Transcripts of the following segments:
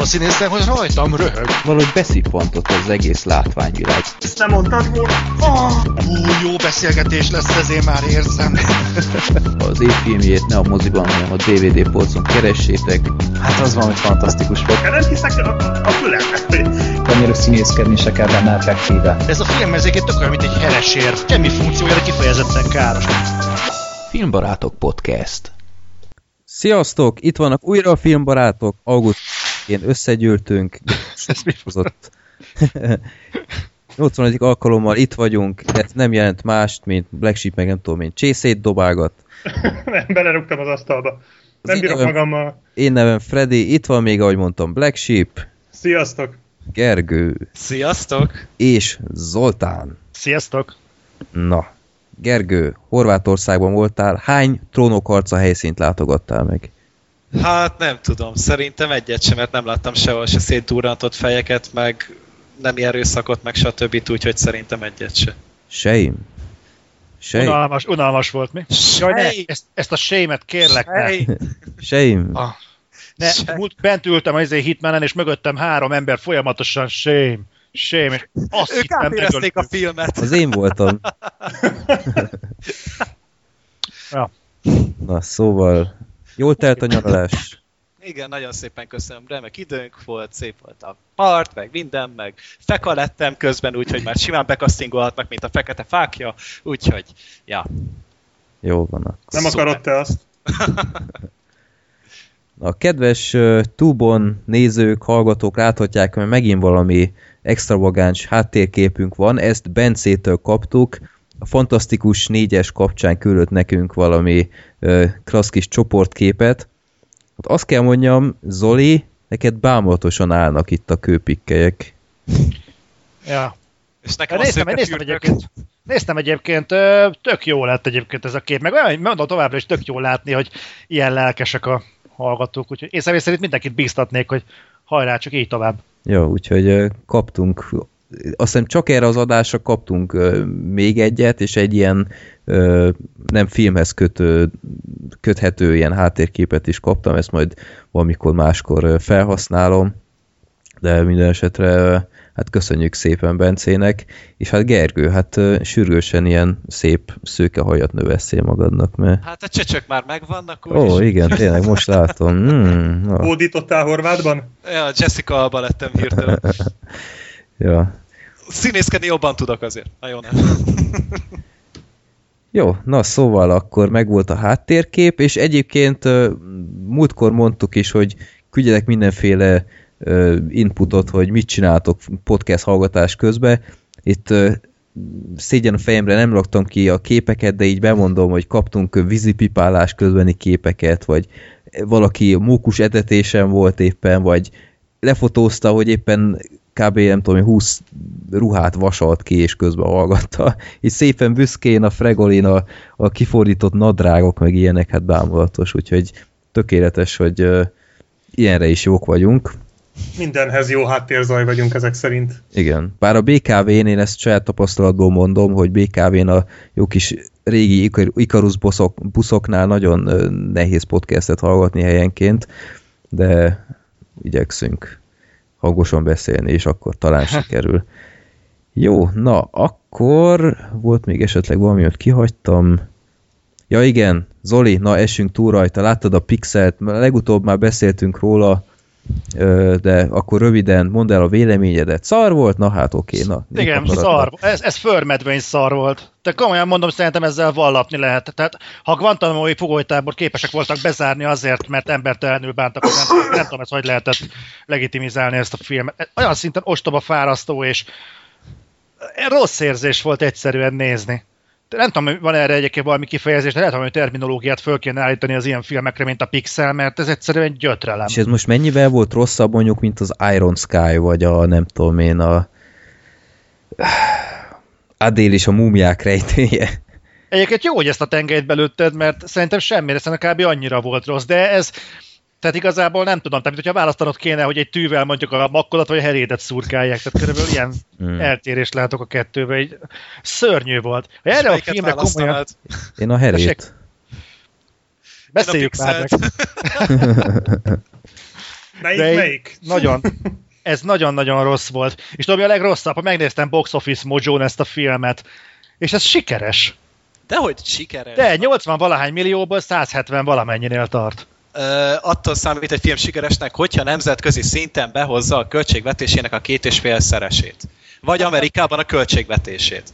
színészen, hogy rajtam röhög. Valahogy beszippantott az egész látványvilág. Ezt nem mondtad volna? Jó beszélgetés lesz, ezért már érzem. Az év filmjét ne a moziban, hanem a DVD polcon keressétek. Hát az valami fantasztikus volt. Nem hiszek a fülemnek. Annyira színészkedni se kell benne effektíve. Ez a film ezeket tök olyan, mint egy heresér. Semmi funkciójára kifejezetten káros. Filmbarátok Podcast. Sziasztok! Itt vannak újra a Filmbarátok. Augusztusban összegyűltünk. Ez mi hozott? 80. alkalommal itt vagyunk, de ez nem jelent mást, mint Black Sheep, meg nem tudom én, csészét dobálgat. Nem, belerúgtam az asztalba. Nem bírok magammal. Én nevem Freddy, itt van még, ahogy mondtam, Black Sheep. Sziasztok! Gergő. Sziasztok! És Zoltán. Sziasztok! Na, Gergő, Horvátországban voltál, hány trónokharca helyszínt látogattál meg? Hát nem tudom, szerintem egyet sem, mert nem láttam sehol se szétdurrantott fejeket, meg nem erőszakot, meg stb. Úgyhogy szerintem egyet se. Seim? Unalmas volt, mi? Jaj, ne, ezt a shame-et kérlek, ne. Seim? Bent ültem az Hitmanen, és mögöttem 3 ember folyamatosan shame, és azt ők átérezték a filmet. Az én voltam. Ja. Na, szóval, jól telt a nyaralás? Igen, nagyon szépen köszönöm, remek időnk volt, szép volt a part, meg minden, meg feka lettem közben, úgyhogy már simán bekasztingolhatnak, mint a fekete fákja, úgyhogy, ja. Jó van akkor. Nem akarod te azt? A kedves Tubon nézők, hallgatók láthatják, hogy megint valami extravagáns háttérképünk van, ezt Bencétől kaptuk, a Fantasztikus 4-es kapcsán küldött nekünk valami klassz kis csoportképet. Hát azt kell mondjam, Zoli, neked bámulatosan állnak itt a kőpikkelyek. Ja. És nekem Néztem egyébként, tök jó lett egyébként ez a kép, meg olyan, mondom továbbra is tök jó látni, hogy ilyen lelkesek a hallgatók, úgyhogy én személy szerint mindenkit bíztatnék, hogy hajrá, csak így tovább. Ja, úgyhogy kaptunk, azt hiszem csak erre az adásra kaptunk még egyet, és egy ilyen nem filmhez köthető ilyen háttérképet is kaptam, ezt majd valamikor máskor felhasználom, de minden esetre hát köszönjük szépen Bencének, és hát Gergő, hát sürgősen ilyen szép szőke hajat növesszél magadnak, mert... Hát a csöcsök már megvannak, úgyis. Ó, igen, tényleg, most látom. Hódítottál Horvátban? Ja, Jessica Alba lettem hirtelen. Ja. Színészkedni jobban tudok azért. Na jó, nem. Jó, na szóval akkor megvolt a háttérkép, és egyébként múltkor mondtuk is, hogy küldjetek mindenféle inputot, hogy mit csináltok podcast hallgatás közben. Itt szégyen a fejemre nem raktam ki a képeket, de így bemondom, hogy kaptunk vízipipálás közbeni képeket, vagy valaki mókus etetésen volt éppen, vagy lefotózta, hogy éppen kb. Nem tudom, 20 ruhát vasalt ki, és közben hallgatta. Így szépen büszkén a Fregolin a kifordított nadrágok, meg ilyenek, hát bámulatos, úgyhogy tökéletes, hogy ilyenre is jók vagyunk. Mindenhez jó háttérzaj vagyunk ezek szerint. Igen. Bár a BKV-n, én ezt saját tapasztalatból mondom, hogy BKV-n a jó kis régi Ikarus buszoknál nagyon nehéz podcastet hallgatni helyenként, de igyekszünk hangosan beszélni, és akkor talán sikerül. Jó, na, akkor volt még esetleg valami, hogy kihagytam. Ja igen, Zoli, na essünk túl rajta, láttad a Pixelt, legutóbb már beszéltünk róla, de akkor röviden mondd el a véleményedet. Szar volt? Na hát oké. Na, igen, szar. Ez förmedvény szar volt. De komolyan mondom, szerintem ezzel vallapni lehet. Tehát ha Guantanamo-i fogolytábor képesek voltak bezárni azért, mert embertelenül bántak, nem tudom, hogy lehetett legitimizálni ezt a filmet. Olyan szinten ostoba, fárasztó, és rossz érzés volt egyszerűen nézni. De nem tudom, van erre egyébként valami kifejezés, de lehet, hogy terminológiát föl kéne állítani az ilyen filmekre, mint a Pixel, mert ez egyszerűen gyötrelem. És ez most mennyivel volt rosszabb mondjuk, mint az Iron Sky, vagy a nem tudom én, a Adél és a múmiák rejtélye. Egyébként jó, hogy ezt a tengelyt belőtted, mert szerintem semmire, szerintem kb. Annyira volt rossz, de ez, tehát igazából nem tudom, tehát hogyha választanod kéne, hogy egy tűvel mondjuk a makkolat vagy a herédet szurkálják, tehát körülbelül ilyen eltérést látok a kettőbe, így szörnyű volt. Ha erre a filmre komolyan... Én a herét. Beszéljük már meg. Melyik? Nagyon, ez nagyon-nagyon rossz volt. És tudom, a legrosszabb, ha megnéztem Box Office Mojo-n ezt a filmet, és ez sikeres. Dehogy sikeres. De 80-valahány millióból 170 valamennyinél tart. Attól számít egy film sikeresnek, hogyha nemzetközi szinten behozza a költségvetésének a 2,5-szeresét. Vagy Amerikában a költségvetését.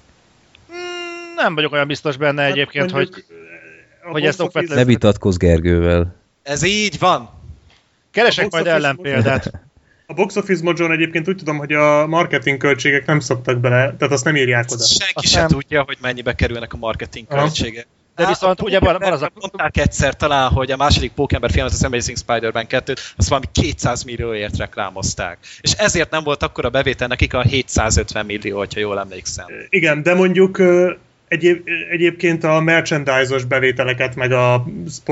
Nem vagyok olyan biztos benne egyébként, hogy ezt okvetlen... Ne vitatkozz Gergővel. Ez így van. Keresek majd ellenpéldát. A Box Office Mojo-n egyébként úgy tudom, hogy a marketing költségek nem szoktak bele, tehát azt nem írják oda. Senki sem tudja, hogy mennyibe kerülnek a marketing költségek. De viszont ugye van az a... Mondták egyszer talán, hogy a második Pókember filmet, az Amazing Spider-Man 2-t, azt valami 200 millióért reklámozták. És ezért nem volt akkora bevétel nekik a 750 millió, hogyha jól emlékszem. Igen, de mondjuk egyébként a merchandise-os bevételeket, meg a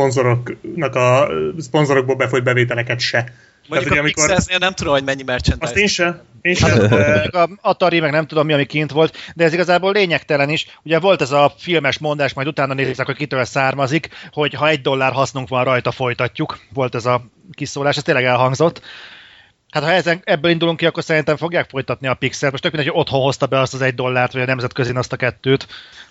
szponzorokból befolyt bevételeket se. Mondjuk tehát, a Pixelsnél nem tudom, hogy mennyi merchandise. Azt én se. A Atari, meg nem tudom mi, ami kint volt, de ez igazából lényegtelen is. Ugye volt ez a filmes mondás, majd utána nézzük, hogy kitől származik, hogy ha $1 hasznunk van, rajta folytatjuk. Volt ez a kiszólás, ez tényleg elhangzott. Hát ha ebből indulunk ki, akkor szerintem fogják folytatni a Pixel. Most tök mindegy, hogy otthon hozta be azt az $1, vagy a nemzetközin azt a 2-t.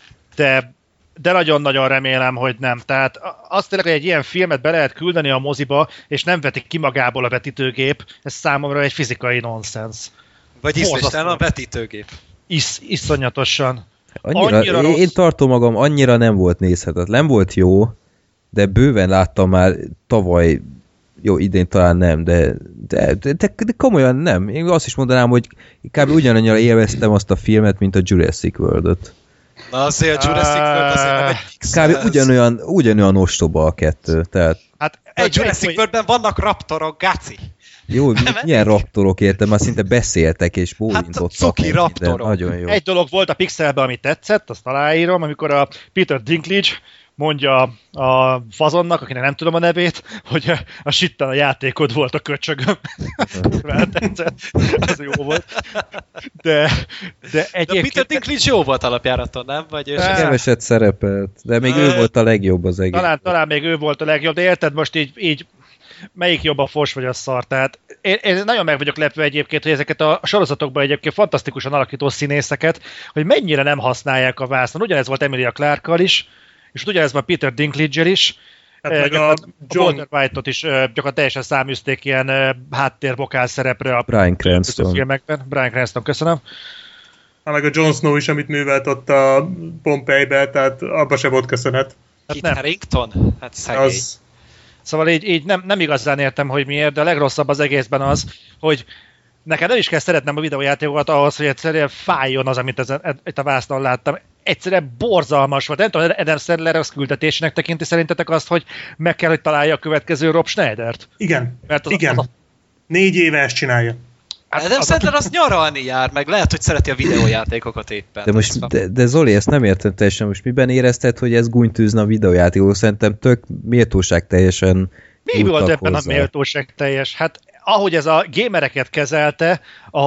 De nagyon-nagyon remélem, hogy nem. Tehát azt tényleg, hogy egy ilyen filmet be lehet küldeni a moziba, és nem vetik ki magából a vetítőgép, ez számomra egy fizikai nonsens. Vagy ízléstelen a vetítőgép. Iszonyatosan. Annyira én tartom magam, annyira nem volt nézhetetlen. Volt jó, de bőven láttam már tavaly, jó, idén talán nem, de komolyan nem. Én azt is mondanám, hogy kb. Ugyanannyira élveztem azt a filmet, mint a Jurassic World-ot. Na azért a Jurassic World azért nem egy Pixel. Kb. ugyanolyan ostoba a 2, tehát... Hát a Jurassic Worldben vannak raptorok, gáci! Jó, milyen raptorok értem, már szinte beszéltek és bólintottak. Hát a cuki raptorok. Nagyon jó. Egy dolog volt a Pixelben, ami tetszett, azt aláírom, amikor a Peter Dinklage mondja a fazonnak, akinek nem tudom a nevét, hogy a sitten a játékod volt a köcsögöm. Tetszett, az jó volt. De egyébként... Peter Dinklage jó volt alapjáraton, nem? Vagy keveset szerepelt, de még ő volt a legjobb az egész. Talán még ő volt a legjobb, de érted most így melyik jobb a fos vagy a szar? Tehát én nagyon meg vagyok lepve egyébként, hogy ezeket a sorozatokban egyébként fantasztikusan alakító színészeket, hogy mennyire nem használják a vásznon. Ugyanez volt Emilia Clarke-kal is, és ugyanez van Peter Dinklage-el is. Hát meg a Walter White-ot is gyakorlatilag teljesen száműzték ilyen háttérbokál szerepre a Bryan Cranston filmekben. Bryan Cranston, köszönöm. Hát meg a Jon Snow is, amit művelt ott a Pompeibe, tehát abba se volt köszönet. Kit Harington? Hát szegény. Szóval így nem igazán értem, hogy miért, de a legrosszabb az egészben az, hogy nekem nem is kell szeretnem a videójátékokat ahhoz, hogy egyszerűen fájjon az, amit itt a vásznon láttam. Egyszerűen borzalmas volt. Nem tudom, Adam Sandler az küldetésének tekinti szerintetek azt, hogy meg kell, hogy találja a következő Rob Schneidert? Igen, mert igen. 4 éve ezt csinálja. Hát Adam Sandler az nyaralni jár, meg lehet, hogy szereti a videójátékokat éppen. De most, de Zoli, ezt nem értem teljesen. Most miben érezted, hogy ez gúnytűzne a videójátékok? Szerintem tök méltóság teljesen. Mi volt ebben a méltóság teljes? Hát ahogy ez a gamereket kezelte,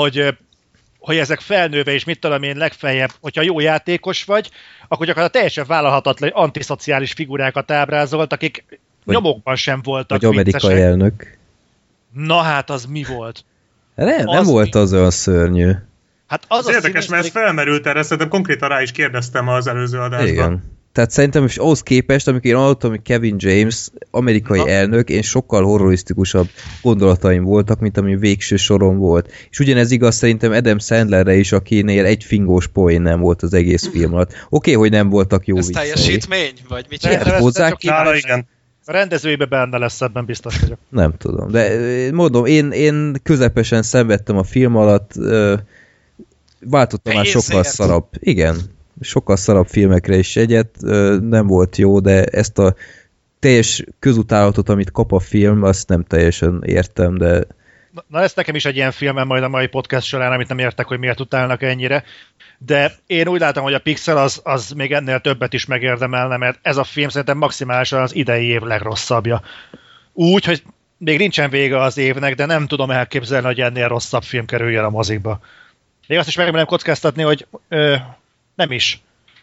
hogy ezek felnőve és mit tudom én legfeljebb, hogyha jó játékos vagy, akkor gyakorlatilag teljesen vállalhatatlan antiszociális figurákat ábrázolt, akik nyomokban sem voltak vagy amerikai elnök. Na hát az mi volt? Nem volt az olyan szörnyű. Hát az érdekes, mert ez felmerült erre, szerintem konkrétan rá is kérdeztem az előző adásban. Igen. Tehát szerintem is ahhoz képest, amikor én hallottam, hogy Kevin James, amerikai elnök, én sokkal horrorisztikusabb gondolataim voltak, mint ami végső soron volt. És ugyanez igaz szerintem Adam Sandlerre is, akinél egy fingós poén nem volt az egész film alatt. Oké, hogy nem voltak jó viccei. Ez teljesítmény? Vagy mit hozzá igen. A rendezőibe benne lesz, ebben biztos vagyok. Nem tudom, de mondom, én közepesen szenvedtem a film alatt, váltottam már sokkal szarabb. Igen, sokkal szarabb filmekre is egyet, nem volt jó, de ezt a teljes közutálatot, amit kap a film, azt nem teljesen értem, de... Na ez nekem is egy ilyen filmem majd a mai podcast során, amit nem értek, hogy miért utálnak ennyire, de én úgy látom, hogy a Pixel az még ennél többet is megérdemelne, mert ez a film szerintem maximálisan az idei év legrosszabbja. Úgy, hogy még nincsen vége az évnek, de nem tudom elképzelni, hogy ennél rosszabb film kerüljön a mozikba. Még azt is megmerem kockáztatni, hogy nem is.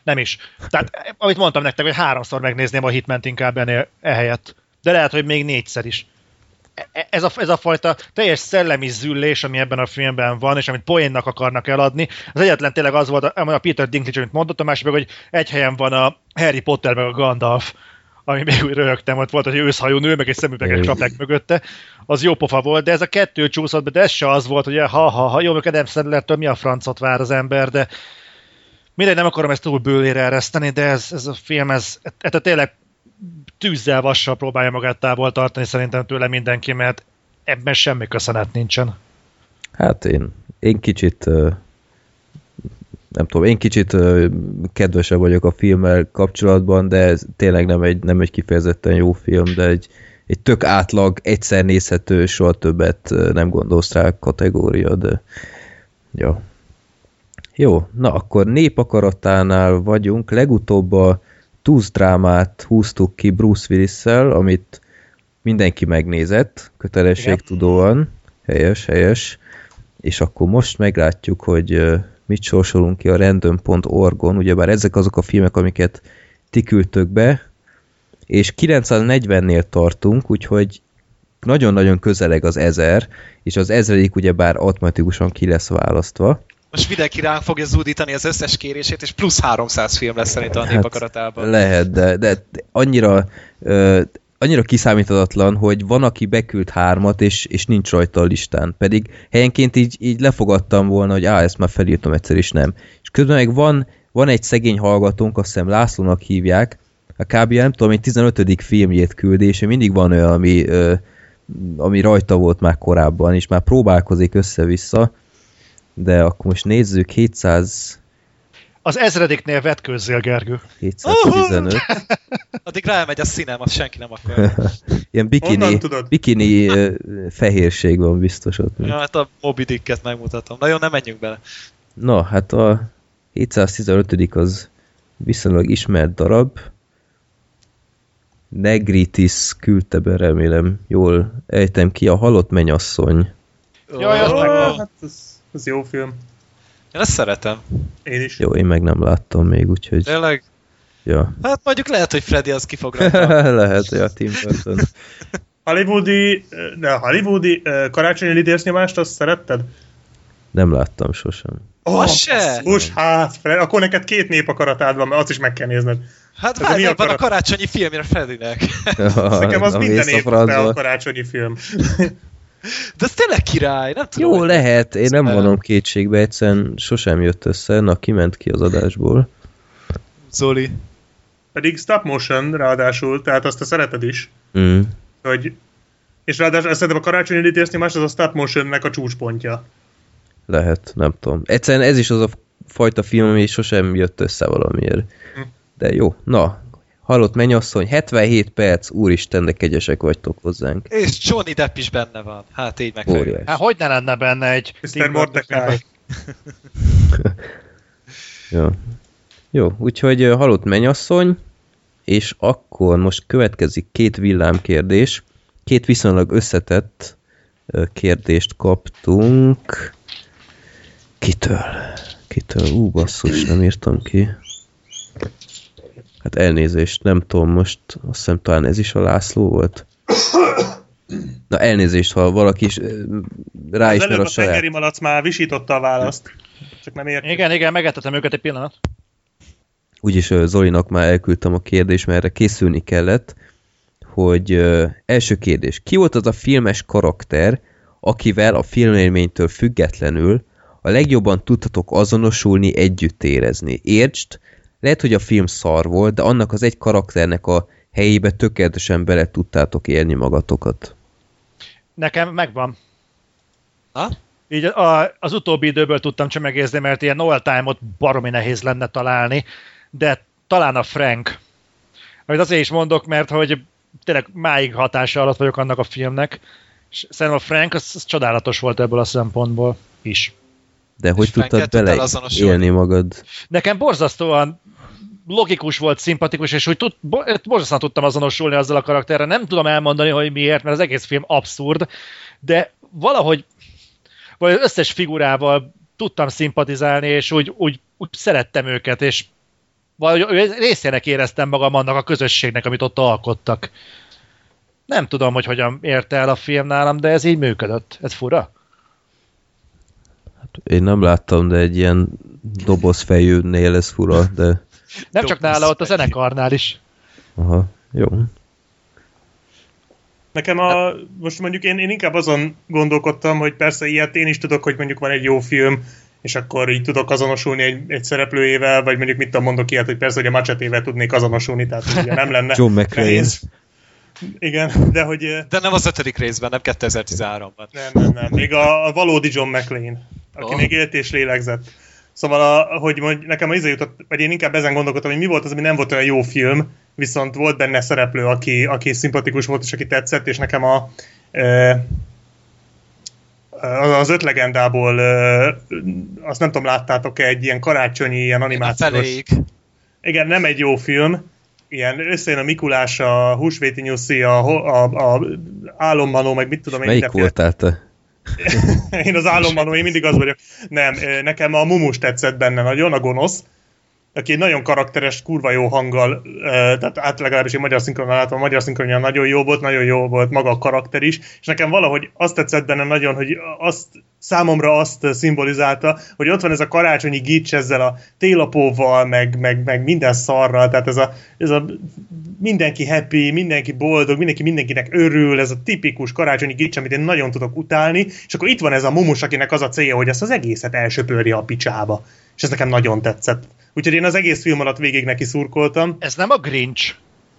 Tehát, amit mondtam nektek, hogy 3-szor megnézném a Hitment inkább ehelyett. De lehet, hogy még 4-szer is. ez a fajta teljes szellemi züllés, ami ebben a filmben van, és amit poénnak akarnak eladni, az egyetlen tényleg az volt, a Peter Dinklage, amit mondott, a másik meg, hogy egy helyen van a Harry Potter meg a Gandalf, ami még úgy röhögtem, ott volt egy őszhajú nő, meg egy szemüveges csapek mögötte, az jó pofa volt, de ez a kettő csúszott be, de ez se az volt, hogy jó, meg Adam Sandlertől mi a francot vár az ember, de mindegy, nem akarom ezt túl bőlére ereszteni, de ez a film, ez tényleg tűzzel, vassal próbálja magát távol tartani szerintem tőle mindenki, mert ebben semmi köszönet nincsen. Hát én kicsit nem tudom, én kicsit kedvesebb vagyok a filmmel kapcsolatban, de ez tényleg nem egy kifejezetten jó film, de egy tök átlag, egyszer nézhető, soha többet nem gondolsz rá kategória, de ja. Jó, na akkor népakaratánál vagyunk, legutóbb a Tooth drámát húztuk ki Bruce Willis-szel, amit mindenki megnézett, kötelességtudóan, helyes, és akkor most meglátjuk, hogy mit sorsolunk ki a random.org-on, ugyebár ezek azok a filmek, amiket ti küldtök be, és 940-nél tartunk, úgyhogy nagyon-nagyon közeleg az 1000, és az 1000-ig ugyebár automatikusan ki lesz választva. Most mindenki ránk fogja zúdítani az összes kérését, és plusz 300 film lesz szerintem a népakaratában. Lehet, de annyira kiszámíthatatlan, hogy van, aki beküld 3-at, és nincs rajta a listán. Pedig helyenként így lefogadtam volna, hogy ezt már felírtam egyszer, és nem. És közben meg van egy szegény hallgatónk, azt hiszem Lászlónak hívják, a kb. Nem tudom, egy 15. filmjét küldi, és mindig van olyan, ami rajta volt már korábban, és már próbálkozik össze-vissza, de akkor most nézzük, 700... Az 1000-nél vetkőzzél, Gergő. 715. Addig rámegy a színem, azt senki nem akar. Ilyen bikini fehérség van biztos ott. Ja, hát a Moby Dicket megmutatom. Nagyon nem menjünk bele. Na, hát a 715. az viszonylag ismert darab. Negritis küldte be, remélem jól ejtem ki, a Halott mennyasszony. Jaj, az megvan. Hát ez jó film. Én ezt szeretem. Én is. Jó, én meg nem láttam még, úgyhogy... Tényleg? Ja. Hát mondjuk lehet, hogy Freddy az ki fog rajta. Lehet, ja, Tim Burton. Hollywoodi karácsonyi lidércnyomást, azt szeretted? Nem láttam sosem. Az se? Hát, akkor neked 2 népakaratát van, mert azt is meg kell nézned. Hát várj, van a karácsonyi filmje Freddynek. Nekem az minden évben a karácsonyi film. De ez tényleg király, nem tudom. Jó, lehet, én nem vonom kétségbe, egyszerűen sosem jött össze, na kiment ki az adásból. Zoli. Pedig stop motion ráadásul, tehát azt te szereted is. Hogy, és ráadásul szerintem a karácsonyi lidércnyomás az a stop motionnek a csúcspontja. Lehet, nem tudom. Egyszerűen ez is az a fajta film, ami sosem jött össze valamiért. De jó, na, Halott mennyasszony, 77 perc, úristen, de kegyesek vagytok hozzánk. És Johnny Depp is benne van. Hát így megfelelő. Hát hogy ne lenne benne egy... Mr. Mordecai. Jó, úgyhogy Halott mennyasszony, és akkor most következik 2 villámkérdés. 2 viszonylag összetett kérdést kaptunk. Kitől? Basszus, nem írtam ki. Hát elnézést, nem tudom, most azt hiszem talán ez is a László volt. Na elnézést, ha valaki is ráismer a saját. A tengeri malac már visította a választ. Csak nem értem. Igen, megettetem őket egy pillanat. Úgyis Zolinak már elküldtem a kérdést, mert erre készülni kellett, hogy első kérdés. Ki volt az a filmes karakter, akivel a filmélménytől függetlenül a legjobban tudtatok azonosulni, együtt érezni? Értsd, lehet, hogy a film szar volt, de annak az egy karakternek a helyébe tökéletesen bele tudtátok élni magatokat. Nekem megvan. Ha? Így az utóbbi időből tudtam csemegézni, mert ilyen all-time-ot baromi nehéz lenne találni, de talán a Frank. Amit azért is mondok, mert hogy tényleg máig hatása alatt vagyok annak a filmnek, és szerintem a Frank az csodálatos volt ebből a szempontból is. De hogy tudtad bele élni magad? Nekem borzasztóan logikus volt, szimpatikus, és úgy borzasztóan tudtam azonosulni azzal a karakterrel. Nem tudom elmondani, hogy miért, mert az egész film abszurd, de valahogy az összes figurával tudtam szimpatizálni, és úgy szerettem őket, és valahogy részének éreztem magam annak a közösségnek, amit ott alkottak. Nem tudom, hogy hogyan érte el a film nálam, de ez így működött. Ez fura? Én nem láttam, de egy ilyen dobozfejűnél ez fura, de... Nem csak nála, ott a zenekarnál is. Aha, jó. Nekem most mondjuk én inkább azon gondolkodtam, hogy persze ilyet én is tudok, hogy mondjuk van egy jó film, és akkor így tudok azonosulni egy szereplőjével, vagy mondjuk mit tudom, mondok ilyet, hogy persze, hogy a Machetével tudnék azonosulni, tehát ugye nem lenne John McClane. Igen, de hogy... De nem az 5. részben, nem 2013-ban. Nem. Még a valódi John McClane, aki még élt és lélegzett. Szóval, nekem az jutott, vagy én inkább ezen gondolkodtam, hogy mi volt az, ami nem volt olyan jó film, viszont volt benne szereplő, aki szimpatikus volt, és aki tetszett, és nekem az 5 legendából, azt nem tudom, láttátok-e, egy ilyen karácsonyi, ilyen animációs... Igen, nem egy jó film, ilyen összejön a Mikulás, a Húsvéti Nyuszi, a Álommanó, meg mit tudom én. Melyik voltál te? Én az Álommanó, én mindig az vagyok. Nem, nekem a Mumus tetszett benne nagyon, a gonosz, aki egy nagyon karakteres, kurva jó hanggal, tehát legalábbis én magyar szinkronon látom, a magyar szinkronja nagyon jó volt maga a karakter is, és nekem valahogy azt tetszett benne nagyon, hogy számomra azt szimbolizálta, hogy ott van ez a karácsonyi gics ezzel a télapóval, meg minden szarral, tehát ez a mindenki happy, mindenki boldog, mindenkinek örül, ez a tipikus karácsonyi gics, amit én nagyon tudok utálni, és akkor itt van ez a Mumus, akinek az a célja, hogy ezt az egészet elsöpörje a picsába. És ez nekem nagyon tetszett. Úgyhogy én az egész film alatt végig neki szurkoltam. Ez nem a Grinch?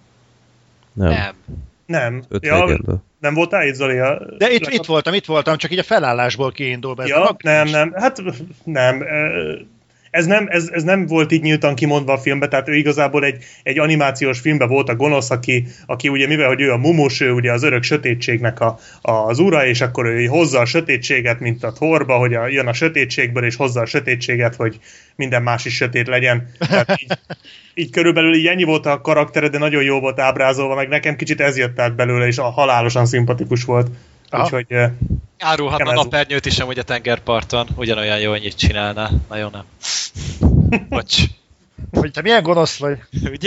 Nem. Ja, nem voltál itt, Zoli? De itt voltam, csak így a felállásból kiindulva. Ja, nem. Hát nem. Ez nem volt így nyíltan kimondva a filmbe, tehát ő igazából egy animációs filmben volt a gonosz, aki ugye, mivel hogy ő a Mumus, ő ugye az örök sötétségnek az ura, és akkor ő hozza a sötétséget, mint a Thorba, hogy jön a sötétségből, és hozza a sötétséget, hogy minden más is sötét legyen. Tehát így körülbelül így ennyi volt a karaktere, de nagyon jó volt ábrázolva, meg nekem kicsit ez jött át belőle, és halálosan szimpatikus volt. Úgyhogy... Árulhatna napernyőt is amúgy a tengerparton, ugyanolyan jó, annyit csinálná. Nagyon nem. Bocs. Hogy te milyen gonosz vagy. Ugye?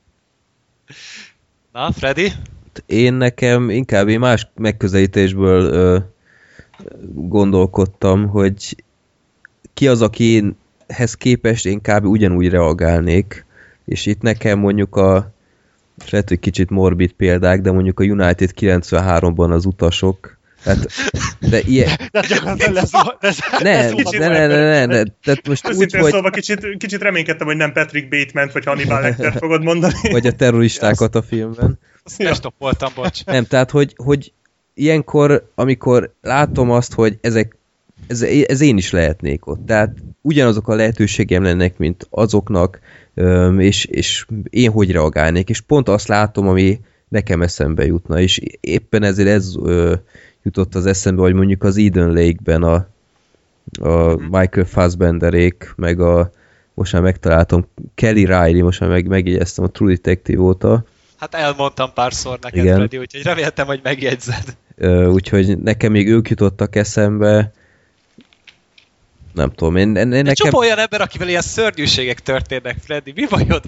Na, Freddy? Én nekem inkább más megközelítésből gondolkodtam, hogy ki az, akihez képest én kb. Ugyanúgy reagálnék, és itt nekem mondjuk lehet, hogy kicsit morbid példák, de mondjuk a United 93-ban az utasok, de ilyen... Nem. Tehát most úgy, hogy... Szóval kicsit reménykedtem, hogy nem Patrick Bateman vagy Hannibal Lecter fogod mondani. Vagy a terroristákat a filmben. Azt nem stoppoltam, bocs. Nem, tehát, hogy ilyenkor, amikor látom azt, hogy ez én is lehetnék ott. Tehát ugyanazok a lehetőségem lennek, mint azoknak, és én hogy reagálnék. És pont azt látom, ami nekem eszembe jutna. És éppen ezért ez jutott az eszembe, hogy mondjuk az Eden Lake-ben a Michael Fassbenderék, meg most már megtaláltam, Kelly Riley, most már megjegyeztem, a True Detective óta. Hát elmondtam párszor neked, igen. Freddy, úgyhogy reméltem, hogy megjegyzed. Úgyhogy nekem még ők jutottak eszembe. Nem tudom, én nekem... Csupa olyan ember, akivel ilyen szörnyűségek történnek, Freddy. Mi bajod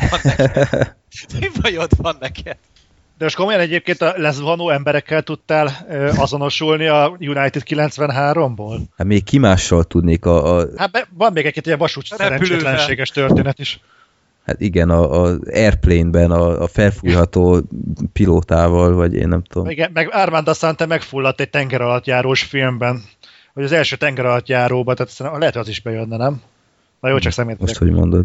van neked? De most komolyan egyébként a leszvanó emberekkel tudtál azonosulni a United 93-ból? Hát még ki mással tudnék Hát van még egy ilyen vasút szerencsétlenséges történet is. Hát igen, az Airplane-ben a felfújható pilótával, vagy én nem tudom. Igen, meg Armand Assante megfulladt egy tengeralattjárós filmben, vagy az első tengeralattjáróban, tehát lehet, hogy az is bejönne, nem? Na jó, csak szemét. Most, hogy mondod.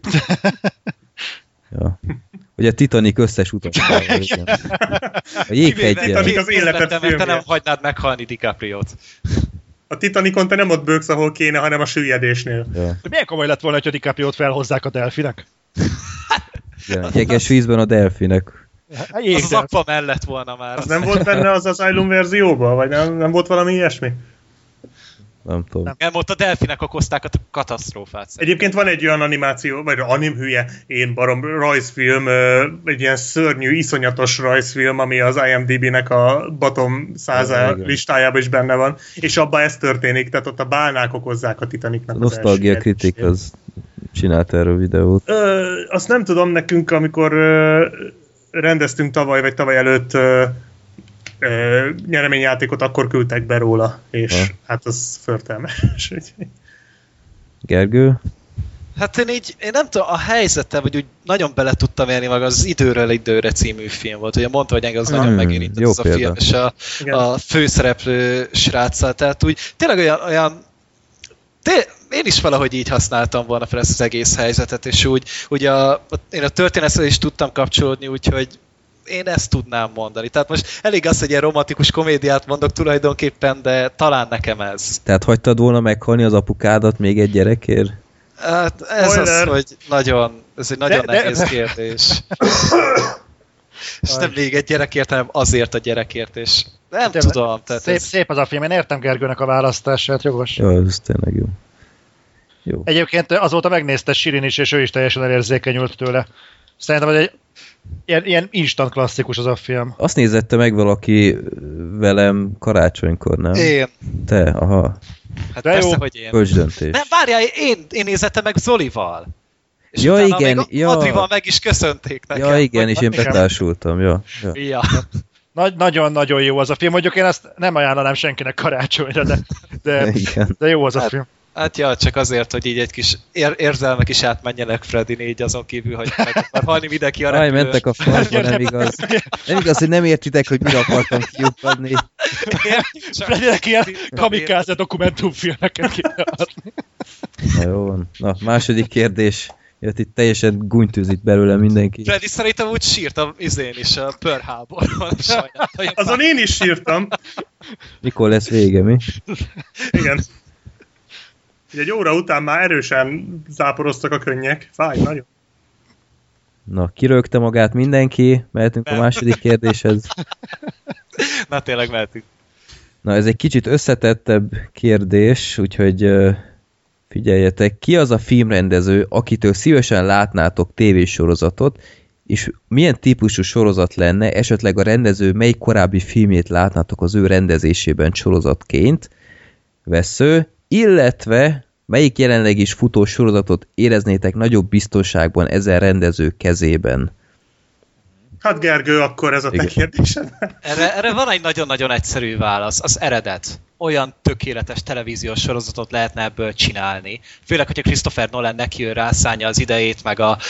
Ja. Hogy a Titanic összes utasával. A jéghegyen. Titanic az életed filmje. Te nem hagynád meghalni DiCaprio-t. A Titanicon te nem ott bőgsz, ahol kéne, hanem a süllyedésnél. Ja. De milyen komoly lett volna, hogy a DiCaprio-t felhozzák a delfinek? Ja, jeges vízben a delfinek. Az apa mellett volna már. Az nem volt benne az Asylum verzióban? Vagy nem volt valami ilyesmi? Nem tudom. Nem, ott a delfinek okozták a katasztrófát. Egyébként van egy olyan animáció, vagy én barom rajzfilm, egy ilyen szörnyű, iszonyatos rajzfilm, ami az IMDb-nek a bottom 100 listájában is benne van, és abban ez történik, tehát ott a bálnák okozzák a Titanicnak az Nostalgia Critic az csinált erről videót. Azt nem tudom, nekünk, amikor rendeztünk tavaly, vagy tavaly előtt nyereményjátékot akkor küldtek be róla, és hát az förtelmes. Gergő? Hát én nem tudom, a helyzettel, vagy úgy nagyon bele tudtam élni maga, az Időről időre című film volt. Ugye mondta, hogy engem az nagyon megérintett az a film, és a főszereplő sráccal. Tehát úgy tényleg olyan én is valahogy így használtam volna fel ezt az egész helyzetet, és úgy én a történethez is tudtam kapcsolódni, úgyhogy én ezt tudnám mondani. Tehát most elég az, hogy ilyen romantikus komédiát mondok tulajdonképpen, de talán nekem ez. Tehát hagytad volna meghalni az apukádat még egy gyerekért? Hát ez az, hogy ez egy nagyon nehéz kérdés. És nem még egy gyerekért, hanem azért a gyerekért, és nem tudom. Tehát szép az a film, én értem Gergőnek a választását, jogos. Jó, ez tényleg jó. Egyébként azóta megnézte Sirin is, és ő is teljesen elérzékenyült tőle. Szerintem ez egy ilyen instant klasszikus az a film. Azt nézette meg valaki velem karácsonykor, nem? Én. Te, aha. Hát de persze, jó. Hogy én. Bölcsdöntés. Nem, várjál, én nézettem meg Zolival. És ja, igen. Még Adrival meg is köszönték nekem. Ja, igen, és én betársultam. Ja. Nagyon-nagyon jó az a film. Mondjuk én ezt nem ajánlanám senkinek karácsonyra, de jó az a film. Hát ja, csak azért, hogy így egy kis érzelmek is átmenjenek Freddy így azon kívül, hogy meg halni mindenki a repülőn. Mentek a farkba, nem igaz. Nem igaz, hogy nem értitek, hogy mire akartam kiukadni. Freddynek ilyen kamikáze dokumentumfilmeket kéne adni. Na jó van. Na, második kérdés. Jött itt teljesen gúnytűzik belőle mindenki. Freddy szerintem úgy sírtam izén is a Pearl Harborban. Azon én is sírtam. Mikor lesz vége, mi? Igen. Egy óra után már erősen záporoztak a könnyek. Fáj, nagyon. Na, kirögte magát mindenki, mehetünk a második kérdéshez. Na, tényleg mehetünk. Na, ez egy kicsit összetettebb kérdés, úgyhogy figyeljetek. Ki az a filmrendező, akitől szívesen látnátok tévésorozatot, és milyen típusú sorozat lenne, esetleg a rendező melyik korábbi filmjét látnátok az ő rendezésében sorozatként? Vesző. Illetve melyik jelenleg is futó sorozatot éreznétek nagyobb biztonságban ezen rendező kezében? Hát Gergő, akkor ez a te kérdésed. Erre van egy nagyon-nagyon egyszerű válasz. Az Eredet. Olyan tökéletes televíziós sorozatot lehetne ebből csinálni. Főleg, hogyha Christopher Nolan neki rászánja az idejét, meg a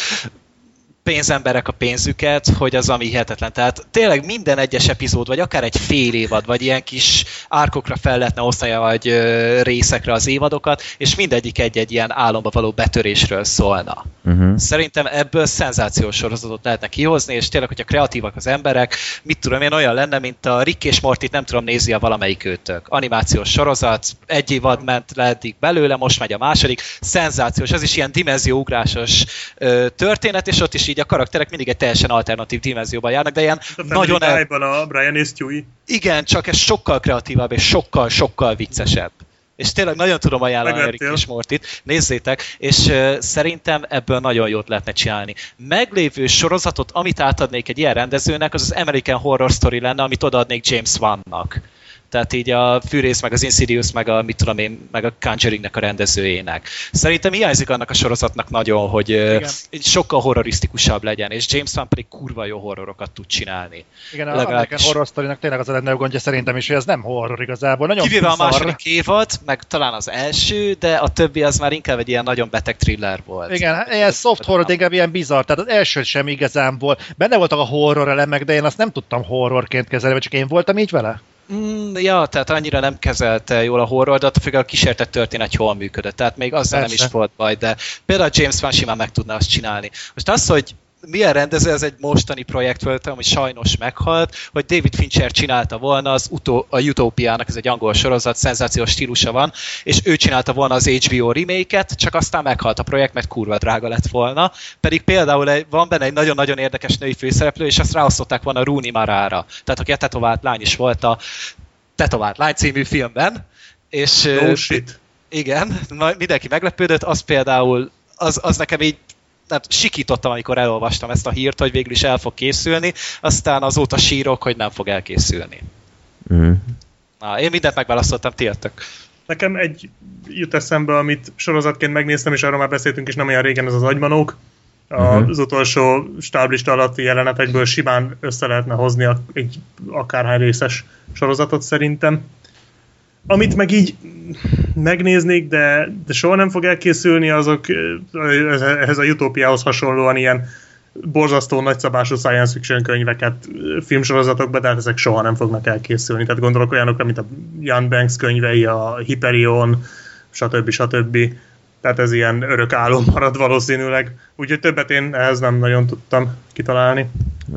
pénzemberek a pénzüket, hogy az ami hihetetlen. Tehát tényleg minden egyes epizód, vagy akár egy fél évad, vagy ilyen kis árkokra fel lehetne osztani, vagy részekre az évadokat, és mindegyik egy-egy ilyen álomba való betörésről szólna. Szerintem ebből szenzációs sorozatot lehetne kihozni, és tényleg, hogyha kreatívak az emberek, mit tudom én, olyan lenne, mint a Rick és Morty-t, nem tudom, nézi a valamelyik őtök. Animációs sorozat, egy évad ment le eddig belőle, most megy a második, szenzációs, ez is ilyen dimenzióugrásos történet, és ott is így a karakterek mindig egy teljesen alternatív dimenzióban járnak, de ilyen nagyon... a Brian és Stewie. Igen, csak ez sokkal kreatívabb és sokkal viccesebb. És tényleg nagyon tudom ajánlani Rick és Mortyt, nézzétek, és szerintem ebből nagyon jót lehetne csinálni. Meglévő sorozatot, amit átadnék egy ilyen rendezőnek, az American Horror Story lenne, amit odaadnék James Wan-nak. Tehát így a Fűrész, meg az Insidious, meg a, mit tudom én, meg a Conjuringnek a rendezőjének. Szerintem hiányzik annak a sorozatnak nagyon, hogy sokkal horrorisztikusabb legyen, és James Wan pedig kurva jó horrorokat tud csinálni. Igen, a American Horror Story-nak tényleg az a legnagyobb gondja szerintem is, hogy ez nem horror igazából. Nagyon kivéve a második évad, meg talán az első, de a többi az már inkább egy ilyen nagyon beteg thriller volt. Igen, ilyen soft horror, de inkább ilyen bizarr, tehát az első sem igazán volt. Benne voltak a horror elemek, de én azt nem tudtam horrorként kezelni, vagy csak én voltam így vele? Ja, tehát annyira nem kezelte jól a horror, de attól függ, a kísértett történet jól működött, tehát még azzal nem is volt baj, de például James Wan simán meg tudná azt csinálni. Most az, hogy milyen rendező, ez egy mostani projekt volt, ami sajnos meghalt, hogy David Fincher csinálta volna a Utopiának, ez egy angol sorozat, szenzációs stílusa van, és ő csinálta volna az HBO remake-et, csak aztán meghalt a projekt, mert kurva drága lett volna. Pedig például van benne egy nagyon-nagyon érdekes női főszereplő, és azt ráosztották volna Rooney Mara-ra. Tehát aki a Tetovált lány is volt a Tetovált lány című filmben. És igen, mindenki meglepődött, az például, az nekem így sikítottam, amikor elolvastam ezt a hírt, hogy végül is el fog készülni, aztán azóta sírok, hogy nem fog elkészülni. Na, én mindent megválasztottam, ti jöttök. Nekem egy jut eszembe, amit sorozatként megnéztem, és arról már beszéltünk is nem olyan régen, ez az Agymanók. Az utolsó stáblista alatti jelenetekből simán össze lehetne hozni egy akárhány részes sorozatot szerintem. Amit meg így megnéznék, de soha nem fog elkészülni, azok ehhez a Utópiához hasonlóan ilyen borzasztó nagyszabású science fiction könyveket filmsorozatokba, de hát ezek soha nem fognak elkészülni. Tehát gondolok olyanokra, mint a Jan Banks könyvei, a Hyperion, stb. Tehát ez ilyen örök álom marad valószínűleg. Úgyhogy többet én ehhez nem nagyon tudtam kitalálni.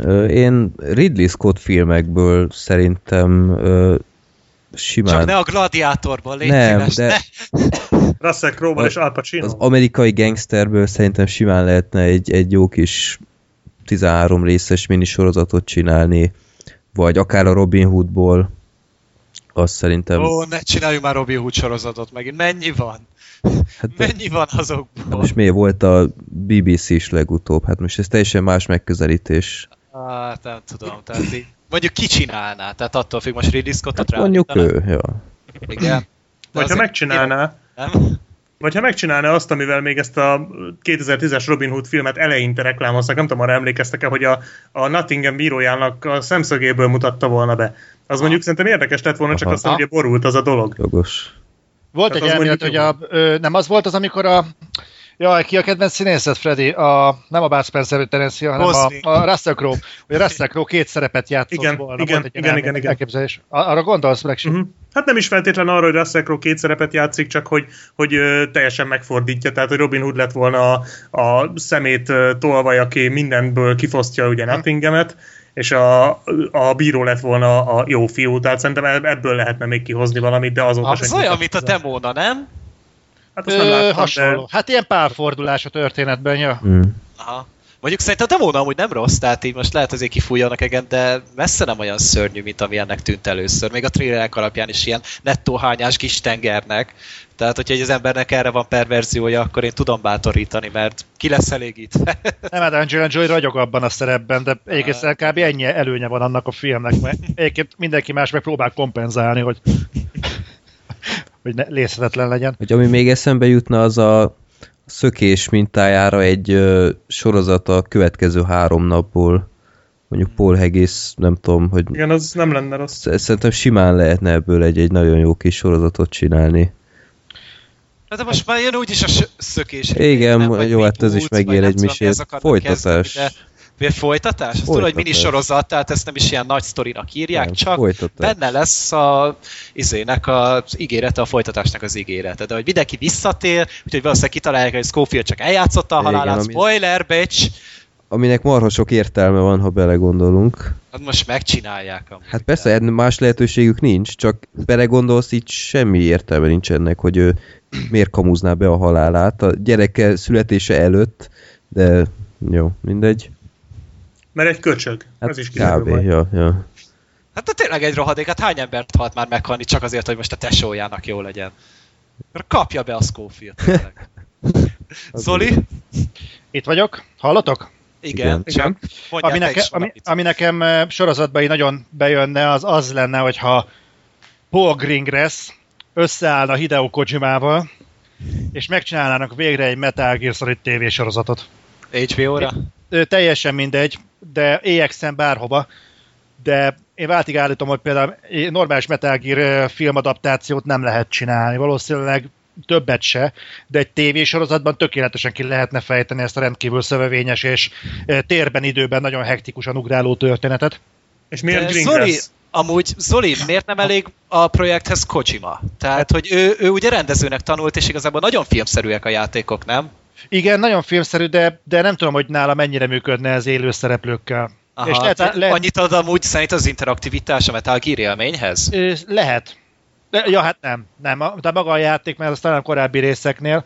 Én Ridley Scott filmekből szerintem simán... Csak ne a Gladiátorból, légy nem, szíves, de... Russell Crowe-val és Al Pacino. Az amerikai gangsterből szerintem simán lehetne egy jó kis 13 részes minisorozatot csinálni, vagy akár a Robin Hoodból. Azt szerintem... ne csináljuk már Robin Hood sorozatot megint. Mennyi van? Hát mennyi van azokból? Hát most miért volt a BBC is legutóbb? Hát most ez teljesen más megközelítés. Hát nem tudom, tehát így... Mondjuk ki csinálná? Tehát attól függ, most Ridley Scottot hát mondjuk ő, ja. Igen. Vagy ha megcsinálná... Nem? Vagy ha megcsinálná azt, amivel még ezt a 2010-es Robin Hood filmet eleinte reklámoztak, nem tudom, arra emlékeztek-e, hogy a Nottingham bírójának a szemszögéből mutatta volna be. Az mondjuk szerintem érdekes lett volna, csak aztán ugye borult az a dolog. Jogos. Volt egy elmélet, hogy nem az volt az, amikor ki a kedvenc színészet, Freddy? Nem a Bud Spencer Terence, hanem a Russell Crowe. Hogy Russell Crowe 2 szerepet játszott volna. Igen. Elképzelés. Arra gondolsz, Black Sheep? Hát nem is feltétlen arra, hogy Russell Crowe 2 szerepet játszik, csak hogy teljesen megfordítja. Tehát, hogy Robin Hood lett volna a szemét tolvaj, aki mindenből kifosztja ugye Nottinghamet, és a bíró lett volna a jó fiú. Tehát szerintem ebből lehetne még kihozni valamit, de azóta sem. Az olyan, mint a Demona, nem? Hát azt nem láttam, hasonló. De... Hát ilyen párfordulás a történetben, ja. Aha. Mondjuk szerintem a Demona amúgy nem rossz, tehát így most lehet azért kifújjanak igen, de messze nem olyan szörnyű, mint amilyennek tűnt először. Még a trailerek alapján is ilyen nettó hányás kis tengernek. Tehát, hogyha az embernek erre van perverziója, akkor én tudom bátorítani, mert ki lesz elégítve. Nem, hát Angelina Jolie ragyog abban a szerepben, de egyébként kb. Ennyi előnye van annak a filmnek, mert egyébként mindenki más meg próbál kompenzálni, hogy lészhetetlen legyen. Hogy ami még eszembe jutna, az a szökés mintájára egy sorozat a következő 3 napból. Mondjuk Paul Haggis, nem tudom, hogy... Igen, az nem lenne rossz. Szerintem simán lehetne ebből egy nagyon jó kis sorozatot csinálni. De most már jön úgyis a szökés. Igen, nem, jó, hát ez is megér egy misét. Folytatás. Folytatás? Azt tudod, hogy minisorozat, tehát ezt nem is ilyen nagy sztorinak írják, nem, csak folytatás. Benne lesz az ígérete, a folytatásnak az ígérete. De hogy mindenki visszatér, úgyhogy valószínűleg kitalálják, hogy Scofield csak eljátszotta a halálát, spoiler, bitch! Aminek marha sok értelme van, ha belegondolunk. Hát most megcsinálják amúgy. Hát persze, más lehetőségük nincs, csak belegondolsz, így semmi értelme nincs ennek, hogy ő miért kamuzná be a halálát a gyereke születése előtt, de jó, mindegy. Mert egy köcsög. Hát ez is kiderül majd. Ja. Hát de tényleg egy rohadék, hát hány embert halt már meghalni csak azért, hogy most a tesójának jó legyen. Kapja be a Scofield tényleg. Zoli? Itt vagyok. Hallotok? Igen. Csak ami nekem sorozatban nagyon bejönne, az lenne, hogyha Paul Greengrass összeállna Hideo Kojimával, és megcsinálnának végre egy Metal Gear Solid TV sorozatot. HBO-ra? Teljesen mindegy, de EX-en bárhova, de én váltig állítom, hogy például normális Metal Gear filmadaptációt nem lehet csinálni, valószínűleg többet se, de egy tévésorozatban tökéletesen ki lehetne fejteni ezt a rendkívül szövevényes és térben, időben nagyon hektikusan ugráló történetet. És miért Greengrass? Zoli, miért nem elég a projekthez Kojima? Tehát, hogy ő ugye rendezőnek tanult, és igazából nagyon filmszerűek a játékok, nem? Igen, nagyon filmszerű, de nem tudom, hogy nála mennyire működne ez élő szereplőkkel. Aha, és annyit ad amúgy szerint az interaktivitás a Metal Gear élményhez? Lehet. Ja, hát nem. De maga a játék, mert az talán korábbi részeknél,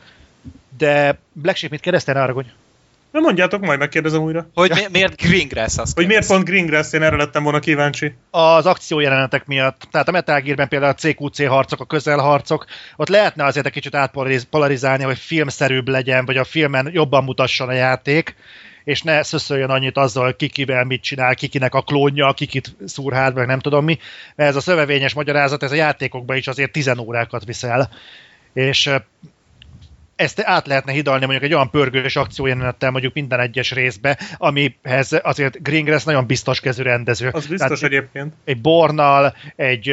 de Black Sheep, mit kérdeztél, Aragony? Na mondjátok, majd megkérdezem újra. Hogy miért Greengrass azt hogy miért pont Greengrass, én erre lettem volna kíváncsi. Az akciójelenetek miatt. Tehát a Metal Gearben például a CQC harcok, a közelharcok, ott lehetne azért egy kicsit átpolarizálni, hogy filmszerűbb legyen, vagy a filmen jobban mutasson a játék, és ne szöszöljön annyit azzal, hogy kikivel mit csinál, kikinek a klónja, kikit szúr hátba, nem tudom mi. Mert ez a szövevényes magyarázat, ez a játékokban is azért 10 órákat viszel. És ezt át lehetne hidalni mondjuk egy olyan pörgős akciójelenettel mondjuk minden egyes részbe, amihez azért Greengrass nagyon biztos kezű rendező. Az biztos egyébként. Egy Bornal, egy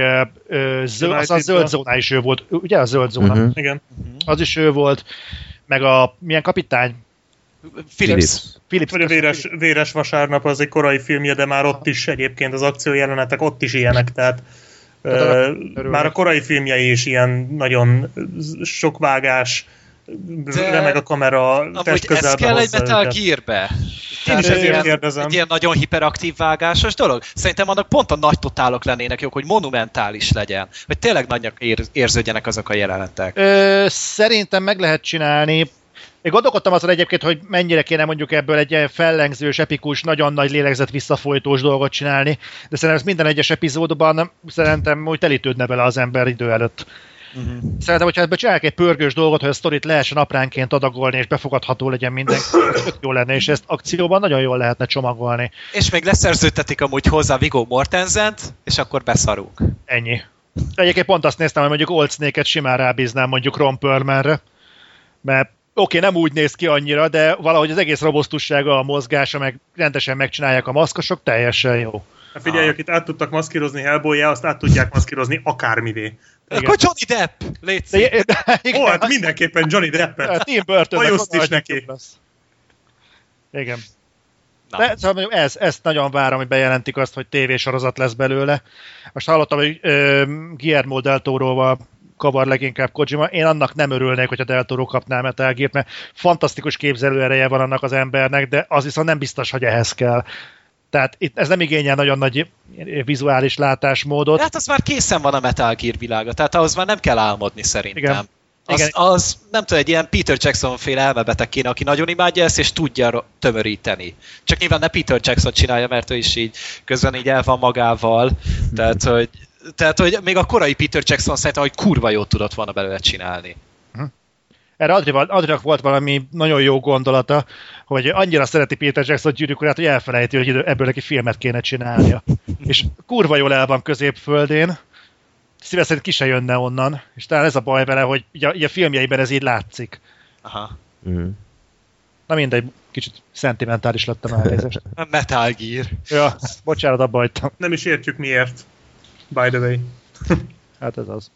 zöld zóna is ő volt, ugye a zöld zóna? Igen. Az is ő volt, meg milyen kapitány? Phillips. Vagy a véres vasárnap az egy korai filmje, de már ott is egyébként az akciójelenetek ott is ilyenek, tehát már a korai filmjei is ilyen nagyon sok vágás, remeg a kamera, testközelbe ez kell egy Metal Gearbe? Én is ezért kérdezem. Egy ilyen nagyon hiperaktív vágásos dolog? Szerintem annak pont a nagy totálok lennének jók, hogy monumentális legyen. Hogy tényleg nagynak érződjenek azok a jelenetek. Szerintem meg lehet csinálni. Én gondolkodtam azon egyébként, hogy mennyire kéne mondjuk ebből egy ilyen fellengzős, epikus, nagyon nagy lélegzet visszafolytós dolgot csinálni, de szerintem ez minden egyes epizódban szerintem úgy telítődne vele az ember idő előtt. Szerintem, hogyha ebből csinálják egy pörgős dolgot, hogy a sztorit lehessen apránként adagolni, és befogadható legyen mindenki, az tök jó lenne, és ezt akcióban nagyon jól lehetne csomagolni. És még leszerződtetik amúgy hozzá Viggo Mortensent, és akkor beszarunk. Ennyi. Egyébként pont azt néztem, hogy mondjuk Old Snake-et simán rábíznám mondjuk Ron Perlmanre, mert oké, nem úgy néz ki annyira, de valahogy az egész robosztussága, a mozgása, meg rendesen megcsinálják a maszkosok, teljesen jó. Hát figyelj, akit át tudtak maszkírozni Hellboy-já, azt át tudják maszkírozni akármivé. Akkor Johnny Depp! Légy Ó, hát mindenképpen Johnny Deppet. Tim Burtonnek Hajoszt is neki. Igen. De, szóval ezt nagyon várom, hogy bejelentik azt, hogy tévésorozat lesz belőle. Most hallottam, hogy Guillermo del Toroval kavar leginkább Kojima. Én annak nem örülnék, hogy a Del Toro kapná Metal Gear-t, mert fantasztikus képzelőereje van annak az embernek, de az viszont nem biztos, hogy ehhez kell. Tehát itt ez nem igényel nagyon nagy vizuális látásmódot. Hát az már készen van a Metal Gear világa, tehát ahhoz már nem kell álmodni szerintem. Igen. Az nem tudom, egy ilyen Peter Jackson-féle elmebeteg kéne, aki nagyon imádja ezt, és tudja tömöríteni. Csak nyilván ne Peter Jackson csinálja, mert ő is így közben így el van magával. Tehát, hogy még a korai Peter Jackson szerintem, hogy kurva jót tudott volna belőle csinálni. Erre Adriak volt valami nagyon jó gondolata, hogy annyira szereti Peter Jackson Gyűrűk Urát, hogy elfelejti, hogy ebből neki filmet kéne csinálnia. És kurva jól el van Középföldén, szíve szerint ki se jönne onnan, és talán ez a baj vele, hogy így a filmjeiben ez így látszik. Aha. Na mindegy, kicsit szentimentális lettem elnézést. Metal Gear. Ja, bocsánat, abba hagytam. Nem is értjük miért. By the way. Hát ez az.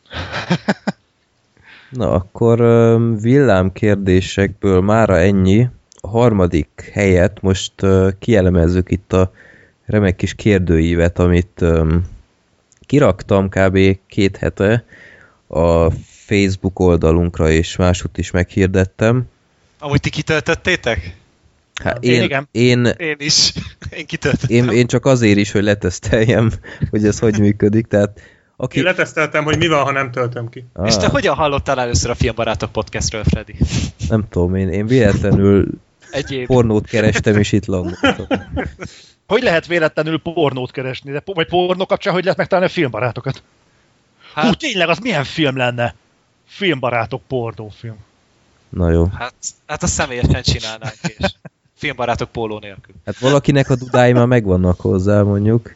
Na, akkor villámkérdésekből mára ennyi. A harmadik helyet most kielemezzük itt a remek kis kérdőívet, amit kiraktam kb. 2 hete a Facebook oldalunkra, és máshogy is meghirdettem. Amúgy ti kitöltöttétek? Hát én is. Én kitöltöttem. Én csak azért is, hogy leteszteljem, hogy ez hogy működik, tehát Én leteszteltem, hogy mi van, ha nem töltöm ki. És te hogyan hallottál először a Filmbarátok podcastről, Freddy? Nem tudom, én véletlenül pornót kerestem, és itt langoltam. Hogy lehet véletlenül pornót keresni? Vagy pornó kapcsán, hogy lehet megtalálni a Filmbarátokat? Hát... tényleg, az milyen film lenne? Filmbarátok pornófilm. Na jó. Hát azt személyesen csinálnánk is. Filmbarátok póló nélkül. Hát valakinek a dudái már megvannak hozzá, mondjuk.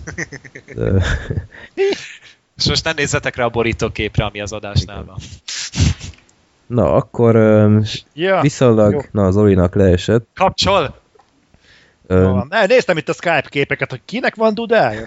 És most nem nézzetek rá a borítóképre, ami az adásnál van. Na, akkor viszonylag... Jó. Na, az Olinak leesett. Kapcsol! Néztem itt a Skype képeket, hogy kinek van dudája.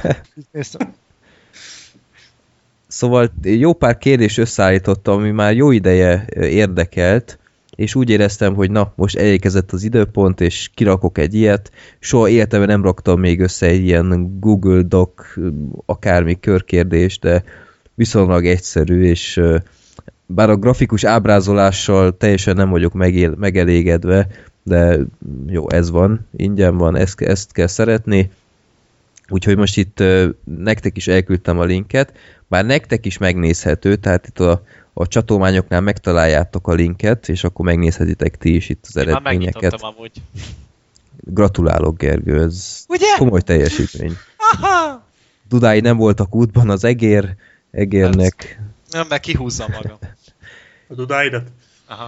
Szóval jó pár kérdés összeállítottam, ami már jó ideje érdekelt, és úgy éreztem, hogy na, most elérkezett az időpont, és kirakok egy ilyet. Soha életemben nem raktam még össze egy ilyen Google Doc akármi körkérdést, de viszonylag egyszerű, és bár a grafikus ábrázolással teljesen nem vagyok megelégedve, de jó, ez van, ingyen van, ezt kell szeretni. Úgyhogy most itt nektek is elküldtem a linket, bár nektek is megnézhető, tehát itt a csatolmányoknál megtaláljátok a linket, és akkor megnézhetitek ti is itt az eredményeket. Már amúgy. Gratulálok, Gergő, ez ugye? Komoly teljesítmény. Aha! Dudái nem voltak útban, az egérnek... Nem, meg kihúzzam magam. A dudáidat? Aha.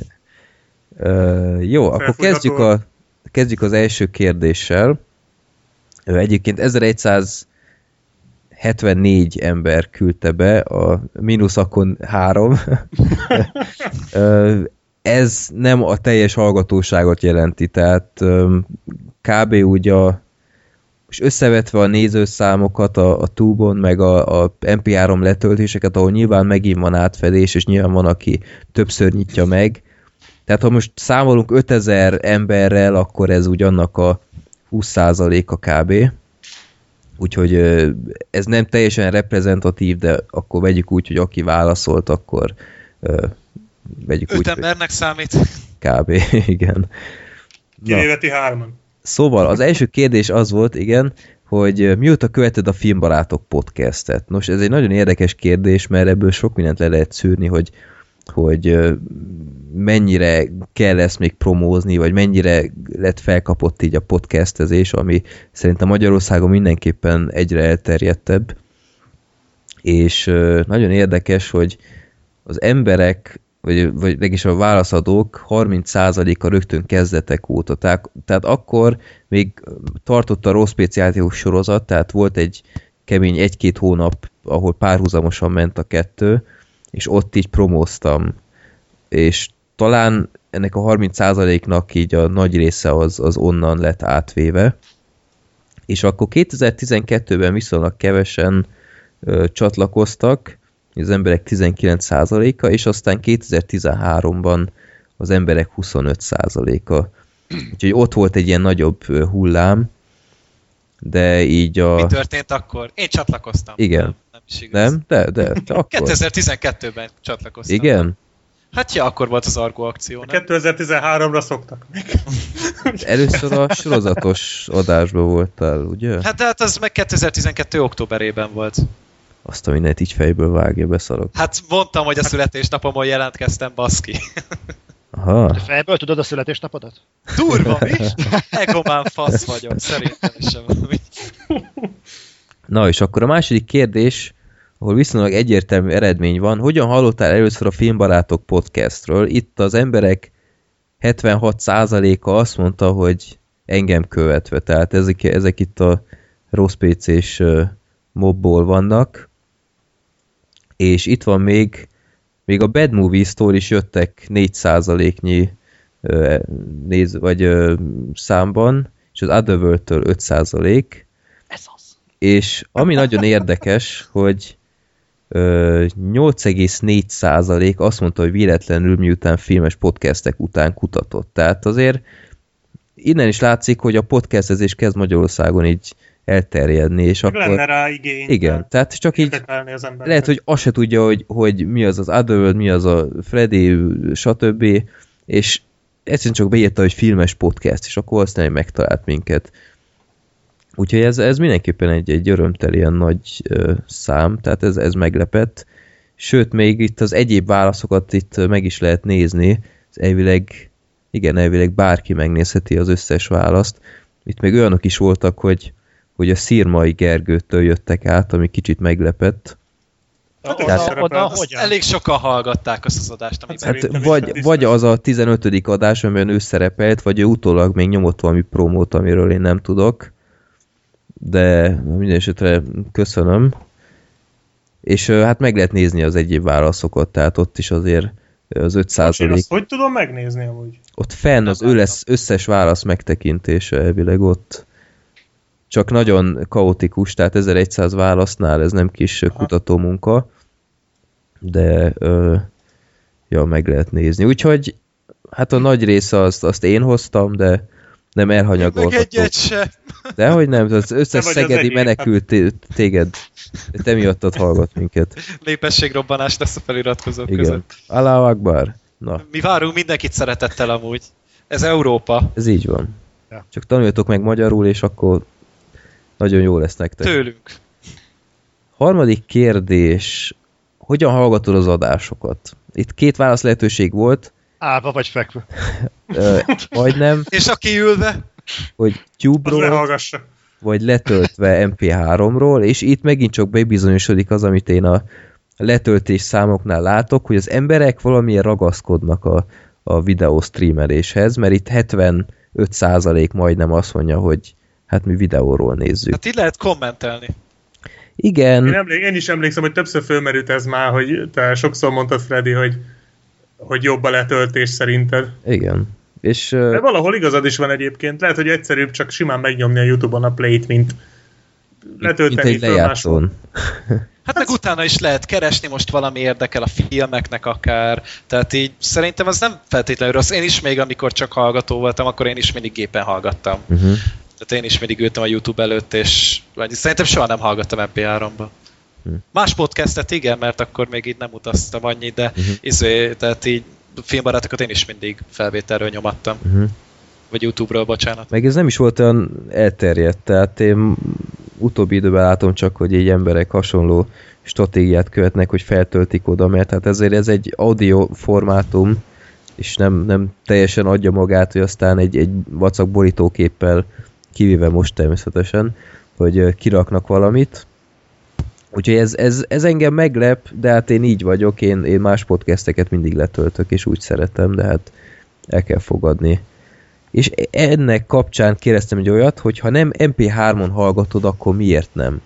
Jó, akkor kezdjük az első kérdéssel. Egyébként 1170 74 ember küldte be, a mínuszakon 3. Ez nem a teljes hallgatóságot jelenti, tehát kb. Úgy és összevetve a nézőszámokat a Tube-on, meg a MP3 letöltéseket, ahol nyilván megint van átfedés, és nyilván van, aki többször nyitja meg. Tehát ha most számolunk 5000 emberrel, akkor ez úgy annak a 20%-a kb. Úgyhogy ez nem teljesen reprezentatív, de akkor vegyük úgy, hogy aki válaszolt, akkor vegyük 5 úgy, embernek számít. kb. Igen. Kivéve ti 3-an. Szóval az első kérdés az volt, igen, hogy mióta követed a Filmbarátok podcastet? Nos, ez egy nagyon érdekes kérdés, mert ebből sok mindent le lehet szűrni, hogy mennyire kell ezt még promózni, vagy mennyire lett felkapott így a podcastezés, ami szerintem Magyarországon mindenképpen egyre elterjedtebb. És nagyon érdekes, hogy az emberek, vagy mégis a válaszadók 30%-a rögtön kezdetek óta. Tehát akkor még tartott a rossz speciáliós sorozat, tehát volt egy kemény 1-2 hónap, ahol párhuzamosan ment a 2, és ott így promóztam. És talán ennek a 30%-nak így a nagy része az onnan lett átvéve. És akkor 2012-ben viszonylag kevesen csatlakoztak, az emberek 19%-a, és aztán 2013-ban az emberek 25%-a. Úgyhogy ott volt egy ilyen nagyobb hullám, de így Mi történt akkor? Én csatlakoztam. Igen. Nem is igaz. Nem? De akkor. 2012-ben csatlakoztam. Igen? Hát ja, akkor volt az Argo akció, nem? 2013-ra szoktak meg. Először a sorozatos adásban voltál, ugye? Hát az meg 2012. októberében volt. Azt a mindent így fejből vágja, beszarok. Hát mondtam, hogy a születésnapomon jelentkeztem, baszki. Aha. De fejből tudod a születésnapodat? Durva, mi? Egomán fasz vagyok, szerintem sem. Na és akkor a második kérdés, ahol viszonylag egyértelmű eredmény van. Hogyan hallottál először a Filmbarátok podcastről? Itt az emberek 76%-a azt mondta, hogy engem követve. Tehát ezek itt a rossz PC-s mobból vannak. És itt van még a Bad Movies-tól is jöttek 4%-nyi számban, és az Otherworld-től 5%. Ez az. És ami nagyon érdekes, hogy 8,4% azt mondta, hogy véletlenül miután filmes podcastek után kutatott. Tehát azért innen is látszik, hogy a podcastezés kezd Magyarországon így elterjedni, és Meg akkor... lenne rá igény. Igen, tehát csak így az lehet, hogy azt se tudja, hogy mi az Otherworld, mi az a Freddy, stb. És egyszerűen csak beírta, hogy filmes podcast, és akkor aztán megtalált minket. Úgyhogy ez mindenképpen egy örömteli ilyen nagy szám, tehát ez meglepett. Sőt, még itt az egyéb válaszokat itt meg is lehet nézni. Elvileg bárki megnézheti az összes választ. Itt még olyanok is voltak, hogy a Szirmai Gergőtől jöttek át, ami kicsit meglepett. Elég sokan hallgatták azt az adást, amiben... Hát vagy az a 15. adás, amiben ő szerepelt, vagy ő utólag még nyomott valami promót, amiről én nem tudok. De minden esetre köszönöm. És hát meg lehet nézni az egyéb válaszokat, tehát ott is azért az 5%... Azt hogy tudom megnézni amúgy? Ott fenn az ő lesz összes válasz megtekintése elvileg ott. Csak nagyon kaotikus, tehát 1100 válasznál ez nem kis kutatómunka, de meg lehet nézni. Úgyhogy hát a nagy része azt én hoztam, de nem elhanyagolható. Meg egyet sem. Dehogy nem, az összes szegedi menekült téged. Te miattad hallgat minket. Népességrobbanás lesz a feliratkozók Igen. között. Allahu Akbar. Na. Mi várunk mindenkit szeretettel amúgy. Ez Európa. Ez így van. Ja. Csak tanuljatok meg magyarul, és akkor nagyon jó lesz nektek. Tőlünk. Harmadik kérdés. Hogyan hallgatod az adásokat? Itt 2 válasz lehetőség volt. Állva vagy fekve. Majdnem. És aki ülve? Hogy Tube-ról, vagy letöltve MP3-ról, és itt megint csak bebizonyosodik az, amit én a letöltés számoknál látok, hogy az emberek valamilyen ragaszkodnak a videó streameléshez, mert itt 75% majdnem azt mondja, hogy hát mi videóról nézzük. Hát így lehet kommentelni. Igen. Én is emlékszem, hogy többször fölmerült ez már, hogy te sokszor mondtad, Freddy, hogy jobb a letöltés szerinted. Igen. És, de valahol igazad is van egyébként. Lehet, hogy egyszerűbb csak simán megnyomni a YouTube-on a play-t, mint letölteni mint egy lejátszón. Hát meg utána is lehet keresni, most valami érdekel a filmeknek akár, tehát így szerintem az nem feltétlenül rossz. Én is még, amikor csak hallgató voltam, akkor én is mindig gépen hallgattam. Tehát én is mindig ültem a YouTube előtt, és szerintem soha nem hallgattam MP3-ba. Más podcastet igen, mert akkor még így nem utaztam annyit, de tehát így filmbarátokat én is mindig felvételről nyomattam. Vagy YouTube-ról, bocsánat. Meg ez nem is volt olyan elterjedt, tehát én utóbbi időben látom csak, hogy így emberek hasonló stratégiát követnek, hogy feltöltik oda, mert hát ezért ez egy audio formátum, és nem teljesen adja magát, hogy aztán egy vacak borítóképpel, kivéve most természetesen, hogy kiraknak valamit. Úgyhogy ez engem meglep, de hát én így vagyok, én más podcasteket mindig letöltök, és úgy szeretem, de hát el kell fogadni. És ennek kapcsán kérdeztem egy olyat, hogy ha nem MP3-on hallgatod, akkor miért nem?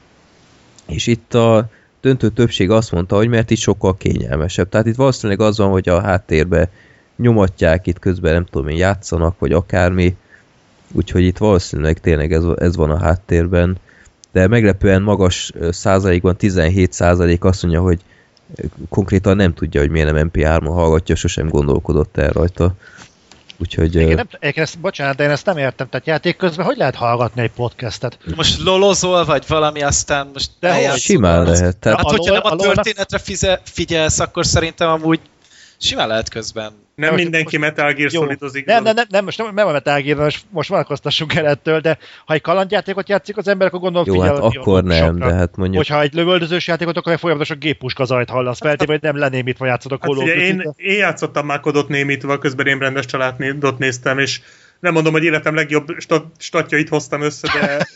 És itt a döntő többség azt mondta, hogy mert itt sokkal kényelmesebb. Tehát itt valószínűleg az van, hogy a háttérbe nyomatják, itt közben nem tudom én, játszanak, vagy akármi. Úgyhogy itt valószínűleg tényleg ez van a háttérben. De meglepően magas százalékban, 17% azt mondja, hogy konkrétan nem tudja, hogy miért nem MP3-on hallgatja, sosem gondolkodott el rajta. Úgyhogy... Bocsánat, de én ezt nem értem. Tehát játék közben hogy lehet hallgatni egy podcastet? Most lolozol, vagy valami, aztán most simán lehet. Tehát, hát, hogyha nem a történetre figyelsz, akkor szerintem amúgy simán lehet közben. Nem mindenki Metal Gear Solidozik. Nem, most nem a Metal Gear, most vonatkoztassunk el ettől, de ha egy kalandjátékot játszik az ember, akkor gondolom figyel. Jó, hát akkor nem, de hát mondjuk... Hogyha egy lövöldözős játékot, akkor folyamatosan géppuska zajt hallasz, feltétlenül, hogy nem lenémítva játszod a Call of Duty-t. Én játszottam már kodot némítva, közben én rendes családot néztem, és nem mondom, hogy életem legjobb statjait hoztam össze, de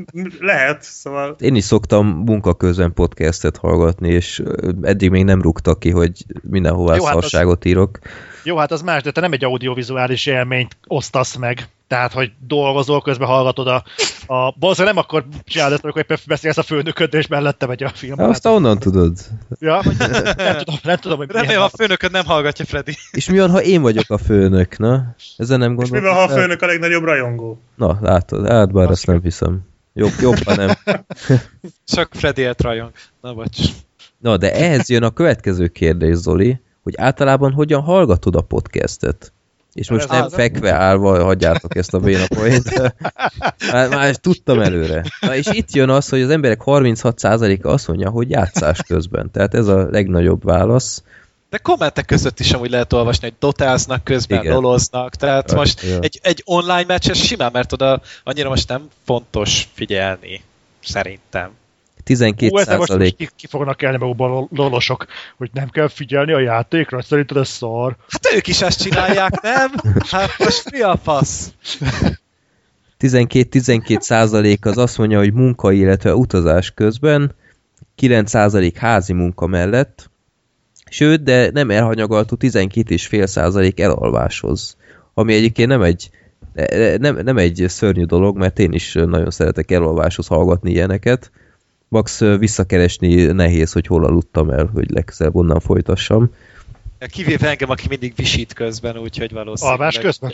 lehet, szóval... Én is szoktam munka közben podcastet hallgatni, és eddig még nem rúgtak ki, hogy mindenhová szarságot írok. Jó, hát az más, de te nem egy audiovizuális élményt osztasz meg. Tehát, hogy dolgozol, közben hallgatod valószínűleg nem akkor csinálod ezt, amikor éppen beszélsz a főnököddel, és mellette megy a film. Azt onnan tudod. Ja, vagy nem tudom, hogy remélem a főnököd nem hallgatja, Freddy. És mi van, ha én vagyok a főnök, na? Ezen nem gondoltam. És mi van, ha a főnök a legnagyobb rajongó? Na, látod, hát bár azt nem hiszem. Jobban nem. Csak Freddy-et rajong. Na, bocs. Na, de ehhez jön a következő kérdés, Zoli, hogy általában hogyan hallgatod a podcastet? És most nem fekve állva hagyjátok ezt a bénapoint. Már tudtam előre. Na és itt jön az, hogy az emberek 36%-a azt mondja, hogy játszás közben. Tehát ez a legnagyobb válasz. De kommentek között is amúgy lehet olvasni, hogy dotáznak közben, loloznak. Tehát most egy online meccses simán, mert oda annyira most nem fontos figyelni, szerintem. 12%. Ki fognak elni magukban lolosok, hogy nem kell figyelni a játékra, szerinted ez szar. Hát ők is ezt csinálják, nem? Hát most mi a fasz? 12% az azt mondja, hogy munka, illetve utazás közben, 9% házi munka mellett, sőt, de nem elhanyagolható 12,5% elalváshoz. Ami egyébként nem egy szörnyű dolog, mert én is nagyon szeretek elalváshoz hallgatni ilyeneket. Max visszakeresni nehéz, hogy hol aludtam el, hogy legközelebb onnan folytassam. Kivéve engem, aki mindig visít közben, úgyhogy valószínűleg... Alvás közben?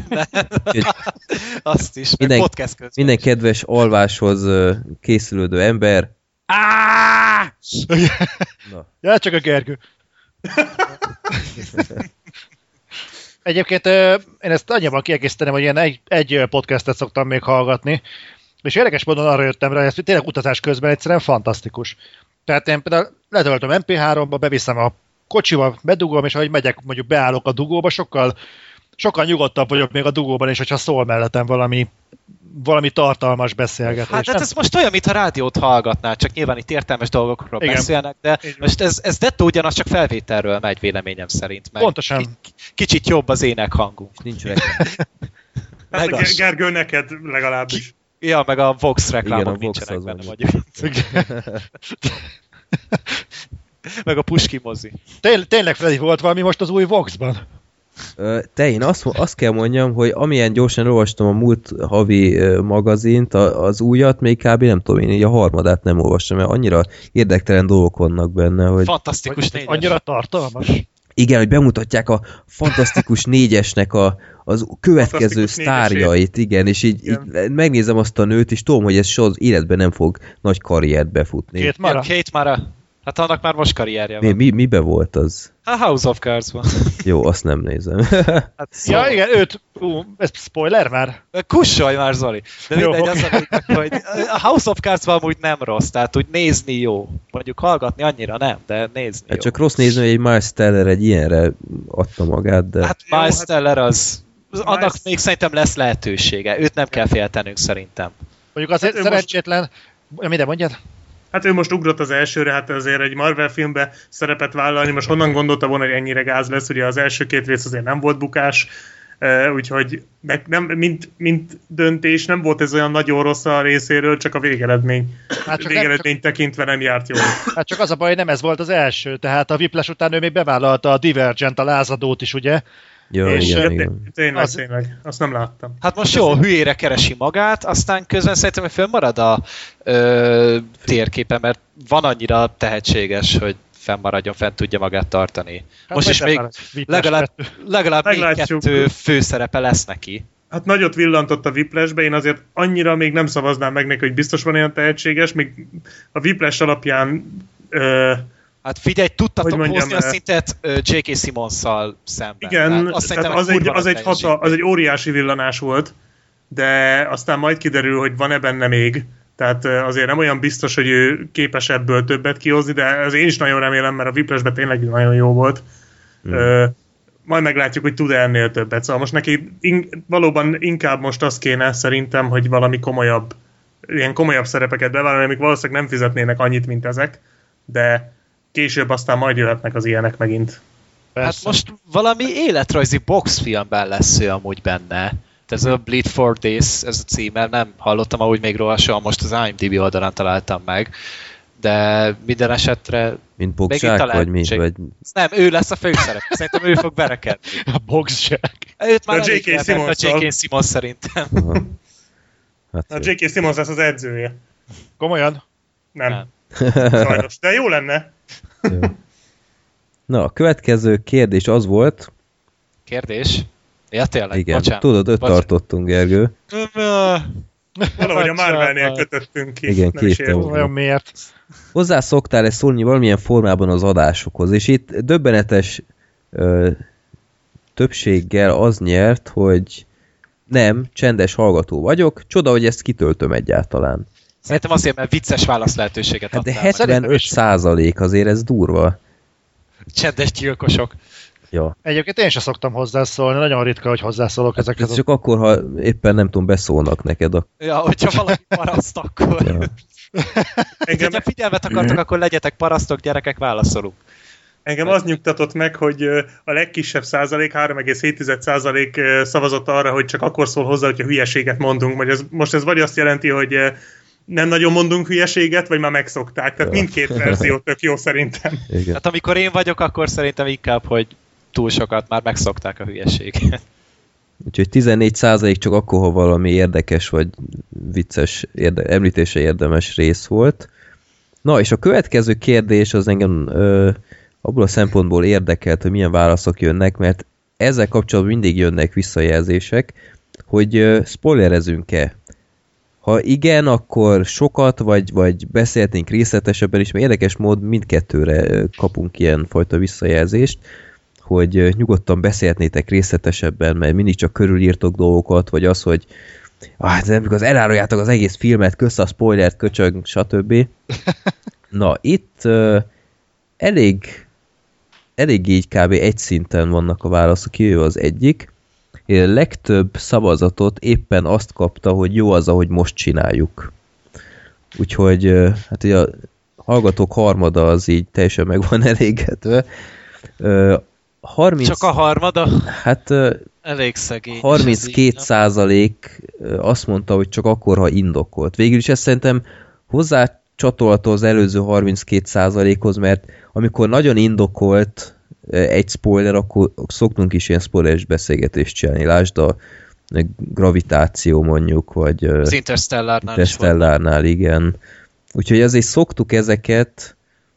Azt is, meg podcast közben. Minden kedves alváshoz készülődő ember... Ja, csak a Gergő. Egyébként én ezt annyiban kiegészíteném, hogy ilyen egy podcastet szoktam még hallgatni, és érdekes módon arra jöttem rá, hogy ez tényleg utazás közben egyszerűen fantasztikus. Tehát én például letöltöm MP3-ba, beviszem a kocsiba, bedugom, és ahogy megyek, mondjuk beállok a dugóba, sokkal nyugodtabb vagyok még a dugóban, és hogyha szól mellettem valami tartalmas beszélgetés. Hát ez most olyan, mintha rádiót hallgatnál, csak nyilván itt értelmes dolgokról beszélnek, de most ez dettó ugyanaz, csak felvételről megy véleményem szerint. Meg pontosan. Kicsit jobb az énekhangunk. Nincs reklám. Hát Gergő, neked legalábbis. Ja, meg a Vox reklámok nincsenek benne, vagy. Meg a Puski mozi. Tényleg, Freddy, volt valami most az új Voxban? Én azt kell mondjam, hogy amilyen gyorsan olvastam a múlt havi magazint, az újat, még kb. Nem tudom, én így a harmadát nem olvastam, mert annyira érdektelen dolgok vannak benne, hogy... Fantasztikus négyes. Annyira tartalmas. Igen, hogy bemutatják a fantasztikus négyesnek az következő sztárjait, igen, és így megnézem azt a nőt, és tudom, hogy ez soha az életben nem fog nagy karriert befutni. Kate Mara. Hát annak már most karrierje van. Mibe volt az? A House of Cards-ban. Jó, azt nem nézem. Hát szóval... Ja, igen, ez spoiler már? Kussolj már, Zoli! De mindegy, az a lényeg, hogy a House of Cards-ban amúgy nem rossz, tehát úgy nézni jó. Mondjuk hallgatni annyira nem, de nézni jó. Csak rossz nézni, hogy egy Miles Teller egy ilyenre adta magát, de... Hát Miles Teller az... Annak még szerintem lesz lehetősége. Őt nem kell féltenünk szerintem. Mondjuk azért szerencsétlen... Minden mondjad? Hát ő most ugrott az elsőre, hát azért egy Marvel filmbe szerepet vállalni, most honnan gondolta volna, hogy ennyire gáz lesz, ugye az első 2 rész azért nem volt bukás, úgyhogy nem, mint döntés nem volt ez olyan nagyon rossz a részéről, csak a végeredmény. Hát végeredmény tekintve nem járt jól. Hát csak az a baj, hogy nem ez volt az első, tehát a Whiplash után ő még bevállalta a Divergent, a lázadót is, ugye? Jó, és igen. Tényleg, azt nem láttam. Hát most jó, hülyére keresi magát, aztán közben szerintem, hogy fönnmarad a térképen, mert van annyira tehetséges, hogy fennmaradjon, fent tudja magát tartani. Hát most is még legalább még 2 főszerepe lesz neki. Hát nagyot villantott a Whiplashbe, én azért annyira még nem szavaznám meg neki, hogy biztos van olyan tehetséges, még a Whiplash alapján... Hát figyelj, tudtatok hozni a szintet J.K. Simmons-szal szemben. Igen, az egy óriási villanás volt, de aztán majd kiderül, hogy van-e benne még. Tehát azért nem olyan biztos, hogy ő képes ebből többet kihozni, de az én is nagyon remélem, mert a Whiplashben tényleg nagyon jó volt. Majd meglátjuk, hogy tud-e ennél többet. Szóval most neki valóban inkább most az kéne szerintem, hogy valami ilyen komolyabb szerepeket bevállalni, amik valószínűleg nem fizetnének annyit, mint ezek, de később aztán majd jöhetnek az ilyenek megint. Persze. Hát most valami életrajzi boxfilmben lesz ő amúgy benne. Ez a Bleed for This, ez a címe, nem hallottam ahogy még róla soha, most az IMDb oldalán találtam meg. De minden esetre... Mint boxzsák, vagy mi? Vagy... Nem, ő lesz a főszerep. Szerintem ő fog berekedni. A boxzsák. Őt már a J.K. Simmons szerintem. Hát a J.K. Simmons lesz az edzője. Komolyan? Nem. Sajnos. De jó lenne. Jó. Na, a következő kérdés az volt... Kérdés? Ja, tényleg, igen, bocsánat. Tudod, 5 tartottunk, Gergő. Valahogy a Marvelnél kötöttünk ki. Igen, olyan miért? Hozzá szoktál-e szólni valamilyen formában az adásokhoz, és itt döbbenetes többséggel az nyert, hogy nem, csendes hallgató vagyok, csoda, hogy ezt kitöltöm egyáltalán. Szerintem azért, mert vicces válasz lehetőséget adtál. Hát de 75% azért ez durva. Csendes gyilkosok. Ja. Egyébként én sem szoktam hozzászólni, nagyon ritka, hogy hozzászólok ezekhez. Ez csak akkor, ha éppen nem tudom, beszólnak neked. Ja, hogyha valami paraszt, akkor... Ja. Ha figyelmet akartok, akkor legyetek parasztok, gyerekek, válaszolunk. Engem az nyugtatott meg, hogy a legkisebb százalék, 3,7% szavazott arra, hogy csak akkor szól hozzá, hogyha hülyeséget mondunk. Most ez vagy azt jelenti, hogy nem nagyon mondunk hülyeséget, vagy már megszokták. Tehát mindkét verzió tök jó szerintem. Igen. Hát amikor én vagyok, akkor szerintem inkább, hogy túl sokat már megszokták a hülyeséget. Úgyhogy 14% csak akkor, ha valami érdekes vagy vicces, említése érdemes rész volt. Na, és a következő kérdés az engem abból a szempontból érdekelt, hogy milyen válaszok jönnek, mert ezzel kapcsolatban mindig jönnek visszajelzések, hogy spoilerezünk-e. Ha igen, akkor sokat, vagy beszélhetnénk részletesebben is, mert érdekes mód mindkettőre kapunk ilyen fajta visszajelzést, hogy nyugodtan beszélhetnétek részletesebben, mert mindig csak körülírtok dolgokat, vagy az, hogy az eláruljátok az egész filmet, kösz a spoilert, köcsög, stb. Na, itt elég így kb. Egy szinten vannak a válaszok, ő az egyik. A legtöbb szavazatot éppen azt kapta, hogy jó az, ahogy most csináljuk. Úgyhogy hát ugye a hallgatók harmada az így teljesen meg van elégedve. 30... Csak a harmada? Hát elég szegény. 32% azt mondta, hogy csak akkor, ha indokolt. Végül is ezt szerintem hozzá csatolható az előző 32%-hoz, mert amikor nagyon indokolt egy spoiler, akkor szoktunk is ilyen spoileres beszélgetést csinálni. Lásd a gravitáció mondjuk, vagy az Interstellárnál, igen. Úgyhogy azért szoktuk ezeket.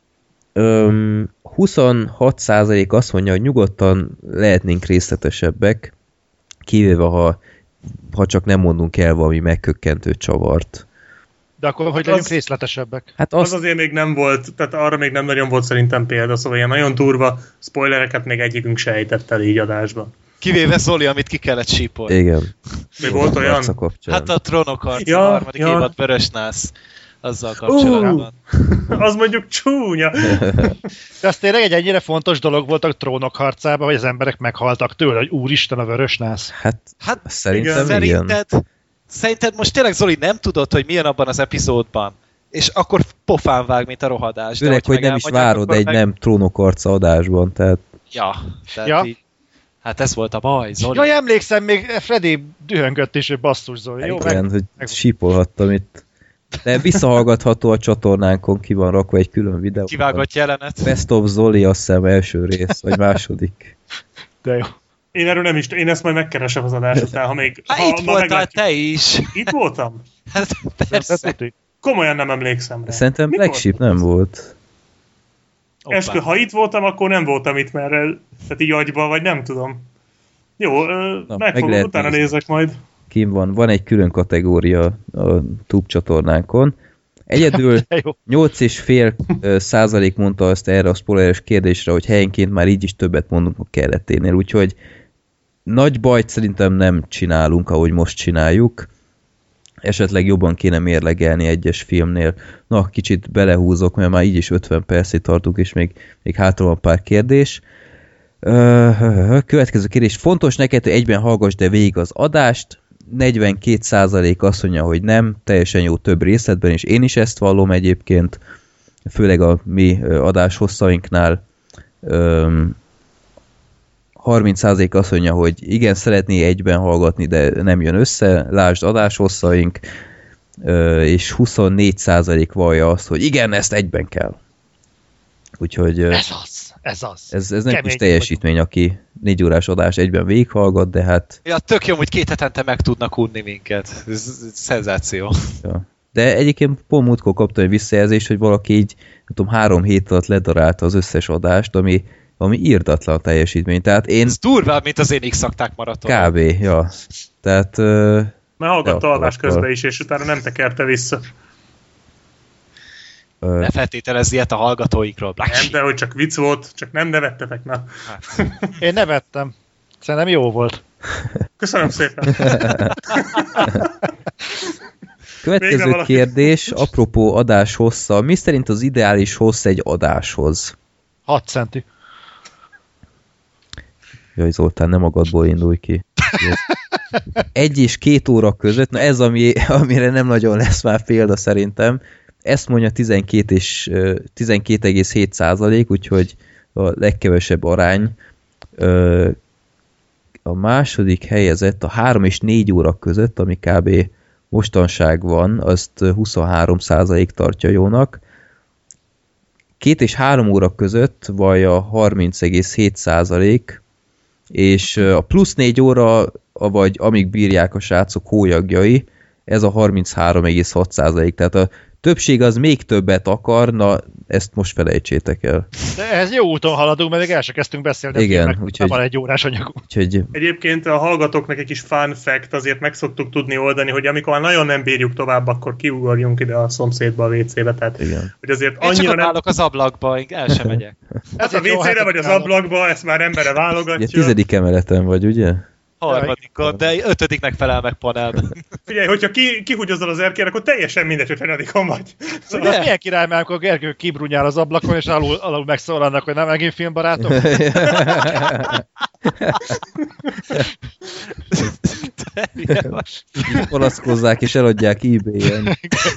26% azt mondja, hogy nyugodtan lehetnénk részletesebbek, kivéve ha csak nem mondunk el valami megkökkentő csavart. De akkor hogy legyünk részletesebbek? Hát az azért még nem volt, tehát arra még nem nagyon volt szerintem példa, szóval ilyen nagyon durva spoilereket még egyikünk se ejtett el így adásban. Kivéve Zoli, amit ki kellett sípolni. Igen. Még volt olyan? Hát a Trónok harca, a harmadik évad Vörösnász. Azzal kapcsolatban. Az mondjuk csúnya. De az tényleg egy ennyire fontos dolog volt a Trónok harcában, hogy az emberek meghaltak tőle, hogy úristen a Vörösnász. Hát szerintem igen. Szerinted most tényleg, Zoli, nem tudod, hogy milyen abban az epizódban? És akkor pofán vág, mint a rohadás. Főleg, hogy nem is várod egy nem Trónok harca adásban, tehát... Ja, tehát így... Hát ez volt a baj, Zoli. Jaj, emlékszem, még Freddy dühöngött is, hogy basszus, Zoli. Jó, igen, hogy sípolhattam itt. De visszahallgatható a csatornánkon, ki van rakva egy külön videó. Kivágott jelenet. Best of Zoli, azt hiszem első rész, vagy második. De jó. Én erről nem is, én ezt majd megkeresem az adás után, ha még... Hát itt voltál te is. Itt voltam? Hát persze. Komolyan nem emlékszem rá. Szerintem Black Sheep nem volt. Eskü, ha itt voltam, akkor nem voltam itt, mert tehát így agyba, vagy nem tudom. Jó, megfogom, utána nézek majd. Kim van egy külön kategória a Tube csatornánkon. Egyedül 8,5% mondta azt erre a spoileres kérdésre, hogy helyenként már így is többet mondunk a kelleténél, úgyhogy nagy bajt szerintem nem csinálunk, ahogy most csináljuk. Esetleg jobban kéne mérlegelni egyes filmnél. Na, kicsit belehúzok, mert már így is 50 percig tartunk, és még hátra van pár kérdés. Következő kérdés. Fontos neked, hogy egyben hallgass, de végig az adást. 42% azt mondja, hogy nem, teljesen jó több részletben, és én is ezt vallom egyébként, főleg a mi adáshosszainknál. 30% azt mondja, hogy igen, szeretné egyben hallgatni, de nem jön össze, lásd adáshosszaink, és 24% vallja azt, hogy igen, ezt egyben kell. Úgyhogy ez az. Ez nem is teljesítmény, aki 4 órás adás egyben végighallgat, de hát... Ja, tök jó, hogy 2 hetente meg tudnak unni minket. Ez szenzáció. Ja. De egyébként pont múltkor kaptam egy visszajelzést, hogy valaki így, nem tudom, 3 hét alatt ledarálta az összes adást, ami írdatlan teljesítmény. Tehát én... Ez durvább, mint az én X-akták maraton. Kb. Ja. Tehát... Már hallgatta alvás közben is, és utána nem tekerte vissza. Ne feltételezz ilyet a hallgatóinkról. Nem, de hogy csak vicc volt, csak nem nevettetek, na. Hát. Én nevettem. Szerintem jó volt. Köszönöm szépen. Következő kérdés, apropó adás hossza. Mi szerint az ideális hossz egy adáshoz? 6 centi. Jaj, Zoltán, nem magadból indulj ki. 1 és 2 óra között, na ez, amire nem nagyon lesz már példa szerintem. Ezt mondja 12,7%, úgyhogy a legkevesebb arány. A második helyezett a 3 és 4 óra között, ami kb. Mostanság van, azt 23% tartja jónak. 2 és 3 óra között vallja 30,7%, és a plusz 4 óra, vagy amíg bírják a srácok hólyagjai, ez a 33,6%, tehát a többség az még többet akar, na ezt most felejtsétek el. De ez jó úton haladunk, mert még el sem kezdtünk beszélni. Igen, úgyhogy... Van 1 órás anyagunk. Úgyhogy... Egyébként a hallgatóknak egy kis fun fact, azért meg szoktuk tudni oldani, hogy amikor már nagyon nem bírjuk tovább, akkor kiugorjunk ide a szomszédba a WC-be. Tehát, igen. Hogy azért én annyira csak nem... állok az ablakba, el sem megyek. Hát a WC-re vagy az ablakba, ezt már embere válogatja. Ugye 10. emeleten vagy, ugye? 3. de 5. felel meg panelben. Figyelj, hogyha kihúgyozol az erkére, akkor teljesen mindegy, hogy 5. vagy. Szóval az milyen király, mert amikor Gergő kibrunyál az ablakon, és alul megszólalnak, hogy nem megint filmbarátok? Így palaszkozzák és eladják eBay-en.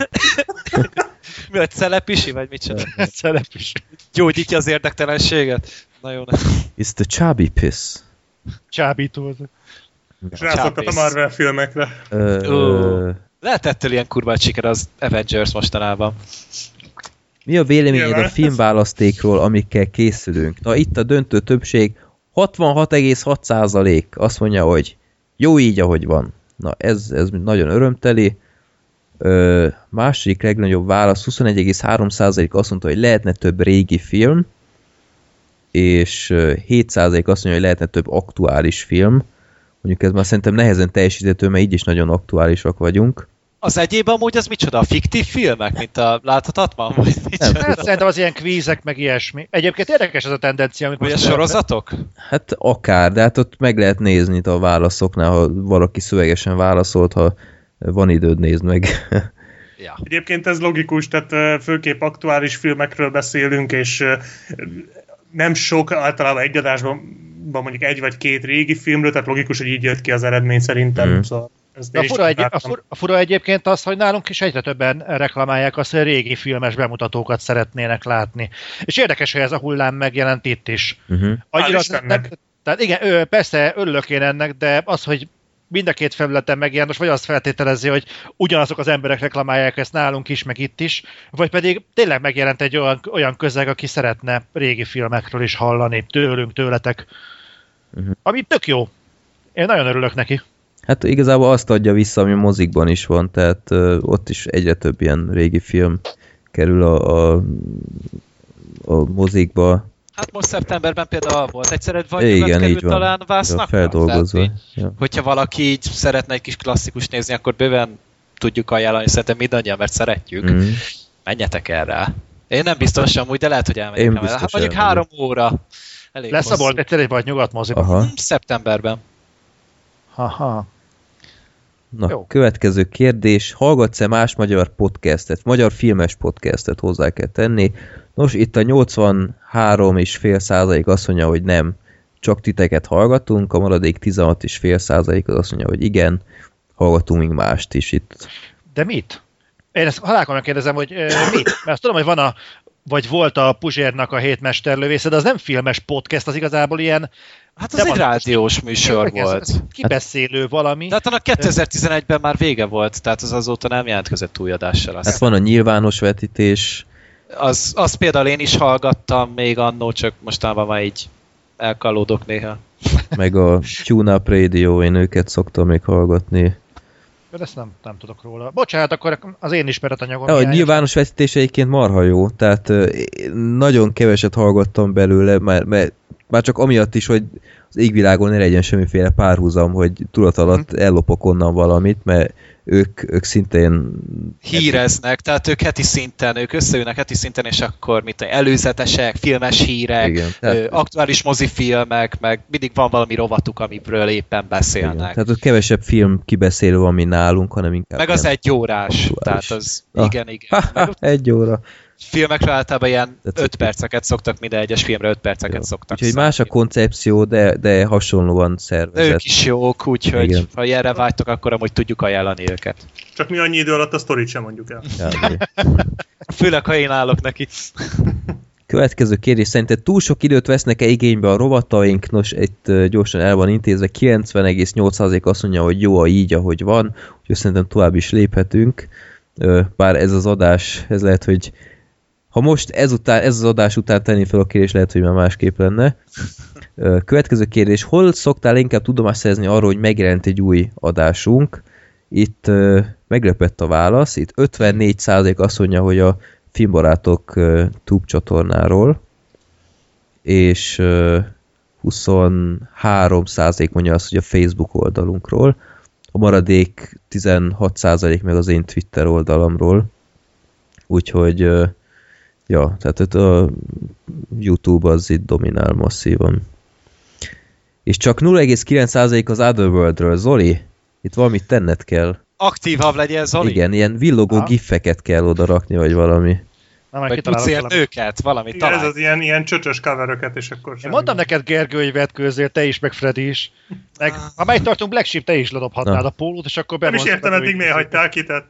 Mi a celepisi, vagy mit csinál? Celepisi. Gyógyítja az érdektelenséget? Na jó, nem. It's the chubby piss. Csábító. És rászoktat a Marvel filmekre. Lehet ettől ilyen kurvát siker az Avengers mostanában. Mi a véleményed Nyilván. a filmválasztékról, amikkel készülünk? Na itt a döntő többség 66,6% azt mondja, hogy jó így, ahogy van. Na ez nagyon örömteli. Második legnagyobb válasz 21,3% azt mondta, hogy lehetne több régi film, és 7% azt mondja, hogy lehetne több aktuális film. Mondjuk ez már szerintem nehezen teljesíthető, mert így is nagyon aktuálisak vagyunk. Az egyéb amúgy az micsoda? A fiktív filmek, mint a láthatatlan? Vagy Hát szerintem az ilyen kvízek, meg ilyesmi. Egyébként érdekes ez a tendencia, amit vagy a sorozatok? Hát akár, de hát ott meg lehet nézni itt a válaszoknál, ha valaki szövegesen válaszolt, ha van időd, nézd meg. Ja. Egyébként ez logikus, tehát főképp aktuális filmekről beszélünk, és nem sok, általában egy adásban mondjuk egy vagy két régi filmről, tehát logikus, hogy így jött ki az eredmény szerintem. Szóval a fura egyébként az, hogy nálunk is egyre többen reklamálják azt, hogy régi filmes bemutatókat szeretnének látni. És érdekes, hogy ez a hullám megjelent itt is. Tehát igen, persze örülök én ennek, de az, hogy mind a két felületen megjelent, most vagy azt feltételezi, hogy ugyanazok az emberek reklamálják ezt nálunk is, meg itt is, vagy pedig tényleg megjelent egy olyan közeg, aki szeretne régi filmekről is hallani, tőletek. Ami tök jó. Én nagyon örülök neki. Hát igazából azt adja vissza, ami a mozikban is van, tehát ott is egyre több ilyen régi film kerül a mozikba. Hát most szeptemberben például volt egyszer egy vagy igen, került talán Vásznak. Feldolgozva. Hogyha valaki így szeretne egy kis klasszikus nézni, akkor bőven tudjuk ajánlani, szerintem mindannyian, mert szeretjük. Menjetek erre. Én nem biztos amúgy, de lehet, hogy elmegyek. Hát mondjuk 3 óra. Elég lesz a bolt egyszer egy vagy nyugatmoziban? Szeptemberben. Haha. Na, jó. Következő kérdés. Hallgatsz-e más magyar podcastet, magyar filmes podcastet hozzá kell tenni? Nos, itt a 83,5% azt mondja, hogy nem, csak titeket hallgatunk, a maradék 16,5% az azt mondja, hogy igen, hallgatunk még mást is itt. De mit? Én ezt halálkomolyan kérdezem, hogy mit? Mert azt tudom, hogy vagy volt a Puzsérnak a Hétmesterlövésze, de az nem filmes podcast, az igazából ilyen... Hát az egy rádiós műsor volt. Kibeszélő valami. Tehát annak 2011-ben már vége volt, tehát az azóta nem jelentkezett új adással. Hát van a nyilvános vetítés. Az például én is hallgattam még annó, csak mostanában már így elkallódok néha. Meg a Tune Up Radio, én őket szoktam még hallgatni. Ezt nem tudok róla. Bocsánat, akkor az én ismeretanyagom. A nyilvános vetítés egyébként marha jó, tehát nagyon keveset hallgattam belőle, mert már csak amiatt is, hogy az égvilágon ne legyen semmiféle párhuzam, hogy tudat alatt ellopok onnan valamit, mert ők szintén... híreznek, tehát ők ők összeülnek heti szinten, és akkor előzetesek, filmes hírek, igen, tehát, aktuális mozifilmek, meg mindig van valami rovatuk, amiről éppen beszélnek. Igen, tehát ott kevesebb film kibeszélő van, mi nálunk, hanem inkább... Meg az 1 órás, tehát az igen. 1 óra. Filmekre általában ilyen 5 perceket szoktak, minden egyes filmre 5 perceket szoktak. Úgyhogy más a koncepció, de hasonlóan szervezett. Ők is jók, úgyhogy ha ilyenre vágytok, akkor amúgy tudjuk ajánlani őket. Csak mi annyi idő alatt a sztorit sem mondjuk el. Főleg, ha én állok neki. Következő kérdés, szerinted túl sok időt vesznek-e igénybe a rovataink? Nos, itt gyorsan el van intézve, 90,8% azt mondja, hogy jó a így, ahogy van, úgyhogy szerintem tovább is léphetünk. Bár ez az adás, ez lehet, hogy ha most ez az adás után tenni fel a kérdés, lehet, hogy már másképp lenne. Következő kérdés, hol szoktál inkább tudomást szerezni arról, hogy megjelent egy új adásunk? Itt meglepett a válasz, itt 54% azt mondja, hogy a Filmbarátok Tube csatornáról, és 23% mondja azt, hogy a Facebook oldalunkról, a maradék 16% meg az én Twitter oldalamról, úgyhogy ja, tehát a YouTube az itt dominál masszívan. És csak 0,9% az Otherworldről. Zoli, itt valamit tenned kell. Aktívabb legyen, Zoli? Igen, ilyen villogó gifeket kell oda rakni, vagy valami. Vagy tudsz ilyen nőket, valami találj. Ez az ilyen csöcsös coveröket, és akkor semmi. Mondtam neked, Gergő, hogy vetkőzél, te is, meg Freddy is. Ha megtartunk Black Sheep, te is ledobhatnád a pólót, és akkor nem is értem, eddig miért hagytál ki, tehát...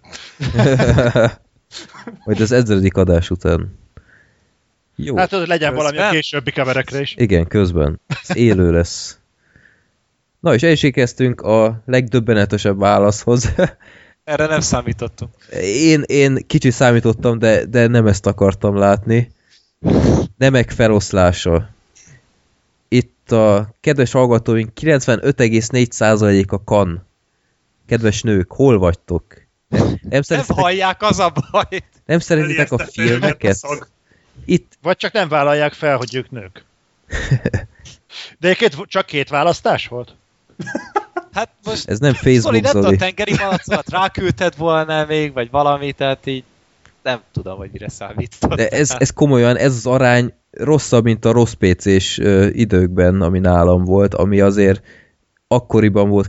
Majd az 1000. adás után. Jó. Hát hogy legyen valami a későbbi coverekre is. Igen, közben. Ez élő lesz. Na és el is érkeztünk a legdöbbenetesebb válaszhoz. Erre nem számítottunk. Én kicsit számítottam, de nem ezt akartam látni. Nemek feloszlása. Itt a kedves hallgatóink 95,4% a kan. Kedves nők, hol vagytok? Nem hallják, az a baj. Nem szeretitek a filmeket? Itt... Vagy csak nem vállalják fel, hogy ők nők. De egyébként csak 2 választás volt? Hát most... Ez nem Facebook, Zoli. Nem tudom, tengeri malacokat ráküldted volna még, vagy valami, tehát így nem tudom, hogy mire számított. De ez komolyan, ez az arány rosszabb, mint a rossz PC-s időkben, ami nálam volt, ami azért akkoriban volt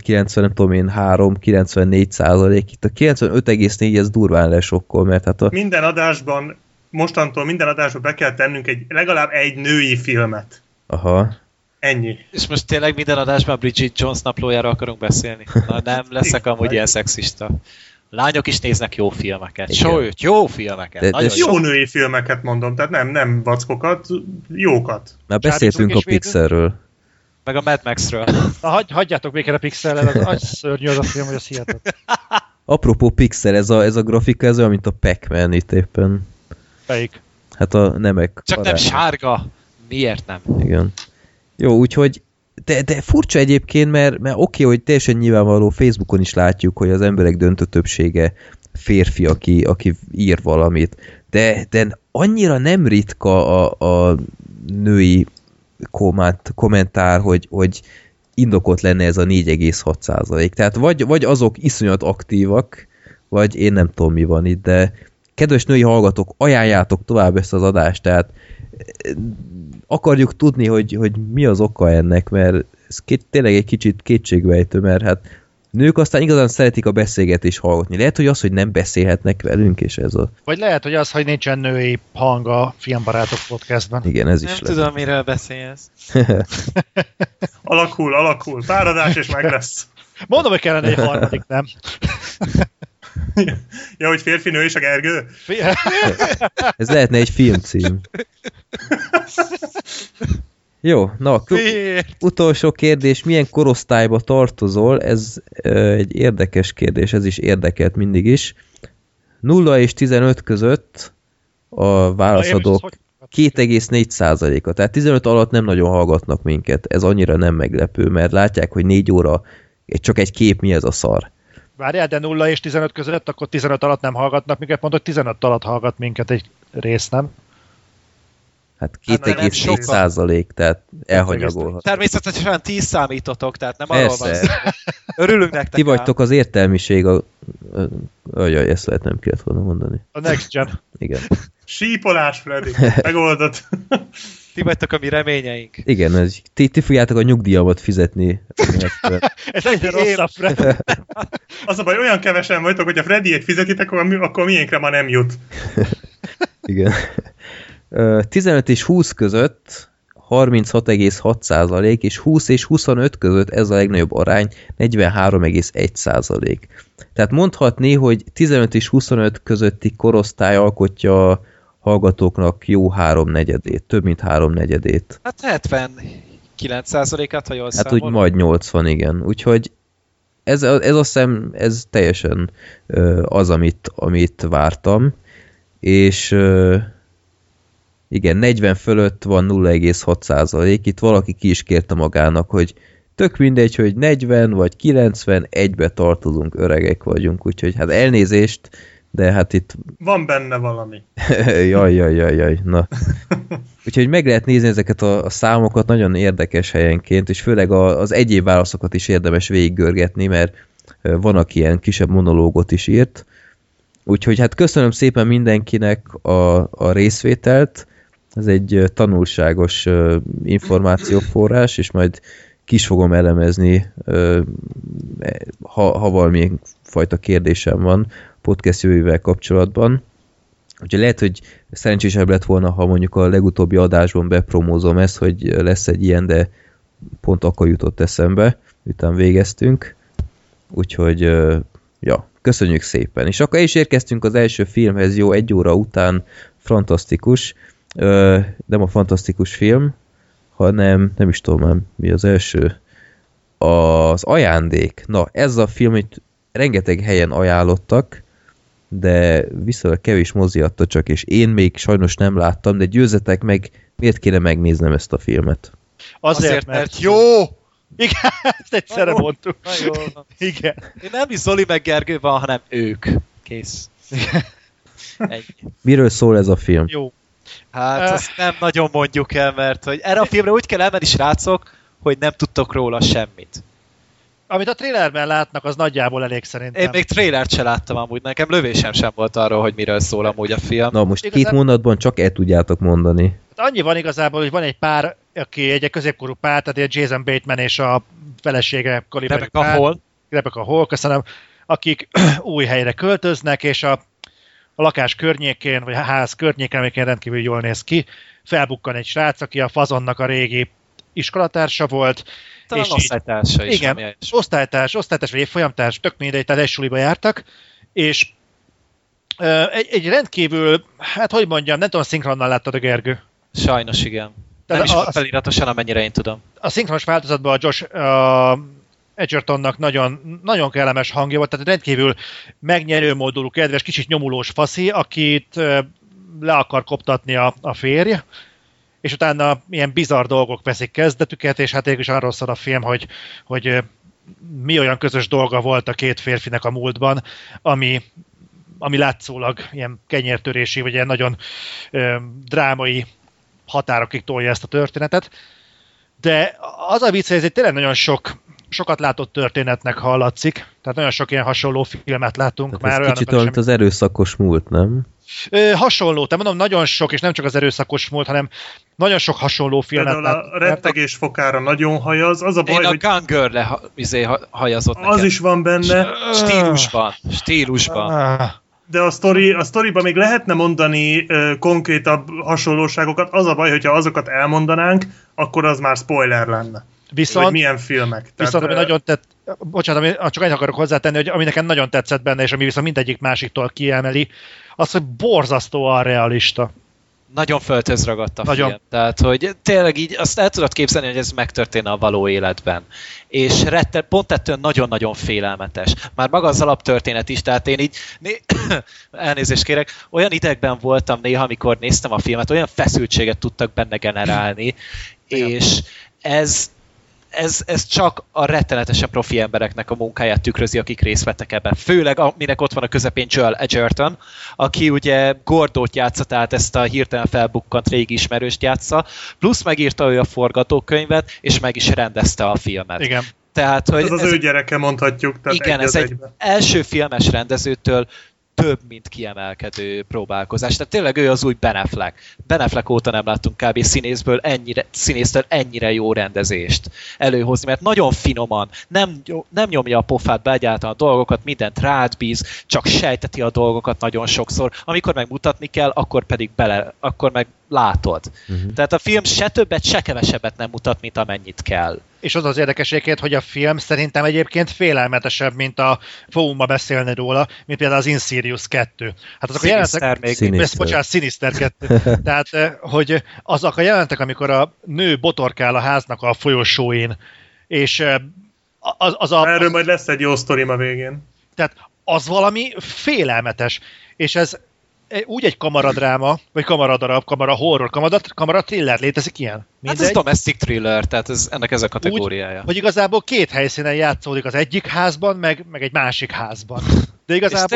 94%, itt a 95,4 ez durván lesokkol, mert hát a... Mostantól minden adásban be kell tennünk legalább egy női filmet. Aha. Ennyi. És most tényleg minden adásban Bridget Jones naplójára akarunk beszélni? Na nem leszek amúgy ilyen szexista. Lányok is néznek jó filmeket. Sőt, jó filmeket. De jó női filmeket mondom, tehát nem vackokat, jókat. Na beszéltünk a Pixarről. Meg a Mad Max-ről. Na hagyjátok békére a Pixarrel, az szörnyű az a film, hogy az hihetet. Apropó Pixar, ez a grafika, ez olyan, mint a Pac-Man itt éppen. Melyik? Hát a nemek. Csak nem sárga. Miért nem? Igen. Jó, úgyhogy de furcsa egyébként, mert oké, hogy teljesen nyilvánvaló, Facebookon is látjuk, hogy az emberek döntő többsége férfi, aki ír valamit. De annyira nem ritka a női kommentár, hogy indokolt lenne ez a 4,6%. Tehát vagy azok iszonyat aktívak, vagy én nem tudom, mi van itt, de kedves női hallgatók, ajánljátok tovább ezt az adást, tehát akarjuk tudni, hogy mi az oka ennek, mert ez tényleg egy kicsit kétségbejtő, mert hát nők aztán igazán szeretik a beszélgetést hallgatni. Lehet, hogy az, hogy nem beszélhetnek velünk, és ez a... Vagy lehet, hogy az, hogy nincsen női hang a Filmbarátok podcastban. Igen, ez is nem tudom, miről beszélsz. Alakul. Pár adás, és meg lesz. Mondom, hogy kellene egy harmadik, nem? Ja, hogy férfi-nő és a Gergő? Ez lehetne egy filmcím. Jó, na, utolsó kérdés, milyen korosztályba tartozol? Ez egy érdekes kérdés, ez is érdekelt mindig is. 0 és 15 között a válaszadók 2,4%-a. Tehát 15 alatt nem nagyon hallgatnak minket. Ez annyira nem meglepő, mert látják, hogy 4 óra csak egy kép, mi ez a szar. Várjál, de 0 és 15 között, akkor 15 alatt nem hallgatnak minket, mondod, 15 alatt hallgat minket egy rész, nem? Hát 2,4%, tehát elhanyagolhat. Természetesen 10 számítotok, tehát nem arról van szó. Örülünk nektek. Ti vagytok az értelmiség Ajaj, ezt lehet nem kellett volna mondani. A Next Gen. Igen. Sípolás, Freddy. Megoldott. Ti vagytok a mi reményeink. Igen, ti fogjátok a nyugdíjamat fizetni. Ez egyre rosszabb, Freddy. Az a baj, olyan kevesen vagytok, hogyha Freddyét fizetitek, akkor miénkre ma nem jut. Igen. 15 és 20 között 36,6% és 20 és 25 között ez a legnagyobb arány 43,1%. Tehát mondhatni, hogy 15 és 25 közötti korosztály alkotja a hallgatóknak jó 3/4, több mint 3/4. Hát 79%-át, ha jól Hát számol. úgy majd 80, igen. Úgyhogy ez azt hiszem, ez teljesen az, amit vártam. És igen, 40 fölött van 0,6%. Itt valaki ki is kérte magának, hogy tök mindegy, hogy 40 vagy 90, egybe tartozunk, öregek vagyunk, úgyhogy hát elnézést, de hát itt... Van benne valami. Jaj, na. Úgyhogy meg lehet nézni ezeket a számokat nagyon érdekes helyenként, és főleg az egyéb válaszokat is érdemes végiggörgetni, mert van, aki ilyen kisebb monológot is írt. Úgyhogy hát köszönöm szépen mindenkinek a részvételt, ez egy tanulságos információforrás, és majd ki is fogom elemezni, ha valamilyen fajta kérdésem van podcast jövővel kapcsolatban. Úgyhogy lehet, hogy szerencsésebb lett volna, ha mondjuk a legutóbbi adásban bepromózom ezt, hogy lesz egy ilyen, de pont akkor jutott eszembe, miután végeztünk. Úgyhogy, ja, köszönjük szépen. És akkor is érkeztünk az első filmhez, jó, 1 óra után, fantasztikus, nem a fantasztikus film, hanem nem is tudom már, mi az első. Az Ajándék. Na, ez a film, rengeteg helyen ajánlottak, de viszonylag kevés mozi adta csak, és én még sajnos nem láttam, de győzzetek meg, miért kéne megnéznem ezt a filmet? Azért mert jó! Igen, ezt egyszerre mondtuk. Igen. Én nem is Zoli meg Gergő van, hanem ők. Kész. Ennyi. Miről szól ez a film? Jó. Hát azt nem nagyon mondjuk el, mert hogy erre a filmre úgy kell elmenni, srácok, hogy nem tudtok róla semmit. Amit a trailerben látnak, az nagyjából elég szerintem. Én még trailert se láttam amúgy, nekem lövésem sem volt arról, hogy miről szól amúgy a film. Na most igazán... 2 mondatban csak tudjátok mondani. Annyi van igazából, hogy van egy pár, aki egy középkorú pár, tehát egy Jason Bateman és a felesége Rebecca Hall, köszönöm, akik új helyre költöznek, és a lakás környékén, vagy a ház környékén, amikén rendkívül jól néz ki, felbukkan egy srác, aki a Fazonnak a régi iskolatársa volt. Talán és osztálytársa is. Igen, osztálytárs vagy évfolyamtárs, tök mindegy, tehát egy suliba jártak, és egy rendkívül, hát hogy mondjam, nem tudom, szinkronnal láttad a Gergő. Sajnos igen. Nem is volt feliratosan, amennyire én tudom. A szinkronos változatban a Josh Edgertonnak nagyon, nagyon kellemes hangja volt, tehát rendkívül megnyerő módulú, kedves, kicsit nyomulós faszi, akit le akar koptatni a férj, és utána ilyen bizarr dolgok veszik kezdetüket, és hát végül is arról szól a film, hogy mi olyan közös dolga volt a két férfinek a múltban, ami látszólag ilyen kenyértörési, vagy ilyen nagyon drámai határokig tolja ezt a történetet. De az a vicc, hogy ez egy tényleg nagyon sokat látott történetnek hallatszik, tehát nagyon sok ilyen hasonló filmet látunk. Tehát már ez kicsit olyan, az erőszakos múlt, nem? Hasonló, tehát mondom, nagyon sok, és nem csak az erőszakos múlt, hanem nagyon sok hasonló filmet látunk. A rettegés fokára nagyon hajaz, az a baj, hogy... Én a Gun Girl-le hajazott nekem. Az is van benne. Stílusban. De a sztoriban még lehetne mondani konkrétabb hasonlóságokat. Az a baj, hogyha azokat elmondanánk, akkor az már spoiler lenne. Viszont milyen filmek. Viszont ami nagyon bocsánat, csak annyit akarok hozzátenni, hogy ami nekem nagyon tetszett benne, és ami viszont mindegyik másiktól kiemeli, az, hogy borzasztóan realista. Nagyon földhöz ragadt a film. Tehát, hogy tényleg így azt el tudod képzelni, hogy ez megtörténne a való életben. És pont ettől nagyon-nagyon félelmetes. Már maga az alaptörténet is, tehát én így, elnézést kérek, olyan idegben voltam néha, amikor néztem a filmet, olyan feszültséget tudtak benne generálni, és ez csak a rettenetesen profi embereknek a munkáját tükrözi, akik részt vettek ebben. Főleg, aminek ott van a közepén Joel Edgerton, aki ugye Gordót játsza, tehát ezt a hirtelen felbukkant régi ismerőst játsza, plusz megírta ő a forgatókönyvet, és meg is rendezte a filmet. Igen. Tehát, hogy ez az ő gyereke, mondhatjuk. Tehát igen, ez egy első filmes rendezőtől több, mint kiemelkedő próbálkozás. Tehát tényleg ő az új Ben Affleck. Ben Affleck óta nem láttunk kb. Színésztől ennyire jó rendezést előhozni, mert nagyon finoman, nem nyomja a pofát be egyáltalán a dolgokat, mindent rád bíz, csak sejteti a dolgokat nagyon sokszor. Amikor meg mutatni kell, akkor pedig akkor meg látod. Tehát a film se többet, se kevesebbet nem mutat, mint amennyit kell. És az az érdekességét, hogy a film szerintem egyébként félelmetesebb, mint fogunk ma beszélni róla, mint például az Insidious 2. Hát azok Sinister 2. Tehát, hogy azok a jelentek, amikor a nő botorkál a háznak a folyosóin, és erről majd lesz egy jó sztorim a végén. Tehát az valami félelmetes. És ez úgy egy kamaradráma, vagy kamaradarab, kamarahorror, kamaratriller, létezik ilyen? Hát ez domestic thriller, tehát ennek ez a kategóriája. Úgy, hogy igazából 2 helyszínen játszódik az egyik házban, meg egy másik házban. De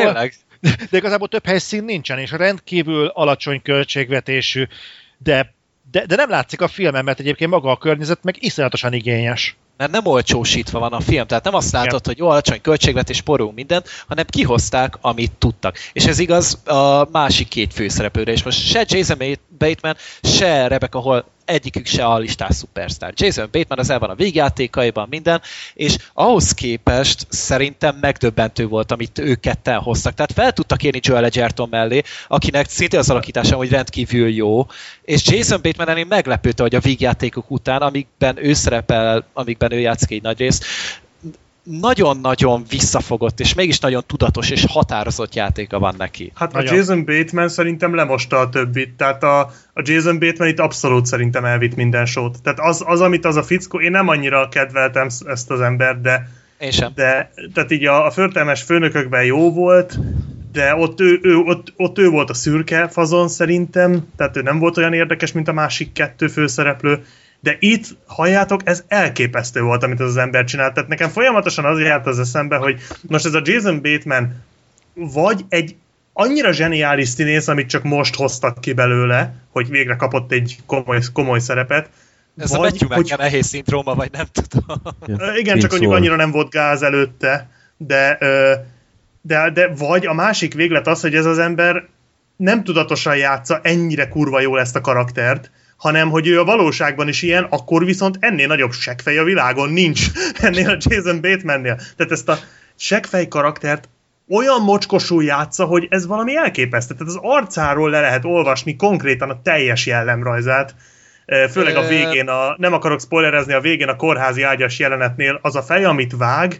igazából több helyszín nincsen, és rendkívül alacsony költségvetésű, de nem látszik a filmen, mert egyébként maga a környezet meg iszonyatosan igényes. Mert nem olcsósítva van a film, tehát nem azt látod, hogy jó, alacsony költségvetés, porul mindent, hanem kihozták, amit tudtak. És ez igaz a másik 2 főszereplőre, és most se Jason Bateman, se Rebecca Hall, egyikük se a listás szupersztár. Jason Bateman az el van a végjátékaiban, minden, és ahhoz képest szerintem megdöbbentő volt, amit ők ketten hoztak. Tehát fel tudtak érni Joel Edgerton mellé, akinek szintén az alakítása, hogy rendkívül jó, és Jason Bateman én meglepődte, hogy a végjátékok után, amikben ő szerepel, amikben ő játszik egy nagy részt, nagyon-nagyon visszafogott, és mégis nagyon tudatos és határozott játéka van neki. Hát a Jason Bateman szerintem lemosta a többit, tehát a Jason Bateman itt abszolút szerintem elvitt minden sót. Tehát az, amit az a fickó, én nem annyira kedveltem ezt az embert, de Én sem. De, tehát így a förtelmes főnökökben jó volt, de ott ő volt a szürke fazon szerintem, tehát ő nem volt olyan érdekes, mint a másik 2 főszereplő, de itt, halljátok, ez elképesztő volt, amit az ember csinált. Tehát nekem folyamatosan az járt az eszembe, hogy most ez a Jason Bateman vagy egy annyira zseniális színész, amit csak most hoztak ki belőle, hogy végre kapott egy komoly szerepet. Ez vagy, a Matthew McConaughey szindróma, vagy nem tudom. Igen, csak mondjuk annyira nem volt gáz előtte, de vagy a másik véglet az, hogy ez az ember nem tudatosan játsza ennyire kurva jól ezt a karaktert, hanem hogy ő a valóságban is ilyen, akkor viszont ennél nagyobb seggfej a világon nincs ennél a Jason Batemannél. Tehát ezt a seggfej karaktert olyan mocskosul játsza, hogy ez valami elképesztő. Tehát az arcáról le lehet olvasni konkrétan a teljes jellemrajzát. Főleg a végén, nem akarok spoilerezni, a végén a kórházi ágyas jelenetnél az a fej, amit vág.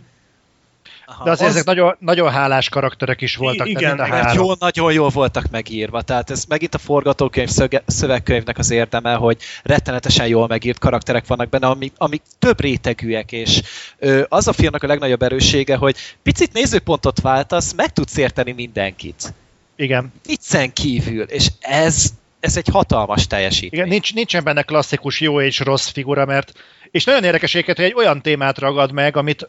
De azért ezek nagyon, nagyon hálás karakterek is voltak. Igen, nagyon jól voltak megírva. Tehát ez megint a forgatókönyv, szövegkönyvnek az érdeme, hogy rettenetesen jól megírt karakterek vannak benne, amik több rétegűek, és az a filmnek a legnagyobb erőssége, hogy picit nézőpontot váltasz, meg tudsz érteni mindenkit. Igen. Viccen kívül, és ez egy hatalmas teljesítmény. Igen, nincsen benne klasszikus jó és rossz figura, és nagyon érdekes hogy egy olyan témát ragad meg, amit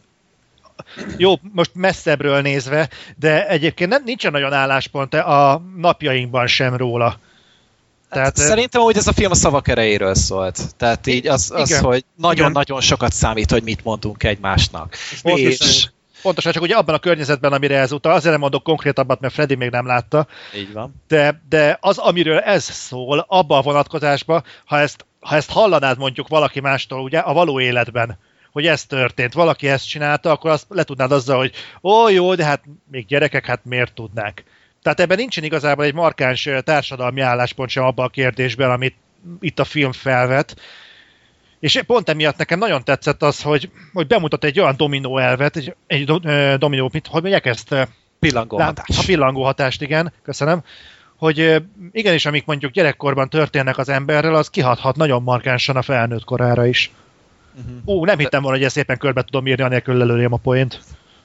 jó, most messzebbről nézve, de egyébként nincsen nagyon álláspont a napjainkban sem róla. Tehát, szerintem, hogy ez a film a szavak erejéről szólt. Tehát így az hogy nagyon-nagyon sokat számít, hogy mit mondunk egymásnak. Pontosan, csak ugye abban a környezetben, amire ez utal, azért nem mondok konkrétabbat, mert Freddy még nem látta. Így van. De az, amiről ez szól, abban a vonatkozásban, ha ezt hallanád mondjuk valaki mástól, ugye, a való életben, hogy ez történt, valaki ezt csinálta, akkor azt le tudnád azzal, hogy jó, de hát még gyerekek, hát miért tudnák. Tehát ebben nincsen igazából egy markáns társadalmi álláspont sem abban a kérdésben, amit itt a film felvet. És pont emiatt nekem nagyon tetszett az, hogy bemutat egy olyan dominó elvet, egy dominó, hogy mondják ezt? Pillangóhatás. A pillangóhatást, igen, köszönöm. Hogy igenis, amik mondjuk gyerekkorban történnek az emberrel, az kihathat nagyon markánsan a felnőtt korára is. Nem hittem volna, hogy ezt szépen körbe tudom írni, anélkül lelőjem a poént.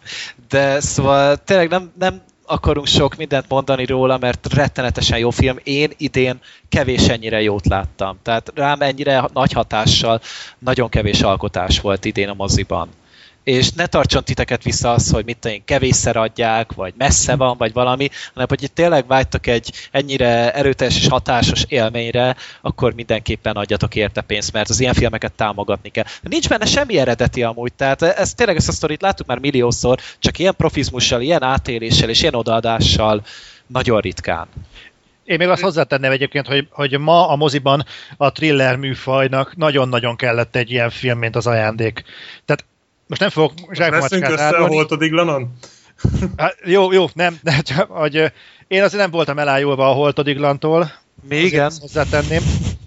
De szóval tényleg nem akarunk sok mindent mondani róla, mert rettenetesen jó film. Én idén kevés ennyire jót láttam. Tehát rám ennyire nagy hatással nagyon kevés alkotás volt idén a moziban. És ne tartson titeket vissza az, hogy kevésszer adják, vagy messze van, vagy valami, hanem hogy tényleg vágytok egy ennyire erőteljes és hatásos élményre, akkor mindenképpen adjatok érte pénzt, mert az ilyen filmeket támogatni kell. Nincs benne semmi eredeti amúgy, tehát ezt a sztorit láttuk már milliószor, csak ilyen profizmussal, ilyen átéléssel és ilyen odaadással nagyon ritkán. Én még azt hozzátenném egyébként, hogy ma a moziban a thriller műfajnak nagyon-nagyon kellett egy ilyen film, mint Az ajándék. Tehát most nem fogok zsákmacskát árulni. A Holtodiglanon? Hát, jó, nem. Csak, hogy én azért nem voltam elájulva a Holtodiglantól. Még igen. Hozzátenném.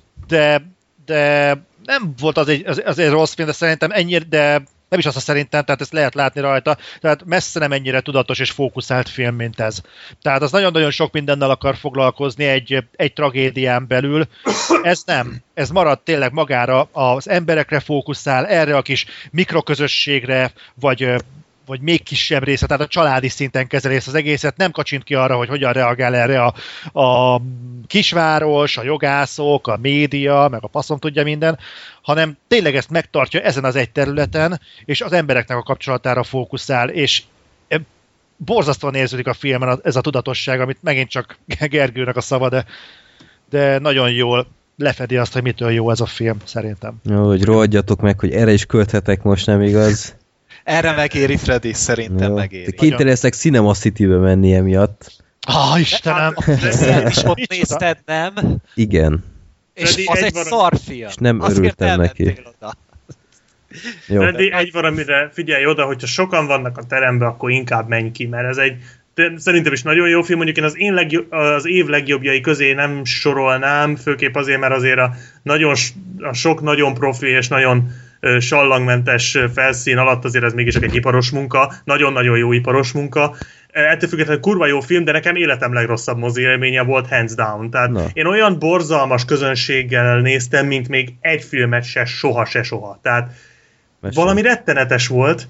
De nem volt az egy rossz film, de szerintem ennyire, de nem is azt a szerintem, tehát ezt lehet látni rajta. Tehát messze nem ennyire tudatos és fókuszált film, mint ez. Tehát az nagyon-nagyon sok mindennel akar foglalkozni egy tragédián belül. Ez nem. Ez marad tényleg magára, az emberekre fókuszál, erre a kis mikroközösségre, vagy még kisebb része, tehát a családi szinten kezeli ezt az egészet, nem kacsint ki arra, hogy hogyan reagál erre a kisváros, a jogászok, a média, meg a passzom tudja minden, hanem tényleg ezt megtartja ezen az egy területen, és az embereknek a kapcsolatára fókuszál, és borzasztóan érződik a filmen ez a tudatosság, amit megint csak Gergőnek a szava, de nagyon jól lefedi azt, hogy mitől jó ez a film, szerintem. Jó, hogy rohadjatok meg, hogy erre is költhetek most, nem igaz? Erre megéri, Freddy, szerintem megéri. Kénytelen leszek Cinema City-be menni emiatt. Istenem! És ott nézted, nem? Igen. És az egy szarfilm. És nem örültem neki. Freddy, egy valamire figyelj oda, hogyha sokan vannak a teremben, akkor inkább menj ki, mert ez szerintem is nagyon jó film, mondjuk én az év legjobbjai közé nem sorolnám, főképp azért, mert azért a sok nagyon profi és nagyon sallangmentes felszín alatt azért ez mégis egy iparos munka, nagyon-nagyon jó iparos munka. Ettől függetlenül kurva jó film, de nekem életem legrosszabb mozi élménye volt, hands down. Tehát én olyan borzalmas közönséggel néztem, mint még egy filmet se soha. Tehát valami rettenetes volt,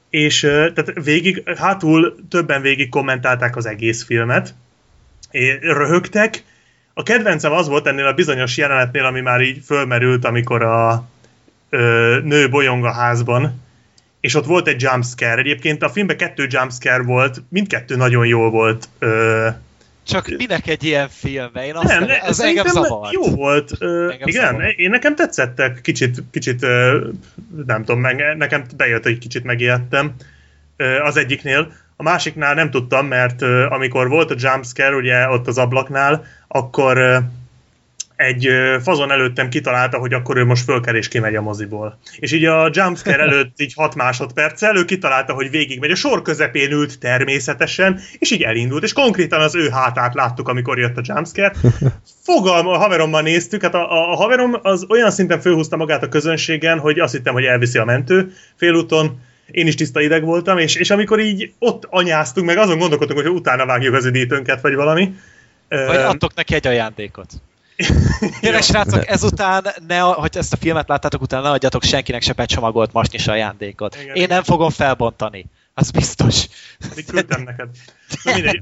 És tehát hátul többen végig kommentálták az egész filmet, röhögtek. A kedvencem az volt ennél a bizonyos jelenetnél, ami már így fölmerült, amikor a nő bolyong a házban, és ott volt egy jumpscare. Egyébként a filmben 2 jumpscare volt, mindkettő nagyon jól volt. Csak minek egy ilyen filmbe? Én azt az engem zavart. Jó volt. Igen, én nekem tetszettek. Kicsit nem tudom, nekem bejött, hogy kicsit megijedtem az egyiknél. A másiknál nem tudtam, mert amikor volt a jumpscare, ugye ott az ablaknál, akkor egy fazon előttem kitalálta, hogy akkor ő most fölkel és kimegy a moziból. És így a jumpscare előtt így 6 másodperccel ő kitalálta, hogy végigmegy. A sor közepén ült természetesen, és így elindult. És konkrétan az ő hátát láttuk, amikor jött a jumpscare. A haverommal néztük, hát a haverom az olyan szinten fölhúzta magát a közönségen, hogy azt hittem, hogy elviszi a mentő félúton. Én is tiszta ideg voltam, és amikor így ott anyáztunk, meg azon gondolkodtunk, hogy utána vágjuk az üdítőnket, vagy valami. Vagy adtok neki egy ajándékot. Kérlek, srácok, ezután, hogy ezt a filmet láttátok, utána ne adjatok senkinek se becsomagolt masnis ajándékot. Igen, én nem fogom felbontani. Az biztos. Még küldtem neked. Na mindegy,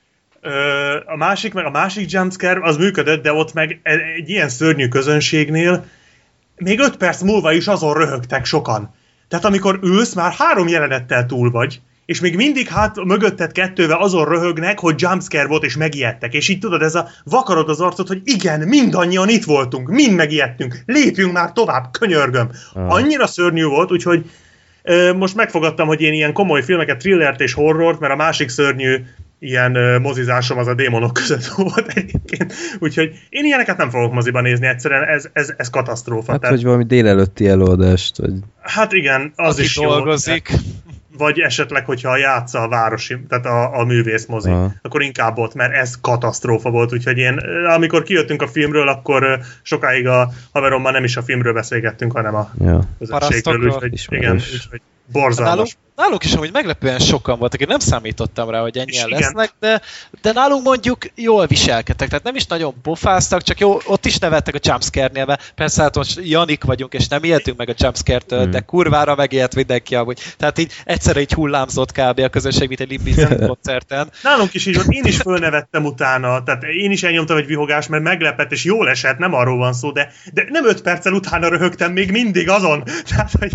a másik jumpscare az működött, de ott meg egy ilyen szörnyű közönségnél még 5 perc múlva is azon röhögtek sokan. Tehát amikor ülsz, már 3 jelenettel túl vagy, és még mindig mögötted 2-vel azon röhögnek, hogy jumpscare volt, és megijedtek. És így tudod, ez a vakarod az arcot, hogy igen, mindannyian itt voltunk, mind megijedtünk, lépjünk már tovább, könyörgöm. Annyira szörnyű volt, úgyhogy most megfogadtam, hogy én ilyen komoly filmeket, thrillert és horrort, mert a másik szörnyű ilyen mozizásom az a démonok között volt egyébként. Úgyhogy én ilyeneket nem fogok moziban nézni egyszerűen, ez katasztrófa. Hát, hogy valami délelőtti előadást, vagy... Hát igen, az aki is dolgozik. Jó. Vagy esetleg, hogyha játsza a városi, tehát a művész mozi, akkor inkább ott, mert ez katasztrófa volt, úgyhogy én, amikor kijöttünk a filmről, akkor sokáig a haverommal nem is a filmről beszélgettünk, hanem a közönségről, úgyhogy igen, úgyhogy borzalmas. Nálunk is amúgy meglepően sokan voltak, én nem számítottam rá, hogy ennyien lesznek, de nálunk mondjuk jól viselkedtek, tehát nem is nagyon pofáztak, csak jó, ott is nevettek a jumpscare-nél, mert persze hát most Janik vagyunk, és nem ijedtünk meg a jumpscare-től, de kurvára megijedt mindenki amúgy. Tehát így egyszerre így hullámzott kb. A közönség, mint egy Limp koncerten. Nálunk is így volt, én is fölnevettem utána, tehát én is elnyomtam egy vihogás, mert meglepett, és jól esett, nem arról van szó, de nem 5 perccel utána röhögtem még mindig azon. Tehát, hogy,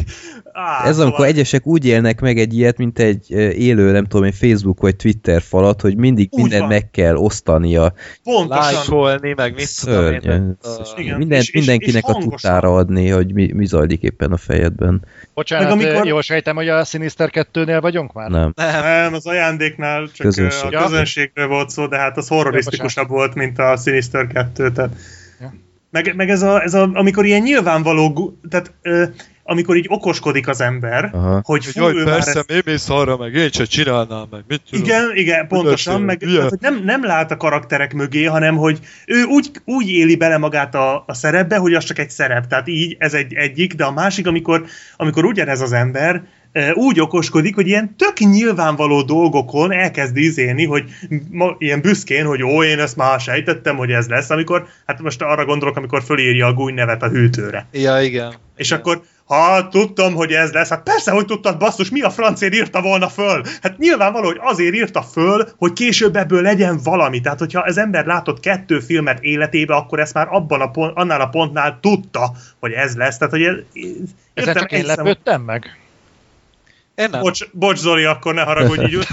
ez amikor egyesek úgy élnek meg egy ilyet, mint egy élő, nem tudom, egy Facebook vagy Twitter falat, hogy mindig úgy minden van. Meg kell osztania. Pontosan. Lájkolni, meg mit tudom én. Mindenkinek a tudtára adni, hogy mi zajlik éppen a fejedben. Bocsánat, amikor... jól sejtem, hogy a Sinister 2-nél vagyunk már? Nem, az ajándéknál csak a közönségről volt szó, de hát az horrorisztikusabb volt, mint a Sinister 2. Tehát... Ja. Meg ez amikor ilyen nyilvánvaló, tehát amikor így okoskodik az ember, hogy jaj, persze, én mész arra, meg én sem csinálnám, meg mit tudom. Igen, pontosan, meg hogy nem lát a karakterek mögé, hanem hogy ő úgy éli bele magát a szerepbe, hogy az csak egy szerep, tehát így ez egyik, de a másik, amikor ugyanez az ember úgy okoskodik, hogy ilyen tök nyilvánvaló dolgokon elkezd izélni, hogy ilyen büszkén, hogy én ezt már sejtettem, hogy ez lesz, amikor, hát most arra gondolok, amikor fölírja a gúny nevet a hűtőre. Ja, igen. És akkor tudtam, hogy ez lesz. Hát persze, hogy tudtad, basszus, mi a francért írta volna föl? Hát nyilvánvaló, hogy azért írta föl, hogy később ebből legyen valami. Tehát, hogyha az ember látott 2 filmet életébe, akkor ezt már annál a pontnál tudta, hogy ez lesz. Tehát, hogy ezen csak én lepődtem meg? Bocs Zoli, akkor ne haragudj így.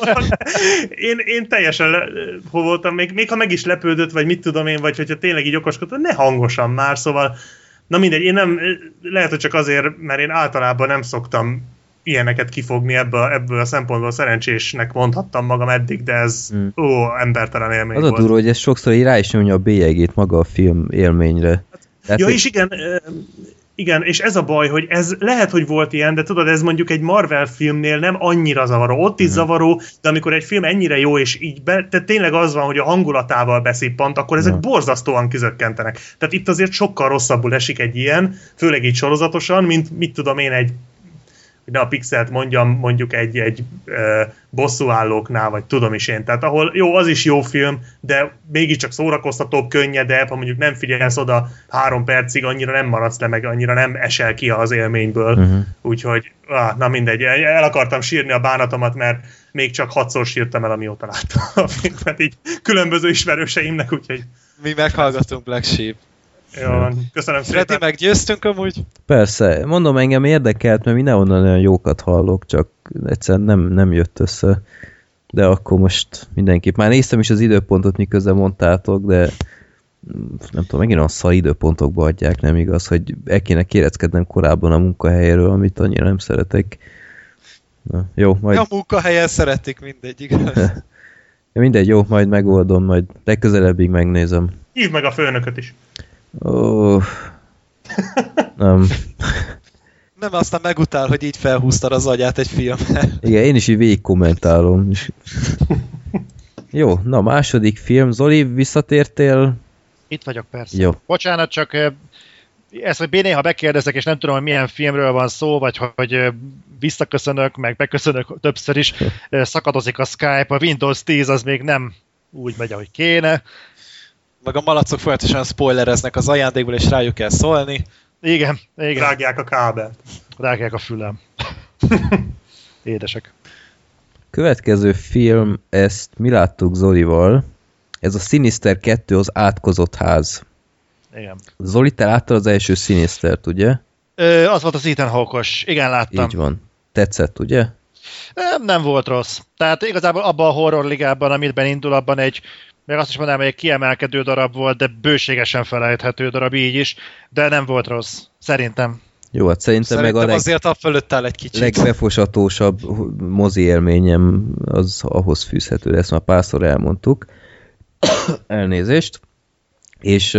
Én teljesen hol voltam, még ha meg is lepődött, vagy mit tudom én, vagy hogyha tényleg így okoskodott, ne hangosan már, szóval na mindegy, én nem, lehet, hogy csak azért, mert én általában nem szoktam ilyeneket kifogni ebből a szempontból szerencsésnek mondhattam magam eddig, de ez embertelen élmény volt. Az a durva, hogy ez sokszor így rá is nyomja a bélyegét maga a film élményre. Ja, és igen, és ez a baj, hogy ez lehet, hogy volt ilyen, de tudod, ez mondjuk egy Marvel filmnél nem annyira zavaró. Ott is zavaró, de amikor egy film ennyire jó, és így tehát tényleg az van, hogy a hangulatával beszippant, akkor ezek borzasztóan kizökkentenek. Tehát itt azért sokkal rosszabbul esik egy ilyen, főleg így sorozatosan, mint mit tudom én, egy hogy ne a Pixelt mondjam, mondjuk egy bosszúállóknál, vagy tudom is én. Tehát ahol jó, az is jó film, de mégiscsak szórakoztatóbb, könnyedebb, ha mondjuk nem figyelsz oda 3 percig, annyira nem maradsz le, meg annyira nem esel ki az élményből. Úgyhogy, na mindegy, el akartam sírni a bánatomat, mert még csak 6-szor sírtam el, amióta láttam a filmet, így különböző ismerőseimnek, úgyhogy... Mi meghallgatunk Black Sheep. Jó, köszönöm szépen. Freddy, meggyőztünk amúgy? Persze, mondom, engem érdekelt, mert mindenhonnan olyan jókat hallok, csak egyszerűen nem jött össze. De akkor most mindenképp. Már néztem is az időpontot, miközben mondtátok, de nem tudom, megint a szar időpontokba adják, nem igaz, hogy el kéne kéreckednem korábban a munkahelyről, amit annyira nem szeretek. Na, jó, majd... A munkahelyen szeretik, mindegy, igaz? Mindegy, jó, majd megoldom, majd legközelebbig megnézem. Hívd meg a főnököt is. Nem. Nem, aztán megutál, hogy így felhúztad az agyát egy filmmel. Igen, én is így végig kommentálom. Jó, na második film. Zoli, visszatértél? Itt vagyok, persze. Jó. Bocsánat, csak ezt, hogy néha bekérdezek, és nem tudom, hogy milyen filmről van szó, vagy hogy visszaköszönök, meg beköszönök többször is, szakadozik a Skype, a Windows 10 az még nem úgy megy, ahogy kéne. Meg a malacok folyamatosan spoilereznek az ajándékból, és rájuk kell szólni. Igen. Rágják a kábelt. Rágják a fülem. Édesek. Következő film, ezt mi láttuk Zolival, ez a Sinister 2, az átkozott ház. Igen. Zoli, te láttad az első Sinistert, ugye? Az volt az Ethan Hawke-os. Igen, láttam. Így van. Tetszett, ugye? Nem volt rossz. Tehát igazából abban a horror ligában, amiben indul, abban még azt is mondanám, hogy egy kiemelkedő darab volt, de bőségesen felejthető darab így is, de nem volt rossz. Szerintem. Jó, hát szerintem meg azért a fölött áll egy kicsit. legbefosatósabb mozi élményem az ahhoz fűzhető, de ezt már párszor elmondtuk. Elnézést. És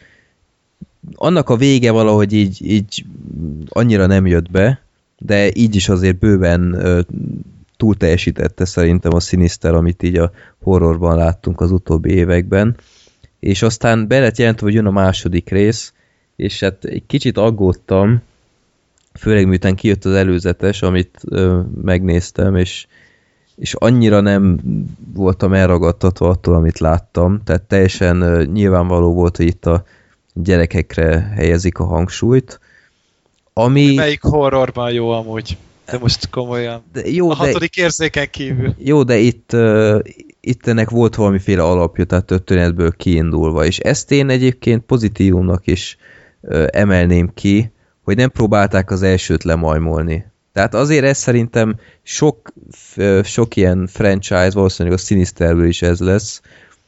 annak a vége valahogy így annyira nem jött be, de így is azért bőven túl teljesítette szerintem a Sinister, amit így a horrorban láttunk az utóbbi években. És aztán be lett jelentve, hogy jön a második rész, és hát egy kicsit aggódtam, főleg miután kijött az előzetes, amit megnéztem, és annyira nem voltam elragadtatva attól, amit láttam, tehát teljesen nyilvánvaló volt, hogy itt a gyerekekre helyezik a hangsúlyt. Melyik horrorban jó amúgy? De most komolyan. A 6. érzéken kívül. Jó, de itt ennek volt valamiféle alapja, tehát történetből kiindulva, és ezt én egyébként pozitívumnak is emelném ki, hogy nem próbálták az elsőt lemajmolni. Tehát azért ez szerintem sok ilyen franchise, valószínűleg a Sinisterből is ez lesz,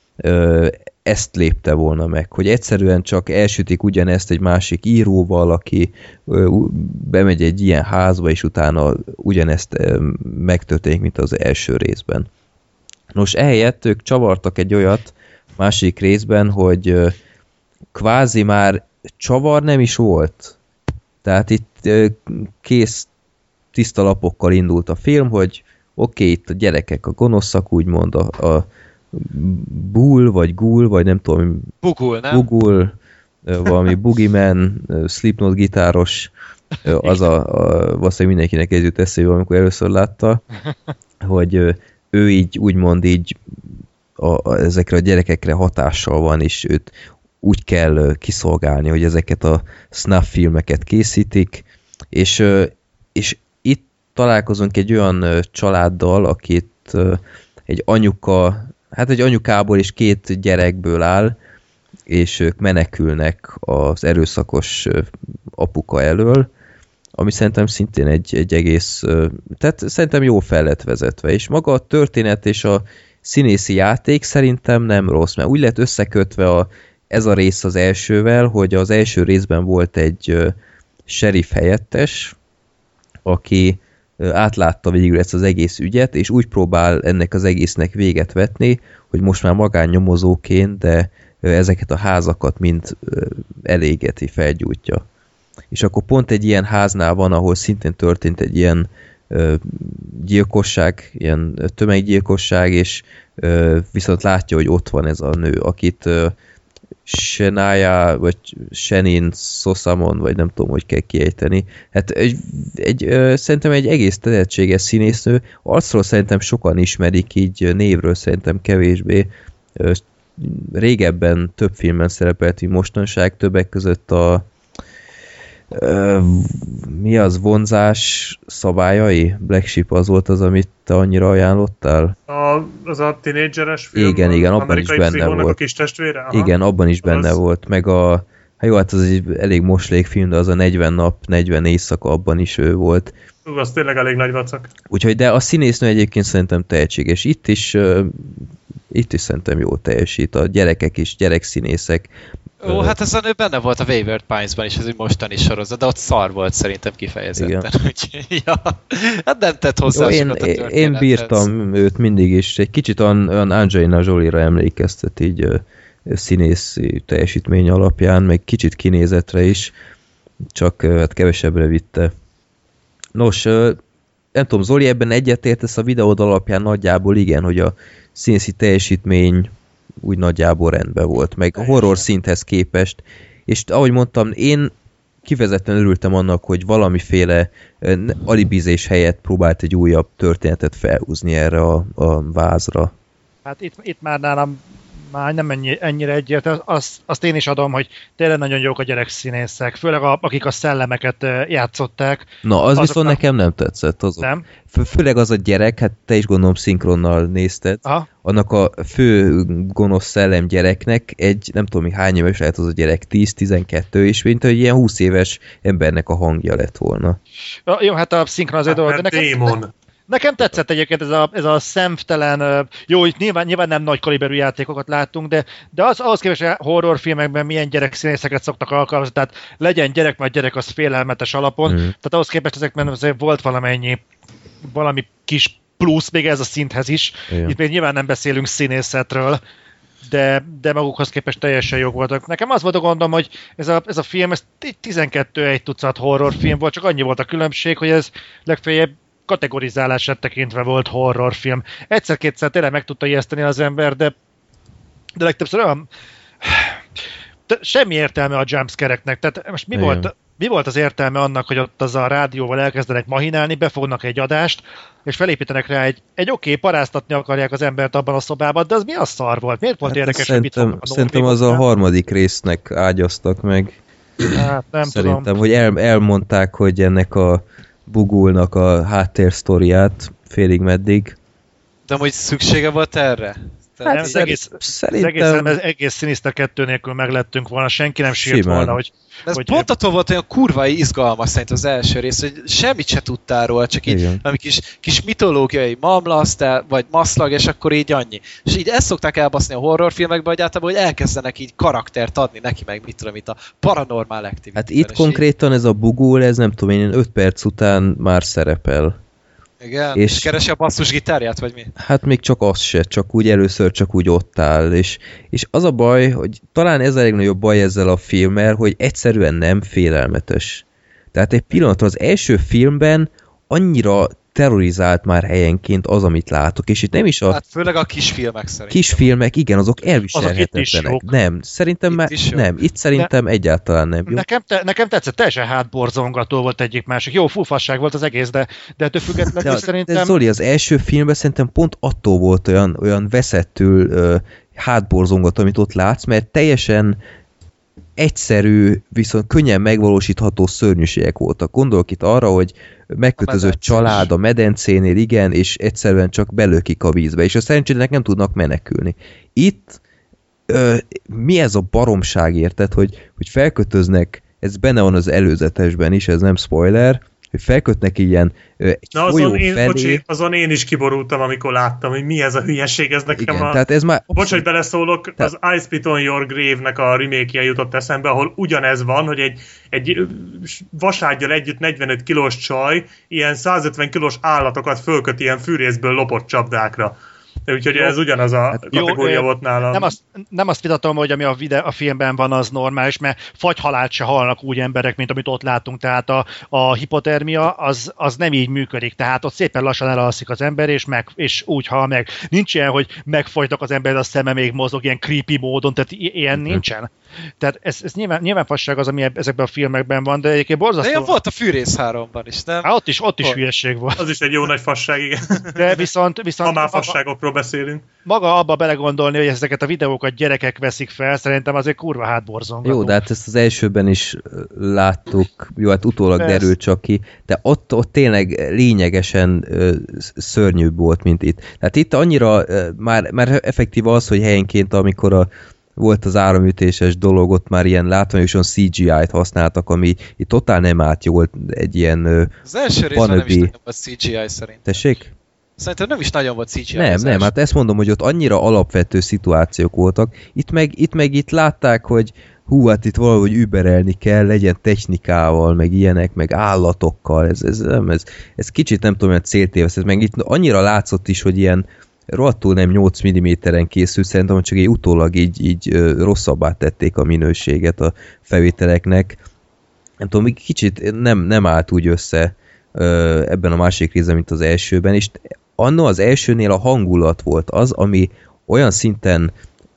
ezt lépte volna meg, hogy egyszerűen csak elsütik ugyanezt egy másik íróval, aki bemegy egy ilyen házba, és utána ugyanezt megtörténik, mint az első részben. Nos, ehelyett ők csavartak egy olyat másik részben, hogy kvázi már csavar nem is volt. Tehát itt kész tiszta lapokkal indult a film, hogy oké, itt a gyerekek a gonoszak, úgymond a Bull, vagy Ghoul, vagy nem tudom. Bugul, nem? Bugul, valami Boogeyman, Slipknot gitáros, az valószínűleg mindenkinek ez jut eszébe, amikor először látta, hogy ő így úgymond így ezekre a gyerekekre hatással van, és őt úgy kell kiszolgálni, hogy ezeket a snuff filmeket készítik, és itt találkozunk egy olyan családdal, akit egy anyukából és 2 gyerekből áll, és ők menekülnek az erőszakos apuka elől, ami szerintem szintén egy egész, tehát szerintem jó fel lett vezetve, és maga a történet és a színészi játék szerintem nem rossz, mert úgy lett összekötve ez a rész az elsővel, hogy az első részben volt egy sheriff helyettes, aki átlátta végül ezt az egész ügyet, és úgy próbál ennek az egésznek véget vetni, hogy most már magánnyomozóként, de ezeket a házakat mind elégeti, felgyújtja. És akkor pont egy ilyen háznál van, ahol szintén történt egy ilyen gyilkosság, ilyen tömeggyilkosság, és viszont látja, hogy ott van ez a nő, akit Shania, vagy Shenin Sosamon, vagy nem tudom, hogy kell kiejteni. Hát szerintem egy egész tehetséges színésznő, arcról szerintem sokan ismerik, így névről szerintem kevésbé. Régebben több filmben szerepelt, mint mostanság, többek között a mi az, vonzás szabályai? Black Sheep az volt az, amit te annyira ajánlottál? Az a tinédzseres film? Igen, abban is benne volt. A kis testvére? Aha. Igen, abban is benne volt, meg hát jó, hát az egy elég moslék film, de az a 40 nap, 40 éjszaka, abban is ő volt. Az tényleg elég nagy vacak. Úgyhogy, de a színésznő egyébként szerintem tehetséges. Itt is szerintem jól teljesít. A gyerekek is, gyerekszínészek. Ó, hát ez a nő benne volt a Wayward Pines-ban is, ez egy mostani sorozat, de ott szar volt szerintem kifejezetten. Úgyhogy, ja, hát nem tett hozzá sokat a történethez. Én bírtam őt mindig is. Egy kicsit olyan Angelina Jolie-ra emlékeztet így színészi teljesítmény alapján, meg kicsit kinézetre is, csak hát kevesebbre vitte. Nos, nem tudom, Zoli, ebben egyetértesz a videód alapján nagyjából igen, hogy a színészi teljesítmény úgy nagyjából rendben volt, meg a horror szinthez képest, és ahogy mondtam, én kifejezetten örültem annak, hogy valamiféle alibizés helyett próbált egy újabb történetet felhúzni erre a vázra. Hát itt már nálam már nem ennyire egyértelmű. Azt én is adom, hogy tényleg nagyon jók a gyerekszínészek, főleg akik a szellemeket játszották. Na, az viszont nekem nem tetszett. Nem? Főleg az a gyerek, hát te is gondolom szinkronnal nézted, aha, annak a fő gonosz szellem gyereknek nem tudom, hány éves lehet az a gyerek, 10-12, és mint hogy ilyen 20 éves embernek a hangja lett volna. Jó, hát a szinkron azért dolog, de nekem tetszett egyébként ez a szemtelen, jó, itt nyilván nem nagy kaliberű játékokat láttunk, de ahhoz képest, hogy horrorfilmekben milyen gyerekszínészeket szoktak alkalmazni, tehát legyen gyerek, mert gyerek az félelmetes alapon, tehát ahhoz képest ezekben azért volt valami kis plusz, még ez a szinthez is. Igen. Itt még nyilván nem beszélünk színészetről, de magukhoz képest teljesen jók voltak. Nekem az volt a gondom, hogy ez a film, ez 12 egy tucat horrorfilm volt, csak annyi volt a különbség, hogy ez legfeljebb kategorizálását tekintve volt horrorfilm. Egyszer-kétszer tényleg meg tudta ijeszteni az ember, de legtöbbször olyan... semmi értelme a jumpscare-eknek. Tehát most mi volt az értelme annak, hogy ott az a rádióval elkezdenek mahinálni, befognak egy adást, és felépítenek rá egy oké, paráztatni akarják az embert abban a szobában, de az mi a szar volt? Miért volt érdekes, hogy mit fognak a Szerintem az a harmadik résznek ágyaztak meg. Hát nem szerintem, tudom. hogy elmondták, hogy ennek a Bugulnak a háttérsztoriát félig meddig. De hogy szüksége volt erre? Hát az egész Sinister 2 nélkül meglettünk volna, senki nem sírt volna, hogy... Ez pont attól volt olyan kurvai izgalmas szerint az első rész, hogy semmit se tudtál róla, csak így valami kis mitológiai mamlaszt, vagy maszlag, és akkor így annyi. És így ezt szokták elbaszni a horrorfilmekben, hogy általában, hogy elkezdenek így karaktert adni neki, meg mit tudom, itt a Paranormal Activity. Hát itt konkrétan ez a Bugul, ez nem tudom én, 5 perc után már szerepel. Igen, és keresi a basszusgitárját, vagy mi? Hát még csak az se, csak úgy először csak úgy ott áll, és az a baj, hogy talán ez a legnagyobb baj ezzel a filmmel, hogy egyszerűen nem félelmetes. Tehát egy pillanatra az első filmben annyira terrorizált már helyenként az, amit látok, és itt nem is a... Hát főleg a kisfilmek szerintem. Kisfilmek, igen, azok elviselhetetlenek. Nem, szerintem már nem, itt szerintem egyáltalán nem jó. Nekem tetszett, teljesen hátborzongató volt egyik másik. Jó, fúfasság volt az egész, de ettől függetlenül szerintem... De Zoli, az első filmben szerintem pont attól volt olyan veszettül hátborzongató, amit ott látsz, mert teljesen egyszerű, viszont könnyen megvalósítható szörnyűségek voltak. Gondolok itt arra, hogy megkötözött család a medencénél, igen, és egyszerűen csak belökik a vízbe, és a szerencsétlenek nem tudnak menekülni. Itt mi ez a baromság, érted, hogy felkötöznek, ez benne van az előzetesben is, ez nem spoiler, hogy felkötnek ilyen egy folyó felé. Azon én is kiborultam, amikor láttam, hogy mi ez a hülyeség, ez nekem igen, tehát ez már... Bocs, hogy beleszólok, az I Spit on Your Grave-nek a remake-je jutott eszembe, ahol ugyanez van, hogy egy vasággyal együtt 45 kilós csaj ilyen 150 kilós állatokat fölköt ilyen fűrészből lopott csapdákra. De úgyhogy ez ugyanaz a kategória volt nálam. Nem azt vitatom, hogy ami a filmben van, az normális, mert fagyhalált se halnak úgy emberek, mint amit ott látunk. Tehát a hipotermia az nem így működik. Tehát ott szépen lassan elalszik az ember, és úgy hal meg. Nincs ilyen, hogy megfagynak az ember, a szeme még mozog ilyen creepy módon, tehát ilyen nincsen. Tehát ez nyilván fasság az, ami ezekben a filmekben van, de egyébként borzasztó. De volt a Fűrész 3-ban is, nem? Hát ott is hülyeség volt. Az is egy jó nagy fasság, igen. De viszont ha már fasságokról beszélünk. Maga abba belegondolni, hogy ezeket a videókat gyerekek veszik fel, szerintem azért kurva hátborzongató. Jó, de hát ezt az elsőben is láttuk, jó, hát utólag derült csak ki, de ott tényleg lényegesen szörnyűbb volt, mint itt. Tehát itt annyira már effektív az, hogy helyenként, amikor volt az áramütéses dolog, ott már ilyen látványosan CGI-t használtak, ami itt totál nem állt jól egy ilyen az első részben nem is nagyon volt CGI szerint. Tessék? Szerintem nem is nagyon volt CGI. Nem, hát ezt mondom, hogy ott annyira alapvető szituációk voltak. Itt látták, hogy hát itt valahogy überelni kell, legyen technikával, meg ilyenek, meg állatokkal. Ez kicsit nem tudom, hogy céltévesztett, meg itt annyira látszott is, hogy ilyen rohadtul nem 8 mm-en készült, szerintem csak egy utólag így rosszabbá tették a minőséget a felvételeknek. Nem tudom, kicsit nem állt úgy össze ebben a másik részben, mint az elsőben, és anno az elsőnél a hangulat volt az, ami olyan szinten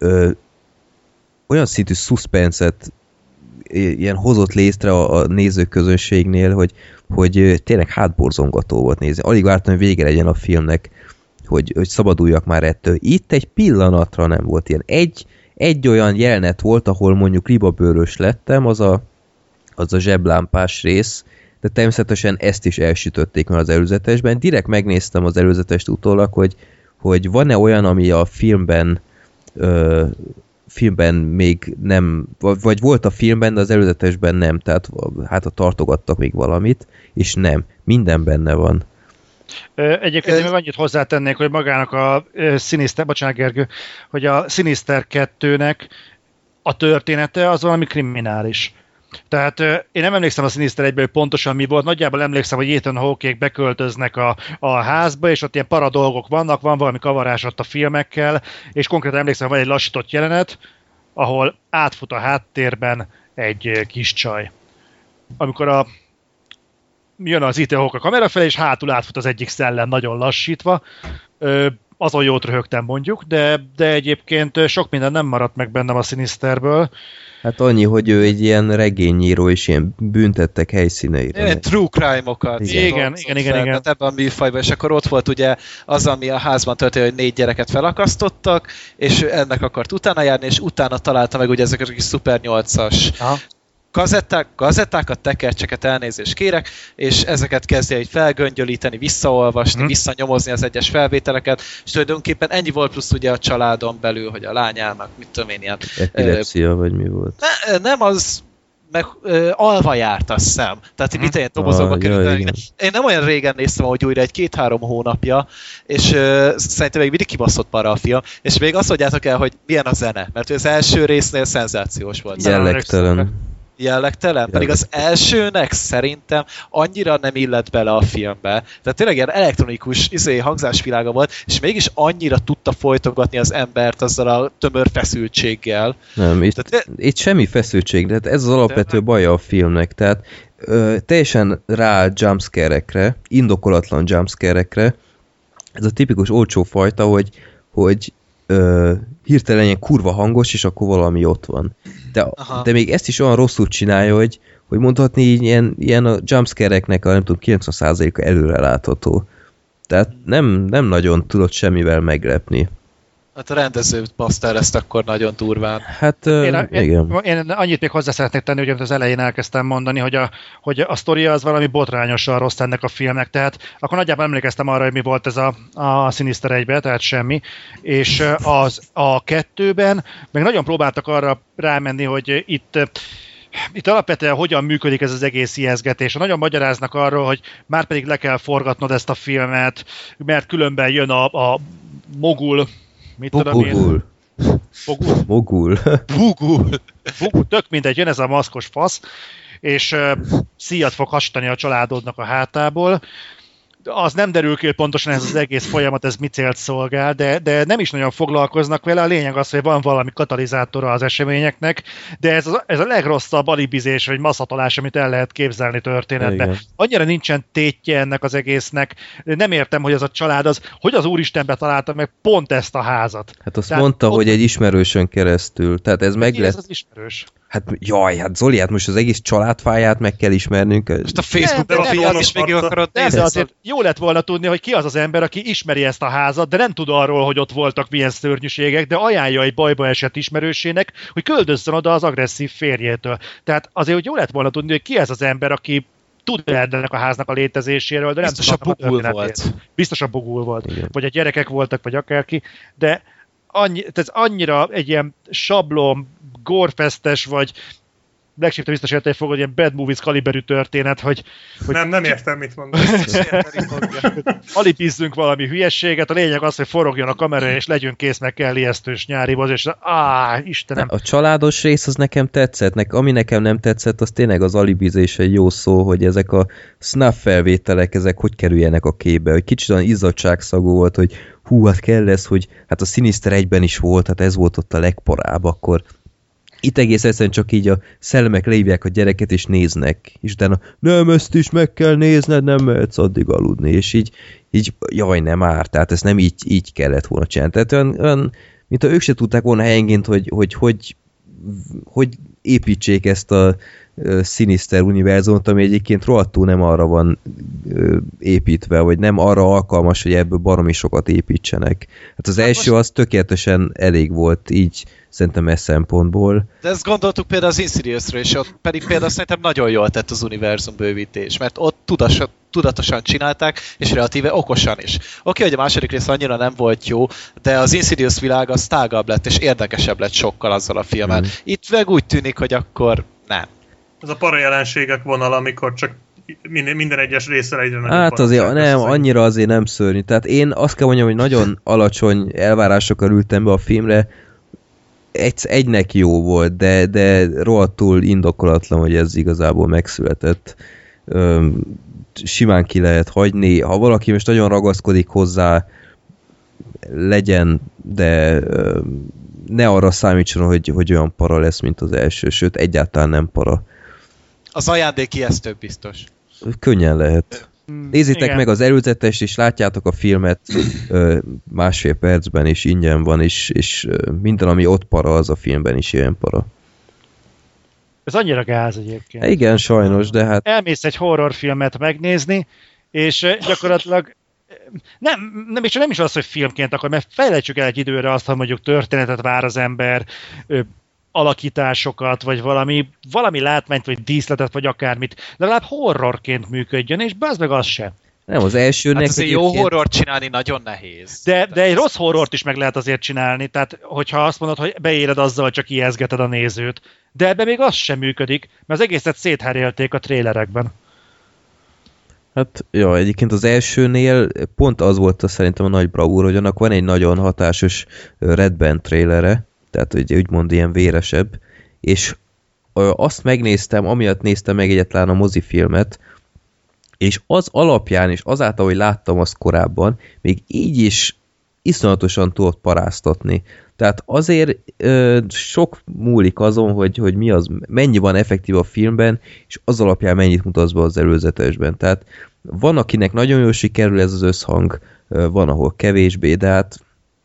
olyan szintű suspense-et ilyen hozott létre a nézőközönségnél, hogy tényleg hátborzongató volt nézni. Alig vártam, hogy vége legyen a filmnek, hogy szabaduljak már ettől. Itt egy pillanatra nem volt ilyen. Egy olyan jelenet volt, ahol mondjuk libabőrös lettem, az a zseblámpás rész, de természetesen ezt is elsütötték már az előzetesben. Direkt megnéztem az előzetest utólag, hogy van-e olyan, ami a filmben még nem, vagy volt a filmben, de az előzetesben nem, tehát hát tartogattak még valamit, és nem. Minden benne van. Egyébként még annyit hozzátennék, hogy magának a Sinister, bocsánat Gergő, hogy a Sinister 2-nek a története az valami kriminális. Tehát én nem emlékszem a Sinister 1-ben, hogy pontosan mi volt, nagyjából emlékszem, hogy Ethan Hawke-ék beköltöznek a házba, és ott ilyen para dolgok vannak, van valami kavarás ott a filmekkel, és konkrétan emlékszem, hogy van egy lassított jelenet, ahol átfut a háttérben egy kis csaj. Amikor jön az Ethan Hawke a kamera felé, és hátul átfut az egyik szellem nagyon lassítva. Azon jót röhögtem mondjuk, de egyébként sok minden nem maradt meg bennem a Sinisterből. Hát annyi, hogy ő egy ilyen regényíró, és ilyen büntettek helyszíneire. Ilyen true crime-okat. Igen. Hát ebben a műfajban, és akkor ott volt ugye az, ami a házban történt, hogy 4 gyereket felakasztottak, és ennek akart utána járni, és utána találta meg ugye ezeket a kis Super 8-as gazettákat, tekercseket, elnézést kérek, és ezeket kezdje így felgöngyölíteni, visszaolvasni, visszanyomozni az egyes felvételeket, és tulajdonképpen ennyi volt plusz ugye a családon belül, hogy a lányának, mit tudom én, ilyen... Epilepsia, vagy mi volt? Nem, az meg alva járt, azt hiszem. Tehát itt ilyen dobozokba került. Én nem olyan régen néztem, hogy újra egy 2-3 hónapja, és szerintem még mindig kibaszott para a film, és még azt mondjátok el, hogy milyen a zene, mert az első résznél szenzációs volt. Jellegtelen? Pedig az elsőnek szerintem annyira nem illett bele a filmbe. Tehát tényleg ilyen elektronikus hangzásvilága volt, és mégis annyira tudta folytogatni az embert azzal a tömör feszültséggel. Nem, itt semmi feszültség, tehát ez az alapvető baja a filmnek. Tehát teljesen rá jumpscare-ekre, indokolatlan jumpscare-ekre. Ez a tipikus olcsó fajta, hogy hirtelen ilyen kurva hangos, és akkor valami ott van. De még ezt is olyan rosszul csinálja, hogy mondhatni ilyen a jumpscare-eknek a nem tudom, 90%-a előre látható. Tehát nem nagyon tudott semmivel meglepni. Hát a rendező baszta el ezt akkor nagyon durván. Hát igen. Én annyit még hozzá szeretnék tenni, hogy az elején elkezdtem mondani, hogy a sztoria az valami botrányosan rossz ennek a filmnek, tehát akkor nagyjából emlékeztem arra, hogy mi volt ez a Sinister 1-ben, tehát semmi, és a 2-ben meg nagyon próbáltak arra rámenni, hogy itt alapvetően hogyan működik ez az egész ijesztgetés. Nagyon magyaráznak arról, hogy már pedig le kell forgatnod ezt a filmet, mert különben jön a mogul, Mogul. Tök mindegy, jön ez a maszkos fasz, és szíjat fog hasítani a családodnak a hátából. az nem derül ki, hogy pontosan ez az egész folyamat, ez mi célt szolgál, de nem is nagyon foglalkoznak vele. A lényeg az, hogy van valami katalizátora az eseményeknek, de ez a legrosszabb alibizés, vagy maszatolás, amit el lehet képzelni történetben. Igen. Annyira nincsen tétje ennek az egésznek. Nem értem, hogy az a család hogy az Úristenbe találta meg pont ezt a házat. Hát azt mondta, hogy egy ismerősön keresztül. Tehát ez meg lett... Ez az ismerős? Hát Zoli, hát most az egész családfáját meg kell ismernünk. Most a Facebook profilját is végig akarod nézni. De azért jó lett volna tudni, hogy ki az az ember, aki ismeri ezt a házat, de nem tud arról, hogy ott voltak milyen szörnyűségek, de ajánlja egy bajba esett ismerősének, hogy küldözzön oda az agresszív férjétől. Tehát azért, hogy jó lett volna tudni, hogy ki ez az ember, aki tud ennek a háznak a létezéséről, de nem biztos a bugul volt. Biztos a bugul volt. Igen. Vagy a gyerekek voltak, vagy akárki, de ez annyira egy ilyen sablon, gorefestes, vagy Black Sheep, te biztos érteni fogod, ilyen Bad Movies kaliberű történet, hogy nem értem, mit mondasz. Alibizzünk valami hülyességet, a lényeg az, hogy forogjon a kamera, és legyünk kész, meg kell ijesztős nyárihoz, és Istenem. A családos rész az nekem tetszett, ami nekem nem tetszett, az tényleg az alibizés egy jó szó, hogy ezek a snuff felvételek, ezek hogy kerüljenek a képbe, hogy kicsit olyan izzadságszagú volt, hogy hát kell ez, hogy hát a Sinister 1-ben is volt, hát ez volt ott a legparább, akkor itt egész egyszerűen csak így a szellemek leívják a gyereket, és néznek. És utána, nem, ezt is meg kell nézned, nem mehetsz addig aludni. És így jaj, nem árt. Tehát ezt nem így kellett volna csinálni. Tehát olyan mint ha ők se tudták volna helyenként, hogy építsék ezt a Sinister univerzumot, ami egyébként rohadtul nem arra van építve, vagy nem arra alkalmas, hogy ebből baromi sokat építsenek. Hát az első az tökéletesen elég volt így szerintem ez szempontból. De ezt gondoltuk például az Insidiousról, és ott pedig például szerintem nagyon jól tett az univerzum bővítés, mert ott tudatosan csinálták, és relatíve okosan is. Oké, hogy a második rész annyira nem volt jó, de az Insidious világ az tágabb lett, és érdekesebb lett sokkal azzal a filmen. Itt meg úgy tűnik, hogy akkor nem. Ez a parajelenségek vonal, amikor csak minden egyes részre egyre nagyobb. Hát azért nem, annyira azért nem szörnyű. Tehát én azt kell mondjam, hogy nagyon alacsony elvárásokkal ültem be a filmre. Egynek jó volt, de rohadtul indokolatlan, hogy ez igazából megszületett. Simán ki lehet hagyni. Ha valaki most nagyon ragaszkodik hozzá, legyen, de ne arra számítson, hogy olyan para lesz, mint az első, sőt, egyáltalán nem para. Az ajándék ijesztőbb biztos. Könnyen lehet. Nézzétek meg az előzetest, és látjátok a filmet 1,5 percben, és ingyen van, és minden, ami ott para, az a filmben is ilyen para. Ez annyira gáz egyébként. Igen, sajnos, de hát... Elmész egy horrorfilmet megnézni, és gyakorlatilag nem is az, hogy filmként akar, mert felejtsük el egy időre azt, hogy mondjuk történetet vár az ember, alakításokat, vagy valami látványt, vagy díszletet, vagy akármit, legalább horrorként működjön, és bazd meg az sem. Nem, az elsőnek... Hát azért jó horrort csinálni nagyon nehéz. De egy rossz horrort is meg lehet azért csinálni, tehát hogyha azt mondod, hogy beéred azzal, hogy csak ijeszgeted a nézőt. De ebben még az sem működik, mert az egészet szétherélték a trélerekben. Hát, ja, egyébként az elsőnél pont az volt szerintem a nagy bravúr, hogy annak van egy nagyon hatásos Red Band trailere, tehát úgymond ilyen véresebb, és azt megnéztem, amiatt néztem meg egyetlen a mozifilmet, és az alapján, és azáltal, hogy láttam azt korábban, még így is iszonyatosan tudott paráztatni. Tehát azért sok múlik azon, hogy mi az, mennyi van effektív a filmben, és az alapján mennyit mutatsz be az előzetesben. Tehát van, akinek nagyon jól sikerül ez az összhang, van, ahol kevésbé, de hát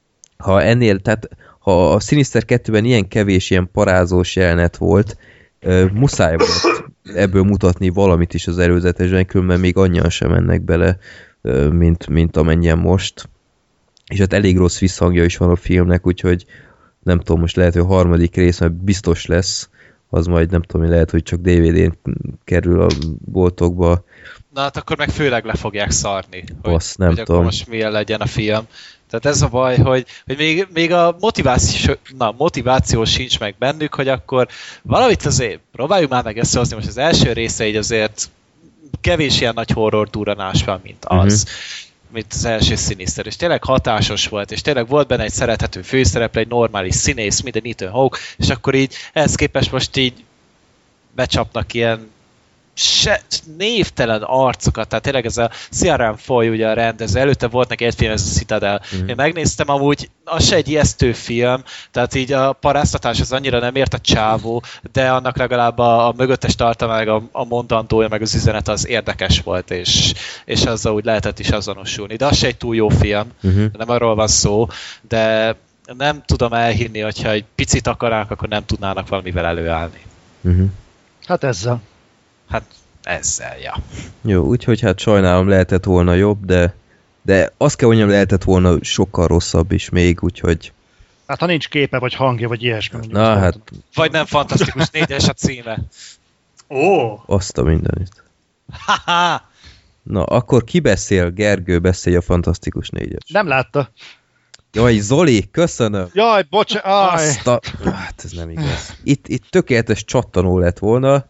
ha a Sinister 2-ben ilyen kevés, ilyen parázós jelenet volt, muszáj volt ebből mutatni valamit is az előzetesben, különben még annyian sem mennek bele, mint amennyien most. És hát elég rossz visszhangja is van a filmnek, úgyhogy nem tudom, most lehet, hogy a harmadik rész, mert biztos lesz, az majd nem tudom, lehet, hogy csak DVD-n kerül a boltokba. Na hát akkor meg főleg le fogják szarni, nem hogy tudom. Akkor most milyen legyen a film. Tehát ez a baj, hogy még a motiváció sincs meg bennük, hogy akkor valamit azért próbáljuk már meg összehozni, most az első része így azért kevés ilyen nagy horror durranás van, mint az. Mint az első Sinister, és tényleg hatásos volt, és tényleg volt benne egy szerethető főszereplő, egy normális színész, minden Ethan Hawke, és akkor így ehhez képest most így becsapnak ilyen névtelen arcokat, tehát tényleg ez a CRM Foy ugye a rendező, előtte volt neki egy film, ez a Citadel. Én megnéztem amúgy, az se egy ijesztő film, tehát így a paráztatás az annyira nem ért a csávó, de annak legalább a mögöttes tartalma, meg a mondandója, meg az üzenet az érdekes volt, és azzal úgy lehetett is azonosulni. De az se egy túl jó film, nem arról van szó, de nem tudom elhinni, hogyha egy picit akarnák, akkor nem tudnának valamivel előállni. Hát ezzel. Hát ezzel, ja. Jó, úgyhogy hát sajnálom, lehetett volna jobb, de azt kell mondjam, lehetett volna sokkal rosszabb is még, úgyhogy... Hát ha nincs képe, vagy hangja, vagy ilyesmi. Na hát... Vagy nem fantasztikus 4-es a címe. Ó! Azt a mindenit. Ha-ha! Na, akkor ki beszél? Gergő beszélj a Fantasztikus 4-es. Nem látta. Jaj, Zoli, köszönöm! Jaj, bocsánat! Hát ez nem igaz. Itt tökéletes csattanó lett volna.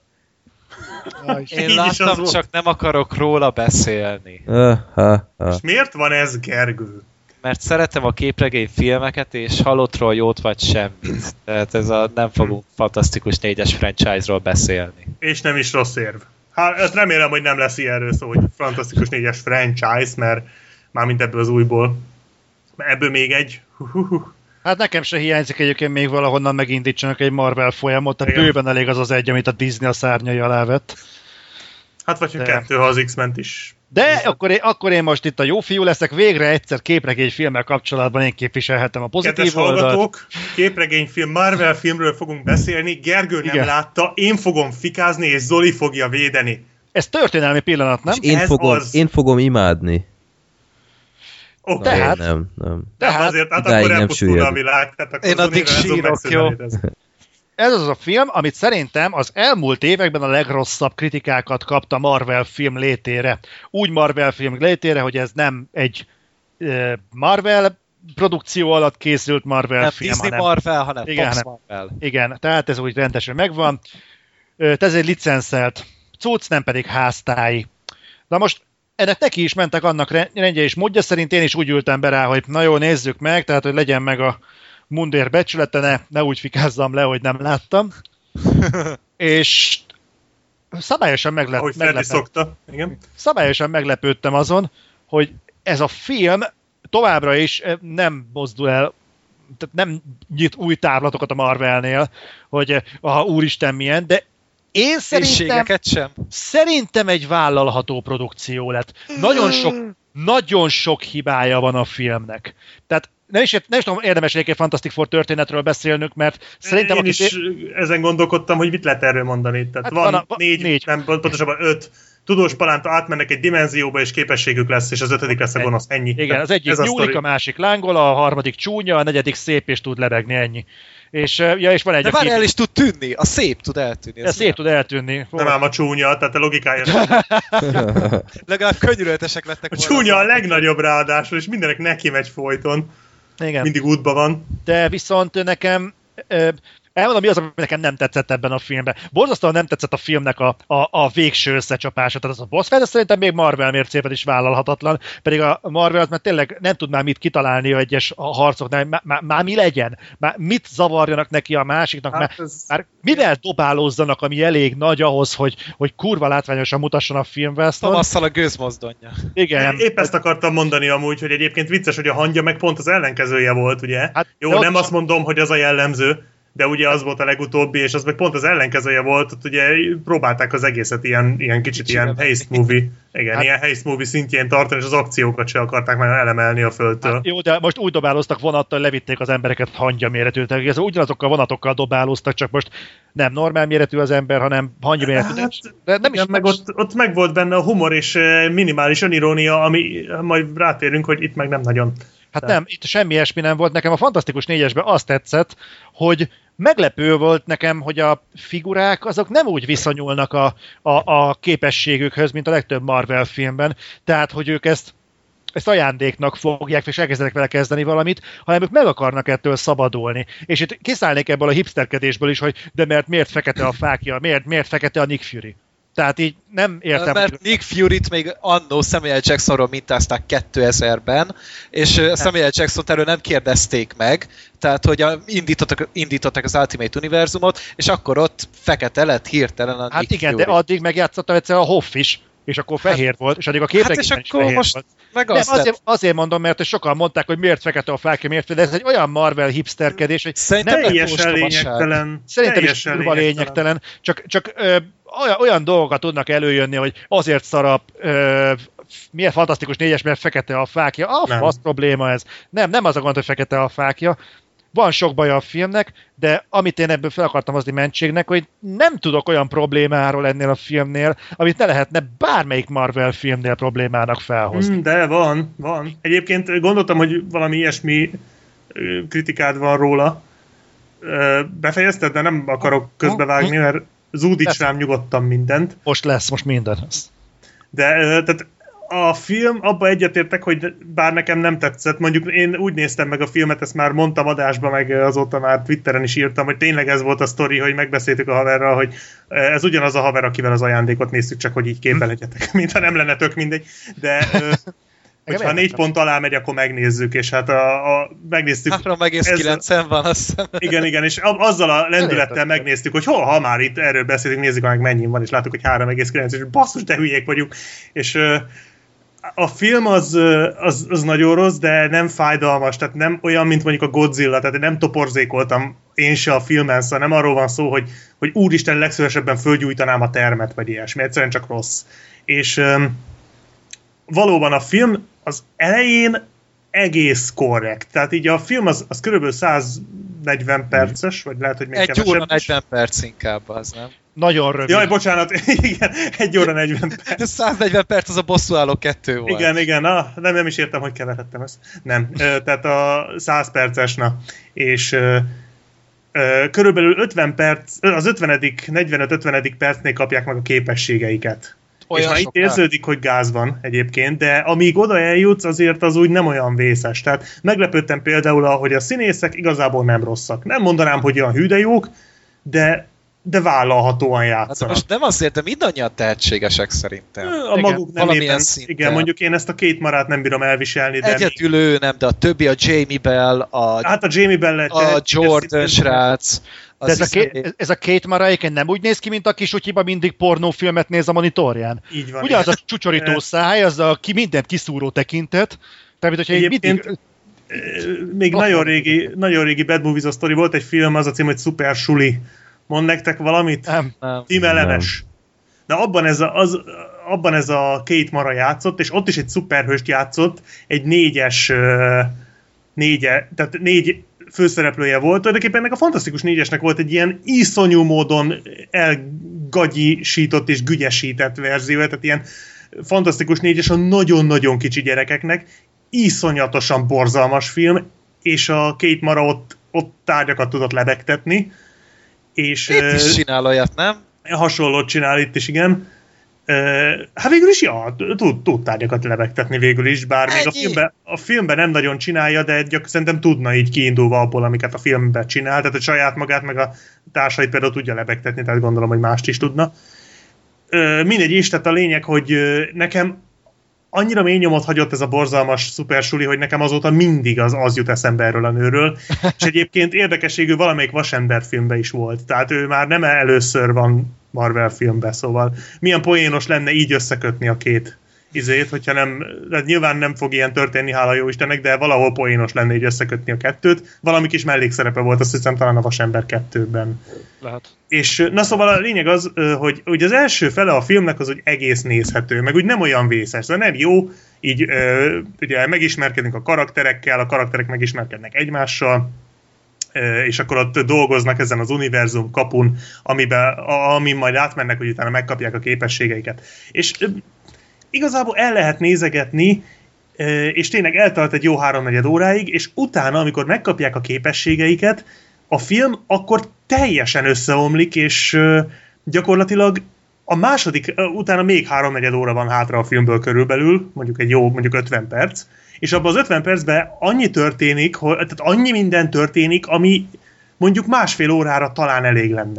Én láttam, csak nem akarok róla beszélni. És miért van ez, Gergő? Mert szeretem a képregény filmeket, és halottról jót vagy semmit. Tehát nem fogunk Fantasztikus 4-es franchise-ról beszélni. És nem is rossz érv. Hát remélem, hogy nem lesz ilyenről szó, hogy Fantasztikus 4-es franchise, mert mármint ebből az újból. Ebből még egy. Hát nekem se hiányzik egyébként még valahonnan megindítsanak egy Marvel folyamot, tehát bőven elég az egy, amit a Disney a szárnyai alá vett. Hát vagy a kettő, ha az X-ment is. De akkor én most itt a jó fiú leszek, végre egyszer képregényfilmmel kapcsolatban én képviselhetem a pozitív oldalt. Kedves hallgatók, képregényfilm, Marvel filmről fogunk beszélni, Gergő nem látta, én fogom fikázni, és Zoli fogja védeni. Ez történelmi pillanat, nem? Én fogom imádni. Tehát? Nem. Tehát azért, hát akkor elpusztulna a világ. Én addig sírok, jó? Ez az a film, amit szerintem az elmúlt években a legrosszabb kritikákat kapta Marvel film létére. Úgy Marvel film létére, hogy ez nem egy Marvel produkció alatt készült Marvel nem film, Disney Marvel, hanem Fox Marvel. Igen, tehát ez úgy rendesen megvan. Ez egy licenszelt cucc, nem pedig háztáji. Na most ennek neki is mentek annak rendje és módja szerint, én is úgy ültem be rá, hogy na jó, nézzük meg, tehát hogy legyen meg a mundér becsülete, ne úgy fikázzam le, hogy nem láttam. És szabályosan szabályosan meglepődtem azon, hogy ez a film továbbra is nem mozdul el, tehát nem nyit új távlatokat a Marvelnél, hogy úristen milyen, de én szerintem egy vállalható produkció lett. Nagyon sok hibája van a filmnek. Tehát nem is tudom, érdemes egy Fantastic Four történetről beszélnünk, mert szerintem... Én is ezen gondolkodtam, hogy mit lehet erről mondani. Tehát hát van négy, nem, pontosabban 5 tudós palánta, átmennek egy dimenzióba, és képességük lesz, és az 5. lesz a gonosz. Ennyi. Igen, az egyik nyúlik, a másik lángol, a harmadik csúnya, a negyedik szép, és tud lebegni, ennyi. És van egy... De várj, el is tud tűnni, a szép tud eltűnni. A szép tud eltűnni. Nem ám a csúnya, tehát a logikája. Legalább könyörületesek lettek volna. A csúnya a legnagyobb ráadásul, és mindenek neki megy folyton. Igen. Mindig útban van. De viszont nekem... elmondom, mi az, ami nekem nem tetszett ebben a filmben. Borzasztóan nem tetszett a filmnek a végső összecsapása. Tehát az a boss fight, szerintem még Marvel mércében is vállalhatatlan. Pedig a Marvel mert tényleg nem tud már mit kitalálni egyes harcoknál. Már mi legyen? Már mit zavarjanak neki a másiknak? Hát már mivel dobálózzanak, ami elég nagy ahhoz, hogy kurva látványosan mutasson a film Weston. Tavasszal a gőzmozdonja. Igen. Épp ezt akartam mondani amúgy, hogy egyébként vicces, hogy a hangja meg pont az ellenkezője volt, ugye? Hát, jó, nem azt mondom, hogy az a jellemző, de ugye az volt a legutóbbi, és az meg pont az ellenkezője volt, ott ugye próbálták az egészet ilyen kicsit ilyen heist movie, igen, ilyen heist movie szintjén tartani, és az akciókat se akarták már elemelni a földtől. Hát jó, de most úgy dobálóztak vonattal, levitték az embereket hangya méretű, tehát ez ugyanazokkal a vonatokkal dobálóztak, csak most nem normál méretű az ember, hanem hangya méretű. Hát, de nem is meg ott meg volt benne a humor és minimális önirónia, ami majd rátérünk, hogy itt meg nem nagyon. Hát nem, itt semmi ilyesmi nem volt. Nekem a Fantasztikus 4-esben azt tetszett, hogy meglepő volt nekem, hogy a figurák azok nem úgy viszonyulnak a képességükhöz, mint a legtöbb Marvel filmben. Tehát, hogy ők ezt ajándéknak fogják, és elkezdenek vele kezdeni valamit, hanem ők meg akarnak ettől szabadulni. És itt kiszállnék ebből a hipsterkedésből is, hogy de miért fekete a fákja, miért fekete a Nick Fury. Tehát így nem értem. Mert Nick Fury-t még annó Samuel Jacksonról mintázták 2000-ben, és Samuel Jackson-t erről nem kérdezték meg, tehát hogy indítottak az Ultimate Univerzumot, és akkor ott fekete lett hirtelen a Hát Nick igen, Fury. de addig megjátszottam egyszer a Hoff is, és akkor fehér volt, és addig a képregényben is fehér volt. Nem, azért mondom, mert sokan mondták, hogy miért fekete a fákja, miért, de ez egy olyan Marvel hipsterkedés, hogy szerintem teljesen lényegtelen. Szerintem is kurva lényegtelen. Csak olyan dolgokat tudnak előjönni, hogy azért szarap, milyen fantasztikus négyes, mert fekete a fákja. Fasz probléma ez. Nem az a gond, hogy fekete a fákja. Van sok baja a filmnek, de amit én ebből fel akartam hozni mentségnek, hogy nem tudok olyan problémáról ennél a filmnél, amit ne lehetne bármelyik Marvel filmnél problémának felhozni. De van. Egyébként gondoltam, hogy valami ilyesmi kritikád van róla. Befejezted, de nem akarok közbevágni, mert zúdíts rám nyugodtan mindent. Most minden. De tehát a film, abba egyetértek, hogy bár nekem nem tetszett, mondjuk én úgy néztem meg a filmet, ezt már mondtam adásba, meg azóta már Twitteren is írtam, hogy tényleg ez volt a sztori, hogy megbeszéltük a haverral, hogy ez ugyanaz a haver, akivel az ajándékot néztük, csak hogy így képbe legyetek, mintha nem lenne tök mindegy, de hogyha 4 pont alá megy, akkor megnézzük, és hát megnéztük. 3,9 van, azt hiszem. Igen, és azzal a lendülettel megnéztük, hogy ha már itt erről beszélünk, nézzük meg mennyi van, és láttuk, hogy 3,9, és basszus, de hülyék vagyunk, és a film az nagyon rossz, de nem fájdalmas, tehát nem olyan, mint mondjuk a Godzilla, tehát nem toporzékoltam én se a filmen, szóval nem arról van szó, hogy úristen, legszívesebben fölgyújtanám a termet, vagy ilyesmi, egyszerűen csak rossz. És valóban a film az elején egész korrekt, tehát így a film az körülbelül 140 perces, vagy lehet, hogy még kevesebb. 1 óra 40 perc inkább az, nem? Nagyon rövid. Jaj, bocsánat, igen, 1 óra 40 perc. 140 perc az a bosszúálló 2 volt. Igen, nem is értem, hogy keveredtem ezt. Nem, tehát a 100 perces, és körülbelül 50 perc, az 45-50 percnél kapják meg a képességeiket. Olyan és már itt érződik, hogy gáz van egyébként, de amíg oda eljutsz, azért az úgy nem olyan vészes. Tehát meglepődtem például, hogy a színészek igazából nem rosszak. Nem mondanám, hogy olyan hű de jók, de vállalhatóan játszanak. Hát most nem azért, de mindannyian tehetségesek szerintem. A maguk nemében. Igen, mondjuk én ezt a két marát nem bírom elviselni. De egyedül ő nem, de a többi, a Jamie Bell, hát a Jamie Bell, a Jordan srác. De ez a Kate Mara nem úgy néz ki, mint a kis utyiba mindig pornófilmet néz a monitorján. Így van. Ugyanaz a csúcsorító száj, az a mindent kiszúró tekintet. Tehát, hogyha mindig... Még nagyon régi Bad Movies sztori volt egy film, az a cím, hogy Super Suli. Mond nektek valamit? Nem. Tim Ellenes. De abban ez a Kate Mara játszott, és ott is egy szuperhőst játszott, egy tehát 4 főszereplője volt. Tulajdonképpen ennek a Fantasztikus 4-esnek volt egy ilyen iszonyú módon elgagyisított és gügyesített verzió, tehát ilyen Fantasztikus 4-es a nagyon-nagyon kicsi gyerekeknek, iszonyatosan borzalmas film, és a Kate Mara ott tárgyakat tudott lebegtetni. És, itt is csinál olyat, nem? Hasonlót csinál itt is, igen. Hát végül is, tud tárgyakat lebegtetni végül is, bár még a filmben nem nagyon csinálja, de szerintem tudna így kiindulva abból, amiket a filmben csinál, tehát a saját magát, meg a társait például tudja lebegtetni, tehát gondolom, hogy mást is tudna. Mindegy is, tehát a lényeg, hogy nekem annyira mély nyomot hagyott ez a borzalmas szupersuli, hogy nekem azóta mindig az jut eszembe erről a nőről. És egyébként érdekességű valamelyik Vasember filmben is volt. Tehát ő már nem először van Marvel filmben, szóval milyen poénos lenne így összekötni a két hogyha nem, de nyilván nem fog ilyen történni, hála jó Istennek, de valahol poénos lenne így összekötni a kettőt. Valami kis mellékszerepe volt, azt hiszem talán a Vasember 2-ben. Lehet. És na szóval a lényeg az, hogy az első fele a filmnek az úgy egész nézhető, meg úgy nem olyan vészes, de nem jó, így ugye megismerkedünk a karakterekkel, a karakterek megismerkednek egymással, és akkor ott dolgoznak ezen az univerzum kapun, amin majd átmennek, hogy utána megkapják a képességeiket. És igazából el lehet nézegetni, és tényleg eltart egy jó 3-4 óráig, és utána, amikor megkapják a képességeiket, a film akkor teljesen összeomlik, és gyakorlatilag a második, utána még 3-4 óra van hátra a filmből körülbelül, mondjuk 50 perc, és abban az 50 percben annyi történik, tehát annyi minden történik, ami mondjuk 1,5 órára talán elég lenne.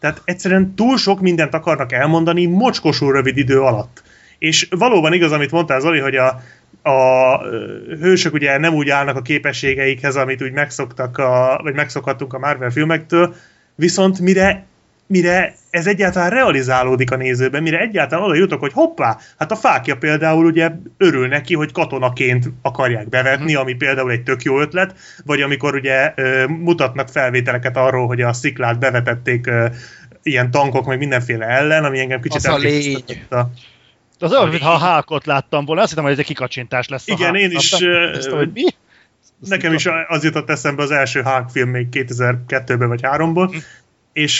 Tehát egyszerűen túl sok mindent akarnak elmondani mocskosul rövid idő alatt. És valóban igaz, amit mondtál, Zoli, hogy a hősök ugye nem úgy állnak a képességeikhez, amit úgy vagy megszokhattunk a Marvel filmektől, viszont mire ez egyáltalán realizálódik a nézőben, mire egyáltalán oda jutok, hogy hoppá, hát a Fákja például ugye örül neki, hogy katonaként akarják bevetni, ami például egy tök jó ötlet, vagy amikor ugye mutatnak felvételeket arról, hogy a Sziklát bevetették ilyen tankok, meg mindenféle ellen, ami engem kicsit elkészített. Az olyan, mintha a Hulkot láttam volna, azt hittem, hogy ez egy kikacsintás lesz. Igen, én is. Hogy mi? Nekem is az jutott eszembe az első Hulk film még 2002-ben vagy 2003-ból, és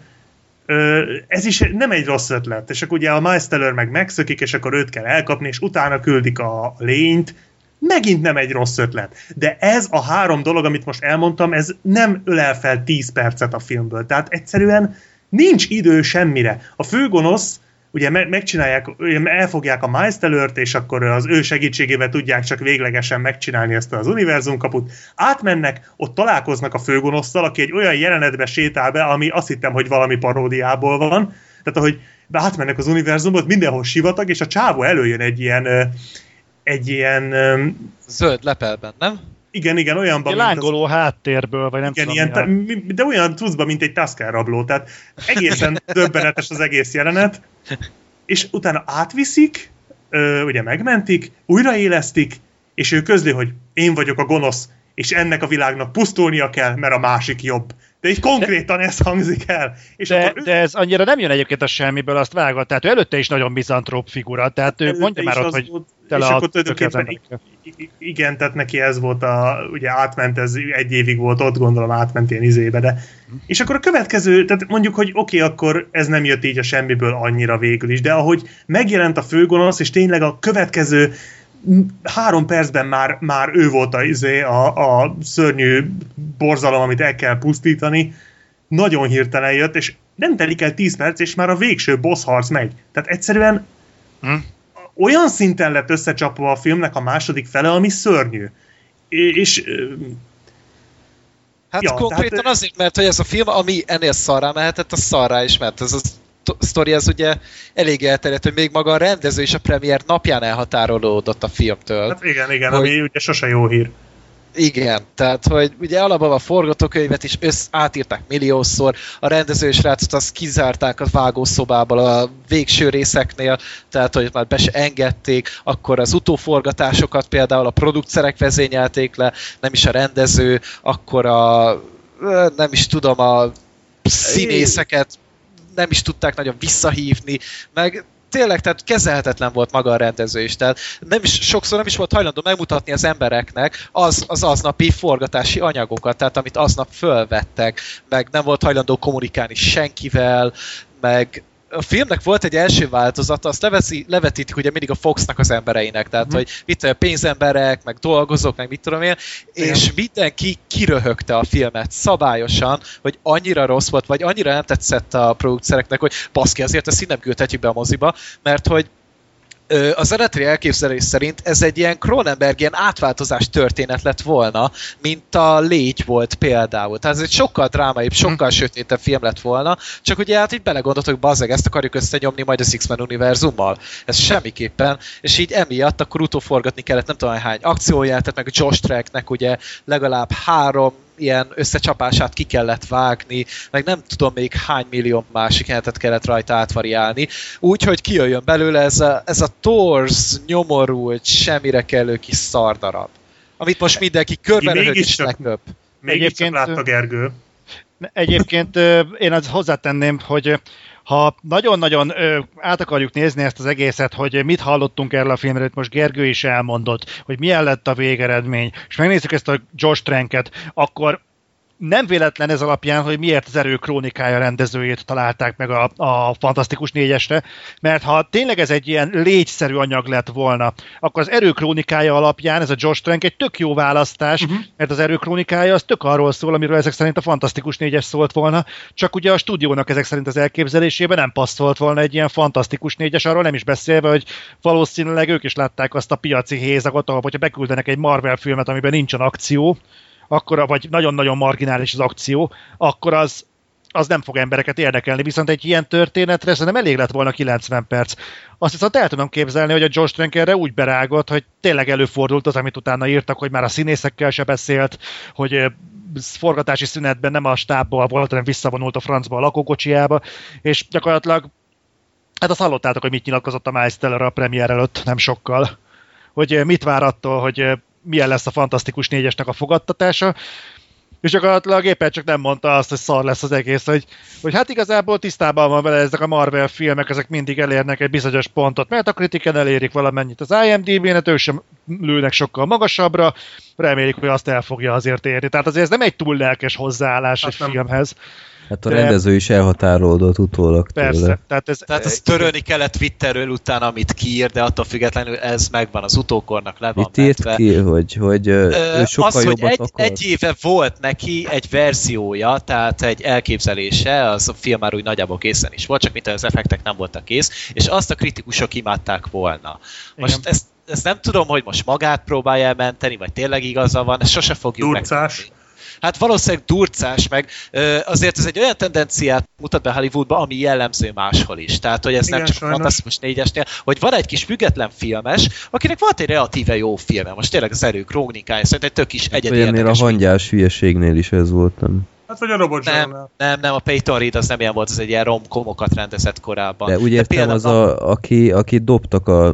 ez is nem egy rossz ötlet. És akkor ugye a Miles Teller meg megszökik, és akkor őt kell elkapni, és utána küldik a lényt. Megint nem egy rossz ötlet. De ez a 3 dolog, amit most elmondtam, ez nem ölel fel 10 percet a filmből. Tehát egyszerűen nincs idő semmire. A főgonosz ugye megcsinálják, elfogják a Miles Tellert, és akkor az ő segítségével tudják csak véglegesen megcsinálni ezt az univerzumkaput. Átmennek, ott találkoznak a főgonosszal, aki egy olyan jelenetbe sétál be, ami azt hittem, hogy valami paródiából van. Tehát, ahogy átmennek az univerzumot, mindenhol sivatag, és a csávó előjön egy ilyen zöld lepelben, nem? Igen, olyanban. Egy lángoló háttérből, vagy nem igen, tudom. De olyan cuccban, mint egy Tusker rabló. Tehát egészen döbbenetes az egész jelenet. És utána átviszik, ugye megmentik, újraélesztik, és ő közli, hogy én vagyok a gonosz, és ennek a világnak pusztulnia kell, mert a másik jobb. De így konkrétan ez hangzik el. És de ez annyira nem jön egyébként a semmiből, azt vágod. Tehát ő előtte is nagyon mizantróp figura. Tehát ő mondja már ott, hogy tele és akkor tulajdonképpen igen, tehát neki ez volt ugye átment, ez 1 évig volt ott, gondolom átment ilyen izébe, de és akkor a következő, tehát mondjuk, hogy oké, akkor ez nem jött így a semmiből annyira végül is, de ahogy megjelent a főgonosz, és tényleg a következő 3 percben már ő volt a szörnyű borzalom, amit el kell pusztítani, nagyon hirtelen jött, és nem telik el 10 perc, és már a végső boss harc megy. Tehát egyszerűen olyan szinten lett összecsapva a filmnek a második fele, ami szörnyű. És hát ja, konkrétan azért, mert hogy ez a film, ami ennél szarrá mehetett, a szarrá is, mert ez a sztori, ez ugye elég elterjedt, hogy még maga a rendező és a premier napján elhatárolódott a filmtől. Hát igen, hogy, ami ugye sose jó hír. Igen, tehát, hogy ugye alapban a forgatókönyvet is átírták milliószor, a rendező srácot azt kizárták a vágószobából a végső részeknél, tehát, hogy már be se engedték, akkor az utóforgatásokat például a producerek vezényelték le, nem is a rendező, akkor nem is tudom, a színészeket nem is tudták nagyon visszahívni, meg tényleg, tehát kezelhetetlen volt maga a rendező is. Tehát sokszor nem is volt hajlandó megmutatni az embereknek az aznapi forgatási anyagokat, tehát amit aznap fölvettek, meg nem volt hajlandó kommunikálni senkivel, meg a filmnek volt egy első változata, azt levetítik ugye mindig a Foxnak az embereinek, tehát hogy mit pénzemberek, meg dolgozók, meg mit tudom én, és mindenki kiröhögte a filmet szabályosan, hogy annyira rossz volt, vagy annyira nem tetszett a producereknek, hogy baszki, azért ezt így nem küldhetjük be a moziba, mert hogy az eredeti elképzelés szerint ez egy ilyen Cronenberg ilyen átváltozás történet lett volna, mint a Légy volt például. Tehát ez egy sokkal drámaibb, sokkal sötétebb film lett volna, csak ugye hát így belegondoltok, bazzeg, ezt akarjuk összenyomni majd az X-Men univerzummal. Ez semmiképpen. És így emiatt akkor utóforgatni kellett nem tudom hány akciójátet, meg a Josh Tranknek ugye legalább 3 ilyen összecsapását ki kellett vágni, meg nem tudom még hány millió másik jelentet kellett rajta átvariálni. Úgyhogy kijöjjön belőle ez a torz, nyomorult, semmire kellő kis szardarab. Amit most mindenki körbe röhög és leköp. Mégis csak látta Gergő. Egyébként én azt hozzátenném, hogy ha nagyon-nagyon át akarjuk nézni ezt az egészet, hogy mit hallottunk erről a filmről, hogy most Gergő is elmondott, hogy milyen lett a végeredmény, és megnézzük ezt a Josh Tranket, akkor nem véletlen ez alapján, hogy miért az Erő krónikája rendezőjét találták meg a Fantasztikus 4-esre, mert ha tényleg ez egy ilyen légyszerű anyag lett volna, akkor az Erő krónikája alapján ez a Josh Trank egy tök jó választás, mert az Erő krónikája az tök arról szól, amiről ezek szerint a Fantasztikus 4-es szólt volna, csak ugye a stúdiónak ezek szerint az elképzelésében nem passzolt volna egy ilyen Fantasztikus 4-es, arról nem is beszélve, hogy valószínűleg ők is látták azt a piaci hézagot, ahol hogyha beküldenek egy Marvel filmet, amiben nincsen akció, akkor, vagy nagyon-nagyon marginális az akció, akkor az az nem fog embereket érdekelni, viszont egy ilyen történetre szerintem elég lett volna 90 perc. Azt viszont el tudom képzelni, hogy a Josh Trank erre úgy berágott, hogy tényleg előfordult az, amit utána írtak, hogy már a színészekkel se beszélt, hogy forgatási szünetben nem a stábból volt, hanem visszavonult a francba a lakókocsiába, és gyakorlatilag hát azt hallottátok, hogy mit nyilatkozott a Miles Teller a premier előtt nem sokkal, hogy mit vár attól, hogy milyen lesz a Fantasztikus 4-esnek a fogadtatása, és gyakorlatilag éppen csak nem mondta azt, hogy szar lesz az egész, hogy hát igazából tisztában van vele, ezek a Marvel filmek, ezek mindig elérnek egy bizonyos pontot, mert a kritiken elérik valamennyit az IMDb-net, ők sem lőnek sokkal magasabbra, remélik, hogy azt el fogja azért érni. Tehát azért ez nem egy túl lelkes hozzáállás egy filmhez. Hát a rendező is elhatárolódott utólag tőle. Persze. Tehát ezt törölni kellett Twitterről utána, amit kiír, de attól függetlenül ez megvan, az utókornak le van mit írt ki, hogy ő sokkal az, jobbat hogy akar? egy éve volt neki egy verziója, tehát egy elképzelése, az a film már úgy nagyjából készen is volt, csak mint az effektek nem voltak kész, és azt a kritikusok imádták volna. Most ezt nem tudom, hogy most magát próbálja elmenteni, vagy tényleg igaza van, ezt sose fogjuk megtudni. Hát valószínűleg durcás, meg azért ez egy olyan tendenciát mutat be Hollywoodba, ami jellemző máshol is. Tehát, hogy ez igen, nem csak a Fantasztikus 4-esnél, hogy van egy kis független filmes, akinek volt egy relatíve jó filme. Most tényleg az Erő Krónikája, szerintem egy tök is egyedi érdekes. Ennél a hangyás hülyeségnél is ez volt, nem? Hát vagy a Robot Zsarnál. Nem, a Peyton Reed az nem ilyen volt, az egy ilyen rom-komokat rendezett korábban. De úgy értem, az aki dobtak a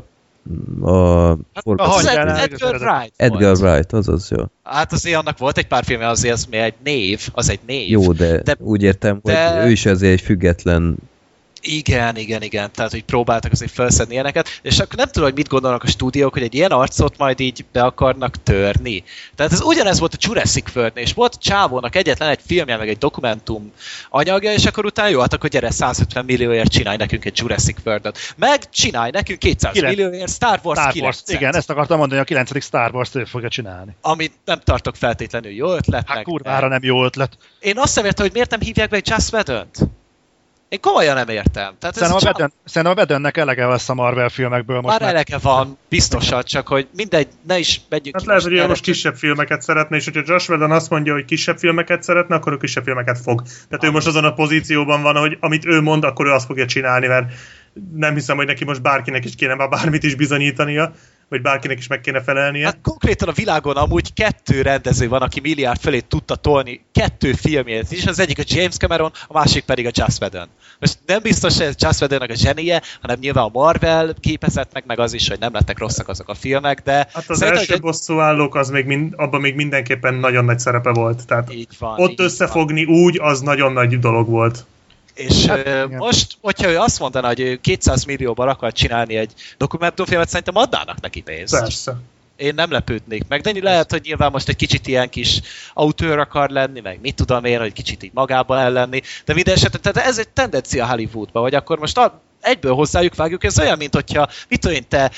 Edgar Wright. Edgar Wright, azaz, jó. Hát azért annak volt egy pár filme, azért az egy név, az egy név. Jó, de úgy értem, hogy ő is azért egy független... Igen, tehát hogy próbáltak azért felszedni ilyeneket, és akkor nem tudom, hogy mit gondolnak a stúdiók, hogy egy ilyen arcot majd így be akarnak törni. Tehát ez ugyanez volt a Jurassic World-nél, és volt a csávónak egyetlen egy filmje, meg egy dokumentum anyagja, és akkor utána jó, hát akkor gyere 150 millióért csinálj nekünk egy Jurassic World-ot. Meg csinálj nekünk 200 millióért Star Wars 9-et. Igen, ezt akartam mondani, a 9. Star Wars-t ő fogja csinálni. Amit nem tartok feltétlenül jó ötletnek. Hát kurvára nem jó ötlet. Én azt sem értem, hogy miért nem hívják be egy Joss Whedont. Én komolyan nem értem. Szerintem a Whedonnek elege lesz a Marvel filmekből most. Már elege van, biztosan, csak hogy mindegy, ne is megyünk hát ki. Hát lehet, hogy most kisebb filmeket szeretne, és hogyha Joss Whedon azt mondja, hogy kisebb filmeket szeretne, akkor ő kisebb filmeket fog. Tehát ő most azon a pozícióban van, hogy amit ő mond, akkor ő azt fogja csinálni, mert nem hiszem, hogy neki most bárkinek is kéne már bármit is bizonyítania, vagy bárkinek is meg kéne felelnie. Hát konkrétan a világon amúgy 2 rendező van, aki milliárd fölé tudta tolni 2 filmjét is, az egyik a James Cameron, a másik pedig a Joss Whedon. Most nem biztos, hogy ez Joss Whedonnak a zsenie, hanem nyilván a Marvel gépezetnek, meg az is, hogy nem lettek rosszak azok a filmek, de... Hát az első bosszúállók, az abban még mindenképpen nagyon nagy szerepe volt. Tehát így van, ott összefogni úgy, az nagyon nagy dolog volt. És most, hogyha ő azt mondaná, hogy ő 200 millióban akar csinálni egy dokumentumfilmet, szerintem adnának neki pénzt. Persze. Én nem lepődnék meg, de lehet, hogy nyilván most egy kicsit ilyen kis autőr akar lenni, meg mit tudom én, hogy kicsit így magában el lenni, de minden esetben tehát ez egy tendencia Hollywoodban, hogy akkor most egyből hozzájuk vágjuk, ez olyan, mint hogyha, mit tudom én, te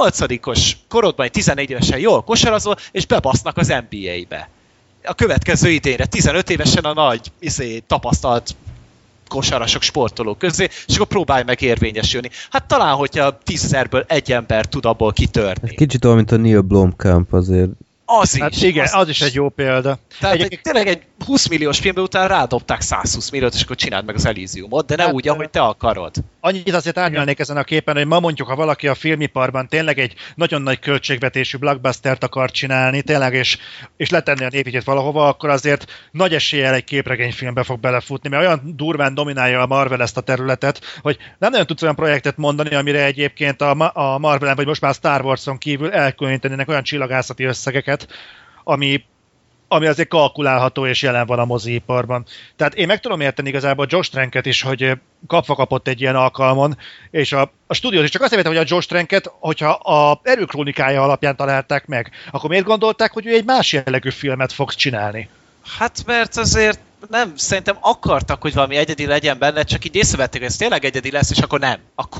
8-os korodban, 14 évesen jól kosarazol, és bebasznak az NBA-be. A következő idénre, 15 évesen a nagy tapasztalt kosarasok, sportolók közé, és akkor próbálj meg érvényesülni. Hát talán, hogyha 10.000-ből egy ember tud abból kitörni. Kicsit olyan, mint a Neil Blomkamp azért. Az is. Hát igen, az is egy jó példa. Tehát tényleg egy 20 milliós filmbe után rádobták 120 milliót, és akkor csináld meg az Elysiumot, de ne úgy, ahogy te akarod. Annyit azért árnyalnék ezen a képen, hogy ma mondjuk, ha valaki a filmiparban tényleg egy nagyon nagy költségvetésű blockbustert akar csinálni, tényleg, és letenni a népítét valahova, akkor azért nagy eséllyel egy képregényfilmbe fog belefutni, mert olyan durván dominálja a Marvel ezt a területet, hogy nem nagyon tudsz olyan projektet mondani, amire egyébként a Marvelen, vagy most már Star Wars-on kívül elkülönítenének olyan csillagászati összegeket, ami azért kalkulálható és jelen van a moziiparban. Tehát én meg tudom érteni igazából Josh Tranket is, hogy kapott egy ilyen alkalmon, és a stúdiót is csak azt értem, hogy a Josh Tranket, hogyha a Erő Krónikája alapján találták meg, akkor miért gondolták, hogy ő egy más jellegű filmet fog csinálni? Hát mert azért nem, szerintem akartak, hogy valami egyedi legyen benne, csak így észrevették, hogy ez tényleg egyedi lesz, és akkor nem.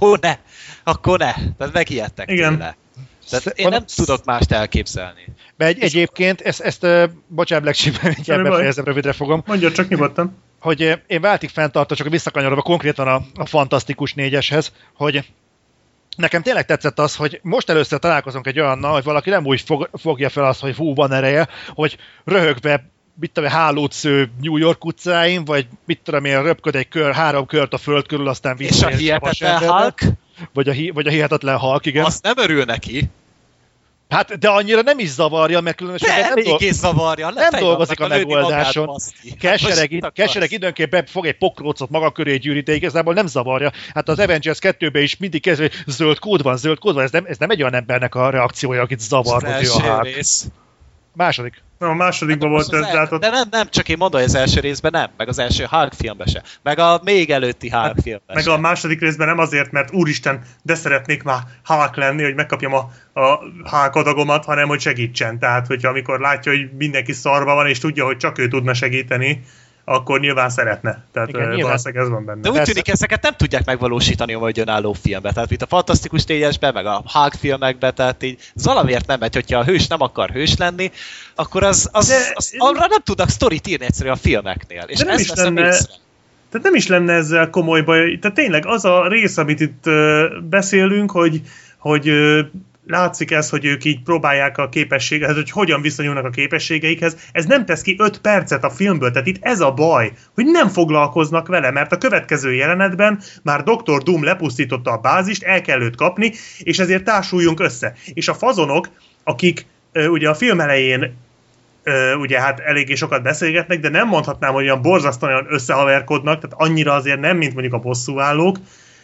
Akkor ne. Tehát megijedtek tőle. Tehát én nem tudok mást elképzelni. Mert egyébként, ezt bocsánat, Black Sheep, mindjárt befejezem, rövidre fogom. Mondja, csak nyugodtan. Hogy én váltig fenntartom, csak visszakanyarodva konkrétan a Fantasztikus 4-eshez, hogy nekem tényleg tetszett az, hogy most először találkozunk egy olyannal, hogy valaki nem úgy fogja fel azt, hogy hú, van ereje, hogy röhögve mit tudom, hálócő New York utcáin, vagy mit tudom én, röpköd egy 3 kört a föld körül, aztán vissza. És a hihetetlen Hulk? Vagy a hihetetlen Hulk, igen. Azt nem örül neki. Hát, de annyira nem is zavarja, mert különösen nem dolgozik a megoldáson. Kesereg időnként fog egy pokrócot maga köré gyűrít, de igazából nem zavarja. Hát az Avengers 2-ben is mindig kezdve, hogy zöld kód van. Ez nem egy olyan embernek a reakciója, akit zavar, hogy ő a Hulk. Második. Nem, a másodikban volt ez. De nem, csak én mondom, hogy az első részben nem, meg az első Hulk filmben se, meg a még előtti Hulk filmben meg se. A második részben nem azért, mert úristen, de szeretnék már Hulk lenni, hogy megkapjam a Hulk adagomat, hanem hogy segítsen. Tehát, hogyha amikor látja, hogy mindenki szarba van, és tudja, hogy csak ő tudna segíteni, akkor nyilván szeretne. Tehát valószínűleg ez van benne. De úgy tűnik, ezeket nem tudják megvalósítani a önálló filmbe. Tehát itt a Fantasztikus 4-esben, meg a Hulk filmekben, tehát így valamiért nem megy, hogyha a hős nem akar hős lenni, akkor arra nem tudnak sztorit írni egyszerűen a filmeknél. És nem is lenne, tehát nem is lenne ezzel komoly baj. Tehát tényleg az a rész, amit itt beszélünk, hogy látszik ez, hogy ők így próbálják a képességhez, hogy hogyan viszonyulnak a képességeikhez. Ez nem tesz ki 5 percet a filmből, tehát itt ez a baj, hogy nem foglalkoznak vele, mert a következő jelenetben már Dr. Doom lepusztította a bázist, el kell őt kapni, és ezért társuljunk össze. És a fazonok, akik ugye a film elején ugye hát eléggé sokat beszélgetnek, de nem mondhatnám, hogy olyan borzasztóan összehaverkodnak, tehát annyira azért nem, mint mondjuk a bosszúállók.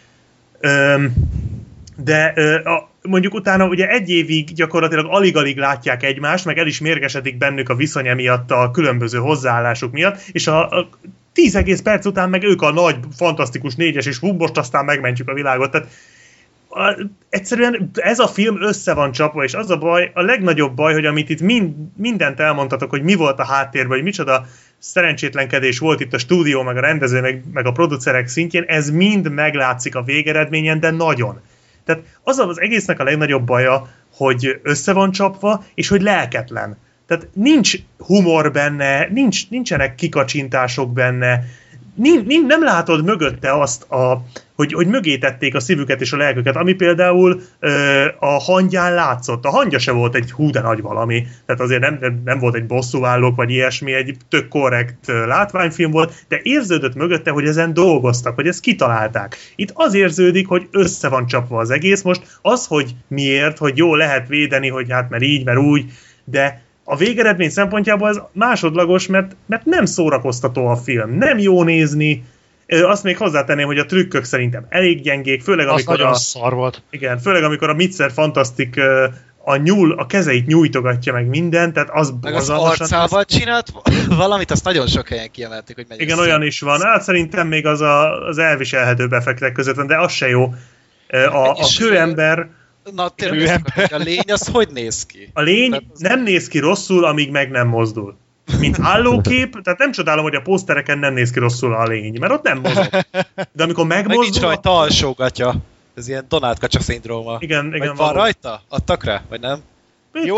De mondjuk utána ugye egy évig gyakorlatilag alig-alig látják egymást, meg el is mérgesedik bennük a viszony emiatt, a különböző hozzáállásuk miatt, és a 10 egész perc után meg ők a nagy, fantasztikus 4-es, és most aztán megmentjük a világot. Tehát egyszerűen ez a film össze van csapva, és az a baj, a legnagyobb baj, hogy amit itt mindent elmondtatok, hogy mi volt a háttérben, hogy micsoda szerencsétlenkedés volt itt a stúdió, meg a rendező, meg a producerek szintjén, ez mind meglátszik a végeredményen, de nagyon. Tehát az egésznek a legnagyobb baja, hogy össze van csapva, és hogy lelketlen. Tehát nincs humor benne, nincsenek kikacsintások benne, nem látod mögötte azt, hogy mögé tették a szívüket és a lelküket, ami például a hangyán látszott. A hangya se volt egy hú de nagy valami, tehát azért nem volt egy bosszúállók vagy ilyesmi, egy tök korrekt látványfilm volt, de érződött mögötte, hogy ezen dolgoztak, hogy ezt kitalálták. Itt az érződik, hogy össze van csapva az egész. Most az, hogy miért, hogy jó lehet védeni, hogy hát mert így, mert úgy, de a végeredmény szempontjából ez másodlagos, mert nem szórakoztató a film, nem jó nézni. Azt még hozzátenném, hogy a trükkök szerintem elég gyengék, főleg amikor nagyon szar volt. Igen, főleg amikor a Mr. Fantastic a kezeit nyújtogatja meg mindent, tehát az meg az arcával csinált valamit, azt nagyon sok helyen kiemelték, hogy mennyire. Igen, olyan is van. Hát szerintem még az elviselhetőbb effektek között van, de az se jó. A kőember... Na tényleg, a lény az hogy néz ki? A lény nem néz ki rosszul, amíg meg nem mozdul. Mint állókép, tehát nem csodálom, hogy a posztereken nem néz ki rosszul a lény, mert ott nem mozog. De amikor megmozdul... Meg nincs rajta alsógatja. Ez ilyen Donald Kacsa szindróma. Igen, van rajta? Adtak rá? Vagy nem? Jó,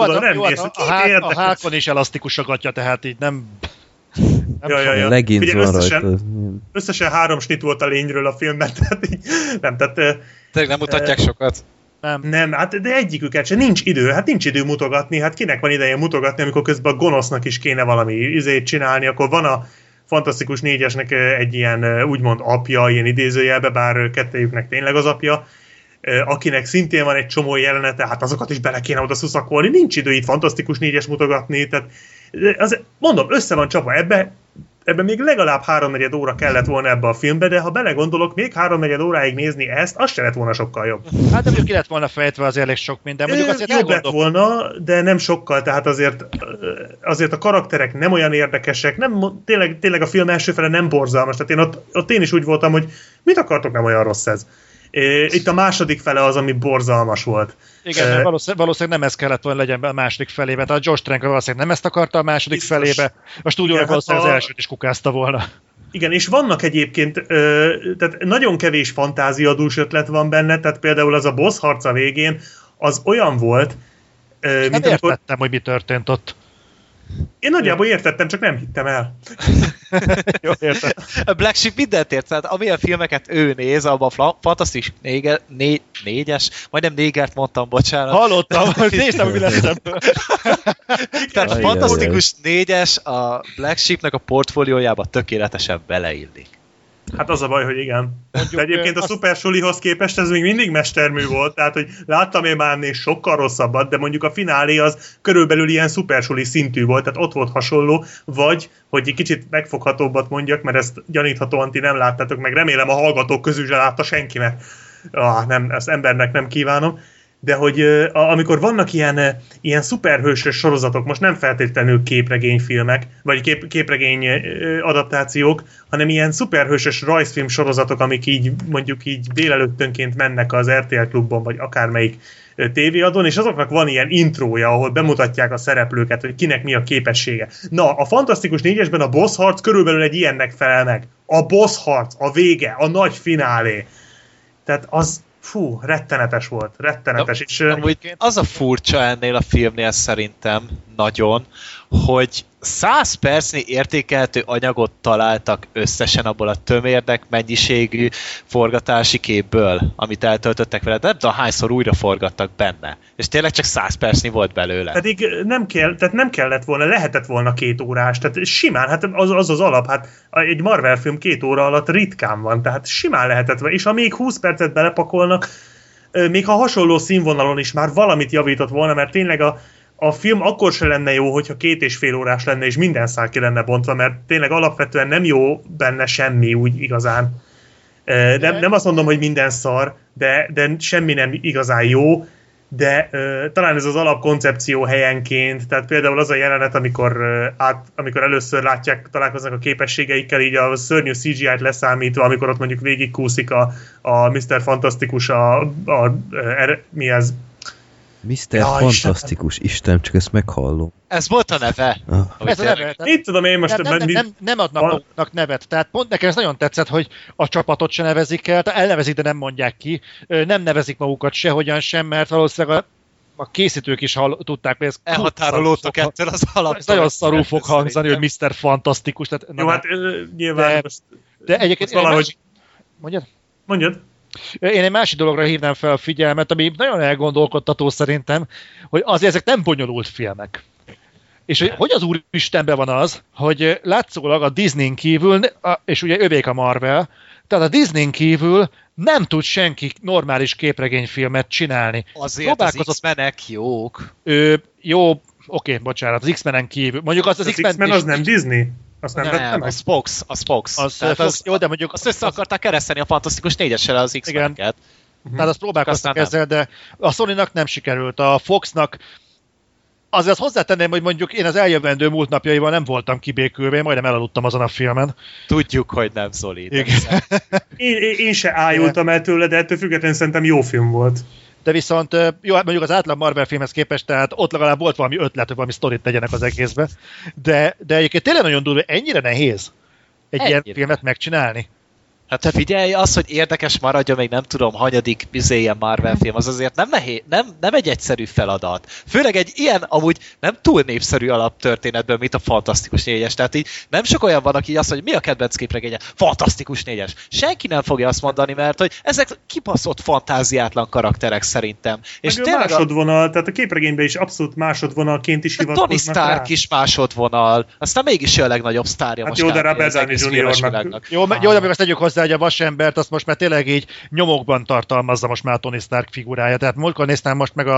a hákon is elasztikus a gatya, tehát így nem... Ja. Legint van rajta. Összesen 3 snit volt a lényről a filmben, tehát így nem, tehát... Tényleg nem mutatják sokat? Nem, hát de egyiküket sem, nincs idő, hát nincs idő mutogatni, hát kinek van ideje mutogatni, amikor közben a gonosznak is kéne valami izét csinálni, akkor van a Fantasztikus 4-esnek egy ilyen úgymond apja, ilyen idézőjelbe, bár kettejüknek tényleg az apja, akinek szintén van egy csomó jelenete, hát azokat is bele kéne oda szuszakolni, nincs idő itt Fantasztikus 4-es mutogatni, tehát mondom, össze van csapva ebben még legalább 3-4 óra kellett volna ebbe a filmbe, de ha belegondolok, még 3-4 óráig nézni ezt, az se lett volna sokkal jobb. Hát de mondjuk ki lett volna fejtve azért elég sok minden. Mondjuk azért jobb lett volna, de nem sokkal, tehát azért a karakterek nem olyan érdekesek, tényleg a film első fele nem borzalmas, tehát ott én is úgy voltam, hogy mit akartok, nem olyan rossz ez. Itt a második fele az, ami borzalmas volt. Igen, valószínűleg nem ez kellett volna legyen a második felébe. Tehát Josh Trank valószínűleg nem ezt akarta a második felébe. A stúdiónak valószínűleg az elsőt is kukázta volna. Igen, és vannak egyébként, tehát nagyon kevés fantáziadús ötlet van benne, tehát például az a boss harca végén, az olyan volt, mint értettem, hogy mi történt ott. Én nagyjából értettem, csak nem hittem el. Jó, értem. A Black Sheep mindent ért, tehát amilyen filmeket ő néz, abban a fantasztikus négyes, majdnem négert mondtam, bocsánat. Hallottam, hogy néztem, mi lesz ebből. Tehát a fantasztikus négyes a Black Sheepnek a portfóliójába tökéletesen beleillik. Hát az a baj, hogy igen. De egyébként a Super Sulihoz képest ez még mindig mestermű volt, tehát hogy láttam én már ennél sokkal rosszabbat, de mondjuk a finálé az körülbelül ilyen Super Suli szintű volt, tehát ott volt hasonló, vagy, hogy egy kicsit megfoghatóbbat mondjak, mert ezt gyaníthatóan ti nem láttátok, meg remélem a hallgatók közül se látta senki, mert nem, ezt embernek nem kívánom, de hogy amikor vannak ilyen szuperhősös sorozatok, most nem feltétlenül képregényfilmek, vagy képregény adaptációk, hanem ilyen szuperhősös rajzfilm sorozatok, amik így mondjuk így délelőttönként mennek az RTL Klubban, vagy akármelyik tévéadón, és azoknak van ilyen intrója, ahol bemutatják a szereplőket, hogy kinek mi a képessége. Na, a Fantasztikus négyesben a boss harc körülbelül egy ilyennek felel meg. A boss harc, a vége, a nagy finálé. Tehát az rettenetes volt, rettenetes. És az a furcsa ennél a filmnél szerintem nagyon, hogy 100 percnyi értékelhető anyagot találtak összesen abból a tömérdek mennyiségű forgatási képből, amit eltöltöttek vele. Nem tudom, hányszor újra forgattak benne. És tényleg csak 100 percnyi volt belőle. Pedig nem kellett volna, lehetett volna 2 órás. Tehát simán, hát az alap, hát egy Marvel film 2 óra alatt ritkán van, tehát simán lehetett volna. És ha még 20 percet belepakolnak, még ha hasonló színvonalon is már valamit javított volna, mert tényleg a film akkor se lenne jó, hogyha 2,5 órás lenne, és minden szál ki lenne bontva, mert tényleg alapvetően nem jó benne semmi úgy igazán. Nem azt mondom, hogy minden szar, de semmi nem igazán jó, de talán ez az alapkoncepció helyenként, tehát például az a jelenet, amikor először találkoznak a képességeikkel, így a szörnyű CGI-t leszámítva, amikor ott mondjuk végigkúszik a Mr. Fantasztikus, mi ez? Mr. Fantasztikus, Isten, csak ezt meghallom. Ez volt a neve. Ez a neve. Itt tudom én most... Nem adnak maguknak nevet. Tehát pont nekem ez nagyon tetszett, hogy a csapatot se nevezik el, tehát elnevezik, de nem mondják ki. Nem nevezik magukat sehogyan sem, mert valószínűleg a készítők is tudták, hogy ez elhatárolódtak ettől az alaptól. Ez nagyon szarul fog hangzani, hogy Mr. Fantasztikus. Tehát, jó, hát nyilván... De egyébként... Valahogy... Mondjad. Én egy másik dologra hívnám fel a figyelmet, ami nagyon elgondolkodtató szerintem, hogy azért ezek nem bonyolult filmek. És hogy az úristenben van az, hogy látszólag a Disneyn kívül, és ugye övék a Marvel, tehát a Disneyn kívül nem tud senki normális képregényfilmet csinálni. Azért az X-menek jók. Jó, oké, bocsánat, az X-menen kívül. Mondjuk az X-Men az nem Disney? Nem, az Fox. Jó, de mondjuk... Azt össze akarták kereszteni a Fantasztikus 4-essel az X-meneket. Tehát azt próbálkoztak ezzel, de a Sony-nak nem sikerült. A Foxnak azért azt hozzátenném, hogy mondjuk én az eljövendő múlt napjaival nem voltam kibékülve, én majdnem elaludtam azon a filmen. Tudjuk, hogy nem, Zoli. Én se ájultam el tőle, de ettől függetlenül szerintem jó film volt. De viszont, jó, hát mondjuk az átlag Marvel filmhez képest, tehát ott legalább volt valami ötlet, hogy valami sztorit tegyenek az egészbe. De egyébként tényleg nagyon durva, ennyire nehéz egy ilyen filmet megcsinálni. Hát figyelj, az, hogy érdekes maradjon, még nem tudom, hanyadik ilyen Marvel film, az azért nem nehéz, nem egy egyszerű feladat. Főleg egy ilyen, amúgy nem túl népszerű alaptörténetből, mint a Fantasztikus 4-es. Tehát így nem sok olyan van, aki azt mondja, mi a kedvenc képregénye? Fantasztikus 4-es. Senki nem fogja azt mondani, mert hogy ezek kibaszott fantáziátlan karakterek szerintem. És másodvonal, tehát a képregényben is abszolút másodvonalként is hivatkoznak Tony Stark is másodvonal. Aztán mégis a legnagyobb sztárja hát most. Jó, de Robert Downey Jr.-nak. Jó, de még azt tegyük hozzá, hogy a vasembert azt most már tényleg így nyomokban tartalmazza most már a Tony Stark figurája. Tehát múltkor néztem most meg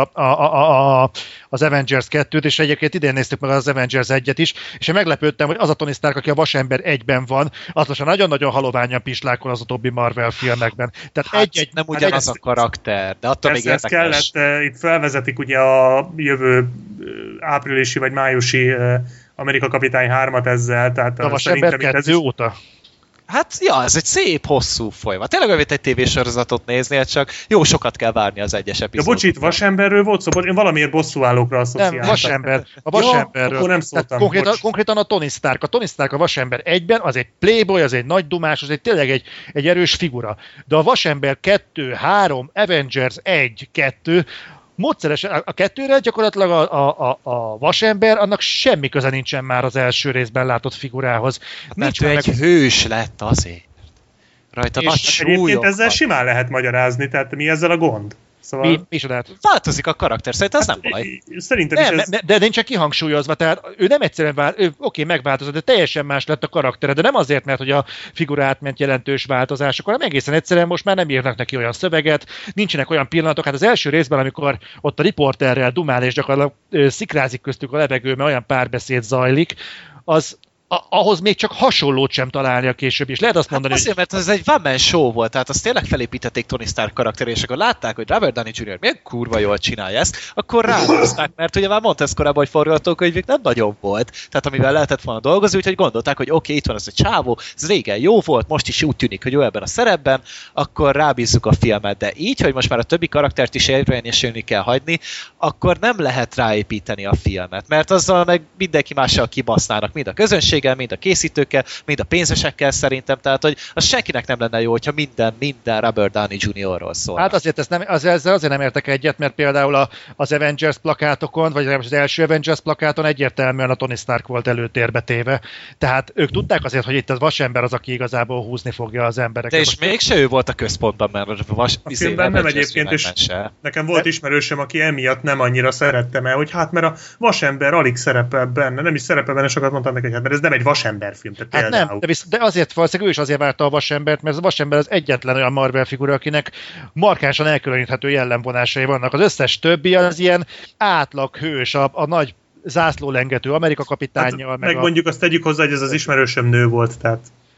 az Avengers 2-t, és egyébként idén néztük meg az Avengers 1-et is, és én meglepődtem, hogy az a Tony Stark, aki a vasember 1-ben van, az most nagyon-nagyon haloványan pislákol az utóbbi Marvel filmekben. Tehát hát nem ugyanaz a karakter, de attól még érdekes. Kellett, itt felvezetik ugye a jövő áprilisi vagy májusi Amerika Kapitány 3-at ezzel. Tehát a vasember 2 óta. Hát, ja, ez egy szép, hosszú folyamat. Tényleg olyan, egy tévésorozatot néznél, csak jó sokat kell várni az egyes epizódot. Ja, bocs, itt vasemberről volt szó, én valamiért bosszúállókra asszociáltam. Nem, vasember. A vasemberről. Akkor nem szóltam. Konkrétan a Tony Stark. A Tony Stark a vasember 1-ben, az egy playboy, az egy nagy dumás, az egy tényleg egy erős figura. De a vasember 2, 3, Avengers 1, 2, módszeres, a kettőre gyakorlatilag a vasember, annak semmi köze nincsen már az első részben látott figurához. Nincs egy hős lett azért. Rajta nagy súlyok. Egyébként ezzel simán lehet magyarázni, tehát mi ezzel a gond? Szóval... Mi változik a karakter, szerintem ez nem baj. Szerintem nem, is ez... de nincs csak kihangsúlyozva, tehát ő nem egyszerűen megváltozott, de teljesen más lett a karaktere, de nem azért, mert hogy a figura átment jelentős változások, hanem egészen egyszerűen most már nem írnak neki olyan szöveget, nincsenek olyan pillanatok, hát az első részben, amikor ott a riporterrel dumál és gyakorlatilag szikrázik köztük a levegő, mert olyan párbeszéd zajlik, ahhoz még csak hasonlót sem találni a később is. Lehet azt mondani, azért, mert ez egy one-man show volt, tehát azt tényleg felépítették Tony Stark karakterét, és akkor látták, hogy Robert Downey Jr. milyen kurva jól csinálja ezt, akkor ráhozták, mert ugye már mondta ezt korábban, hogy forgatókönyvük nem nagyon volt, tehát amivel lehetett volna dolgozni, úgyhogy gondolták, hogy oké, itt van ez a csávó, ez régen jó volt, most is úgy tűnik, hogy jó ebben a szerepben, akkor rábízzuk a filmet, de így, hogy most már a többi karaktert is érvényesülni kell hagyni, akkor nem lehet ráépíteni a filmet, mert azzal meg mindenki mással kibasznának, mind a közönség, mind a készítőkkel, mind a pénzesekkel szerintem, tehát hogy az senkinek nem lenne jó, hogyha minden Robert Downey Jr.-ról szól. Hát azért azért nem értek egyet, mert például az Avengers plakátokon, vagy az első Avengers plakáton egyértelműen a Tony Stark volt előtérbe téve. Tehát ők tudták azért, hogy itt az vasember az, aki igazából húzni fogja az embereket. De és mégse ő volt a központban, mert a filmben nem egyébként, és nekem volt ismerősöm, aki emiatt nem annyira szerette, mert mert a vasember alig szerepel benne, nem is szerepel benne, sokat mondtam neki, hogy mert ez nem egy vasemberfilm. Hát nem, de azért valószínűleg ő is azért várta a vasembert, mert a vasember az egyetlen olyan Marvel figura, akinek markánsan elkülöníthető jellemvonásai vannak. Az összes többi az ilyen átlag hős, a nagy zászlólengető Amerika kapitánnyal. Hát, meg mondjuk azt tegyük hozzá, hogy ez az ismerősöm nő volt, tehát...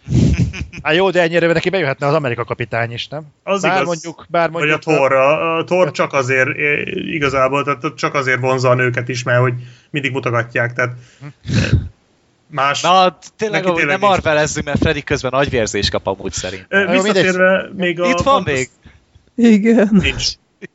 Hát jó, de ennyire neki bejöhetne az Amerika kapitány is, nem? Az bár igaz, mondjuk, vagy a Thor. A Thor csak azért igazából, tehát csak azért vonza a nőket is, mert hogy mindig mutogatják, tehát... Más. Na, tényleg nem marvelezzünk, mert Freddy közben agyvérzés kap amúgy szerint. Visszatérve még a... Itt van még? Igen. Nincs.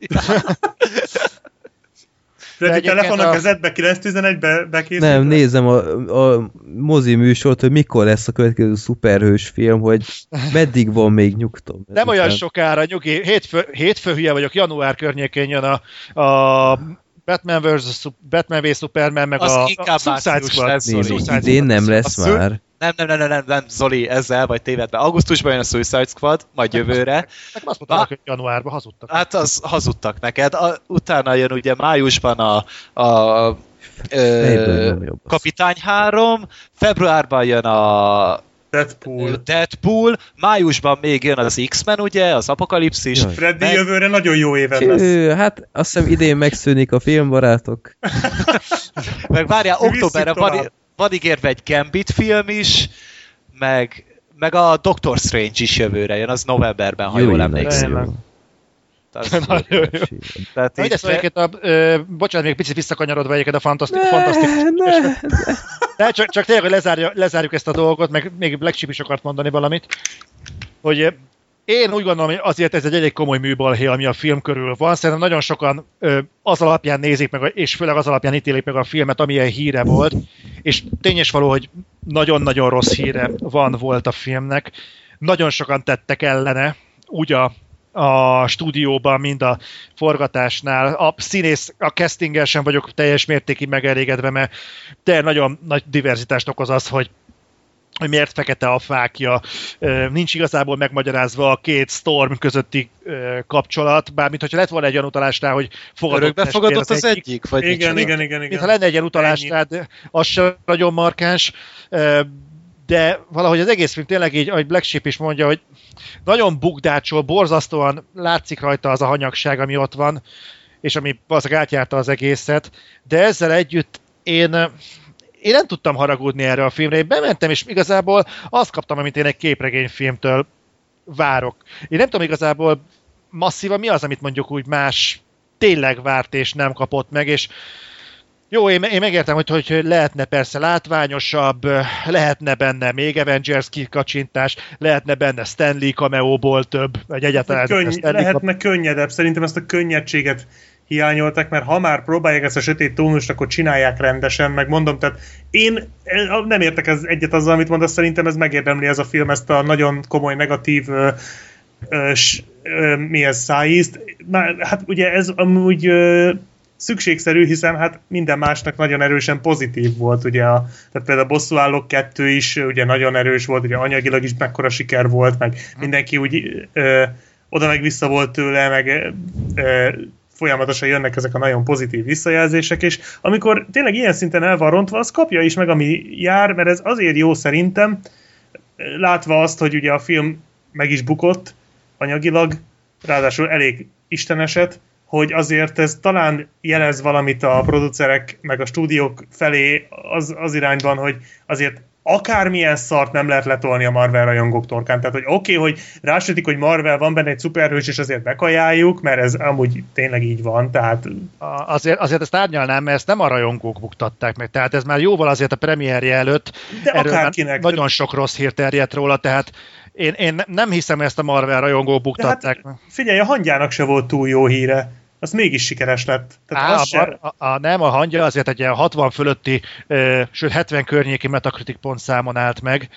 Freddy, telefon a kezedbe 911-be bekészítve? Nem, nézem a mozi műsort, hogy mikor lesz a következő szuperhős film, hogy meddig van még nyugtom. Nem olyan sokára, nyugi. Hétfő hülye vagyok, január környékén jön a Batman v Superman, meg az a Suicide Squad. Idén nem lesz már. Nem, Zoli, ezzel vagy tévedve. Augusztusban jön a Suicide Squad, majd jövőre. Nekem azt mondták, hogy januárban hazudtak. Hát az hazudtak neked. Utána jön ugye májusban a Kapitány 3, februárban jön a Deadpool, májusban még jön az X-Men, ugye, az Apokalipszis. Freddy jövőre nagyon jó éven lesz. Hát azt hiszem idén megszűnik a filmbarátok. Meg várjál, októberre van ígérve egy Gambit film is, meg a Doctor Strange is jövőre jön, az novemberben, ha jól emlékszem. Bocsánat, még picit visszakanyarodva egyébként a fantasztikus. De csak tényleg, hogy lezárjuk ezt a dolgot, meg még Black Sheep is akart mondani valamit, hogy én úgy gondolom, hogy azért ez egy elég komoly műbalhé, ami a film körül van. Szerintem nagyon sokan az alapján nézik meg, és főleg az alapján ítélik meg a filmet, amilyen híre volt, és tényes való, hogy nagyon-nagyon rossz híre volt a filmnek. Nagyon sokan tettek ellene, úgy a stúdióban, mind a forgatásnál. A színész, a castinggel sem vagyok teljes mértékig megelégedve, mert de nagyon nagy diverzitást okoz az, hogy miért fekete a fákja, nincs igazából megmagyarázva a két Storm közötti kapcsolat, bármint hogyha lett volna egy olyan utalás rá, hogy örökbefogadott az egyik? Vagy igen. Mintha lenne egy ilyen utalás rá, az sem nagyon markáns, de valahogy az egész film tényleg így, ahogy Black Sheep is mondja, hogy nagyon bukdácsol, borzasztóan látszik rajta az a hanyagság, ami ott van, és ami valószínűleg átjárta az egészet, de ezzel együtt én nem tudtam haragudni erre a filmre. Én bementem, és igazából azt kaptam, amit én egy képregényfilmtől várok. Én nem tudom igazából masszívan mi az, amit mondjuk úgy más tényleg várt és nem kapott meg, és jó, én megértem, hogy lehetne persze látványosabb, lehetne benne még Avengers kikacsintás, lehetne benne Stan Lee cameóból több, vagy egyáltalán lehetne könnyedebb. Szerintem ezt a könnyedséget hiányoltak, mert ha már próbálják ezt a sötét tónust, akkor csinálják rendesen, meg mondom, tehát én nem értek egyet azzal, amit mondasz, szerintem ez megérdemli ez a film, ezt a nagyon komoly negatív milyen szájízt. Hát ugye ez amúgy szükségszerű, hiszen hát minden másnak nagyon erősen pozitív volt, ugye tehát például a Bosszúállók 2 is ugye nagyon erős volt, ugye anyagilag is mekkora siker volt, meg mindenki úgy oda meg vissza volt tőle, meg folyamatosan jönnek ezek a nagyon pozitív visszajelzések, és amikor tényleg ilyen szinten el van rontva, az kapja is meg, ami jár, mert ez azért jó szerintem, látva azt, hogy ugye a film meg is bukott anyagilag, ráadásul elég isteneset, hogy azért ez talán jelez valamit a producerek meg a stúdiók felé az irányban, hogy azért akármilyen szart nem lehet letolni a Marvel rajongók torkán. Tehát, hogy oké, hogy rásütik, hogy Marvel van benne egy szuperhős, és azért bekajáljuk, mert ez amúgy tényleg így van. Tehát... Azért ezt árnyalnám, mert ezt nem a rajongók buktatták meg. Tehát ez már jóval azért a premierje előtt. De akárkinek. Nagyon sok rossz hír terjedt róla, tehát én nem hiszem, hogy ezt a Marvel rajongók buktatták. Hát, figyelj, a Hangyának se volt túl jó híre. Az mégis sikeres lett. Tehát nem, a Hangya azért egy ilyen 60 fölötti, sőt 70 környéki Metacritic pontszámon állt meg.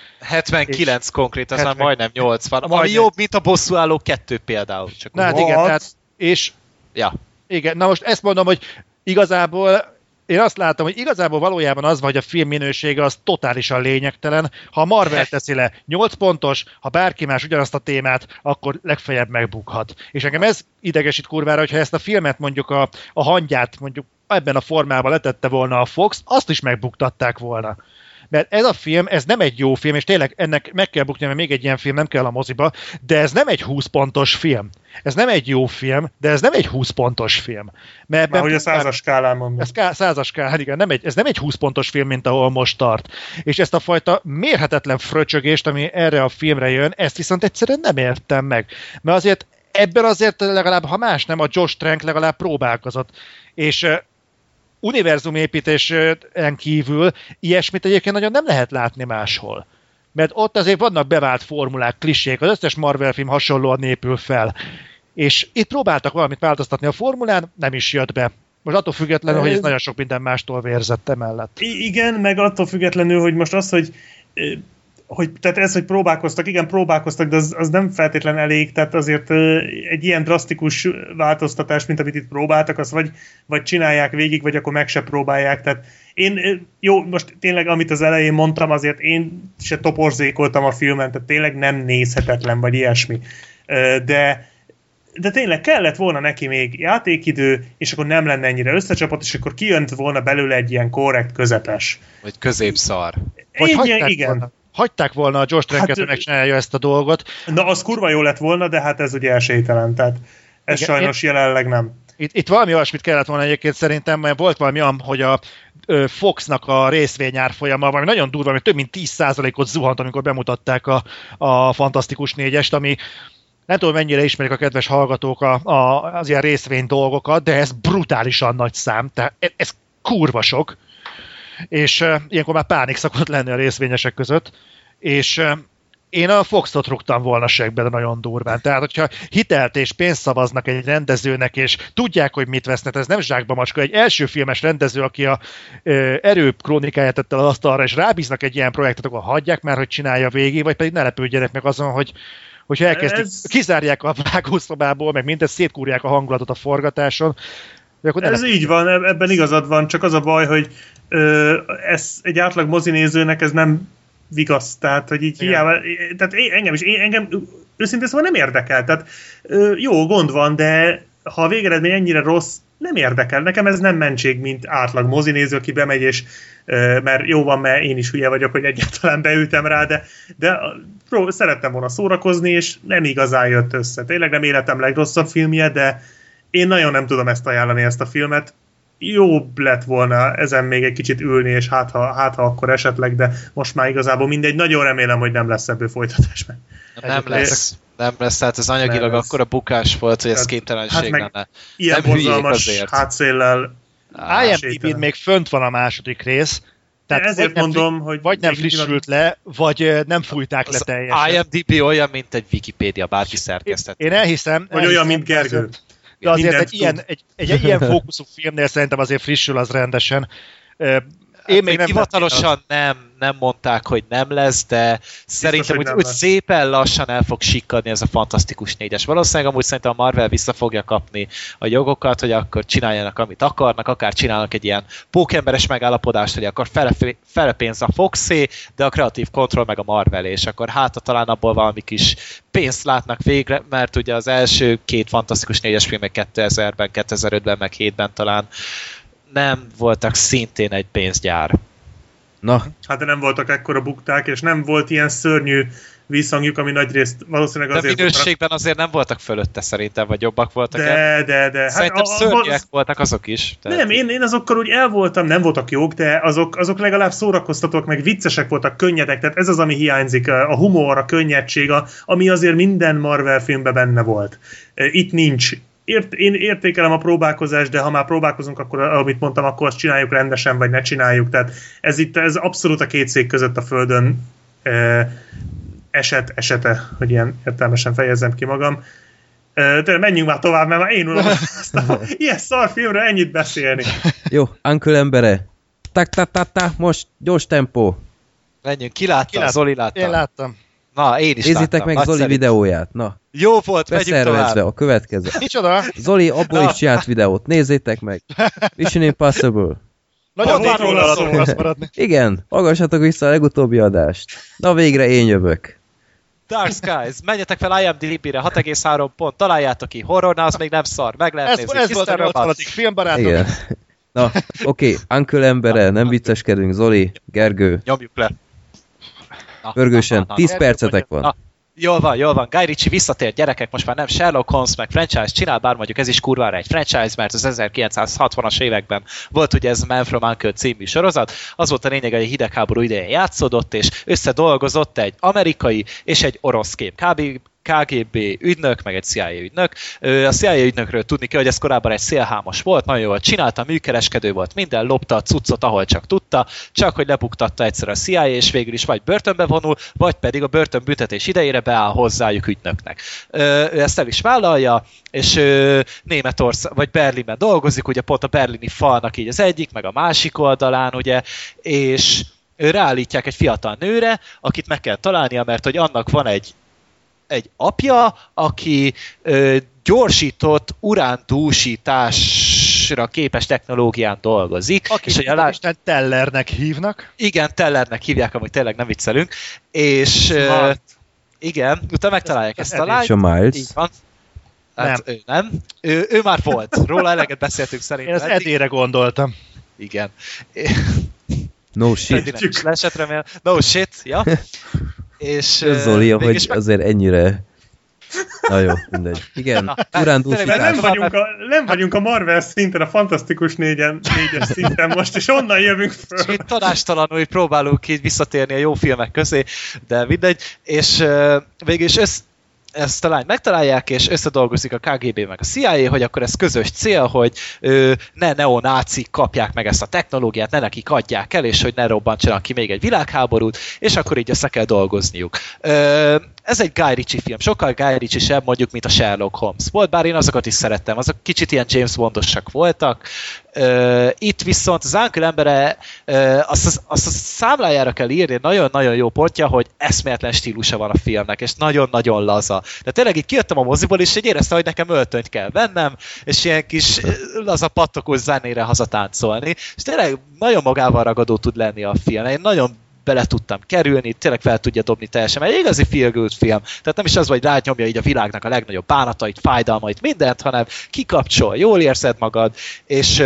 79 konkrét, az már majdnem 80. Ami jobb, mint a Bosszúállók 2 például. Csak hát igen, tehát, és ja. Igen, na most ezt mondom, hogy igazából én azt látom, hogy igazából valójában az van, hogy a film minősége az totálisan lényegtelen. Ha a Marvel teszi le 8 pontos, ha bárki más ugyanazt a témát, akkor legfeljebb megbukhat. És engem ez idegesít kurvára, hogyha ezt a filmet mondjuk a Hangyát mondjuk ebben a formában letette volna a Fox, azt is megbuktatták volna. Mert ez a film, ez nem egy jó film, és tényleg ennek meg kell bukni, mert még egy ilyen film nem kell a moziba, de ez nem egy 20 pontos film. Ez nem egy jó film, de ez nem egy 20 pontos film. Mert ahogy a 100-as skálán mondom. Ez 100-as skálán, igen, ez nem egy 20 pontos film, mint ahol most tart. És ezt a fajta mérhetetlen fröcsögést, ami erre a filmre jön, ezt viszont egyszerűen nem értem meg. Mert azért ebben azért legalább, ha más nem, a Josh Trank legalább próbálkozott. És univerzumépítésen kívül ilyesmit egyébként nagyon nem lehet látni máshol. Mert ott azért vannak bevált formulák, klisék, az összes Marvel film hasonlóan épül fel. És itt próbáltak valamit változtatni a formulán, nem is jött be. Most attól függetlenül, hogy ez nagyon sok minden mástól vérzett emellett. Igen, meg attól függetlenül, hogy most az, tehát ez, hogy próbálkoztak, de az nem feltétlen elég, tehát azért egy ilyen drasztikus változtatás, mint amit itt próbáltak, azt vagy csinálják végig, vagy akkor meg se próbálják, tehát most tényleg, amit az elején mondtam, azért én se toporzékoltam a filmen, tehát tényleg nem nézhetetlen, vagy ilyesmi, de tényleg kellett volna neki még játékidő, és akkor nem lenne ennyire összecsapott, és akkor kijönt volna belőle egy ilyen korrekt közepes. Vagy középszar. Igen. Hagyták volna a Josh Tranket, hogy megcsinálja ezt a dolgot. Na, az kurva jó lett volna, de hát ez ugye esélytelen, tehát ez igen, sajnos jelenleg nem. Itt valami olyasmit kellett volna egyébként szerintem, mert volt valami olyan, hogy a Foxnak a részvényárfolyama, valami nagyon durva, ami több mint 10%-ot zuhant, amikor bemutatták a Fantasztikus 4-est, ami nem tudom, mennyire ismerik a kedves hallgatók az ilyen részvény dolgokat, de ez brutálisan nagy szám, tehát ez kurva sok. És ilyenkor már pánik szokott lenni a részvényesek között, és én a Foxot rúgtam volna segbe, de nagyon durván. Tehát, hogyha hitelt és pénzt szavaznak egy rendezőnek, és tudják, hogy mit vesznek, ez nem zsákba macska, egy első filmes rendező, aki a Erő krónikáját tette az asztalra, és rábíznak egy ilyen projektet, akkor hagyják már, hogy csinálja végig, vagy pedig ne lepődjenek meg azon, hogyha elkezdik, kizárják a vágószobából, meg mindezt szétkúrják a hangulatot a forgatáson. Ez így van, ebben igazad van, csak az a baj, hogy ez egy átlag mozinézőnek ez nem vigasz, tehát, hogy így hiába, tehát engem őszintén szóval nem érdekel, tehát jó, gond van, de ha a végeredmény ennyire rossz, nem érdekel. Nekem ez nem mentség, mint átlag mozinéző, aki bemegy, és mert jó van, mert én is hülye vagyok, hogy egyáltalán beültem rá, de szerettem volna szórakozni, és nem igazán jött össze. Tényleg nem életem legrosszabb filmje, de én nagyon nem tudom ezt ajánlani, ezt a filmet. Jobb lett volna ezen még egy kicsit ülni, és hát ha akkor esetleg, de most már igazából mindegy. Nagyon remélem, hogy nem lesz ebből folytatás meg. Nem lesz, tehát ez anyagilag akkora bukás volt, hogy ez képtelenség lenne. Ilyen borzalmas hátszéllel. IMDb-n még fönt van a második rész, tehát ezért mondom, hogy vagy nem frissült le, vagy nem fújták le teljesen. IMDb olyan, mint egy Wikipédia, bárki szerkesztett. Én elhiszem. Vagy olyan, mint Gergő. De azért egy ilyen fókuszú filmnél szerintem azért frissül az rendesen. Én még nem hivatalosan nem mondták, hogy nem lesz, de szerintem úgy szépen lassan el fog sikkadni ez a Fantasztikus 4-es. Valószínűleg amúgy szerintem a Marvel vissza fogja kapni a jogokat, hogy akkor csináljanak, amit akarnak, akár csinálnak egy ilyen pókemberes megállapodást, hogy akkor fele pénz a Foxé, de a kreatív kontroll meg a Marvel, és akkor talán abból valami kis pénzt látnak végre, mert ugye az első 2 Fantasztikus 4-es filmek 2000-ben, 2005-ben, meg 7-ben talán nem voltak szintén egy pénzgyár. Na. Hát de nem voltak ekkora bukták, és nem volt ilyen szörnyű visszhangjuk, ami nagyrészt valószínűleg azért... De minőségben azért nem voltak fölötte szerintem, vagy jobbak voltak. De. Szerintem szörnyűek voltak azok is. Tehát... Nem, én azokkal úgy el voltam, nem voltak jók, de azok legalább szórakoztatók, meg viccesek voltak, könnyedek, tehát ez az, ami hiányzik, a humor, a könnyedség, ami azért minden Marvel filmben benne volt. Itt nincs. Én értékelem a próbálkozást, de ha már próbálkozunk, akkor amit mondtam, akkor azt csináljuk rendesen, vagy ne csináljuk. Tehát ez abszolút a két szék között a földön esete, hogy ilyen értelmesen fejezzem ki magam. De menjünk már tovább, mert már én uram ilyen szar filmről ennyit beszélni. Jó, Uncle embere. Most gyors tempó. Menjünk, ki látta? Zoli látta? Én láttam. Na, én is nézzétek láttam. meg Zoli Nagyszerű videóját, na. Jó volt, megyünk tovább. A következő. Micsoda? Zoli abból is csinált videót, nézzétek meg. Mission Impossible. Nagyon van róla szó, maradni. Igen, hallgassatok vissza a legutóbbi adást. Na végre én jövök. Dark Skies, menjetek fel IMDb-re, 6,3 pont, találjátok ki. Horrornál az még nem szar, meg lehet nézni. Ez volt a 80. filmbarátok. Igen. Na, oké, Uncle embere, nem vicceskedünk, Zoli, Gergő. Nyomjuk le. Pörgősen, 10 percetek van. Na. Jól van. Guy Ritchie visszatért, gyerekek, most már nem Sherlock Holmes meg franchise csinál, bár mondjuk ez is kurvára egy franchise, mert az 1960-as években volt ugye ez a Man from U.N.C.L.E. című sorozat, az volt a lényeg, hogy egy hidegháború idején játszódott, és összedolgozott egy amerikai és egy orosz KGB ügynök, meg egy CIA ügynök. A CIA ügynökről tudni kell, hogy ez korábban egy szélhámos volt, nagyon jól csinálta, műkereskedő volt, minden, lopta a cuccot, ahol csak tudta, csak hogy lebuktatta egyszer a CIA, és végül is vagy börtönbe vonul, vagy pedig a börtönbüntetés idejére beáll hozzájuk ügynöknek. Ő ezt el is vállalja, és Németország, vagy Berlinben dolgozik, ugye pont a berlini falnak így az egyik, meg a másik oldalán, ugye, és ráállítják egy fiatal nőre, akit meg kell találnia, mert hogy annak van egy apja, aki gyorsított urándúsításra képes technológián dolgozik. Akit Isten Tellernek hívnak. Igen, Tellernek hívják, amúgy tényleg nem viccelünk. És igen, utána megtalálják ezt a lányt. Így van. Hát nem. Ő nem. Ő már volt. Róla eleget beszéltünk szerintem. Én az Edére gondoltam. Igen. No shit. No shit, ja. És Zoli, hogy azért ennyire... Na jó, mindegy. Igen, urándúsítás. Nem vagyunk a Marvel szinten, a Fantasztikus 4-es szinten most, és onnan jövünk föl. Itt tanástalanul, hogy próbálunk így visszatérni a jó filmek közé, de mindegy. És végül is ezt a lányt megtalálják, és összedolgozik a KGB meg a CIA, hogy akkor ez közös cél, hogy ne neonácik kapják meg ezt a technológiát, ne nekik adják el, és hogy ne robbantsanak ki még egy világháborút, és akkor így össze kell dolgozniuk. Ez egy Guy Ritchie film, sokkal Guy Ritchie-sebb mondjuk, mint a Sherlock Holmes volt, bár én azokat is szerettem, azok kicsit ilyen James Bondosak voltak. Itt viszont az Uncle embere azt a számlájára kell írni, nagyon-nagyon jó pontja, hogy eszméletlen stílusa van a filmnek, és nagyon-nagyon laza. De tényleg itt kijöttem a moziból, és így éreztem, hogy nekem öltönyt kell vennem, és ilyen kis laza pattogós zenére hazatáncolni, és tényleg nagyon magával ragadó tud lenni a film. Én nagyon bele tudtam kerülni, tényleg fel tudja dobni teljesen, mert egy igazi feel-good film. Tehát nem is az, hogy rányomja így a világnak a legnagyobb bánatait, fájdalmait, mindent, hanem kikapcsol, jól érzed magad, és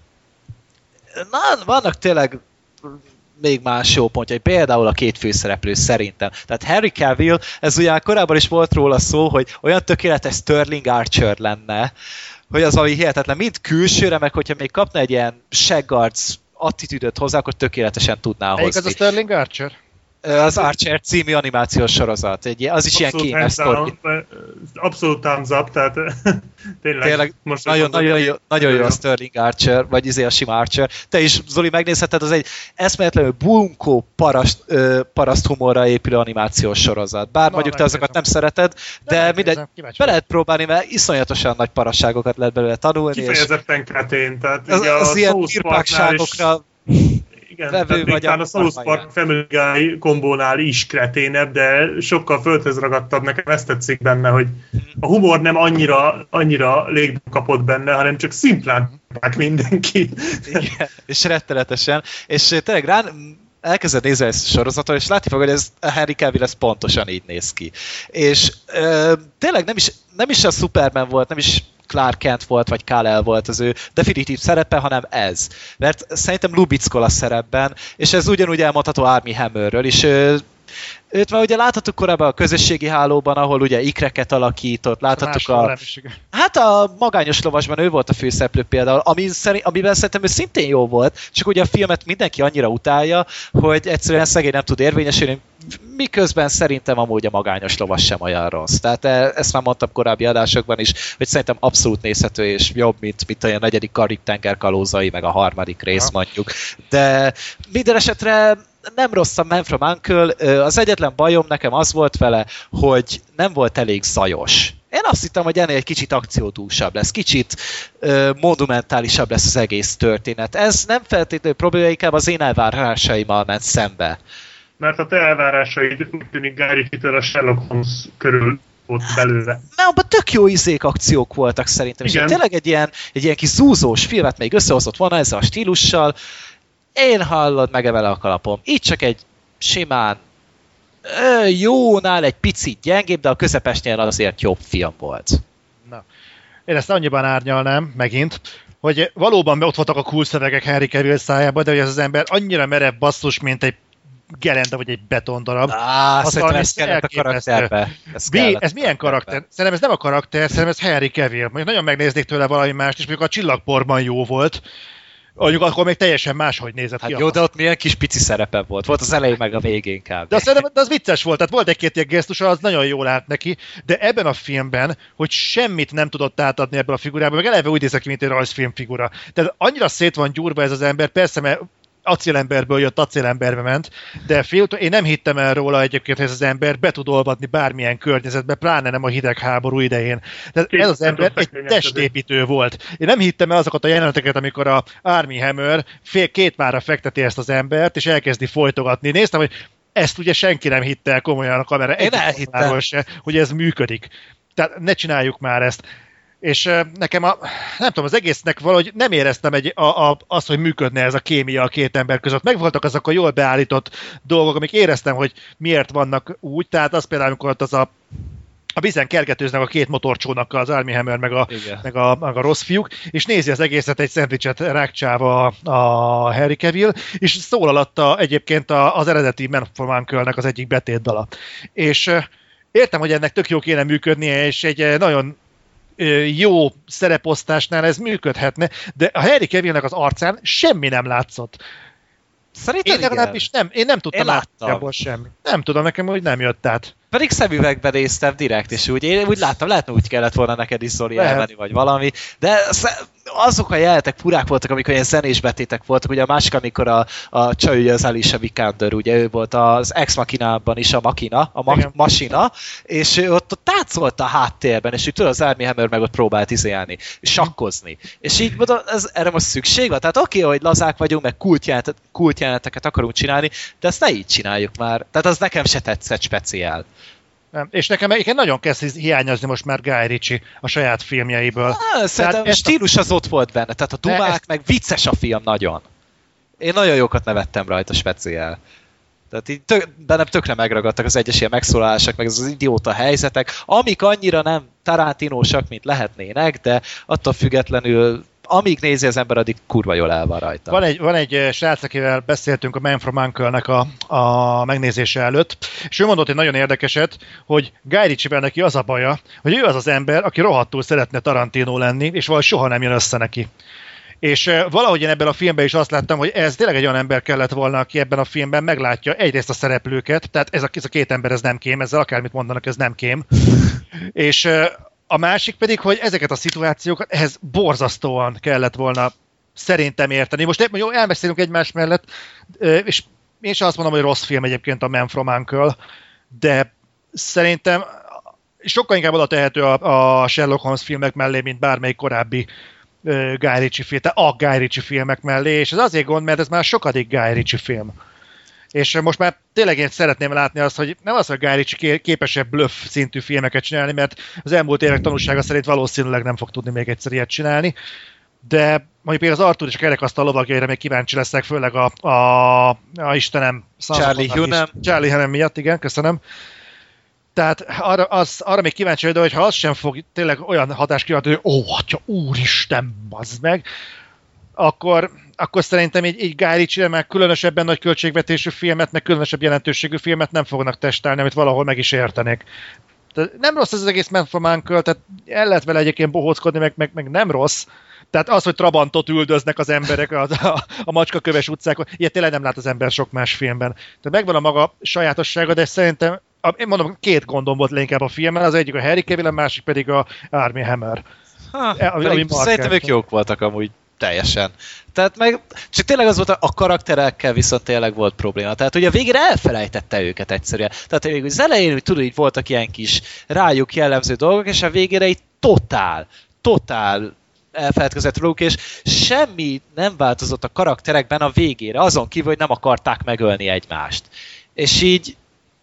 vannak tényleg még más jó pontjai, például a két főszereplő szerintem. Tehát Henry Cavill, ez ugye korábban is volt róla szó, hogy olyan tökéletes Sterling Archer lenne, hogy az valami hihetetlen, mind külsőre, meg hogyha még kapna egy ilyen seggarc attitűdöt hozzá, akkor tökéletesen tudná hozni. Melyik az a Sterling Archer? Az Archer című animációs sorozat. Az is abszolút ilyen kémes sztori. Abszolút thumbs up, tehát tényleg most nagyon jó a Sterling Archer, vagy a sima Archer. Te is, Zoli, megnézheted, az egy eszméletlenül bunkó paraszt humorra épülő animációs sorozat. Bár mondjuk te azokat nem szereted, de mindegy, be lehet próbálni, mert iszonyatosan nagy parasságokat lehet belőle tanulni. Kifejezetten kretén, tehát az ilyen tirpákságokra... igen, vevő vagy a South Park Family Guy kombónál is kreténebb, de sokkal földhöz ragadtabb. Nekem ezt tetszik benne, hogy a humor nem annyira légbe kapott benne, hanem csak szimplán mindenki. Igen, és rettenetesen. És tényleg elkezded nézni ezt a sorozatot, és látni fog, hogy ez a Henry Cavill ez pontosan így néz ki. És tényleg nem is a Superman volt, nem is Clark Kent volt, vagy Kal-El volt az ő definitív szerepe, hanem ez. Mert szerintem Lubickol a szerepben, és ez ugyanúgy elmondható Armie Hammerről is. Őt már ugye láthattuk korábban a közösségi hálóban, ahol ugye ikreket alakított, láthattuk a Magányos lovasban ő volt a főszereplő például, amiben szerintem ő szintén jó volt, csak ugye a filmet mindenki annyira utálja, hogy egyszerűen szegény nem tud érvényesülni, miközben szerintem amúgy a Magányos lovas sem olyan rossz. Tehát ezt már mondtam korábbi adásokban is, hogy szerintem abszolút nézhető és jobb, mint a 4. Karib-tenger kalózai, meg a 3. rész mondjuk. De minden esetre nem rossz a Man from U.N.C.L.E. Az egyetlen bajom nekem az volt vele, hogy nem volt elég zajos. Én azt hittem, hogy ennél egy kicsit akciódúsabb lesz, kicsit monumentálisabb lesz az egész történet. Ez nem feltétlenül probléma, inkább az én elvárásaimmal ment szembe. Mert a te elvárásaid úgy tűnik Guy Ritchie-től a Sherlock Holmes körül ott belőle. Mert abban tök jó akciók voltak szerintem. Igen. És tényleg egy ilyen kis zúzós filmet még összehozott volna ezzel a stílussal. Én hallod, megevele a kalapom. Így csak egy simán jónál egy picit gyengébb, de a közepesnél azért jobb film volt. Na. Én ezt annyiban árnyalnám megint, hogy valóban ott voltak a cool szövegek Henry Cavill szájában, de hogy ez az ember annyira merev basszus, mint egy gerenda vagy egy betondarab. Szerintem ez kellett a karakterbe. Ez milyen karakter? Szerintem ez nem a karakter, szerintem ez Henry Cavill. Mondjuk nagyon megnéznék tőle valami mást, és mondjuk a Csillagporban jó volt. Mondjuk akkor még teljesen máshogy nézett ki. Hát jó, de ott milyen kis pici szerepe volt. Volt az elején meg a végén kb. De az vicces volt, tehát volt egy-két ilyen gesztusa, az nagyon jól állt neki, de ebben a filmben, hogy semmit nem tudott átadni ebből a figurában, meg eleve úgy nézett ki, mint egy rajzfilmfigura. Tehát annyira szét van gyúrva ez az ember, persze, mert acélemberből jött, acélemberbe ment, de én nem hittem el róla egyébként, hogy ez az ember be tud olvadni bármilyen környezetbe, pláne nem a hidegháború idején. Tehát ez az ember egy testépítő volt. Én nem hittem el azokat a jeleneteket, amikor a Armie Hammer két mára fekteti ezt az embert, és elkezdi folytogatni. Néztem, hogy ezt ugye senki nem hitte el komolyan a kamera. Én elhittem. Hogy ez működik. Tehát ne csináljuk már ezt. És nekem nem tudom, az egésznek valahogy nem éreztem azt, hogy működne ez a kémia a két ember között. Megvoltak azok a jól beállított dolgok, amik éreztem, hogy miért vannak úgy. Tehát az például, amikor ott az a vízen kergetőznek a két motorcsónakkal, az Armie Hammer meg a rossz fiúk, és nézi az egészet egy szendvicset rákcsálva a Henry Cavill, és szól alatta egyébként az eredeti Man from U.N.C.L.E.-nek az egyik betétdala. És értem, hogy ennek tök jó kéne működnie, és egy nagyon jó szereposztásnál ez működhetne, de a Henry Cavillnek az arcán semmi nem látszott. Szerintem én legalábbis én nem tudtam látni semmi. Nem tudom, nekem úgy nem jött át. Pedig szemüvegben néztem direkt, és én úgy láttam, lehetne úgy kellett volna neked is Zoli elmenni, vagy valami, de azok a jelenetek furák voltak, amikor ilyen zenés betétek voltak, ugye a másik, amikor a csaj, ugye az Alicia Vikander, ugye ő volt az Ex Machinában is a masina, és ott táncolt a háttérben, és úgy tudod, az Armie Hammer meg ott próbált izélni, sakkozni. És így mondom, erre most szükség van? Tehát oké, hogy lazák vagyunk, meg kult jeleneteket akarunk csinálni, de ezt ne így csináljuk már. Tehát az nekem se tetszett speciál. Nem. És nekem nagyon kezd hiányozni most már Guy Ritchie a saját filmjeiből. Szerintem a stílus az ott volt benne, tehát a dumák, meg vicces a film nagyon. Én nagyon jókat nevettem rajta speciál. Tehát így bennem tökre megragadtak az egyes ilyen megszólalások, meg az idióta helyzetek, amik annyira nem Tarantinósak, mint lehetnének, de attól függetlenül amíg nézi az ember, addig kurva jól el van rajta. Van egy srác, akivel beszéltünk a Man from U.N.C.L.E.-nek a megnézése előtt, és ő mondott egy nagyon érdekeset, hogy Guy Ritchie-vel neki az a baja, hogy ő az az ember, aki rohadtul szeretne Tarantino lenni, és valahogy soha nem jön össze neki. És valahogy én ebben a filmben is azt láttam, hogy ez tényleg egy olyan ember kellett volna, aki ebben a filmben meglátja egyrészt a szereplőket, tehát ez a két ember, ez nem kém, ezzel akármit mondanak, ez nem kém. És a másik pedig, hogy ezeket a szituációkat ehhez borzasztóan kellett volna szerintem érteni. Most jó, elbeszélünk egymás mellett, és én sem azt mondom, hogy rossz film egyébként a Man from U.N.C.L.E., de szerintem sokkal inkább oda tehető a Sherlock Holmes filmek mellé, mint bármelyik korábbi Guy Ritchie film, tehát a Guy Ritchie filmek mellé, és ez azért gond, mert ez már sokadik Guy Ritchie film. És most már tényleg én szeretném látni azt, hogy nem az, hogy Guy Ritchie képesebb bluff szintű filmeket csinálni, mert az elmúlt évek tanulsága szerint valószínűleg nem fog tudni még egyszer ilyet csinálni, de mondjuk például az Arthur és a kerekasztal lovagjaira még kíváncsi leszek, főleg Istenem, Charlie Hunnam miatt, igen, köszönöm. Tehát arra még kíváncsi vagyok, hogy ha az sem fog tényleg olyan hatást kiadni, hogy atya, úristen, bazd meg, akkor szerintem így Guy Ritchie-re meg különösebben nagy költségvetésű filmet, meg különösebb jelentőségű filmet nem fognak testálni, amit valahol meg is értenek. Tehát nem rossz ez az egész Man from Uncle, tehát el lehet vele egyébként bohóckodni, meg nem rossz. Tehát az, hogy Trabantot üldöznek az emberek a macskaköves utcákon, ilyet tényleg nem lát az ember sok más filmben. Tehát megvan a maga sajátossága, de szerintem, én mondom, 2 gondom volt inkább a filmben, az egyik a Harry Cavill, a másik pedig a Armie Hammer. Szerintem ők jók voltak amúgy teljesen. Tehát meg, csak tényleg az volt, a karakterekkel viszont tényleg volt probléma. Tehát ugye a végére elfelejtette őket egyszerűen. Tehát még az elején, hogy tudod, így voltak ilyen kis rájuk jellemző dolgok, és a végére így totál elfeledkezett róluk, és semmi nem változott a karakterekben a végére, azon kívül, hogy nem akarták megölni egymást. És így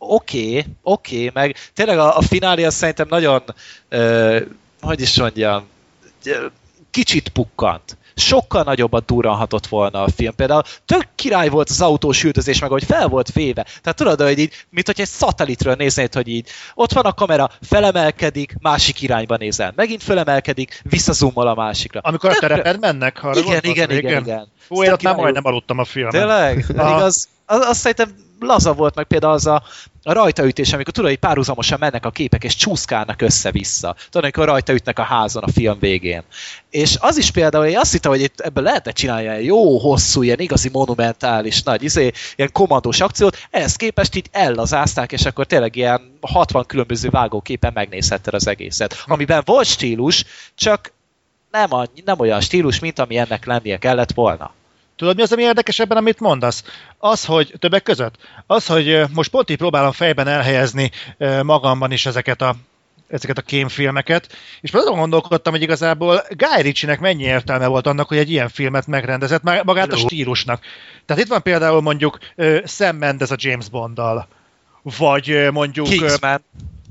oké, meg tényleg a finálé az szerintem nagyon, hogy is mondjam, kicsit pukkant. Sokkal nagyobbat durranhatott volna a film. Például tök király volt az autós üldözés, meg hogy fel volt véve. Tehát tudod, hogy így, mint hogy egy szatellitről néznéd, hogy így ott van a kamera, felemelkedik, másik irányba nézel. Megint felemelkedik, visszazoomol a másikra. Amikor a terepen mennek? Igen. Ó, én ott már majdnem aludtam a filmen. Tényleg? Az szerintem laza volt, meg például az a rajtaütés, amikor tudod, hogy párhuzamosan mennek a képek, és csúszkálnak össze-vissza. Tudod, amikor rajtaütnek a házon a film végén. És az is például, én azt hittem, hogy itt ebből lehetne csinálni ilyen jó, hosszú, ilyen igazi monumentális, nagy, ilyen kommandós akciót, ehhez képest így ellazázták, és akkor tényleg ilyen 60 különböző vágóképen megnézhetted az egészet. Amiben volt stílus, csak nem olyan stílus, mint ami ennek lennie kellett volna. Tudod, mi az, ami érdekes ebben, amit mondasz? Az, hogy többek között, most pont így próbálom fejben elhelyezni magamban is ezeket a kémfilmeket, és azon gondolkodtam, hogy igazából Guy Ritchie-nek mennyi értelme volt annak, hogy egy ilyen filmet megrendezett, magát a stílusnak. Tehát itt van például mondjuk Sam Mendes a James Bonddal, vagy mondjuk... Kingsman.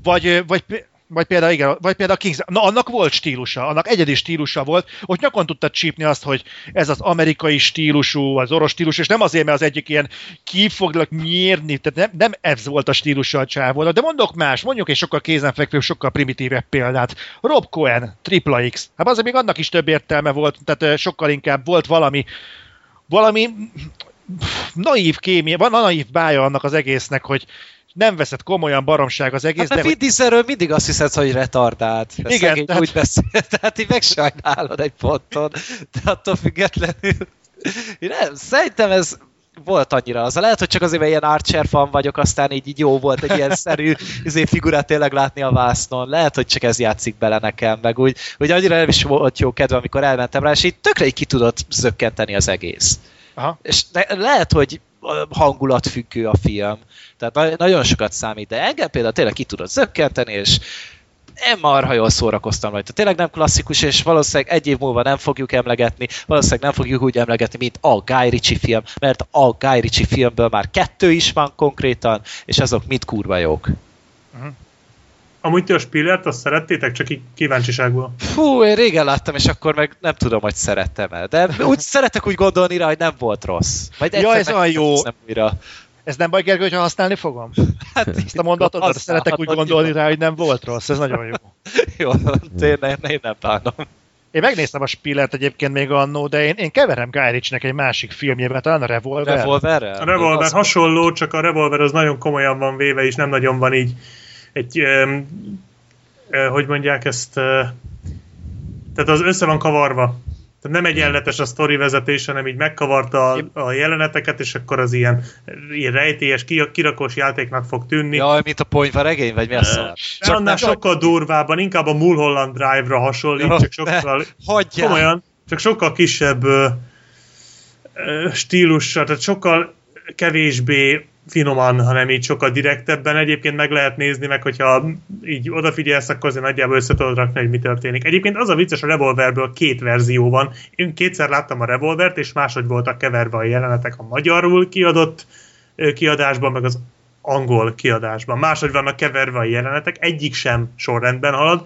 Vagy például a Kings, na annak volt stílusa, annak egyedi stílusa volt, hogy nyakon tudtad csípni azt, hogy ez az amerikai stílusú, az orosz stílusú, és nem azért, mert az egyik ilyen kifoglak nyírni, tehát nem ez volt a stílusa a csávónak, de mondjuk egy sokkal kézenfekvőbb, sokkal primitívebb példát. Rob Cohen, Triple X, hát azért még annak is több értelme volt, tehát sokkal inkább volt valami naív kémia, van a naív bája annak az egésznek, hogy nem veszed komolyan, baromság az egész. Hát Vin Dieselről mindig azt hiszed, hogy retardált. Igen. Tehát... úgy beszél, tehát így megsajnálod egy ponton, de attól függetlenül. Nem, szerintem ez volt annyira az. Lehet, hogy csak azért, mert ilyen Archer fan vagyok, aztán így jó volt egy ilyen szerű figurát tényleg látni a vásznon. Lehet, hogy csak ez játszik bele nekem, meg úgy annyira nem is volt jó kedve, amikor elmentem rá, és így tökre így ki tudott zökkenteni az egész. Aha. És lehet, hogy hangulatfüggő a film. Tehát nagyon sokat számít, de engem például tényleg ki tudod zökkenteni, és én marha jól szórakoztam rajta. Tényleg nem klasszikus, és valószínűleg egy év múlva nem fogjuk emlegetni, valószínűleg nem fogjuk úgy emlegetni, mint a Guy Ritchie film, mert a Guy Ritchie filmből már 2 is van konkrétan, és azok mind kurva jók. Uh-huh. Amúgy ti a Spillert, azt szerettétek? Csak így kíváncsiságból. Fú, én régen láttam, és akkor meg nem tudom, hogy szerettem-e. De úgy szeretek úgy gondolni rá, hogy nem volt rossz. Majd ez olyan jó. Újra. Ez nem baj, Gergő, hogyha használni fogom? Hát ezt a mondatot, szeretek úgy gondolni rá, hogy nem volt rossz. Ez nagyon jó. Jó, én nem bánom. Én megnéztem a Spillert egyébként még annó, de én keverem Guy Ritchie-nek egy másik filmjében, talán a Revolver. Revolverrel? A Revolver hasonló, csak a Revolver az nagyon komolyan van véve, és nem nagyon van így egy, hogy mondják ezt, tehát az össze van kavarva. Tehát nem egyenletes a sztori vezetés, hanem így megkavarta a jeleneteket, és akkor az ilyen rejtélyes, kirakós játéknak fog tűnni. Jaj, mint a ponyvaregény, vagy mi a szar? Csak annál sokkal durvábban, inkább a Mulholland Drive-ra hasonlít, csak sokkal komolyan, csak sokkal kisebb stílussal, tehát sokkal kevésbé finoman, hanem így sokkal direktebben. Egyébként meg lehet nézni, meg hogyha így odafigyelsz, akkor azért nagyjából össze tudod rakni, hogy mi történik. Egyébként az a vicces, a Revolverből 2 verzió van. Én 2-szer láttam a Revolvert, és máshogy voltak keverve a jelenetek a magyarul kiadott kiadásban, meg az angol kiadásban. Máshogy vannak keverve a jelenetek, egyik sem sorrendben halad,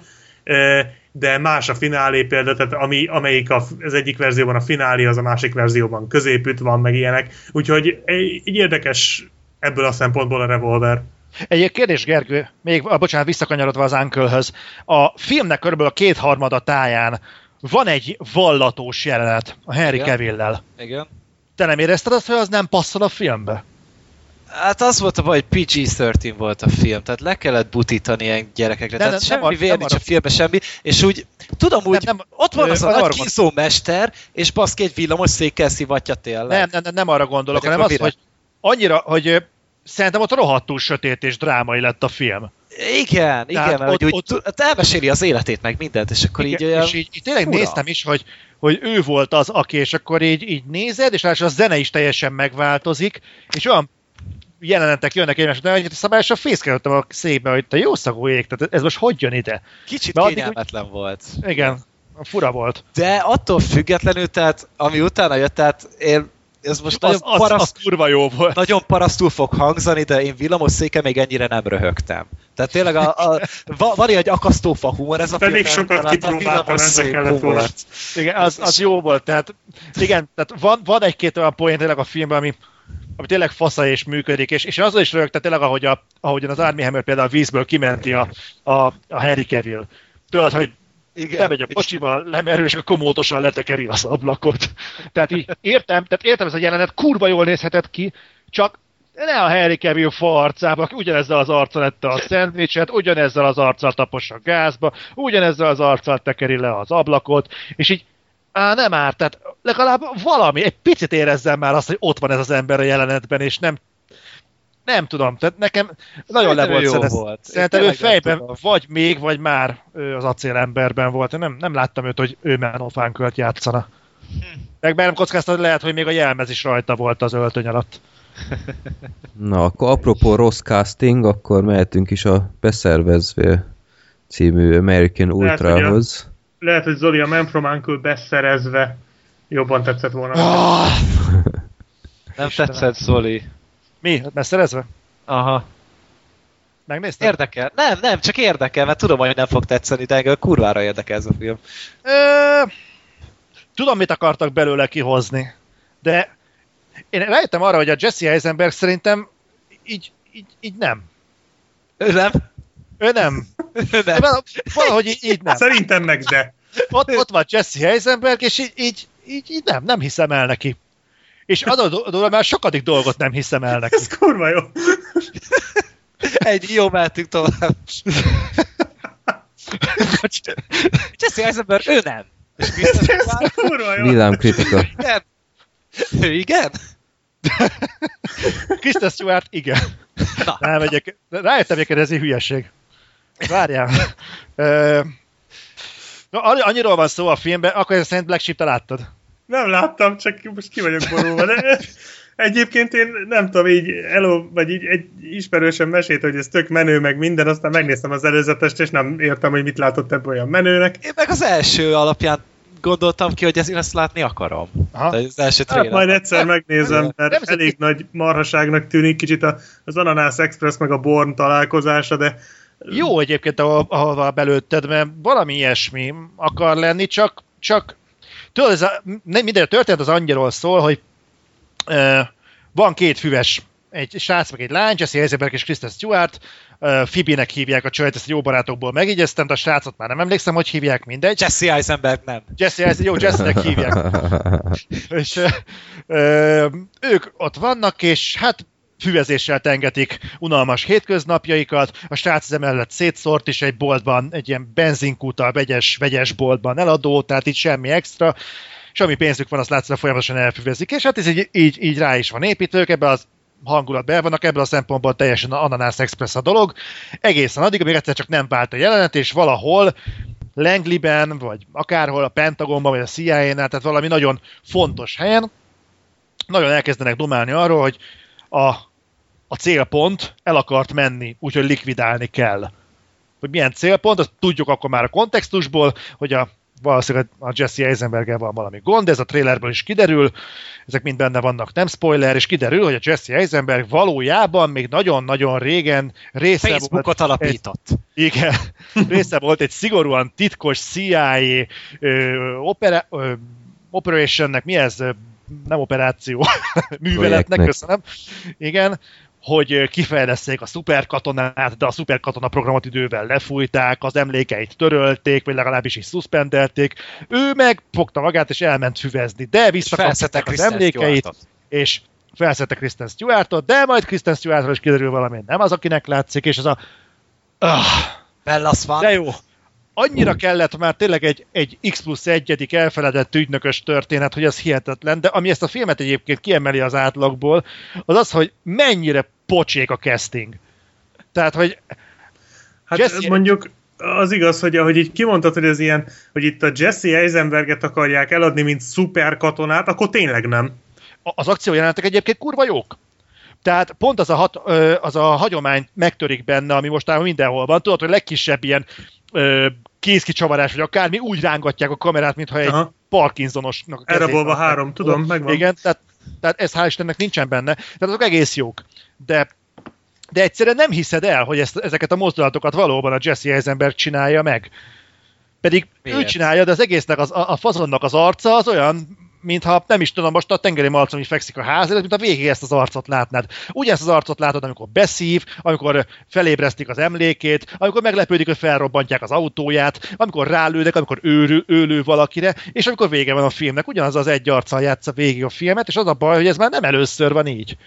de más a finálé például, tehát amelyik az egyik verzióban a finálé, az a másik verzióban középütt van, meg ilyenek. Úgyhogy így érdekes ebből a szempontból a Revolver. Egy kérdés, Gergő, még, bocsánat, visszakanyarodva az Uncle-höz. A filmnek körülbelül a 2/3 táján van egy vallatós jelenet a Henry Cavill-lel. Igen. Te nem érezted azt, hogy az nem passzol a filmbe? Hát az volt a baj, hogy PG-13 volt a film, tehát le kellett butítani ilyen gyerekekre, tehát semmi vér nincs a filmben, semmi, és úgy, tudom úgy, ott van az a nagy kínzó mester, és baszki egy villamos székkel szivatja tényleg. Nem arra gondolok, hanem az, hogy annyira, hogy szerintem ott rohadtul sötét és drámai lett a film. Igen, mert ott elmeséli az életét meg mindent, és akkor igen, így olyan... És így tényleg néztem is, hogy ő volt az, aki, és akkor így nézed, és ráadásul a zene is teljesen megváltozik, és olyan jelenetek jönnek egymás után, hogy szabályosan fészkelődtem a székbe, hogy te jó szagú ég, tehát ez most hogy jön ide? Kicsit kényelmetlen volt. Igen, fura volt. De attól függetlenül, tehát ami utána jött, tehát én ez most az kurva jó volt. Nagyon parasztul fog hangzani, de én villamos széken még ennyire nem röhögtem. Tehát tényleg van egy akasztófa humor, ez a film. Pedig sokat kipróbáltam ezeket volna. Igen, az jó volt. Tehát, igen, tehát van egy-két olyan poén tényleg a filmben, ami tényleg fasza és működik, és azzal is rögtön tényleg, ahogyan az Armie Hammer például a vízből kimenti a Henry Cavill. Tudod, hogy lemegy a kocsival, lemerül, és akkor komótosan letekeri az ablakot. Tehát így értem ez a jelenet, kurva jól nézhetett ki, csak ne a Henry Cavill fa arcába, aki ugyanezzel az arccal ette a szendvicset, ugyanezzel az arccal tapos a gázba, ugyanezzel az arccal tekeri le az ablakot, és így nem árt, tehát legalább valami, egy picit érezzem már azt, hogy ott van ez az ember a jelenetben, és nem tudom, tehát nekem nagyon le volt. Szerintem ő fejben vagy már az acélemberben volt. Én nem láttam őt, hogy ő Man of Uncle-t játszana. Meg nem kockáztat, lehet, hogy még a jelmez is rajta volt az öltöny alatt. Na, akkor apropó rossz casting, akkor mehetünk is a Beszervezve című American Ultrahoz. Lehet, hogy Zoli a Man from Uncle beszerezve jobban tetszett volna. Nem tetszett, Zoli. Mi? Beszerezve? Aha. Megnézted? Érdekel? Nem, csak érdekel, mert tudom, hogy nem fog tetszeni, de engem kurvára érdekel ez a film. Tudom, mit akartak belőle kihozni, de én rájöttem arra, hogy a Jesse Eisenberg szerintem így nem. Ő nem? Ő nem. Valahogy így nem. Szerintem meg de. Ott van Jesse Eisenberg, és így nem hiszem el neki. És azon már sokadik dolgot nem hiszem el neki. Ez kurva jó. Jó, mehetünk tovább. Jesse Eisenberg, ő nem. Ez kurva jó. Villámkritika. Igen. Ő igen? Kristen Stewart, igen. Nem, rájöttem, hogy ez egy hülyeség. Várjál. Annyiról van szó a filmben, akkor szerint Black Sheep-te láttad? Nem láttam, csak most ki vagyok borulva, de egyébként én nem tudom, így vagy így egy ismerősen mesélt, hogy ez tök menő, meg minden, aztán megnéztem az előzetest, és nem értem, hogy mit látott ebből olyan menőnek. Én meg az első alapján gondoltam ki, hogy ezt látni akarom. Az első hát majd egyszer megnézem, mert elég nagy marhaságnak tűnik kicsit az Ananász Express meg a Bourne találkozása, de... Jó egyébként, ahol belőtted, mert valami ilyesmi akar lenni, csak tudod, minden a történet az annyiról szól, hogy van 2 füves, egy srác meg egy lány, Jesse Eisenberg és Kristen Stewart, Phoebe-nek hívják a csajt, ezt jó barátokból megigyeztem, de a srácot már nem emlékszem, hogy hívják, mindegy. Jesse Eisenberg nem. Jesse-nek hívják. És ők ott vannak, és hát füvezéssel tengetik unalmas hétköznapjaikat, a srác emellett szétszórt is egy boltban, egy ilyen benzinkúta, vegyes boltban eladó, tehát itt semmi extra, és ami pénzük van, azt látszik, folyamatosan elfüvezik, és hát ez így rá is van építők, ebbe az hangulatban el vannak, ebből a szempontból teljesen Ananász Express a dolog, egészen addig, amíg egyszer csak nem vált a jelenet, és valahol Langleyben, vagy akárhol a Pentagonban, vagy a CIA-nál, tehát valami nagyon fontos helyen, nagyon elkezdenek dumálni arról, hogy a célpont el akart menni, úgyhogy likvidálni kell. Hogy milyen célpont, azt tudjuk akkor már a kontextusból, hogy valószínűleg a Jesse Eisenberggel van valami gond, ez a trailerből is kiderül, ezek mind benne vannak, nem spoiler, és kiderül, hogy a Jesse Eisenberg valójában még nagyon-nagyon régen része Facebookot alapított. Igen, része volt egy szigorúan titkos CIA operationnek, mi ez? Nem operáció, műveletnek, köszönöm. Igen, hogy kifejleszték a szuperkatonát, de a szuperkatona programot idővel lefújták, az emlékeit törölték, vagy legalábbis is szuspendelték. Ő meg fogta magát, és elment füvezni, de visszakapták az emlékeit, és felszedte Kristen Stewartot, de majd Kristen Stewartról is kiderül valami, nem az, akinek látszik, és az a... Bellas van. De jó. Annyira kellett már tényleg egy X+1 elfeledett ügynökös történet, hogy az hihetetlen, de ami ezt a filmet egyébként kiemeli az átlagból, az az, hogy mennyire pocsék a casting. Tehát, hogy... Hát Jesse... mondjuk az igaz, hogy ahogy így kimondtad, hogy ez ilyen, hogy itt a Jesse Eisenberget akarják eladni, mint szuperkatonát, akkor tényleg nem. Az akciójelenetek egyébként kurva jók. Tehát pont az a hagyomány megtörik benne, ami mostában mindenhol van. Tudod, hogy legkisebb ilyen kézkicsavarás, vagy akármi, úgy rángatják a kamerát, mintha egy Parkinsonosnak a kezét. Erabolva 3, tudom, megvan. Igen, tehát ez hál' Istennek nincsen benne. Tehát azok egész jók. De egyszerűen nem hiszed el, hogy ezeket a mozdulatokat valóban a Jesse Eisenberg csinálja meg. Pedig miért? Ő csinálja, de az egésznek, a fazonnak az arca az olyan, mintha, nem is tudom, most a tengeri malacon is fekszik a ház, mintha végig ezt az arcot látnád. Ugyanezt az arcot látod, amikor beszív, amikor felébresztik az emlékét, amikor meglepődik, hogy felrobbantják az autóját, amikor rálőnek, amikor őlő valakire, és amikor vége van a filmnek. Ugyanaz az egy arccal játsza végig a filmet, és az a baj, hogy ez már nem először van így.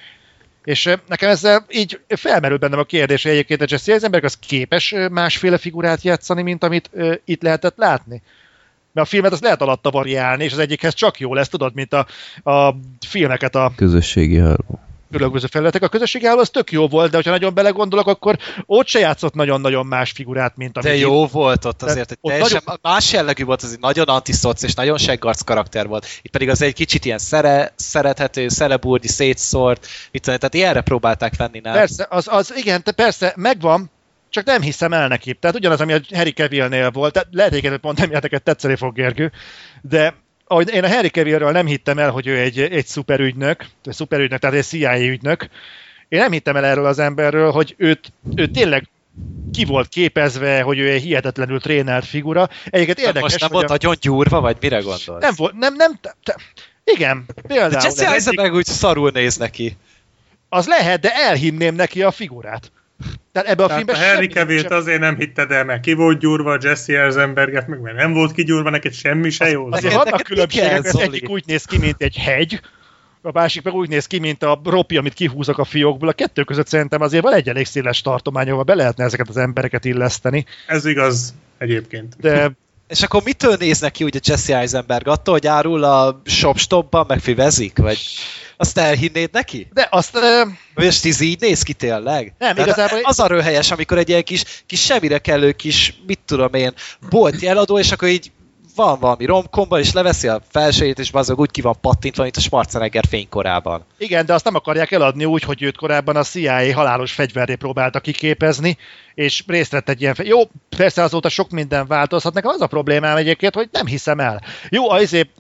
És nekem ezzel így felmerül bennem a kérdés, hogy egyébként a Jesse Eisenberg az képes másféle figurát játszani, mint amit itt lehetett látni. Mert a filmet azt lehet alatta variálni, és az egyikhez csak jó lesz, tudod, mint a filmeket a... Közösségi háló. Különböző felületek. A közösségi háló az tök jó volt, de ha nagyon belegondolok, akkor ott se játszott nagyon-nagyon más figurát, mint amit... De jó volt ott azért, hogy teljesen nagyon... más jellegű volt, az egy nagyon antiszoc és nagyon seggarc karakter volt. Itt pedig az egy kicsit ilyen szerethető, szelebúrdi, szétszórt, tehát ilyenre próbálták venni, nem? Persze, igen, persze, megvan, csak nem hiszem el neki. Tehát ugyanaz, ami a Henry Cavillnél volt, tehát lehet egyébként pont nem neked tetszeni fog, Gergő, de ahogy én a Henry Cavillről nem hittem el, hogy ő egy szuperügynök, tehát egy CIA ügynök. Én nem hittem el erről az emberről, hogy ő tényleg ki volt képezve, hogy ő egy hihetetlenül trénelt figura. Egyébként érdekes, most nem volt nagyon gyúrva, vagy mire gondolsz? Nem volt, igen, például. De Jesse Eisenberg úgy szarul néz neki. Az lehet, de elhinném neki a figurát. Tehát ebbe a filmben a Henry Cavillt azért nem hitted el, mert ki volt gyúrva, a Jesse Eisenberget, meg mert nem volt kigyúrva, neked semmi se jó. Azért vannak különbségek, az egyik úgy néz ki, mint egy hegy, a másik meg úgy néz ki, mint a ropi, amit kihúzok a fiókból. A kettő között szerintem azért van egy elég széles tartomány, ahol be lehetne ezeket az embereket illeszteni. Ez igaz egyébként. De... És akkor mitől néz neki úgy a Jesse Eisenberg? Attól, hogy árul a shopstopban, meg fivezik? Vagy azt elhinnéd neki? De azt... És ez így néz ki tényleg? Nem, igazából... Az a röhelyes, amikor egy ilyen kis semmire kellő kis, mit tudom én, bolti eladó, és akkor így van valami romkomban, és leveszi a felsőjét, és bazdmeg úgy ki van pattintva, mint a Schwarzenegger fénykorában. Igen, de azt nem akarják eladni úgy, hogy őt korábban a CIA halálos fegyverré próbálta kiképezni, és részt vett egy ilyen... Jó, persze azóta sok minden változhat. Nekem az a problémám egyébként, hogy nem hiszem el. Jó,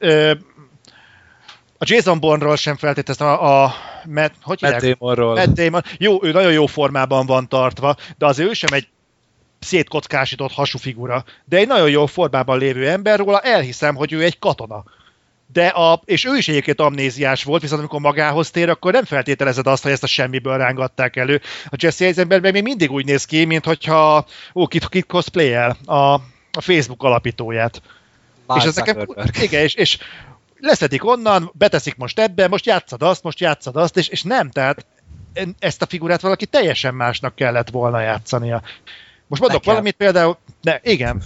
a Jason Bourne-ról sem feltétlenül Matt Damonról. Matt Damon. Jó, ő nagyon jó formában van tartva, de azért ő sem egy szétkockásított hasú figura, de egy nagyon jó formában lévő ember, róla elhiszem, hogy ő egy katona. És ő is egyébként amnéziás volt, viszont amikor magához tér, akkor nem feltételezed azt, hogy ezt a semmiből rángatták elő. A Jesse Eisenberg még mindig úgy néz ki, mintha kit cosplay-el a Facebook alapítóját. Mark és ez nekem, igen, és leszedik onnan, beteszik most ebbe, most játszad azt, és nem, tehát ezt a figurát valaki teljesen másnak kellett volna játszania. Most mondok valamit például... Igen.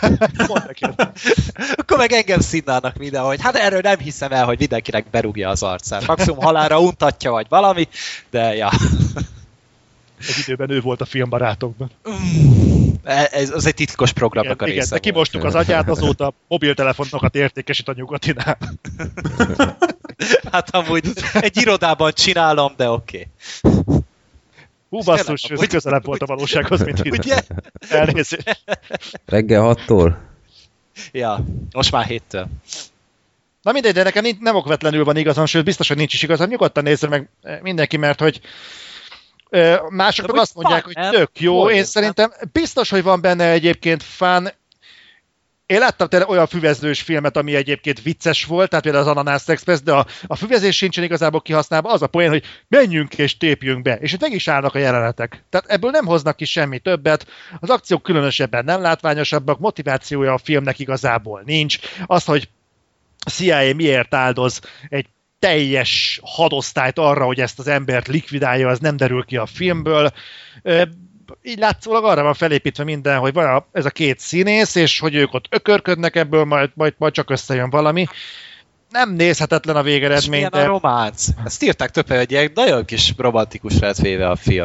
Akkor meg engem színnának mindenhogy. Hát erről nem hiszem el, hogy mindenkinek berúgja az arcát. Maximum halálra untatja, vagy valami, de ja. Egy időben ő volt a Filmbarátokban. Ez egy titkos programnak a része. Igen, de kimostuk az agyát, azóta mobiltelefonokat értékesít a nyugatinál. Hát amúgy egy irodában csinálom, de oké. Hú, basszus, ez közelebb volt a valósághoz, mint itt. Ugye? Elnézést. Reggel 6-tól? Ja, most már 7-től. Na mindegy, de nekem nem okvetlenül van igazam, sőt biztos, hogy nincs is igazam. Nyugodtan nézze meg mindenki, mert hogy mások meg azt mondják, hogy tök jó. Én szerintem biztos, hogy van benne egyébként fun. Én láttam tényleg olyan füvezős filmet, ami egyébként vicces volt, tehát például az Ananász Express, de a füvezés sincsen igazából kihasználva. Az a poén, hogy menjünk és tépjünk be. És itt meg is állnak a jelenetek. Tehát ebből nem hoznak ki semmi többet. Az akciók különösebben nem látványosabbak, motivációja a filmnek igazából nincs. Az, hogy a CIA miért áldoz egy teljes hadosztályt arra, hogy ezt az embert likvidálja, az nem derül ki a filmből. Így látszólag arra van felépítve minden, hogy van ez a két színész, és hogy ők ott ökörködnek ebből, majd csak összejön valami. Nem nézhetetlen a végeredmény. És milyen a románc? Ezt írták több helyen, nagyon kis romantikus lett véve a film.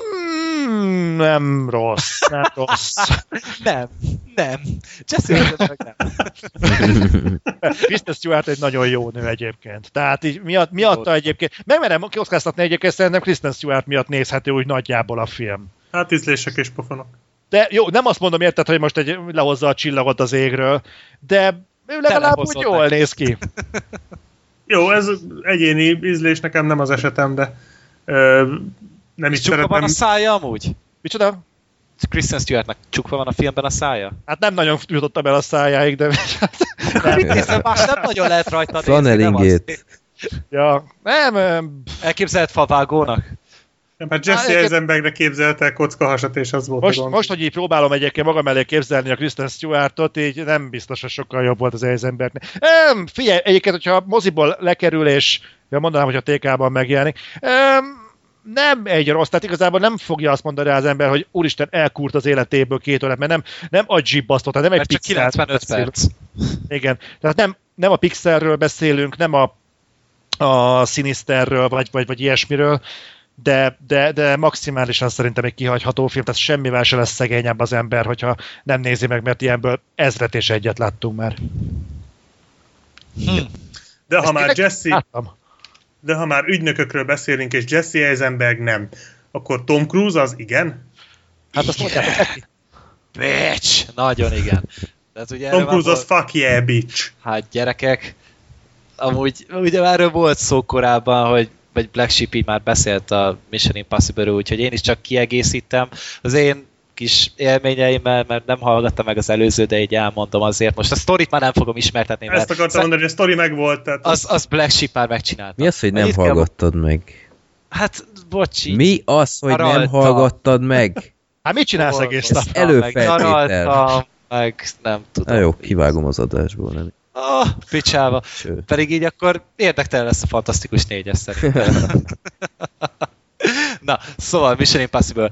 Nem rossz. Nem. Jesse Eisenberg nem. Kristen Stewart egy nagyon jó nő egyébként. Tehát így miatta egyébként, megmerem kioszkáztatni egyébként, szerintem Kristen Stewart miatt nézhető úgy nagyjából a film. Hát ízlések és pofonok. De jó, nem azt mondom érted, hogy most lehozza a csillagot az égről, de ő legalább úgy jól néz ki. Jó, ez egyéni ízlés, nekem nem az esetem, de nem is csukva van a szája amúgy? Micsoda? Kristen Stewartnak csukva van a filmben a szája? Hát nem nagyon jutottam el a szájáig, de... Mit nézem, más nem nagyon lehet rajta nézni. Flanellingét. Ja, nem... Elképzelt favágónak? Nem, hát Jesse Eisenbergre képzelte kockahasat, és az volt most, hogy így próbálom egyébként magam elé képzelni a Kristen Stewartot, így nem biztos, hogy sokkal jobb volt az Eisenbergnek. Figyelj, egyébként, hogyha a moziból lekerül, és mondanám, hogy a TK-ban megjelenik, nem egy rossz, tehát igazából nem fogja azt mondani az ember, hogy úristen, elkúrt az életéből 2 órát, mert nem agyibbasztott, nem egy csak 95 perc. Igen, tehát nem a Pixarről beszélünk, nem a Sinisterről, vagy ilyesmiről, de maximálisan szerintem egy kihagyható film, tehát semmivel se lesz szegényebb az ember, hogyha nem nézi meg, mert ilyenből 1001 láttunk már. De ha már ügynökökről beszélünk, és Jesse Eisenberg nem, akkor Tom Cruise az igen? Hát azt mondják, hogy neki. Bitch! Nagyon igen. Ugye Tom Cruise az fuck yeah, bitch. Hát gyerekek, amúgy ugye erről volt szó korábban, hogy vagy Black Sheep így már beszélt a Mission Impossible-ről, úgyhogy én is csak kiegészítem az én kis élményeimmel, mert nem hallgattam meg az előző, de így elmondom azért. Most a sztorit már nem fogom ismertetni. Ezt akartam mondani, hogy a sztori megvolt. Tehát... Az Black Sheep már megcsinálta. Mi az, hogy nem hallgattad meg? Hát, bocsi. Mi az, hogy nem hallgattad meg? Hát mit csinálsz egész nap? Előfeltétel. Meg nem tudom. Na jó, kivágom az adásból, nem? Picsába. Pedig így akkor érdektelen lesz a Fantasztikus 4-es szerintem. Na, szóval Mission Impossible.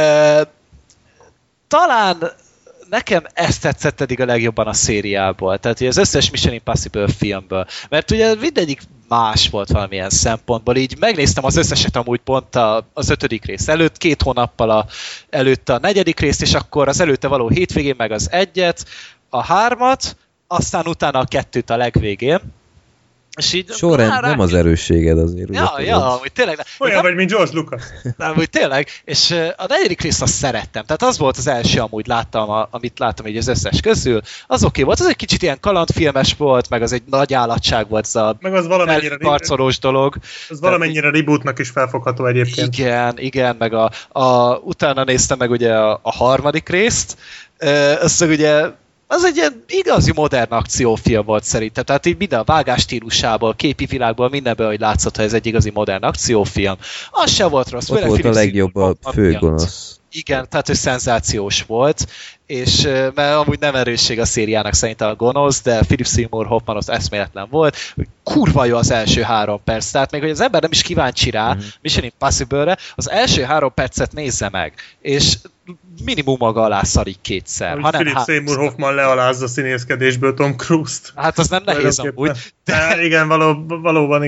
Talán nekem ezt tetszett eddig a legjobban a szériából, tehát az összes Mission Impossible filmből, mert ugye mindegyik más volt valamilyen szempontból, így megnéztem az összeset amúgy pont az 5. rész előtt, 2 hónappal előtte a 4. részt, és akkor az előtte való hétvégén meg az 1-et, a 3-at, aztán utána a 2-t a legvégén. És így sorrend nem az erősséged azért. Ja, amúgy tényleg. Olyan vagy, mint George Lucas. Nem, amúgy tényleg. És a 4. részt azt szerettem. Tehát az volt az első, amúgy amit láttam így az összes közül. Az oké volt. Az egy kicsit ilyen kalandfilmes volt, meg az egy nagy állatság volt, meg az valamennyire karcolós dolog. Az valamennyire rebootnak is felfogható egyébként. Igen, meg utána néztem meg ugye a 3. részt. Azt ugye az egy ilyen igazi modern akciófilm volt szerintem. Tehát így minden a vágás stílusából, képi világból, mindenből, hogy látszott, hogy ez egy igazi modern akciófilm. Az se volt rossz. Ott volt a legjobb a főgonosz. Igen, tehát ő szenzációs volt, és mert amúgy nem erősség a szériának szerintem a gonosz, de Philip Seymour Hoffman az eszméletlen volt. Kurva jó az első 3 perc. Tehát még hogy az ember nem is kíváncsi rá Mission Impossible-re, az első 3 percet nézze meg, és minimum maga alá szarik 2-szer. Hogy Philip Seymour Hoffman lealázza színészkedésből Tom Cruise-t. Hát az nem nehéz amúgy. Igen, valóban igen.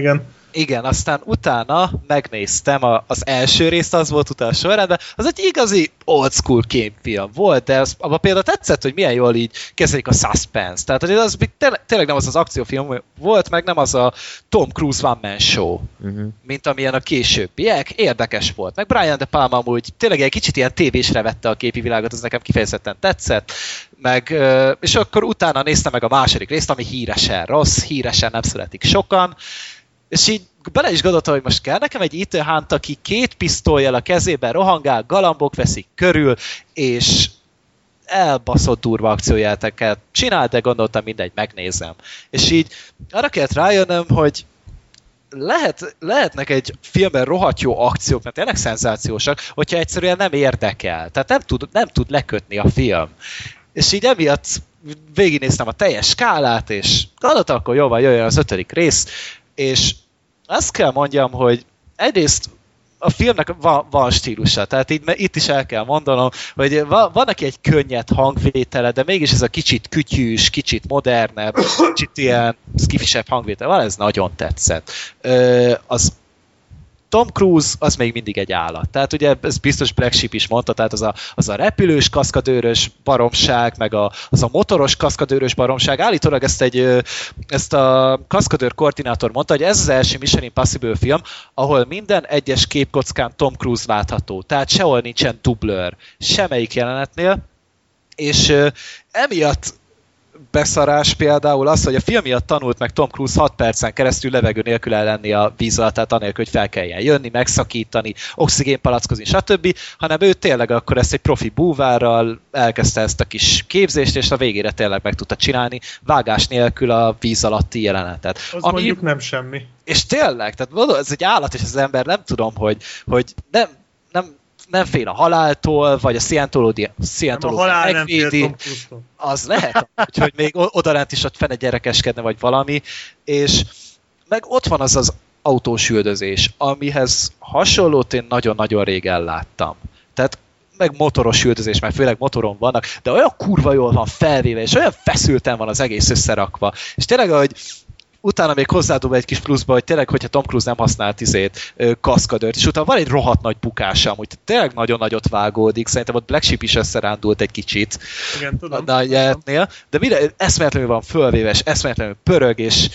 Igen, aztán utána megnéztem az első részt, az volt utolsó sorrendben, az egy igazi old school kémfilm volt, de abban például tetszett, hogy milyen jól így kezelik a suspense. Tehát hogy az tényleg nem az akciófilm volt, meg nem az a Tom Cruise one man show, mint amilyen a későbbiek. Érdekes volt. Meg Brian De Palma amúgy tényleg egy kicsit ilyen tévésre vette a képi világot, az nekem kifejezetten tetszett. És akkor utána néztem meg a második részt, ami híresen rossz, híresen nem szeretik sokan, és így bele is gondoltam, hogy most kell nekem egy Ethan Hunt, aki 2 pisztollyal a kezében rohangál, galambok veszik körül, és elbaszott durva akciójáteket csinál, de gondoltam, mindegy, megnézem. És így arra kellett rájönnöm, hogy lehetnek egy filmben rohadt jó akciók, mert tényleg szenzációsak, hogyha egyszerűen nem érdekel. Tehát nem tud lekötni a film. És így emiatt végignéztem a teljes skálát, és gondoltam, akkor jó van, jöjjön az 5. rész, és azt kell mondjam, hogy egyrészt a filmnek van stílusa, tehát itt is el kell mondanom, hogy van neki egy könnyed hangvétele, de mégis ez a kicsit kütyűs, kicsit modernebb, kicsit ilyen skifisebb hangvétel van, ez nagyon tetszett. Az Tom Cruise az még mindig egy állat. Tehát ugye ez biztos Black Sheep is mondta, tehát az a repülős kaszkadőrös baromság, meg az a motoros kaszkadőrös baromság. Állítólag ezt a kaszkadőr koordinátor mondta, hogy ez az első Mission Impossible film, ahol minden egyes képkockán Tom Cruise látható. Tehát sehol nincsen dublőr, semmelyik jelenetnél. És emiatt beszarás például az, hogy a film miatt tanult meg Tom Cruise 6 percen keresztül levegő nélkül ellenni a víz alatt, tehát anélkül, hogy fel kelljen jönni, megszakítani, oxigénpalackozni, stb., hanem ő tényleg akkor ezt egy profi búvárral elkezdte ezt a kis képzést, és a végére tényleg meg tudta csinálni vágás nélkül a víz alatti jelenetet. Az mondjuk nem semmi. És tényleg, tehát ez egy állat, és az ember nem tudom, hogy nem fél a haláltól, vagy a szientológia megvédi, az lehet, hogy még odalent is ott fene gyerekeskedne, vagy valami, és meg ott van az autós üldözés, amihez hasonlót én nagyon-nagyon régen láttam. Tehát meg motoros üldözés, mert főleg motoron vannak, de olyan kurva jól van felvéve, és olyan feszülten van az egész összerakva. És tényleg, hogy utána még hozzádob egy kis pluszba, hogy tényleg, hogyha Tom Cruise nem használt kaszkadőrt, és utána van egy rohadt nagy bukása, amúgy tényleg nagyon nagyot vágódik, szerintem ott Black Sheep is összerándult egy kicsit. Igen, tudom. De mire eszméletlenül van fölvéve, és eszméletlenül pörög, és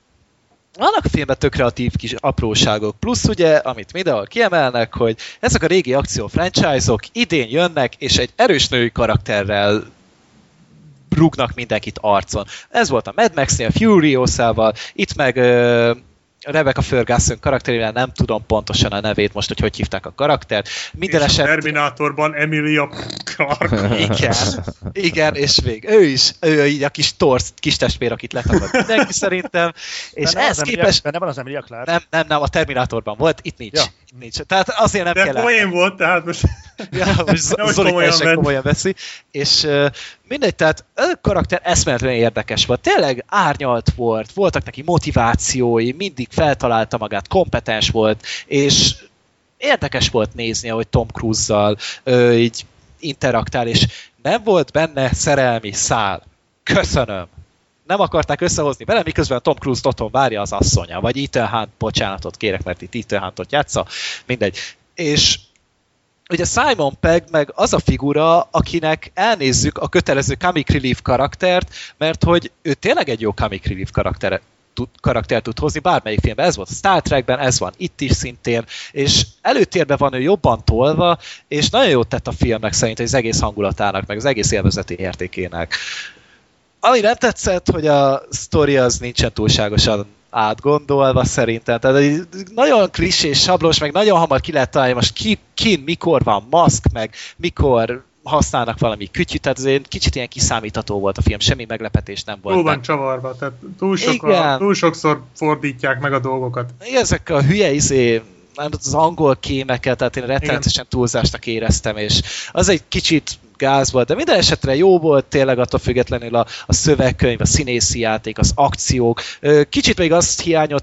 vannak a filmben tök kreatív kis apróságok, plusz ugye, amit mindenhol kiemelnek, hogy ezek a régi akció franchise-ok idén jönnek, és egy erős női karakterrel rúgnak mindenkit arcon. Ez volt a Mad Max-nél, Furious-ával, itt meg Rebecca Ferguson karakterével, nem tudom pontosan a nevét most, hogy hívták a karaktert. Minden és a Terminátorban Emilia Clarke. Igen, és ő így a kis torz, kis testvér, akit letagad mindenki szerintem. És ez képest... Benne van az Emilia Clarke? Nem, a Terminátorban volt, itt nincs. Ja. Nincs. Tehát azért nem kell. De poén volt, tehát most... Zoli komolyan veszi. És mindegy, tehát a karakter eszméletlenül érdekes volt. Tényleg árnyalt volt, voltak neki motivációi, mindig feltalálta magát, kompetens volt, és érdekes volt nézni, ahogy Tom Cruise-zal így interaktál, és nem volt benne szerelmi szál. Köszönöm. Nem akarták összehozni vele, miközben Tom Cruise otthon várja az asszonya, vagy Ethan Hunt, bocsánatot kérek, mert itt Ethan Huntot játsza, mindegy. És ugye Simon Pegg meg az a figura, akinek elnézzük a kötelező comic relief karaktert, mert hogy ő tényleg egy jó comic relief karakter tud hozni bármelyik filmben. Ez volt a Star Trekben, ez van itt is szintén, és előtérben van ő jobban tolva, és nagyon jót tett a filmnek szerint az egész hangulatának, meg az egész élvezeti értékének. Ami nem tetszett, hogy a sztori az nincsen túlságosan átgondolva szerintem. Tehát nagyon klisés, sablós, meg nagyon hamar ki lehet találni, most kin mikor van maszk, meg mikor használnak valami kütyűt, tehát azért kicsit ilyen kiszámítható volt a film, semmi meglepetés nem volt. Túl van csavarva, tehát túl sokszor fordítják meg a dolgokat. Ezek a hülye az angol kémeket, tehát én rettenetesen túlzásnak éreztem, és az egy kicsit gáz volt, de minden esetre jó volt tényleg attól függetlenül a szövegkönyv, a színészi játék, az akciók. Kicsit még azt hiányolt,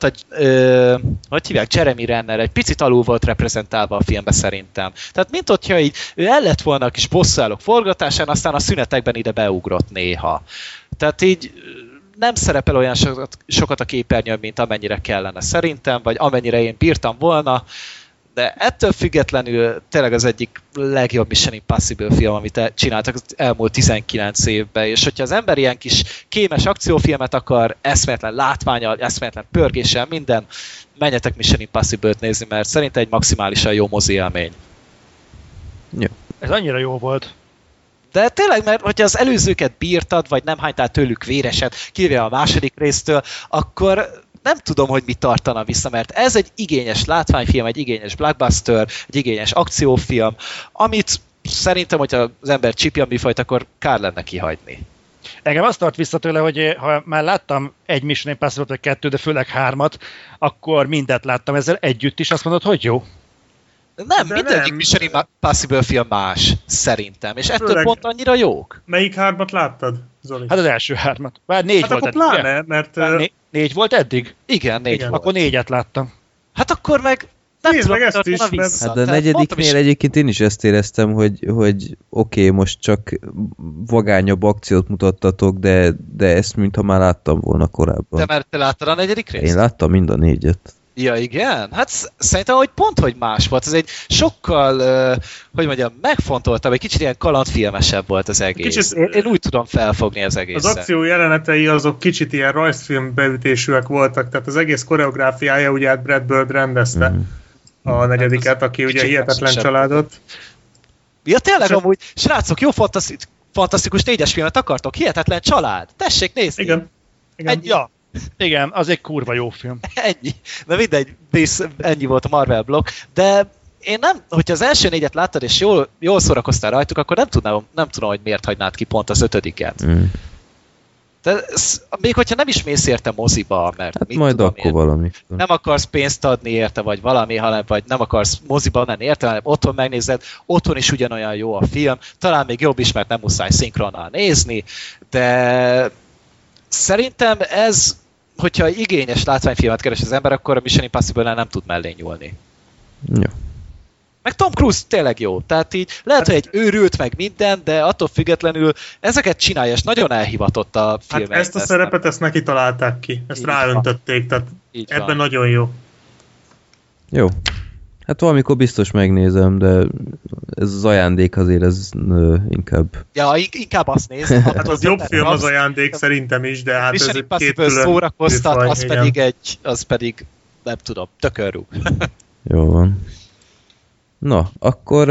hogy hívják, Jeremy Renner egy picit alul volt reprezentálva a filmbe szerintem. Tehát mint hogyha így ő el lett volna a kis bosszúállók forgatásán, aztán a szünetekben ide beugrott néha. Tehát így nem szerepel olyan sokat a képernyőn, mint amennyire kellene szerintem, vagy amennyire én bírtam volna, de ettől függetlenül tényleg az egyik legjobb Mission Impossible film, amit csináltak az elmúlt 19 évben, és hogyha az ember ilyen kis kémes akciófilmet akar, eszméletlen látvánnyal, eszméletlen pörgéssel, minden, menjetek Mission Impossible-t nézni, mert szerintem egy maximálisan jó mozi élmény. Ja. Ez annyira jó volt. De tényleg, mert hogyha az előzőket bírtad, vagy nem hánytál tőlük véreset, kivéve a második résztől, akkor nem tudom, hogy mi tartana vissza, mert ez egy igényes látványfilm, egy igényes blockbuster, egy igényes akciófilm, amit szerintem, hogyha az ember csípja a műfajt, akkor kár lenne kihagyni. Engem azt tart vissza tőle, hogy ha már láttam egy Mission Impossible-t, vagy 2, de főleg 3-at, akkor mindet láttam ezzel együtt is, azt mondod, hogy jó? Nem, mindegyik Mission Impossible film más, szerintem, és ettől pont annyira jók. Melyik 3-at láttad, Zoli? Hát az első 3-at. Bár 4 hát volt akkor eddig. Pláne, mert... 4 volt eddig? Igen, 4 volt. Akkor 4-et láttam. Hát akkor meg nem nézd tudom, meg ezt is, vissza. Hát de a negyediknél egyébként én is ezt éreztem, hogy oké, most csak vagányabb akciót mutattatok, de ezt mintha már láttam volna korábban. De mert te láttad a 4. részt? Én láttam mind a 4-et. Ja, igen? Hát szerintem, hogy pont, hogy más volt. Ez egy sokkal, hogy mondjam, megfontoltabb, egy kicsit ilyen kalandfilmesebb volt az egész. Kicsit, én úgy tudom felfogni az egészet. Az akció jelenetei azok kicsit ilyen rajzfilm beütésűek voltak, tehát az egész koreográfiája ugye hát Brad Bird rendezte a 4, aki ugye hihetetlen családot. Ja, tényleg amúgy, srácok, jó fantasztikus 4-es filmet akartok? Hihetetlen család. Tessék nézni. Igen. Ja. Igen, az egy kurva jó film. Ennyi. De mindegy, ennyi volt a Marvel blokk. De én nem, hogyha az első 4-et láttad, és jól szórakoztál rajtuk, akkor nem tudom, hogy miért hagynád ki pont az 5-et. De még hogyha nem is mész érte moziba, mert hát majd tudom, akkor valami. Nem akarsz pénzt adni érte, vagy valami, vagy nem akarsz moziba menni érte, hanem otthon megnézed, otthon is ugyanolyan jó a film, talán még jobb is, mert nem muszáj szinkronnal nézni, de szerintem ez, hogyha igényes látványfilmet keres az ember, akkor a Mission Impossible-nel nem tud mellé nyúlni. Ja. Meg Tom Cruise tényleg jó. Tehát így lehet, hogy egy őrült meg minden, de attól függetlenül ezeket csinálja, és nagyon elhivatott a filmek. Hát ezt a szerepet, ezt neki találták ki. Ezt így ráöntötték, tehát így ebben van. Nagyon jó. Jó. Hát valamikor biztos megnézem, de ez az ajándék azért ez inkább... Ja, inkább azt néz. Hát az jobb film az ajándék szerintem is, de hát ez egy két külön szórakoztat, az pedig nem tudom, tökörrúg. Jó van. Na, akkor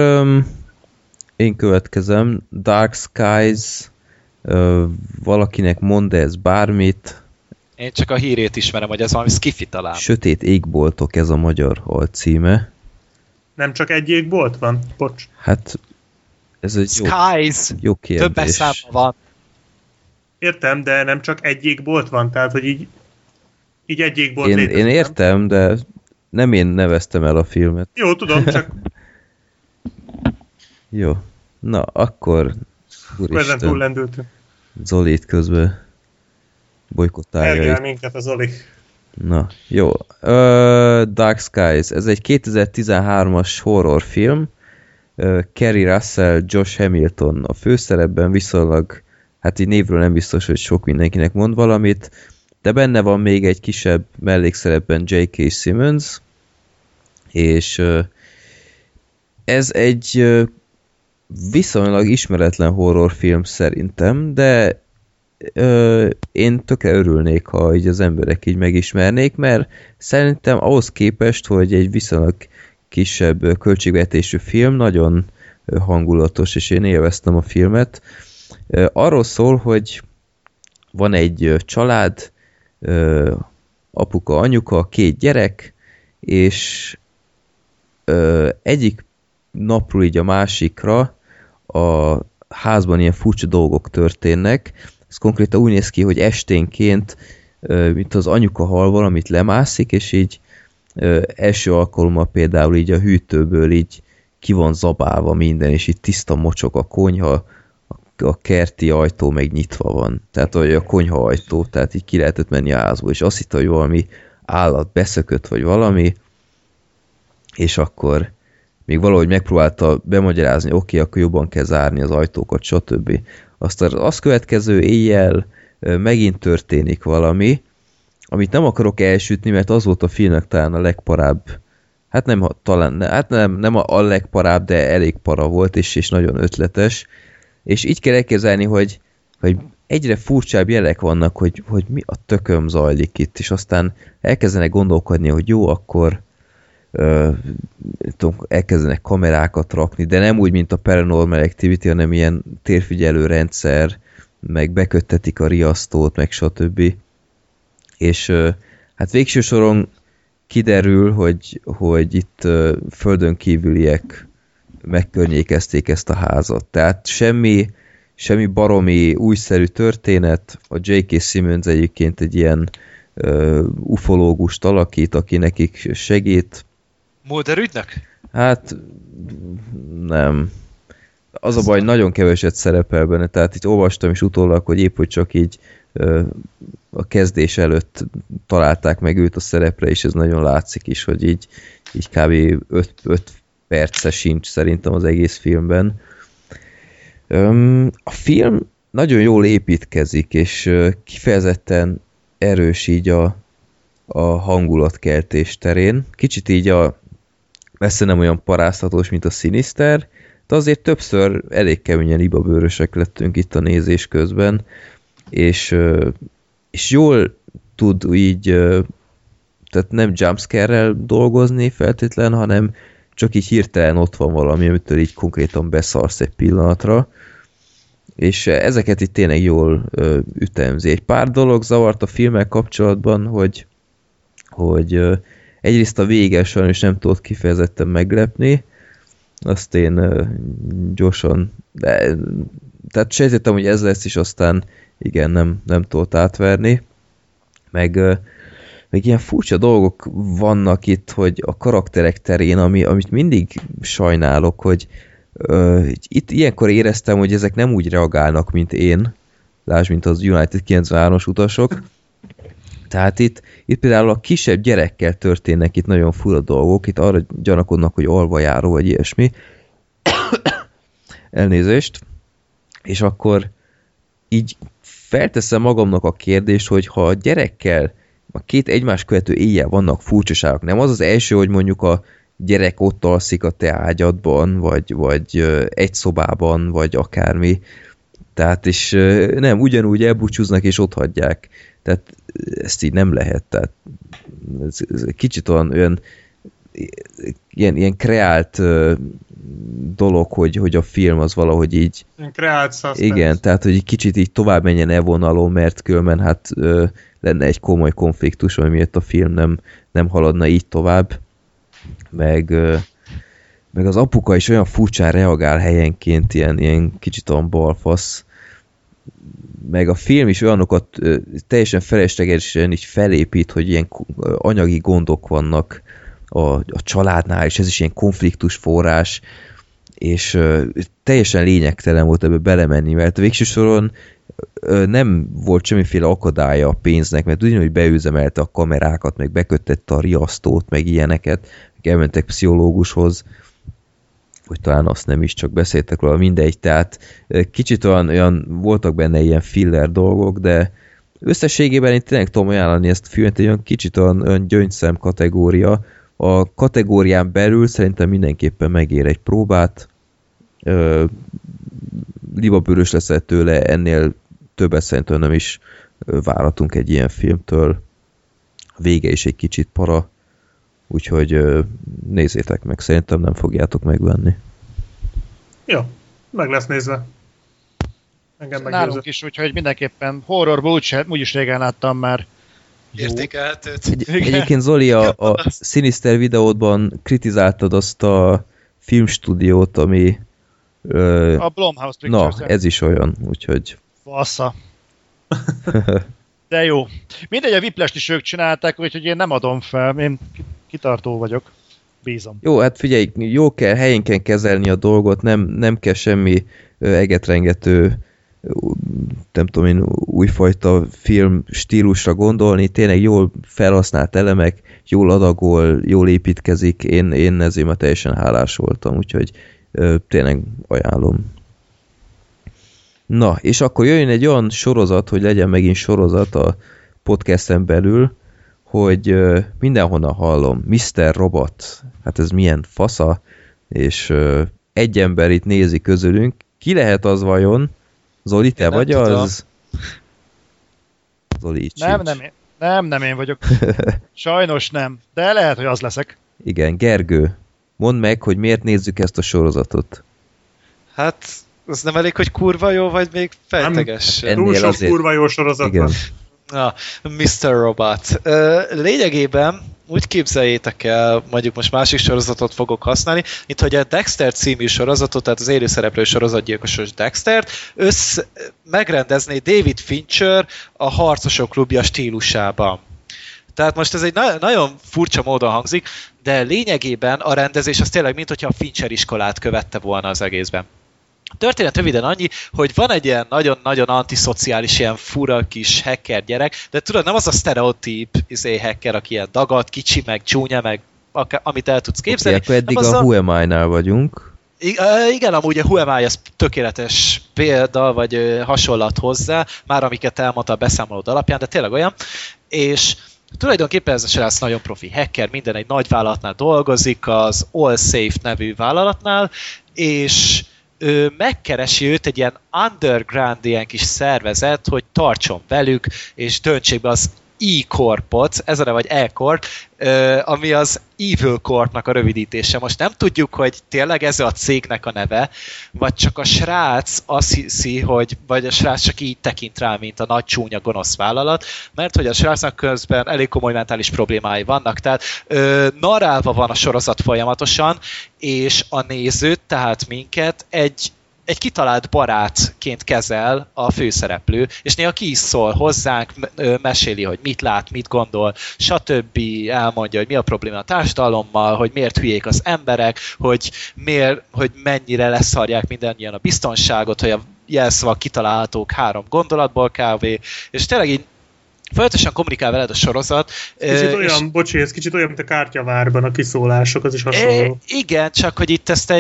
én következem. Dark Skies, valakinek mond ez bármit. Én csak a hírét ismerem, hogy ez valami skifi talán. Sötét égboltok, ez a magyar alcíme. Nem csak egy égbolt van? Bocs. Hát, ez egy jó kérdés. Többes számban van. Értem, de nem csak egy égbolt van, tehát, hogy így egy égbolt létezik. Én értem, de nem én neveztem el a filmet. Jó, tudom, csak... Jó. Na, akkor... Ezen túl lendültünk. Zolit közben bolykottálja. Elgel minket a Zoli. Na, jó. Dark Skies. Ez egy 2013-as horrorfilm. Kerry Russell, Josh Hamilton a főszerepben, viszonylag, hát így névről nem biztos, hogy sok mindenkinek mond valamit, de benne van még egy kisebb mellékszerepben J.K. Simmons, és ez egy viszonylag ismeretlen horrorfilm szerintem, de én tökre örülnék, ha így az emberek így megismernék, mert szerintem ahhoz képest, hogy egy viszonylag kisebb költségvetésű film, nagyon hangulatos, és én élveztem a filmet. Arról szól, hogy van egy család, apuka, anyuka, 2 gyerek, és egyik napról így a másikra a házban ilyen furcsa dolgok történnek. Ez konkrétan úgy néz ki, hogy esténként, mint az anyuka hal valamit, lemászik, és így első alkalommal például így a hűtőből így ki van zabálva minden, és így tiszta mocsok a konyha, a kerti ajtó meg nyitva van. Tehát a konyha ajtó, tehát így ki lehetett menni a házból, és azt hitte, hogy valami állat beszökött, vagy valami, és akkor még valahogy megpróbálta bemagyarázni, oké, akkor jobban kell zárni az ajtókat, stb. Aztán az következő éjjel megint történik valami, amit nem akarok elsütni, mert az volt a filmnek talán a legparább, hát nem a legparább, de elég para volt, és nagyon ötletes. És így kell elképzelni, hogy egyre furcsább jelek vannak, hogy mi a tököm zajlik itt, és aztán elkezdenek gondolkodni, hogy jó, akkor elkezdenek kamerákat rakni, de nem úgy, mint a Paranormal Activity, hanem ilyen térfigyelő rendszer, meg beköttetik a riasztót, meg stb. És hát végső soron kiderül, hogy itt földön kívüliek megkörnyékezték ezt a házat. Tehát semmi baromi újszerű történet. A J.K. Simmons egyébként egy ilyen ufológust alakít, aki nekik segít. Mulder ügynök? Hát nem. Az a baj, nagyon keveset szerepel benne, tehát itt olvastam is utólag, hogy épp hogy csak így a kezdés előtt találták meg őt a szerepre, és ez nagyon látszik is, hogy így kb. 5 perce sincs szerintem az egész filmben. A film nagyon jól építkezik, és kifejezetten erős így a hangulatkeltés terén. Kicsit így messze nem olyan paráztatós, mint a Sinister, de azért többször elég keményen libabőrösek lettünk itt a nézés közben, és jól tud így, tehát nem jumpscare-rel dolgozni feltétlen, hanem csak így hirtelen ott van valami, amitől így konkrétan beszarsz egy pillanatra, és ezeket itt tényleg jól ütemzi. Egy pár dolog zavart a filmmel kapcsolatban, hogy egyrészt a vége sajnos nem tudott kifejezetten meglepni, azt én gyorsan, tehát sejtettem, hogy ez lesz, és aztán igen, nem tudott átverni, meg ilyen furcsa dolgok vannak itt, hogy a karakterek terén, amit mindig sajnálok, hogy itt ilyenkor éreztem, hogy ezek nem úgy reagálnak, mint én, lásd, mint az United 93-as utasok. Tehát itt például a kisebb gyerekkel történnek itt nagyon fura dolgok, itt arra gyanakodnak, hogy alvajáró, vagy ilyesmi. Elnézést. És akkor így felteszem magamnak a kérdést, hogy ha a gyerekkel a két egymás követő éjjel vannak furcsaságok, nem az az első, hogy mondjuk a gyerek ott alszik a te ágyadban, vagy egy szobában, vagy akármi. Tehát, és nem, ugyanúgy elbúcsúznak, és ott hagyják. Tehát ezt így nem lehet. Tehát ez kicsit olyan ilyen kreált dolog, hogy a film az valahogy így... Kreált suspense. Igen, tehát hogy egy kicsit így tovább menjen evonalon, mert különben hát lenne egy komoly konfliktus, ami miatt a film nem haladna így tovább. Meg az apuka is olyan furcsán reagál helyenként, ilyen kicsit olyan balfasz. Meg a film is olyanokat teljesen feleslegesen így felépít, hogy ilyen anyagi gondok vannak a családnál, és ez is ilyen konfliktus forrás, és teljesen lényegtelen volt ebbe belemenni, mert végső soron nem volt semmiféle akadálya a pénznek, mert ugyanúgy beüzemelte a kamerákat, meg beköttette a riasztót, meg ilyeneket, meg elmentek pszichológushoz, vagy talán azt nem is, csak beszéltek róla, mindegy, tehát kicsit olyan voltak benne ilyen filler dolgok, de összességében én tényleg tudom ajánlani ezt a filmet, egy olyan kicsit olyan gyöngyszem kategória. A kategórián belül szerintem mindenképpen megér egy próbát, libabőrös leszel tőle, ennél többet szerintem nem is várhatunk egy ilyen filmtől. A vége is egy kicsit para, úgyhogy nézzétek meg, szerintem nem fogjátok megvenni. Jó, meg lesz nézve. Engem meggyőzött. Nálunk is, úgyhogy mindenképpen horrorból úgyis régen láttam már. Értékelhetőt. Egyébként Zoli, a Sinister videódban kritizáltad azt a filmstúdiót, ami... a Blumhouse Pictures. Na, ez is olyan, úgyhogy... Vassza. De jó. Mindegy, a Whiplash-t is ők csinálták, úgyhogy én nem adom fel. Én kitartó vagyok. Bízom. Jó, hát figyelj, jó kell helyénken kezelni a dolgot, nem kell semmi egetrengető, nem tudom én, újfajta film stílusra gondolni, tényleg jól felhasznált elemek, jól adagol, jól építkezik, én ezért már teljesen hálás voltam, úgyhogy tényleg ajánlom. Na, és akkor jöjjön egy olyan sorozat, hogy legyen megint sorozat a podcasten belül, hogy mindenhonnan hallom, Mr. Robot, hát ez milyen fasza, és egy ember itt nézi közülünk. Ki lehet az vajon? Zoli, te vagy tudom. Az? Zoli, nem én vagyok. Sajnos nem, de lehet, hogy az leszek. Igen, Gergő, mondd meg, hogy miért nézzük ezt a sorozatot. Hát, az nem elég, hogy kurva jó, vagy még fejteges? Túl sok kurva jó sorozat van. Na, Mr. Robot. Lényegében úgy képzeljétek el, mondjuk most másik sorozatot fogok használni, mint hogy a Dexter című sorozatot, tehát az élőszereplő sorozatgyilkosos Dextert, megrendezné David Fincher a Harcosok klubja stílusában. Tehát most ez egy nagyon furcsa módon hangzik, de lényegében a rendezés az tényleg, mint hogyha a Fincher iskolát követte volna az egészben. A történet röviden annyi, hogy van egy ilyen nagyon-nagyon antiszociális, ilyen fura kis hacker gyerek, de tudod, nem az a sztereotíp hacker, aki ilyen dagad, kicsi, meg csúnya, meg amit el tudsz képzelni. Okay, akkor eddig a Who Am I-nál vagyunk. Igen, amúgy a Who Am I az tökéletes példa, vagy hasonlat hozzá, már amiket elmondta a beszámolód alapján, de tényleg olyan. És tulajdonképpen ez a srác nagyon profi hacker, minden egy nagy vállalatnál dolgozik, az All Safe nevű vállalatnál, és megkeresi őt egy ilyen underground, ilyen kis szervezet, hogy tartson velük, és döntsék be az E-Corpot, ez a neve, vagy E-Corp, ami az Evil Corpnak a rövidítése. Most nem tudjuk, hogy tényleg ez a cégnek a neve, vagy csak a srác azt hiszi, vagy a srác csak így tekint rá, mint a nagy csúnya gonosz vállalat, mert hogy a srácnak közben elég komoly mentális problémái vannak, tehát narrálva van a sorozat folyamatosan, és a nézőt, tehát minket egy kitalált barátként kezel a főszereplő, és néha ki is szól hozzánk, meséli, hogy mit lát, mit gondol, stb. Elmondja, hogy mi a probléma a társadalommal, hogy miért hülyék az emberek, hogy mennyire leszarják mindannyian a biztonságot, hogy a jelszavak kitalálhatók 3 gondolatból kb. És tényleg így folyamatosan kommunikál veled a sorozat. Kicsit olyan, bocsi, ez kicsit olyan, mint a Kártyavárban a kiszólások, az is hasonló. Igen, csak hogy itt ezt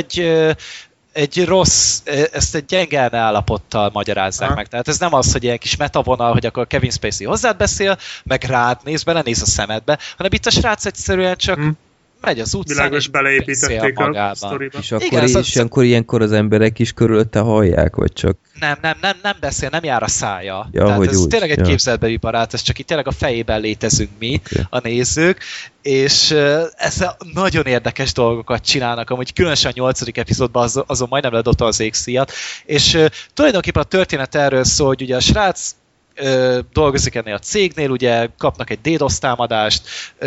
ezt egy gyenge elmeállapottal magyarázzák meg. Tehát ez nem az, hogy ilyen kis metavonal, hogy akkor Kevin Spacey hozzád beszél, meg rád néz, belenéz a szemedbe, hanem itt a srác egyszerűen csak megy az utcán, világos beleépítették a sztoriba. És akkor ilyenkor az emberek is körülötte hallják, vagy csak... Nem beszél, nem jár a szája. Ja, tehát ez úgy, tényleg egy képzeletbeli barát, ez csak itt tényleg a fejében létezünk mi, a nézők, és ezzel nagyon érdekes dolgokat csinálnak, amúgy különösen a 8. epizódban azon majdnem ledobta az égszíjat, és tulajdonképpen a történet erről szól, hogy ugye a srác dolgozik ennél a cégnél, ugye kapnak egy DDoS támadást,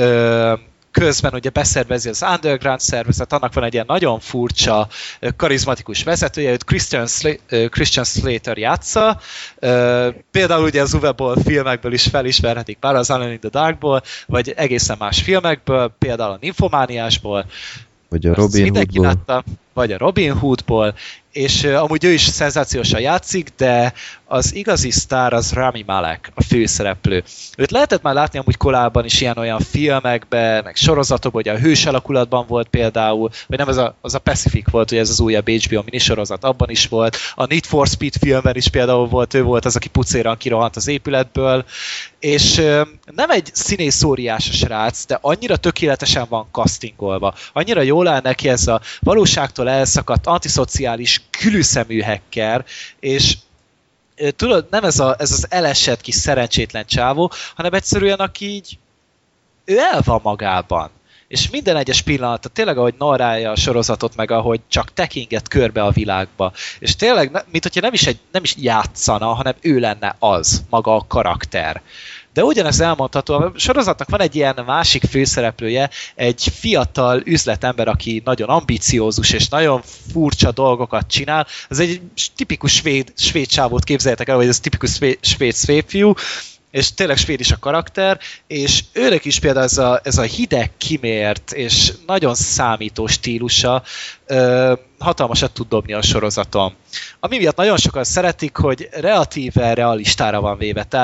közben ugye beszervezi az underground szervezet, annak van egy ilyen nagyon furcsa, karizmatikus vezetője, őt Christian Slater játsza. Például ugye az Uwe Boll filmekből is felismerhetik, már az Alone in the Darkból, vagy egészen más filmekből, például a Nymphomaniásból, vagy a Robin Hoodból. Vagy a Robin Hoodból, és amúgy ő is szenzációsan játszik, de az igazi sztár az Rami Malek, a főszereplő. Őt lehetett már látni amúgy korábban is ilyen-olyan filmekben, meg sorozatokban, ugye a Hős alakulatban volt például, vagy nem, az a Pacific volt, ugye ez az újabb HBO minisorozat, abban is volt. A Need for Speed filmben is például volt, ő volt az, aki pucéran kirohant az épületből, és nem egy színész óriás a srác, de annyira tökéletesen van castingolva, annyira jól áll neki ez a valóságtól elszakadt, antiszociális, külűszemű hacker, és tudod, nem ez az elesett kis szerencsétlen csávó, hanem egyszerűen aki így, ő el van magában. És minden egyes pillanata, tényleg ahogy narrálja a sorozatot, meg ahogy csak tekinget körbe a világba. És tényleg, mint hogyha nem is játszana, hanem ő lenne az, maga a karakter. De ugyanez elmondható, a sorozatnak van egy ilyen másik főszereplője, egy fiatal üzletember, aki nagyon ambiciózus és nagyon furcsa dolgokat csinál. Ez egy tipikus svéd csávót képzeljetek el, hogy ez tipikus svéd fiú, és tényleg svéd is a karakter, és őnek is például ez a hideg, kimért és nagyon számító stílusa hatalmasat tud dobni a sorozaton. Ami miatt nagyon sokan szeretik, hogy relatíve realistára van véve, tehát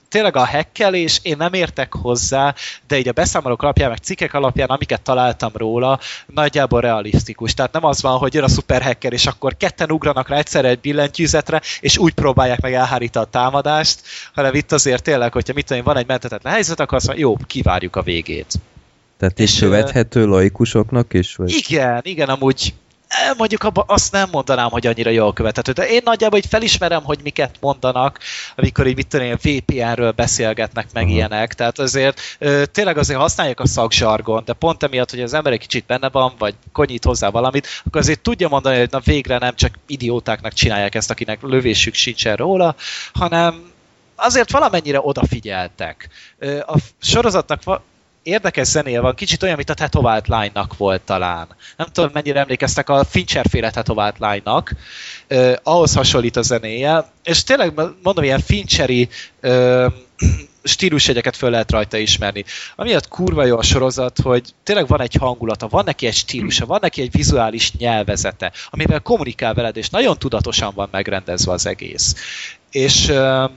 tényleg a hackelés, én nem értek hozzá, de így a beszámolók alapján, meg cikkek alapján, amiket találtam róla, nagyjából realisztikus. Tehát nem az van, hogy jön a szuper hacker, és akkor ketten ugranak rá egyszerre egy billentyűzetre, és úgy próbálják meg elhárítani a támadást, hanem itt azért tényleg, hogyha mit tudom, van egy menthetetlen helyzet, akkor azt mondja, jó, kivárjuk a végét. Tehát és követhető laikusoknak is? Vagy? Igen, amúgy mondjuk azt nem mondanám, hogy annyira jól követhető, de én nagyjából így felismerem, hogy miket mondanak, amikor így mit tudom, VPN-ről beszélgetnek meg ilyenek, tehát azért tényleg azért használják a szakzsargon, de pont emiatt, hogy az ember egy kicsit benne van, vagy konyít hozzá valamit, akkor azért tudja mondani, hogy na végre nem csak idiótáknak csinálják ezt, akinek lövésük sincsen róla, hanem azért valamennyire odafigyeltek. A sorozatnak érdekes zenéje van, kicsit olyan, mint a Tetovált Line-nak volt talán. Nem tudom, mennyire emlékeztek a Fincher-féle Tetovált Line-nak, ahhoz hasonlít a zenéje, és tényleg mondom, ilyen Fincheri stílusjegyeket föl lehet rajta ismerni. Amiatt kurva jó a sorozat, hogy tényleg van egy hangulata, van neki egy stílusa, van neki egy vizuális nyelvezete, amivel kommunikál veled, és nagyon tudatosan van megrendezve az egész. És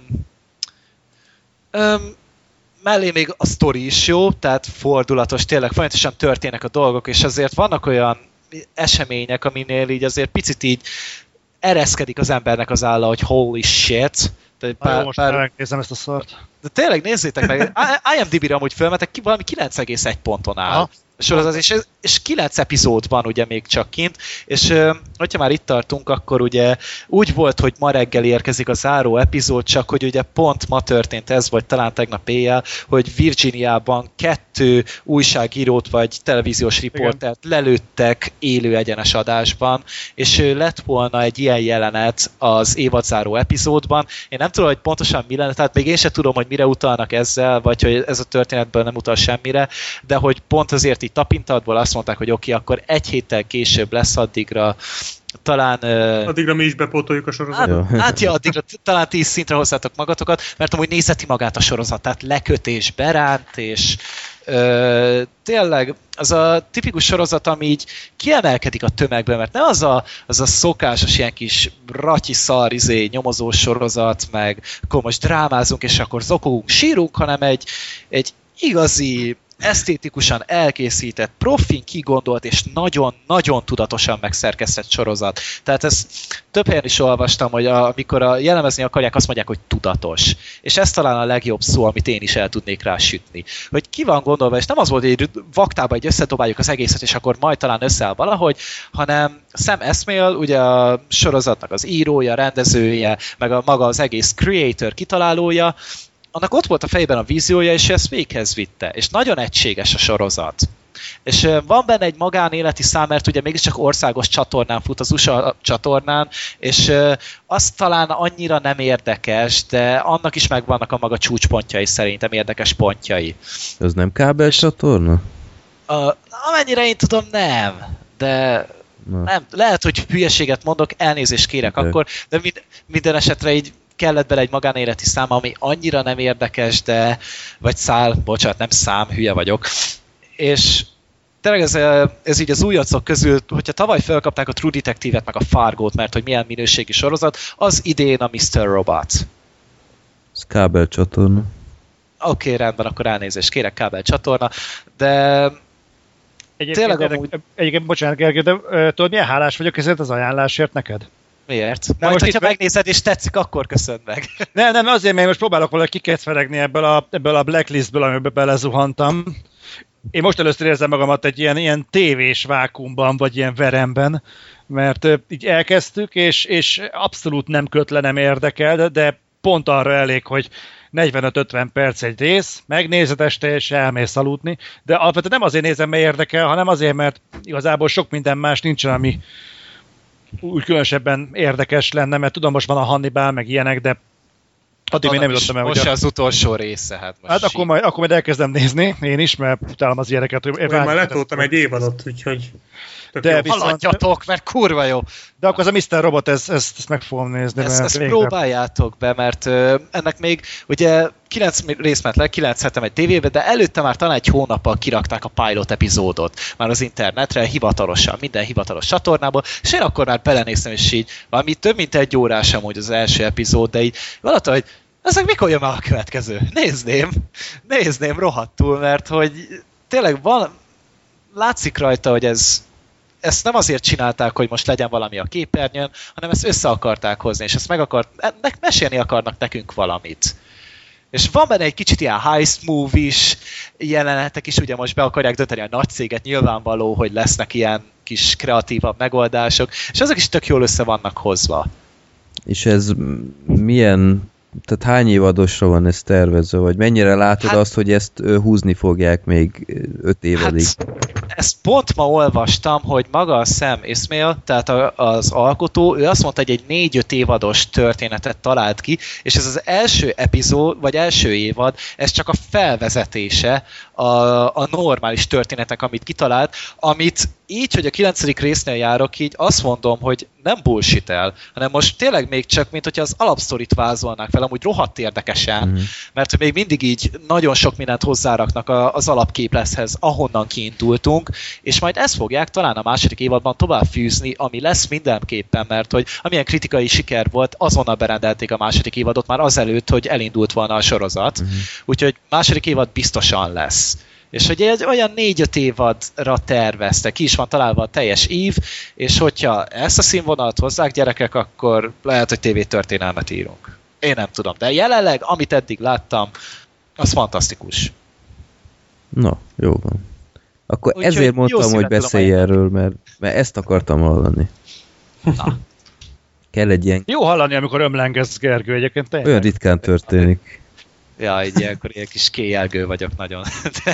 mellé még a sztori is jó, tehát fordulatos, tényleg folyamatosan történnek a dolgok, és azért vannak olyan események, aminél így azért picit így ereszkedik az embernek az álla, hogy holy shit. Most megnézem ezt a szart. De tényleg nézzétek meg, IMDb-re amúgy fölmetek, valami 9,1 ponton áll. Aha. Sorozat, és 9 epizód van ugye még csak kint, és hogyha már itt tartunk, akkor ugye úgy volt, hogy ma reggel érkezik a záró epizód, csak hogy ugye pont ma történt ez, vagy talán tegnap éjjel, hogy Virginiában 2 újságírót vagy televíziós riportert lelőttek élő egyenes adásban, és lett volna egy ilyen jelenet az évadzáró epizódban. Én nem tudom, hogy pontosan mi lenne, tehát még én sem tudom, hogy mire utalnak ezzel, vagy hogy ez a történetből nem utal semmire, de hogy pont azért így tapintatból azt mondták, hogy oké, akkor egy héttel később lesz addigra, talán... Addigra mi is bepótoljuk a sorozatot. Addigra talán 10 szintre hozzátok magatokat, mert amúgy nézeti magát a sorozat, tehát lekötés, beránt, és tényleg az a tipikus sorozat, ami így kiemelkedik a tömegbe, mert nem az a szokásos ilyen kis ratyi szar, nyomozós sorozat, meg akkor most drámázunk, és akkor zokogunk, sírunk, hanem egy igazi esztétikusan elkészített, profin kigondolt és nagyon-nagyon tudatosan megszerkesztett sorozat. Tehát ezt több helyen is olvastam, hogy amikor jellemezni akarják, azt mondják, hogy tudatos. És ez talán a legjobb szó, amit én is el tudnék rá sütni. Hogy ki van gondolva, és nem az volt, hogy vaktába egy összedobáljuk az egészet, és akkor majd talán összeáll valahogy, hanem Sam Esmail, ugye a sorozatnak az írója, rendezője, meg maga az egész creator, kitalálója, annak ott volt a fejében a víziója, és ezt véghez vitte. És nagyon egységes a sorozat. És van benne egy magánéleti szám, mert ugye mégiscsak országos csatornán fut, az USA csatornán, és az talán annyira nem érdekes, de annak is megvannak a maga csúcspontjai szerintem, érdekes pontjai. Ez nem kábel csatorna? Amennyire én tudom, nem. De nem. Lehet, hogy hülyeséget mondok, elnézést kérek akkor, de minden esetre így kellett bele egy magánéleti szám, ami annyira nem érdekes, de vagy nem szám, hülye vagyok. És tényleg ez így az újoncok közül, hogyha tavaly felkapták a True Detective-et, meg a Fargo-t, mert hogy milyen minőségi sorozat, az idén a Mr. Robot. Ez kábel csatorna. Oké, rendben, akkor elnézést kérek, kábel csatorna, de Egyébként, bocsánat, Gergő, de tudod, milyen hálás vagyok ezért az ajánlásért neked? Miért? Majd, hogyha megnézed és tetszik, akkor köszönd meg. Nem, azért, mert most próbálok valahogy kiketferegni ebből a blacklistből, amiben belezuhantam. Én most először érzem magamat egy ilyen tévés vákumban, vagy ilyen veremben, mert így elkezdtük, és abszolút nem köt le, nem érdekel, de pont arra elég, hogy 45-50 perc egy rész, megnézed este, és elmész aludni, de alapvetően nem azért nézem, mert érdekel, hanem azért, mert igazából sok minden más nincsen, ami úgy különösebben érdekes lenne, mert tudom, most van a Hannibal, meg ilyenek, de addig még nem jutottam el. Most az utolsó része, hát most hát akkor majd elkezdem nézni, én is, mert utálom az ilyeneket. Én már letoltam egy évadot, úgyhogy... De haladjatok, mert kurva jó. De akkor az a Mr. Robot, ezt meg fogom nézni. Ezt próbáljátok be, mert ennek még ugye 9 rész ment le, 9 hetem egy tévébe, de előtte már talán egy hónappal kirakták a pilot epizódot már az internetre, hivatalosan, minden hivatalos csatornából, és én akkor már belenéztem, és így valami több mint 1 órás amúgy az első epizód, de így valahogy ezek mikor jön már a következő? Nézném rohadtul, mert hogy tényleg látszik rajta, hogy ezt nem azért csinálták, hogy most legyen valami a képernyőn, hanem ezt össze akarták hozni, és ezt mesélni akarnak nekünk valamit. És van benne egy kicsit ilyen heist movie-s jelenetek is, ugye most be akarják dönteni a nagy céget, nyilvánvaló, hogy lesznek ilyen kis kreatívabb megoldások, és ezek is tök jól össze vannak hozva. És ez milyen, tehát hány évadosra van ez tervezve, vagy mennyire látod azt, hogy ezt húzni fogják még 5 évadig? Ezt pont ma olvastam, hogy maga a Sam Esmail, tehát az alkotó, ő azt mondta, hogy egy 4-5 évados történetet talált ki, és ez az első epizód, vagy első évad, ez csak a felvezetése a normális történetnek, amit kitalált, amit így, hogy a 9. résznél járok, így azt mondom, hogy nem bullshit el, hanem most tényleg még csak, mint hogyha az alapsztorit vázolnák fel, amúgy rohadt érdekesen, mert még mindig így nagyon sok mindent hozzáraknak az alapképlethez, ahonnan kiindultunk, és majd ezt fogják talán a második évadban tovább fűzni, ami lesz mindenképpen, mert hogy amilyen kritikai siker volt, azonnal berendelték a második évadot már azelőtt, hogy elindult volna a sorozat. Úgyhogy második évad biztosan lesz. És hogy egy olyan 4-5 évadra terveztek, ki is van találva a teljes ív, és hogyha ezt a színvonalat hozzák gyerekek, akkor lehet, hogy tévétörténelmet írunk. Én nem tudom, de jelenleg, amit eddig láttam, az fantasztikus. Na, jó van. Akkor úgy, ezért mondtam, hogy beszélj erről, mert ezt akartam hallani. Na. Kell egy ilyen... Jó hallani, amikor ömlengesz, Gergő, egyébként tényleg. Olyan ritkán történik. Ja, így ilyenkor ilyen kis kéjelgő vagyok nagyon.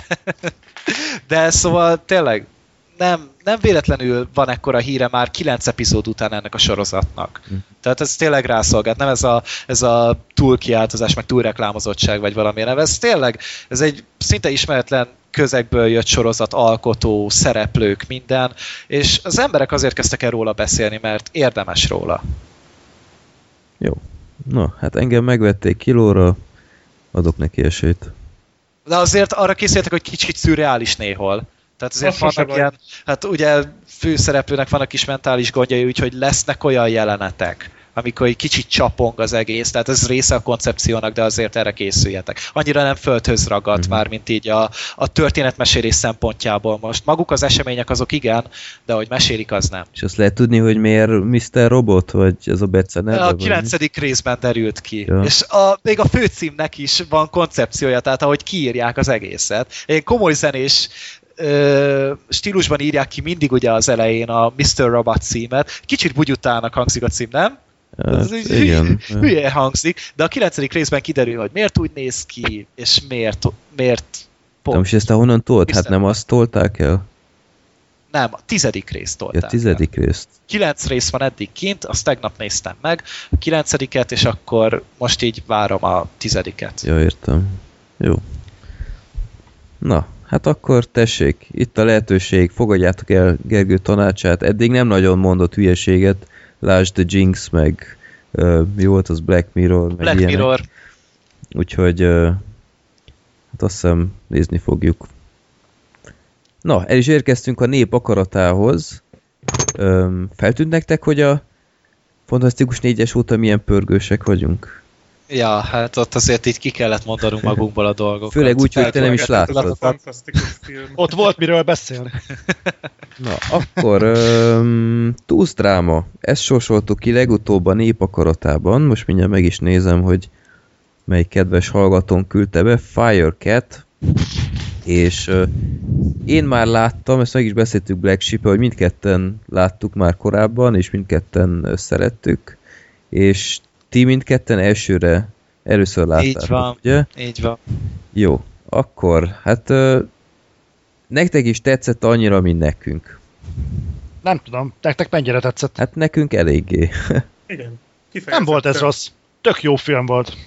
De szóval tényleg nem véletlenül van ekkora híre már 9 epizód után ennek a sorozatnak. Tehát ez tényleg rászolgált, nem ez a túlkiáltozás, meg túlreklámozottság, vagy valamilyen. Ez tényleg, ez egy szinte ismeretlen közegből jött sorozat, alkotó, szereplők, minden, és az emberek azért kezdtek el róla beszélni, mert érdemes róla. Jó. Na, hát engem megvették kilóra, adok neki esélyt. De azért arra készültek, hogy kicsit szürreális néhol. Tehát azért vannak ilyen, hát ugye főszereplőnek vannak kis mentális gondjai, úgyhogy lesznek olyan jelenetek, amikor egy kicsit csapong az egész, tehát ez része a koncepciónak, de azért erre készüljetek. Annyira nem földhöz ragadt már, mint így a történetmesélés szempontjából most. Maguk az események azok igen, de hogy mesélik, az nem. És azt lehet tudni, hogy miért Mr. Robot, vagy ez a beceneve? A 9. részben derült ki. Ja. És még a főcímnek is van koncepciója, tehát ahogy kiírják az egészet. Egy komoly zenés stílusban írják ki mindig ugye az elején a Mr. Robot címet. Kicsit bugyutának hangzik a cím, nem? Hát, igen. Hülye hangzik, de a 9. részben kiderül, hogy miért úgy néz ki, és miért pont. És ezt honnan tolt? Hát nem azt tolták el? Nem, a 10. részt tolták el. 10. részt. 9 rész van eddig kint, azt tegnap néztem meg, a 9-et, és akkor most így várom a 10-et. Ja, értem. Jó. Na, hát akkor tessék, itt a lehetőség, fogadjátok el Gergő tanácsát. Eddig nem nagyon mondott hülyeséget, lásd The Jinx, meg mi volt az Black Mirror, meg Black ilyenek. Mirror. Úgyhogy hát azt hiszem nézni fogjuk. Na, el is érkeztünk a nép akaratához. Feltűnt nektek, hogy a Fantasztikus 4-es óta milyen pörgősek vagyunk? Ja, hát ott azért így ki kellett mondanunk magunkból a dolgokat. Főleg úgy, hogy te nem is láttad. Ott volt miről beszélni. Na, akkor Tooth Drama. Ezt sorsoltuk ki legutóbb a nép akaratában. Most mindjárt meg is nézem, hogy mely kedves hallgatón küldte be. Firecat. És én már láttam, ezt meg is beszéltük Black Sheep-el, hogy mindketten láttuk már korábban, és mindketten szerettük. És ti mindketten először láttátok, így van, ugye? Így van. Jó, akkor, hát nektek is tetszett annyira, mint nekünk. Nem tudom, nektek mennyire tetszett? Hát nekünk eléggé. Igen. Nem volt ez rossz. Tök jó film volt.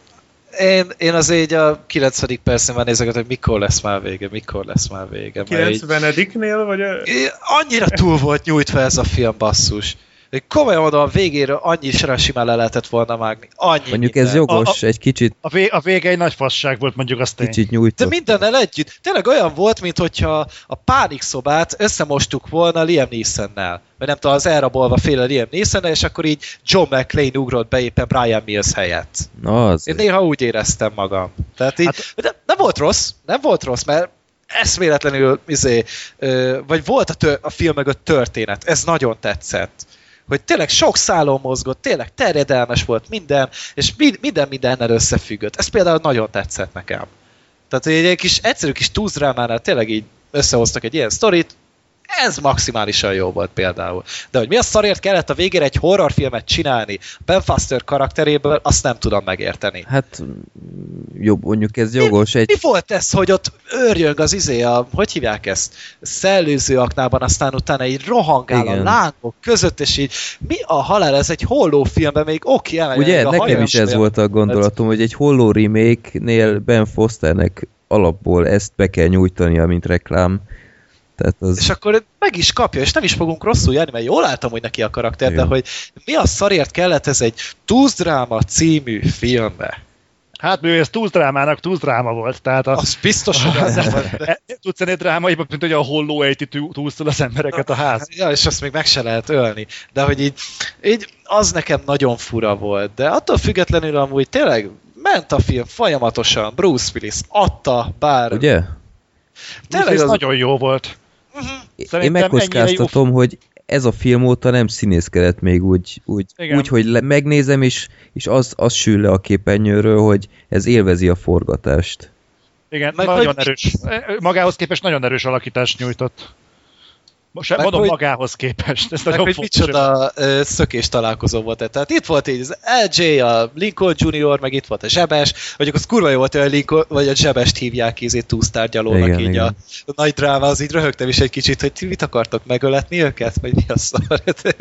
Én azért így a 9. percen már nézek, hogy mikor lesz már vége. 90-nél vagy? Annyira túl volt nyújtva ez a film, basszus. Komolyan mondom, a végéről annyira simán le lehetett volna vágni. Annyi Mondjuk minden. ez jogos, egy kicsit... A vége egy nagy fasság volt, mondjuk azt én. Kicsit nyújtott. De mindennel együtt. Tényleg olyan volt, mintha a Pánikszobát összemostuk volna Liam Neesonnel. Vagy nem tudom, az elrabolva féle Liam Neesonnel, és akkor így John McClane ugrott be éppen Brian Mills helyett. Na, az. Én néha úgy éreztem magam. Tehát így, de nem volt rossz, mert eszméletlenül vagy volt a film mögött történet. Ez nagyon tetszett. Hogy tényleg sok szálon mozgott, tényleg terjedelmes volt minden, és mindennel összefüggött. Ez például nagyon tetszett nekem. Tehát egy kis egyszerű kis túzdrámánál tényleg így összehoztak egy ilyen sztorit, ez maximálisan jó volt például. De hogy mi a szarért kellett a végére egy horrorfilmet csinálni Ben Foster karakteréből, azt nem tudom megérteni. Hát jobb, mondjuk ez jogos. Mi volt ez, hogy ott őrjöng az hogy hívják ezt? Szellőző aknában, aztán utána így rohangál a lángok között, és így mi a halál, ez egy holló filmben még ugye, nekem is ez volt a gondolatom, hogy egy holló remake-nél Ben Fosternek alapból ezt be kell nyújtania, mint reklám. Az... És akkor meg is kapja, és nem is fogunk rosszul járni, mert jól láttam, hogy neki a karakter, de hogy mi a szarért kellett ez egy túzdráma című filmbe? Hát mivel ez túzdrámának túzdráma volt, tehát az biztos, hogy az volt. Tudsz ennél drámaibb, mint hogy a holló ejti túlszul az embereket a ház. Ja, és azt még meg se lehet ölni. De hogy így az nekem nagyon fura volt, de attól függetlenül amúgy tényleg ment a film folyamatosan, Bruce Willis adta, bár... Ugye? Tényleg az nagyon jó volt. Én megkockáztatom, hogy ez a film óta nem színészkedett még úgy hogy megnézem, és az sül le a képernyőről, hogy ez élvezi a forgatást. Igen, nagyon erős. Magához képest nagyon erős alakítást nyújtott. Most mondom hogy, magához képest. Ez hogy micsoda szökés találkozó volt. Tehát itt volt így az LJ, a Lincoln Junior, meg itt volt a Zsebes, mondjuk az kurva jó volt, hogy a Lincoln, vagy a Zsebest hívják így túlsztárgyalónak, igen, így igen. A nagy dráma, az így röhögtem is egy kicsit, hogy mit akartok megöletni őket, vagy mi a szar?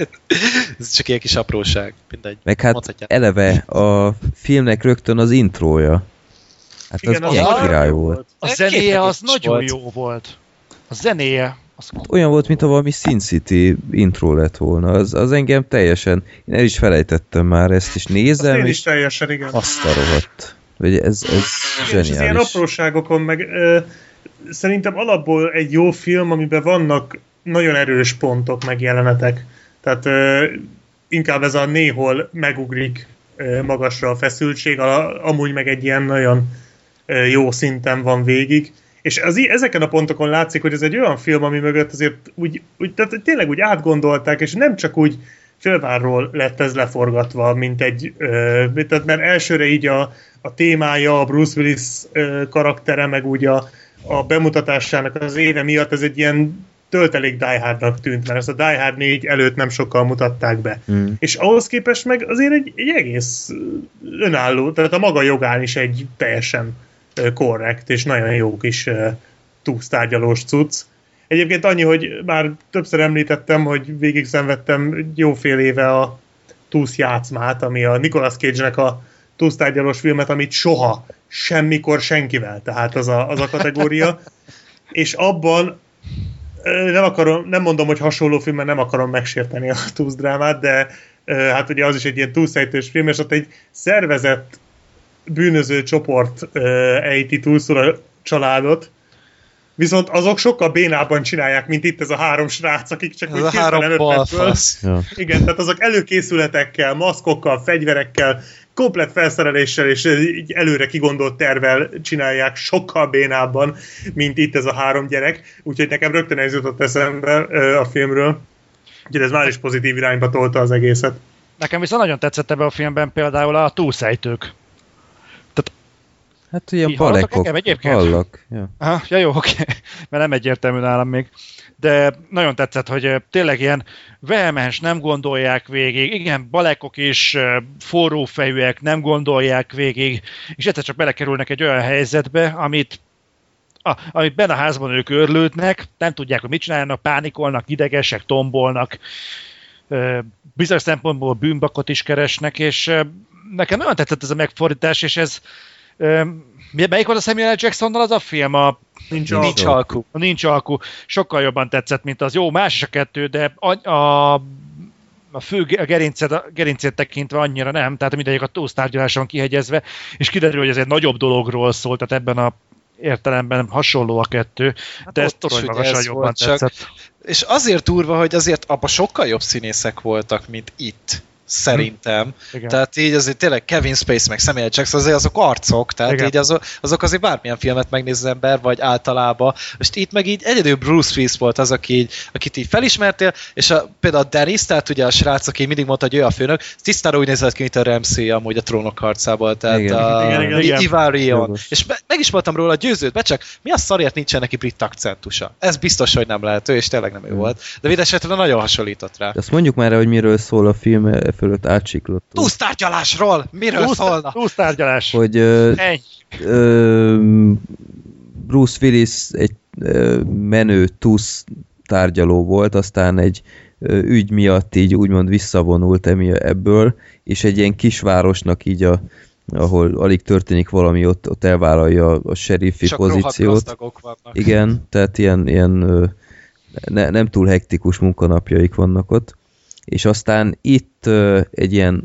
Ez csak ilyen kis apróság. Mindegy. Meg hát mondhatján. Eleve a filmnek rögtön az intrója. Hát igen, az milyen király volt. A zenéje az nagyon jó volt. A zenéje olyan volt, mint a valami Sin City intro lett volna. Az engem teljesen... Én el is felejtettem már ezt, és nézem, én is teljesen, igen. Azt a rohadt. Ez zseniális. És az ilyen apróságokon meg szerintem alapból egy jó film, amiben vannak nagyon erős pontok, meg jelenetek. Tehát inkább ez a néhol megugrik magasra a feszültség, amúgy meg egy ilyen nagyon jó szinten van végig. És ezeken a pontokon látszik, hogy ez egy olyan film, ami mögött azért tehát tényleg úgy átgondolták, és nem csak úgy félvárról lett ez leforgatva, mint egy... tehát mert elsőre így a témája, a Bruce Willis karaktere, meg úgy a bemutatásának az éve miatt ez egy ilyen töltelék Die Hardnak tűnt, mert ezt a Die Hard 4 előtt nem sokkal mutatták be. És ahhoz képest meg azért egy egész önálló, tehát a maga jogán is egy teljesen korrekt és nagyon jó kis túlsztárgyalós cucc. Egyébként annyi, hogy már többször említettem, hogy végig szenvedtem jó fél éve a Túsz játszmát, ami a Nicolas Cage-nek a túlsztárgyalós filmet, amit soha, semmikor senkivel, tehát az a kategória. És abban nem mondom, hogy hasonló film, mert nem akarom megsérteni a túszdrámát, de hát ugye az is egy ilyen túlszejtős film, és ott egy szervezett bűnöző csoport ejti túlszul a családot, viszont azok sokkal bénában csinálják, mint itt ez a három srác, akik csak úgy hirtelen ötletből. Igen, tehát azok előkészületekkel, maszkokkal, fegyverekkel, komplett felszereléssel és így előre kigondolt tervvel csinálják sokkal bénábban, mint itt ez a három gyerek. Úgyhogy nekem rögtön ez jutott eszembe a filmről. Úgyhogy ez már is pozitív irányba tolta az egészet. Nekem viszont nagyon tetszett ebben a filmben például a túlszejtők. Hát ilyen balekok, hallak. Ja. Aha, ja jó, oké. Mert nem egyértelmű nálam még. De nagyon tetszett, hogy tényleg ilyen vehemens, nem gondolják végig. Igen, balekok is forró fejűek, nem gondolják végig. És egyszer csak belekerülnek egy olyan helyzetbe, amit benne a házban ők őrlődnek, nem tudják, hogy mit csinálnak, pánikolnak, idegesek, tombolnak. Bizonyos szempontból bűnbakot is keresnek, és nekem nagyon tetszett ez a megfordítás, és ez melyik volt a Samuel L. Jacksonnal az a film? Nincs alkú. A Nincs alkú. Sokkal jobban tetszett, mint az. Jó, más is a kettő, de a gerincét tekintve annyira nem, tehát mindegyik a túlsztárgyalásra van kihegyezve, és kiderül, hogy ez egy nagyobb dologról szól, tehát ebben a értelemben hasonló a kettő, hát de ez torony magasan jobban tetszett. És azért durva, hogy azért abban sokkal jobb színészek voltak, mint itt. Szerintem. Tehát így azért tényleg Kevin Spacey meg Samuel Jackson azért azok arcok, tehát igen. Így azok azért bármilyen filmet megnéz az ember, vagy általában. Most itt meg így egyedül Bruce Willis volt az, akit így felismertél, és például a Dennis, tehát ugye a srác, aki mindig mondta, hogy ő a főnök, tisztára úgy nézett ki, mint a Ramsay amúgy a Trónok harcából, tehát igen. Ivarion. És meg is voltam róla győződve, csak mi a szarért nincsen neki brit akcentusa? Ez biztos, hogy nem lehet ő, és tényleg nem ő volt. De mindesetre nagyon hasonlított rá. De azt mondjuk már, hogy miről szól a film, fölött átsiklott. Túlsztárgyalásról! Miről szólna? Túlsztárgyalás. Hogy Bruce Willis egy menő túlsztárgyaló volt, aztán egy ügy miatt így úgymond visszavonult ebből, és egy ilyen kisvárosnak így ahol alig történik valami, ott elvállalja a seriffi pozíciót. Igen, tehát ilyen nem túl hektikus munkanapjaik vannak ott. És aztán itt egy ilyen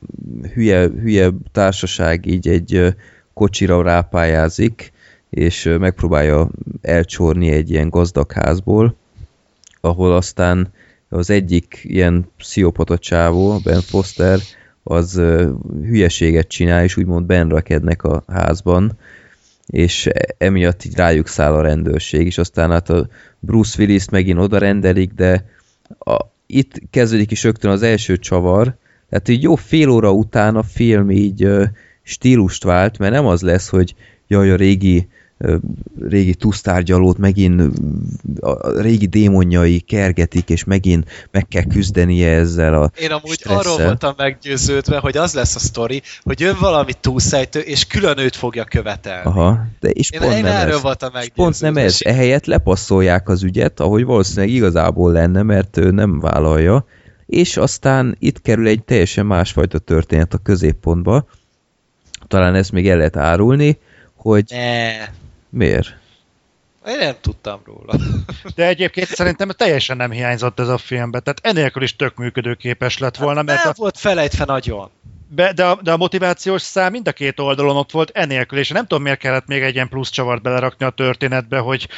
hülye társaság így egy kocsira rápályázik, és megpróbálja elcsorni egy ilyen gazdag házból, ahol aztán az egyik ilyen pszichopata csávó, Ben Foster, az hülyeséget csinál, és úgymond benrakednek a házban, és emiatt így rájuk száll a rendőrség, és aztán hát a Bruce Willis-t megint oda rendelik, de itt kezdődik is rögtön az első csavar, tehát így jó fél óra után a film így stílust vált, mert nem az lesz, hogy jaj, a régi túlsztárgyalót megint a régi démonjai kergetik, és megint meg kell küzdenie ezzel a Én amúgy stresszel. Arról voltam meggyőződve, hogy az lesz a sztori, hogy jön valami túlszejtő, és külön őt fogja követelni. Aha, de és én pont nem erről ez. voltam meggyőződve. Pont nem ez. Ehelyett lepasszolják az ügyet, ahogy valószínűleg igazából lenne, mert ő nem vállalja, és aztán itt kerül egy teljesen másfajta történet a középpontba. Talán ezt még el lehet árulni, hogy... Miért? Én nem tudtam róla. De egyébként szerintem teljesen nem hiányzott ez a filmbe, tehát enélkül is tök működőképes lett volna. Hát mert volt felejtve nagyon. De a motivációs szám mind a két oldalon ott volt enélkül, és nem tudom, miért kellett még egy ilyen plusz csavart belerakni a történetbe, hogy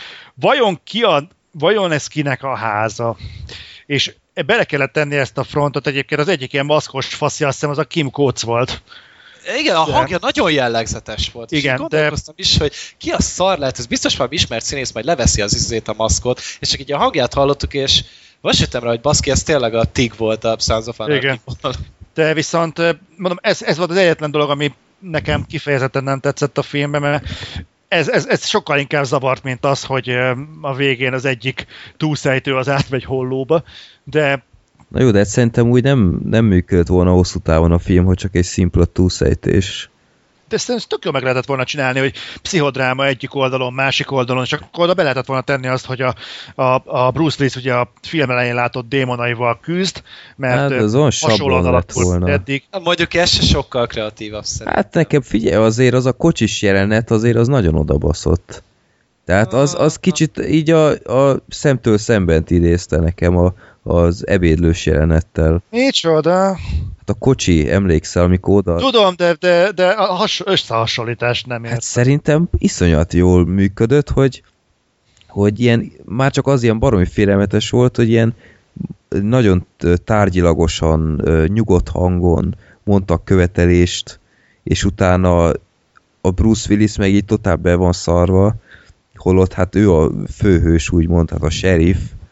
vajon ez kinek a háza? És bele kellett tenni ezt a frontot, egyébként az egyik ilyen maszkos faszi, azt hiszem, az a Kim Coates volt. Igen, a hangja nagyon jellegzetes volt. Igen, és gondolkoztam is, hogy ki a szar lehet, ez biztos valami ismert színész, majd leveszi az izét a maszkot, és csak így a hangját hallottuk, és vasítem rá, hogy baszki, ez tényleg a Tig volt a Sons of Anarchy. De viszont, mondom, ez volt az egyetlen dolog, ami nekem kifejezetten nem tetszett a filmben, mert ez sokkal inkább zavart, mint az, hogy a végén az egyik túlszejtő az átmegy hollóba, de... Na jó, de szerintem úgy nem működött volna hosszú távon a film, hogy csak egy szimpla túlszejtés. De ezt tök jól meg lehetett volna csinálni, hogy pszichodráma egyik oldalon, másik oldalon, csak akkor oda be lehetett volna tenni azt, hogy a Bruce Willis ugye a film elején látott démonaival küzd, mert hasonlóan alakult eddig. Mondjuk ez se sokkal kreatívabb szerintem. Hát nekem figyelj, azért az a kocsis jelenet azért az nagyon odabaszott. Tehát az kicsit így a szemtől szemben idézte nekem az ebédlős jelenettel. Micsoda? Hát a kocsi, emlékszel, amikor oda... Tudom, de a összehasonlítást nem értem. Hát szerintem iszonyat jól működött, hogy ilyen, már csak az ilyen baromi félelmetes volt, hogy ilyen nagyon tárgyilagosan, nyugodt hangon mondtak követelést, és utána a Bruce Willis meg így totál be van szarva, holott hát ő a főhős, úgymond, hát a sheriff,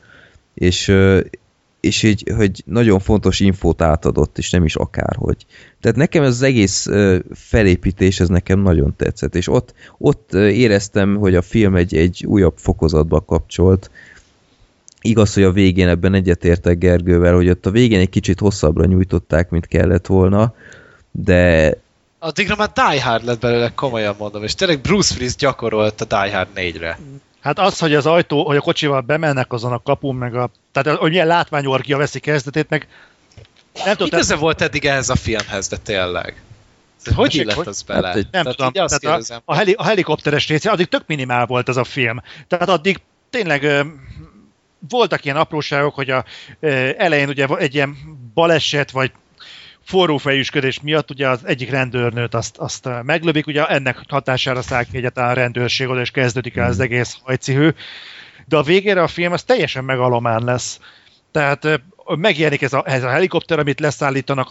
és így, hogy nagyon fontos infót átadott, és nem is akárhogy. Tehát nekem ez az egész felépítés, ez nekem nagyon tetszett, és ott éreztem, hogy a film egy újabb fokozatba kapcsolt. Igaz, hogy a végén ebben egyetértek Gergővel, hogy ott a végén egy kicsit hosszabbra nyújtották, mint kellett volna, de... Addigra már Die Hard lett belőle, komolyan mondom, és tényleg Bruce Willis gyakorolt a Die Hard 4-re. Hát az, hogy az ajtó, hogy a kocsival bemennek azon a kapun, meg tehát hogy milyen látványorgia veszi kezdetét, meg nem tudom... Igaza volt eddig ehhez a filmhez, de tényleg. Hogy illett az bele? Hát, nem tudom, tehát a helikopteres része, addig tök minimál volt ez a film. Tehát addig tényleg voltak ilyen apróságok, hogy elején ugye egy ilyen baleset, vagy forró fejüsködés miatt ugye az egyik rendőrnőt azt meglövik, ugye ennek hatására száll ki egyáltalán a rendőrség oda, és kezdődik el az egész hajcihő. De a végére a film az teljesen megalomán lesz. Tehát megjelenik ez a helikopter, amit leszállítanak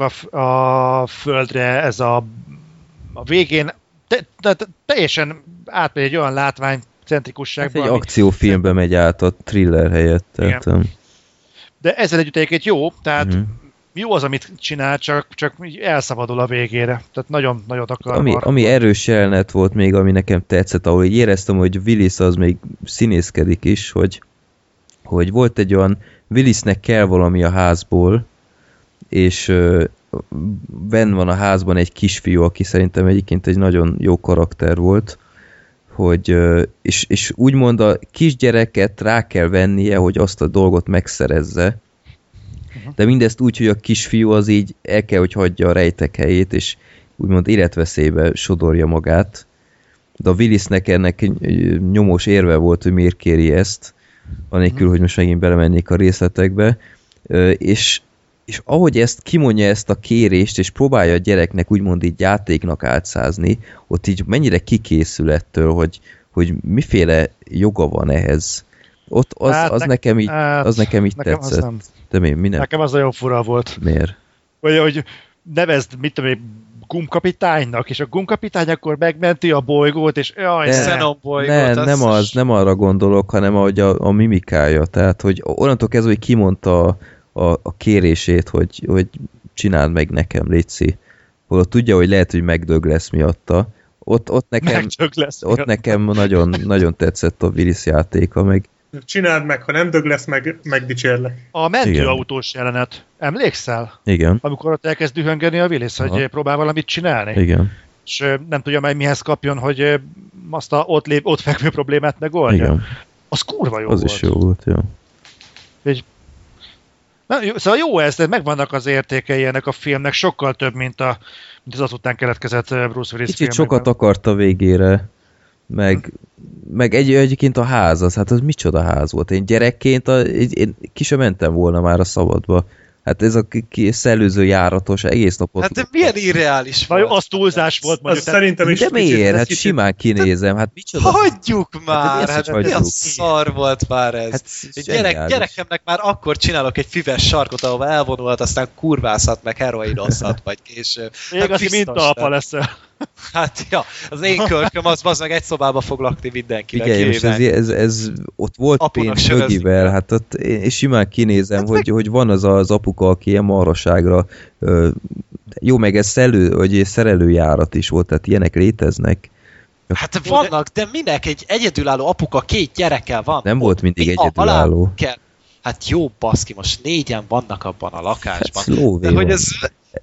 a földre, ez a végén teljesen átmegy egy olyan látványcentrikusságban. Egy akciófilmbe megy át a thriller helyett. Tehát, de ezzel együtt egyébként jó, tehát jó az, amit csinál, csak elszabadul a végére. Tehát nagyon akar. Ami erős jelenet volt még, ami nekem tetszett, ahol így éreztem, hogy Willis az még színészkedik is, hogy volt egy olyan, Willisnek kell valami a házból, és benn van a házban egy kisfiú, aki szerintem egyébként egy nagyon jó karakter volt, hogy, és úgymond a kisgyereket rá kell vennie, hogy azt a dolgot megszerezze, de mindezt úgy, hogy a kisfiú az így el kell, hogy hagyja a rejtek helyét, és úgymond életveszélybe sodorja magát. De a Willisnek ennek nyomós érve volt, hogy miért kéri ezt, anélkül, hogy most megint belemennék a részletekbe. És ahogy ezt kimondja ezt a kérést, és próbálja a gyereknek úgymond így játéknak átszázni, ott így mennyire kikészül ettől, hogy miféle joga van ehhez. Ott az nekem így tetszett. De nekem az nagyon fura volt. Miért? Hogy nevezd, mit tudom én, gumkapitánynak, és a gumkapitány akkor megmenti a bolygót, és Xenon bolygót. Nem arra gondolok, hanem ahogy a mimikája. Tehát, hogy onnantól kezdve, hogy kimondta a kérését, hogy csináld meg nekem, létszi. Holott tudja, hogy lehet, hogy megdög lesz miatta. Ott nekem nagyon, nagyon tetszett a Willis játéka, meg csináld meg, ha nem dög lesz, megdicsérlek. A mentőautós jelenet. Emlékszel? Igen. Amikor ott elkezd dühöngeni a Willis, hogy próbál valamit csinálni. Igen. És nem tudja majd mihez kapjon, hogy azt a ott fekvő problémát megoldja. Igen. Az kurva jó az volt. Az is jó volt, jó. Szóval jó ez, de megvannak az értékei ennek a filmnek, sokkal több, mint az azután keletkezett Bruce Willis kicsit sokat akart a végére, meg egyébként a ház az, hát az micsoda ház volt. Én gyerekként én ki sem mentem volna már a szabadba. Hát ez a szellőző járatos egész napot. Hát de milyen irreális volt. Az túlzás volt. Az szerintem is. De miért? Hát simán kinézem. Hát micsoda? Hagyjuk már! Hát mi a szar volt már ez? Hát gyerekemnek már akkor csinálok egy füves sarkot, ahova elvonulhat, aztán kurvázhat, meg heroinozhat, vagy később. Még az mintaapa leszel. Hát ja, az én kölköm az meg egy szobába fog lakni mindenkinek. Figyelj, most ez ott volt pénz mögivel, hát ott én simán kinézem, hát hogy van az apuka, aki ilyen marhaságra jó, meg ez szerelőjárat is volt, tehát ilyenek léteznek. Hát vannak, de minek egy egyedülálló apuka 2 gyerekkel van? Nem volt mindig egyedülálló. Hát jó, baszki, most 4-en vannak abban a lakásban. Hát de hogy ez...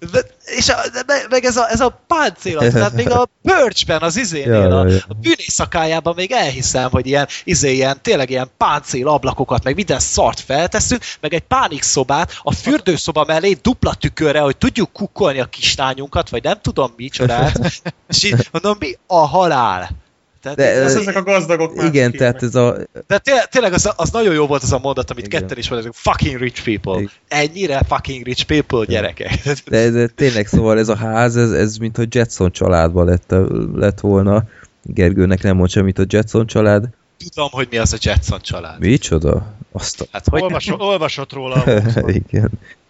meg ez a páncélat, tehát még a Purge-ben, az izénél, a bűnészakájában még elhiszem, hogy tényleg ilyen páncél ablakokat, meg minden szart felteszünk, meg egy pánikszobát a fürdőszoba mellé dupla tükörre, hogy tudjuk kukkolni a kislányunkat, vagy nem tudom micsodát, és így mondom, mi a halál? Ezek a gazdagok. Igen, tehát ez a... De tényleg az nagyon jó volt az a mondat, amit ketten is volt, fucking rich people. Igen. Ennyire fucking rich people, gyerekek. De tényleg, szóval ez a ház, ez mint a Jetson családban lett volna. Gergőnek nem mond semmit a Jetson család. Tudom, hogy mi az a Jetson család. Micsoda? Hát, olvasott róla. Igen.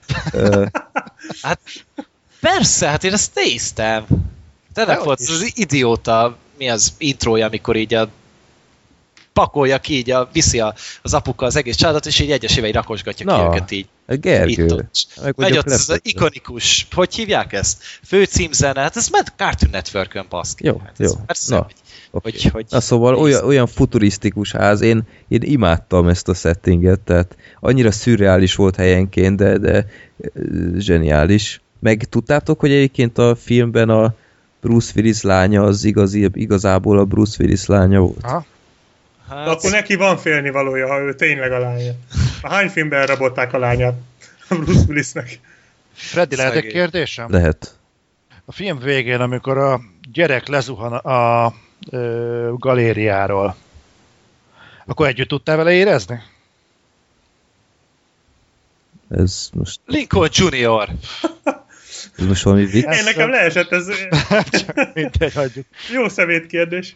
Hát persze, hát én ezt néztem. Tényleg volt az idióta, mi az introja, amikor így pakolja ki, így viszi az apuka az egész családot, és így egyesével így rakosgatja ki őket így. Gergő. Megy ott ez az ikonikus, hogy hívják ezt? Főcímzene, hát ez ment Cartoon Network-ön, baszki. Jó, hát jó. Persze, na, na szóval olyan futurisztikus ház, én imádtam ezt a settinget, tehát annyira szürreális volt helyenként, de zseniális. Meg tudtátok, hogy egyébként a filmben a Bruce Willis lánya az igazából a Bruce Willis lánya volt? Hát... Akkor neki van félnivalója, ha ő tényleg a lánya. Hány filmben elrabolták a lányát a Bruce Willisnek? Freddy, lehet egy kérdésem? Lehet. A film végén, amikor a gyerek lezuhan a galériáról, akkor együtt tudtál vele érezni? Ez most... Lincoln Junior. Ez most valami vicc? Én nekem leesett ez... Mindegy, hagyjuk. Jó szemét kérdés.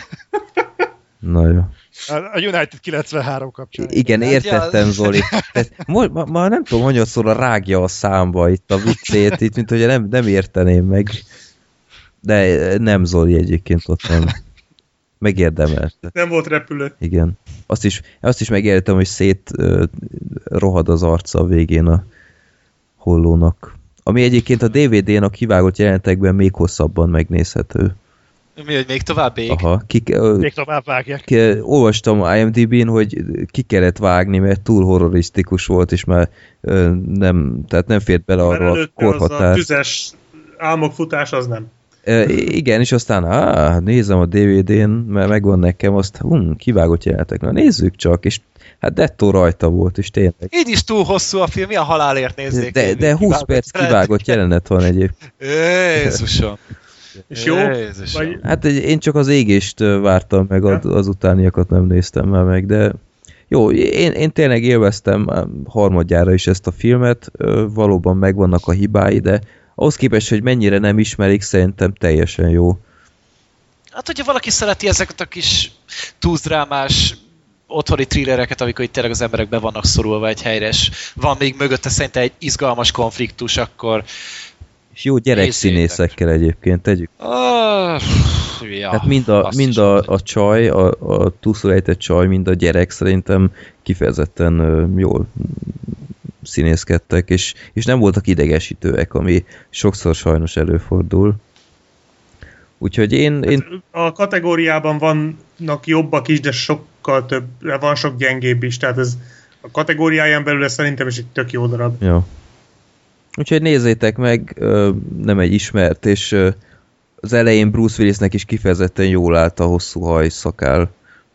Na jó. A United 93 kapcsán. Igen, értettem, Zoli. Ma nem tudom, hogy szól a rágja a számba itt a viccét, itt, mint hogy nem érteném meg. De nem, Zoli, egyébként ott nem. Megérdemelte. Nem volt repülő. Igen. Azt is megértem, hogy szét rohad az arca a végén a hollónak. Ami egyébként a DVD-n a kivágott jelenetekben még hosszabban megnézhető. Mi, hogy még tovább ég? Aha. Még tovább vágják. Olvastam a IMDb-n, hogy ki kellett vágni, mert túl horrorisztikus volt, és már tehát nem fért bele arra a korhatár. Az a tüzes álmokfutás, az nem. Igen, és aztán nézem a DVD-n, mert megvan nekem, azt kivágott jelenetek. Na nézzük csak, és hát dettó rajta volt, és tényleg. Így is túl hosszú a film, mi a halálért nézzék. De 20 perc kivágott jelenet van egyébként. Jézusom. És jó? Vagy... Hát én csak az égést vártam meg, az utániakat nem néztem már meg, de jó, én tényleg élveztem harmadjára is ezt a filmet, valóban megvannak a hibái, de ahhoz képest, hogy mennyire nem ismerik, szerintem teljesen jó. Hát, hogyha valaki szereti ezeket a kis túldrámás otthoni thrillereket, amikor itt tényleg az emberek be vannak szorulva egy helyre, és van még mögötte szerintem egy izgalmas konfliktus, akkor és jó gyerekszínészekkel egyébként, tegyük. Ja, hát mind a csaj, a túlszor ejtett csaj, mind a gyerek szerintem kifejezetten jól színészkedtek, és nem voltak idegesítőek, ami sokszor sajnos előfordul. Úgyhogy én... A kategóriában vannak jobbak is, de sokkal több, van sok gyengébb is, tehát ez a kategóriáján belül szerintem is egy tök jó darab. Ja. Úgyhogy nézzétek meg, nem egy ismert, és az elején Bruce Willisnek is kifejezetten jól állt a hosszú hajszakál.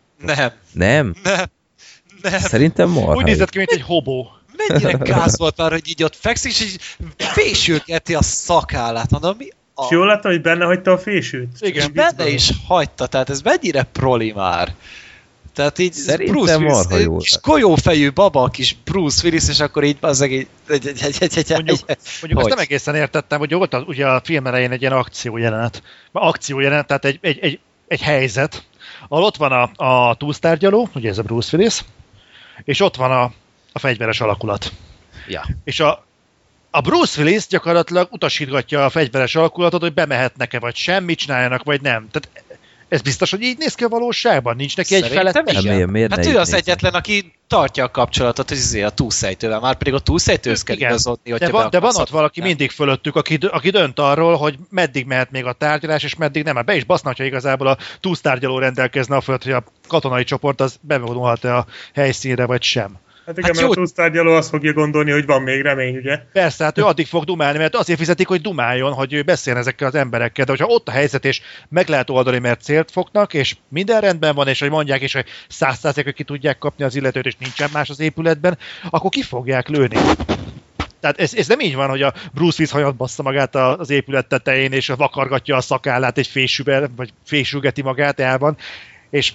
Nem? Nem. Szerintem marha. Úgy nézett ki, mint egy hobó. Mennyire gáz volt már, hogy így ott fekszik, és így fésülgeti a szakállát. Mondom, mi és jól láttam, hogy benne hagyta a fésült? Igen, és benne is hagyta, tehát ez mennyire proli már. Tehát így szerintem Bruce Willis, jó. kis golyófejű baba, kis Bruce Willis, és akkor így az egész... Mondjuk azt nem egészen értettem, hogy volt ugye a film elején egy ilyen akciójelenet, tehát egy helyzet, ahol ott van a túlsztárgyaló, ugye ez a Bruce Willis, és ott van a fegyveres alakulat. Ja. És a Bruce Willis gyakorlatilag utasítgatja a fegyveres alakulatot, hogy bemehetnek-e, vagy sem, mit csináljanak, vagy nem. Tehát ez biztos, hogy így néz ki a valóságban? Nincs neki egy felettese? Hát ő az egyetlen, aki tartja a kapcsolatot a túlszejtővel, már pedig a túlszejtőhöz kell igazodni, hogyha de van ott valaki mindig fölöttük, aki dönt arról, hogy meddig mehet még a tárgyalás, és meddig nem. Be is baszna, hogyha igazából a túlsztárgyaló rendelkezne a fölött, hogy a katonai csoport az bevonulhat-e a helyszínre, vagy sem. Hát igen, mert a túlsztárgyaló azt fogja gondolni, hogy van még remény, ugye? Persze, hát ő addig fog dumálni, mert azért fizetik, hogy dumáljon, hogy ő beszéljen ezekkel az emberekkel, de hogyha ott a helyzet, és meg lehet oldani, mert célt fognak, és minden rendben van, és hogy mondják is, hogy 100%-ra ki tudják kapni az illetőt, és nincsen más az épületben, akkor ki fogják lőni. Tehát ez nem így van, hogy a Bruce Willis hajat bassza magát az épület tetején, és vakargatja a szakállát egy fésűvel, vagy fésülgeti magát, el van, és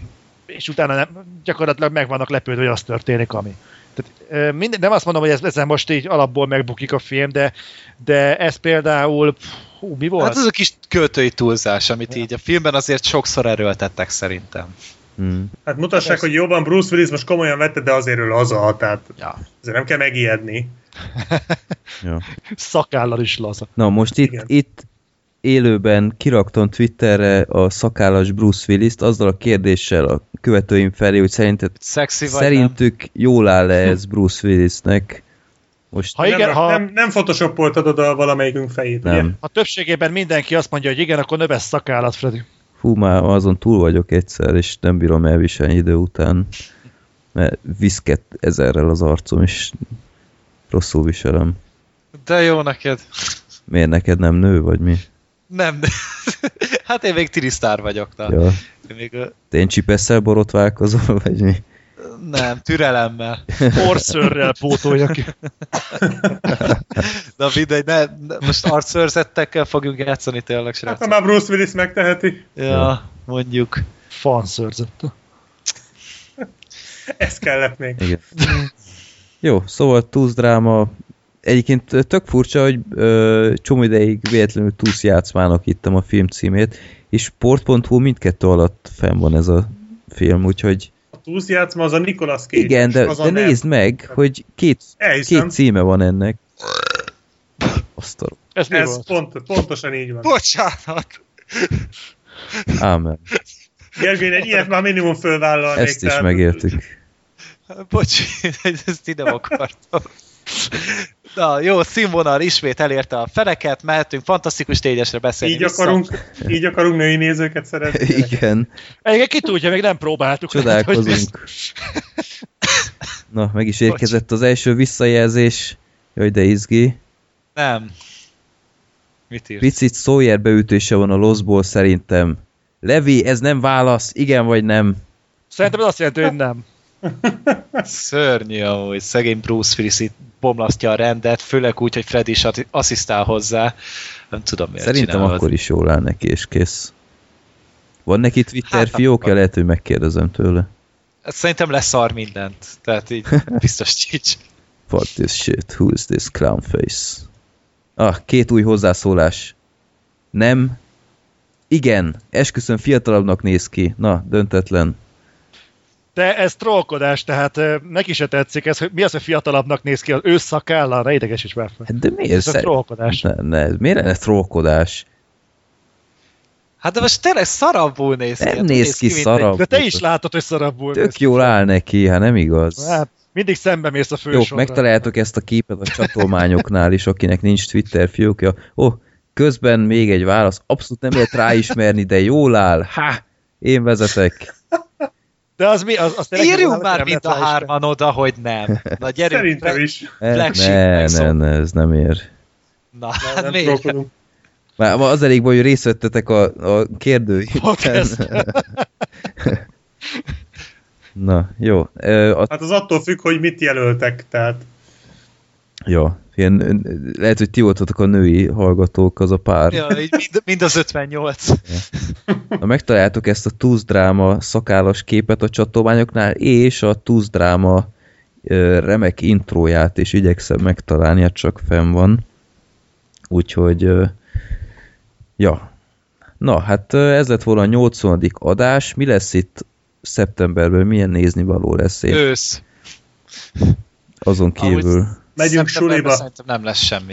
utána gyakorlatilag meg vannak lepődve, hogy az történik, ami. Tehát, nem azt mondom, hogy ezen most így alapból megbukik a film, de ez például... mi volt? Hát ez a kis költői túlzás, amit így a filmben azért sokszor erőltettek szerintem. Hát mutassák, hogy jóban Bruce Willis most komolyan vette, de azért ő laza, tehát azért nem kell megijedni. Szakállal is laza. Na most itt élőben kiraktam Twitterre a szakállas Bruce Willis-t azzal a kérdéssel a követőim felé, hogy szerintük jól áll-e ez Bruce Willisnek. Most nem photoshopoltad oda valamelyikünk fejét, nem. Ugye? Ha többségében mindenki azt mondja, hogy igen, akkor növesz szakállat, Freddy. Hú, már azon túl vagyok egyszer, és nem bírom elviselni idő után, mert viszket ezerrel az arcom, és rosszul viselem. De jó neked. Miért neked nem nő, vagy mi? Nem. Hát én még tirisztár vagyok. Ja. Te én csipesszel borotválkozol, vagy mi? Nem, türelemmel. Orszőrrel pótolja ki. Na mindegy, most arcszőrzettekkel fogjuk játszani tényleg, srácok. Hát már Bruce Willis megteheti. Ja, mondjuk. Fanszőrzettel. Ez kellett még. Igen. Jó, szóval Tooth dráma. Egyébként tök furcsa, hogy csomó ideig véletlenül Tooth játszmának ittem a film címét, és sport.hu mindkettő alatt fenn van ez a film, úgyhogy... A Tooth játszma az a Nicolas Cage. Igen, de nézd meg, hogy két címe van ennek. Ez pontosan így van. Bocsánat! Ámen. Gergő, egy ilyet már minimum fölvállalnék. Ezt is megértük. Bocsi, ezt így nem akartam. Na, jó, színvonal ismét elérte a feleket, mehetünk fantasztikus négyesre beszélni. Így akarunk női nézőket szeretni. Igen. Egyébként ki tudja, még nem próbáltuk. Csodálkozunk. Na, meg is érkezett az első visszajelzés. Jaj, de izgi. Nem. Mit írt? Picit Sawyer beütése van a Lost-ból szerintem. Levi, ez nem válasz, igen vagy nem? Szerintem ez azt jelenti, hogy nem. Szörnyű amúgy, szegény Bruce Willis itt bomlasztja a rendet, főleg úgy, hogy Freddy is asszisztál hozzá. Nem tudom, miért szerintem csinálod. akkor is jól áll neki, és kész. Van neki Twitter fiókja? Lehet, hogy megkérdezem tőle. Szerintem leszar mindent. Tehát így biztos nincs. Fuck this shit, who is this clown face? Két új hozzászólás. Nem. Igen, esküszöm fiatalabbnak néz ki. Na, döntetlen. De ez trollkodás, tehát neki se tetszik ez, hogy mi az, hogy fiatalabbnak néz ki, az ő szakállal, ne idegesíts már fel. Hát de miért? Ez trollkodás. Miért lenne trollkodás? Hát de most tényleg szarabbul néz ki. Nem néz ki szarabbul. De te is látod, hogy szarabbul néz Tök ki. jól áll neki, hát nem igaz. Hát, mindig szembe mész a Jó, fősorra. megtaláljátok ezt a képet a csatolmányoknál is, akinek nincs Twitter fiókja. Közben még egy válasz. Abszolút nem lehet ráismerni, de jól áll. Én vezetek. De az mi? Az írjunk már mind a hárman oda, hogy nem. Na gyerünk. Szerintem is. Ne, ez nem ér. Na, hát miért? Már az elég baj, hogy részt vettetek a kérdőjében. Na, jó. Hát az attól függ, hogy mit jelöltek, tehát... Ja, lehet, hogy ti voltatok a női hallgatók, az a pár. Ja, mind az 58. Na, megtaláljátok ezt a Tooth dráma szakállas képet a csatolmányoknál, és a Tooth dráma remek intróját is igyekszem megtalálni, hát csak fenn van. Úgyhogy ja. Na, hát ez lett volna a 80. adás. Mi lesz itt szeptemberben? Milyen néznivaló lesz? Ősz. Azon kívül. Megyünk suliba. Szerintem nem lesz semmi.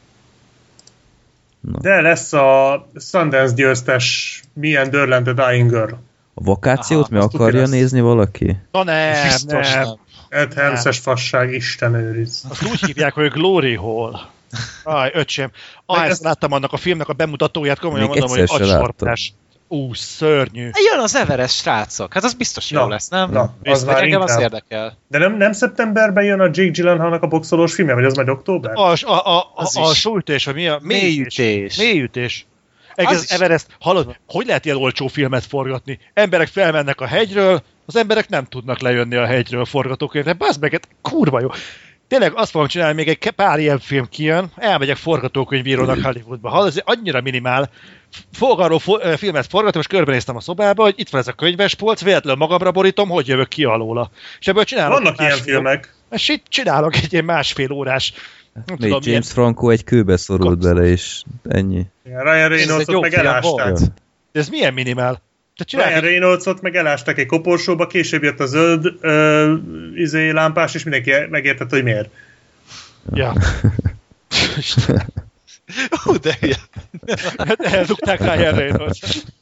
Na. De lesz a Sundance győztes Milyen Dörlent a Dying Girl. A vakációt mi akarja nézni valaki? Na nem. Ed Helms-es fasság, Isten őriz. Azt úgy hívják, hogy Glory Hall. Öcsém. Ezt láttam annak a filmnek a bemutatóját, komolyan még mondom, hogy agysorpás. Szörnyű. Jön az Everest, srácok. Hát az biztos jó lesz, nem? Na, az már engem inkább. az érdekel. De nem szeptemberben jön a Jake Gyllenhaalnak a boxolós filmje, vagy az majd október? A súlyütés, vagy mi a... Mélyütés. Mélyütés. Egész Everest, hallod, hogy lehet ilyen olcsó filmet forgatni? Emberek felmennek a hegyről, az emberek nem tudnak lejönni a hegyről forgatókönyvre. Baszd meg, kurva jó. Tényleg azt fogom csinálni, még egy pár ilyen film kijön, elmegyek forgatókönyvírónak Hollywoodba. Hallod, ez annyira minimál. Fogok arról filmet forgatni, most körbenéztem a szobába, hogy itt van ez a könyvespolc, véletlenül magamra borítom, hogy jövök ki alóla. És ebből csinálok. Vannak ilyen filmek. És itt csinálok egy ilyen másfél órás. Még James Franco egy kőbe szorult bele, és ennyi. Ryan Reynoldsot meg elásták. De ez milyen minimál? Ryan Reynoldsot meg elásták egy koporsóba, később jött a zöld lámpás, és mindenki megértett, hogy miért. Ja. De hülye. Eldugták Ryan Reynolds.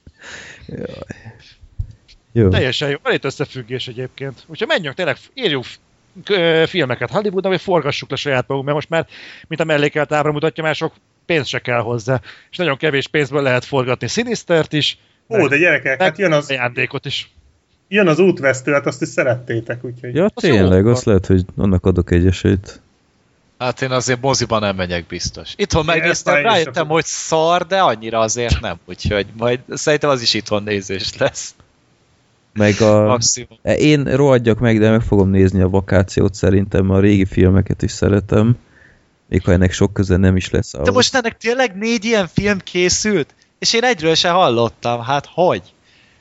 Jó. Teljesen jó. Van itt összefüggés egyébként. Úgyhogy menjünk tényleg, írjuk filmeket Hollywoodban, vagy forgassuk le saját magunk, mert most már, mint a mellékelt ábra mutatja, már sok pénz se kell hozzá. És nagyon kevés pénzből lehet forgatni Sinistert is. De gyerekek, hát jön az... ajándékot is. Jön az útvesztő, hát azt is szerettétek, úgyhogy... Ja, tényleg, azt lehet, hogy annak adok egy esélyt. Hát én azért moziban nem megyek biztos. Itthon megnéztem, rájöttem, hogy szar, de annyira azért nem. Úgyhogy majd szerintem az is itthon nézés lesz. Meg én rohadjak meg, de meg fogom nézni a vakációt szerintem, a régi filmeket is szeretem. Még ha ennek sok köze nem is lesz. De most ennek tényleg 4 ilyen film készült? És én egyről se hallottam. Hát hogy?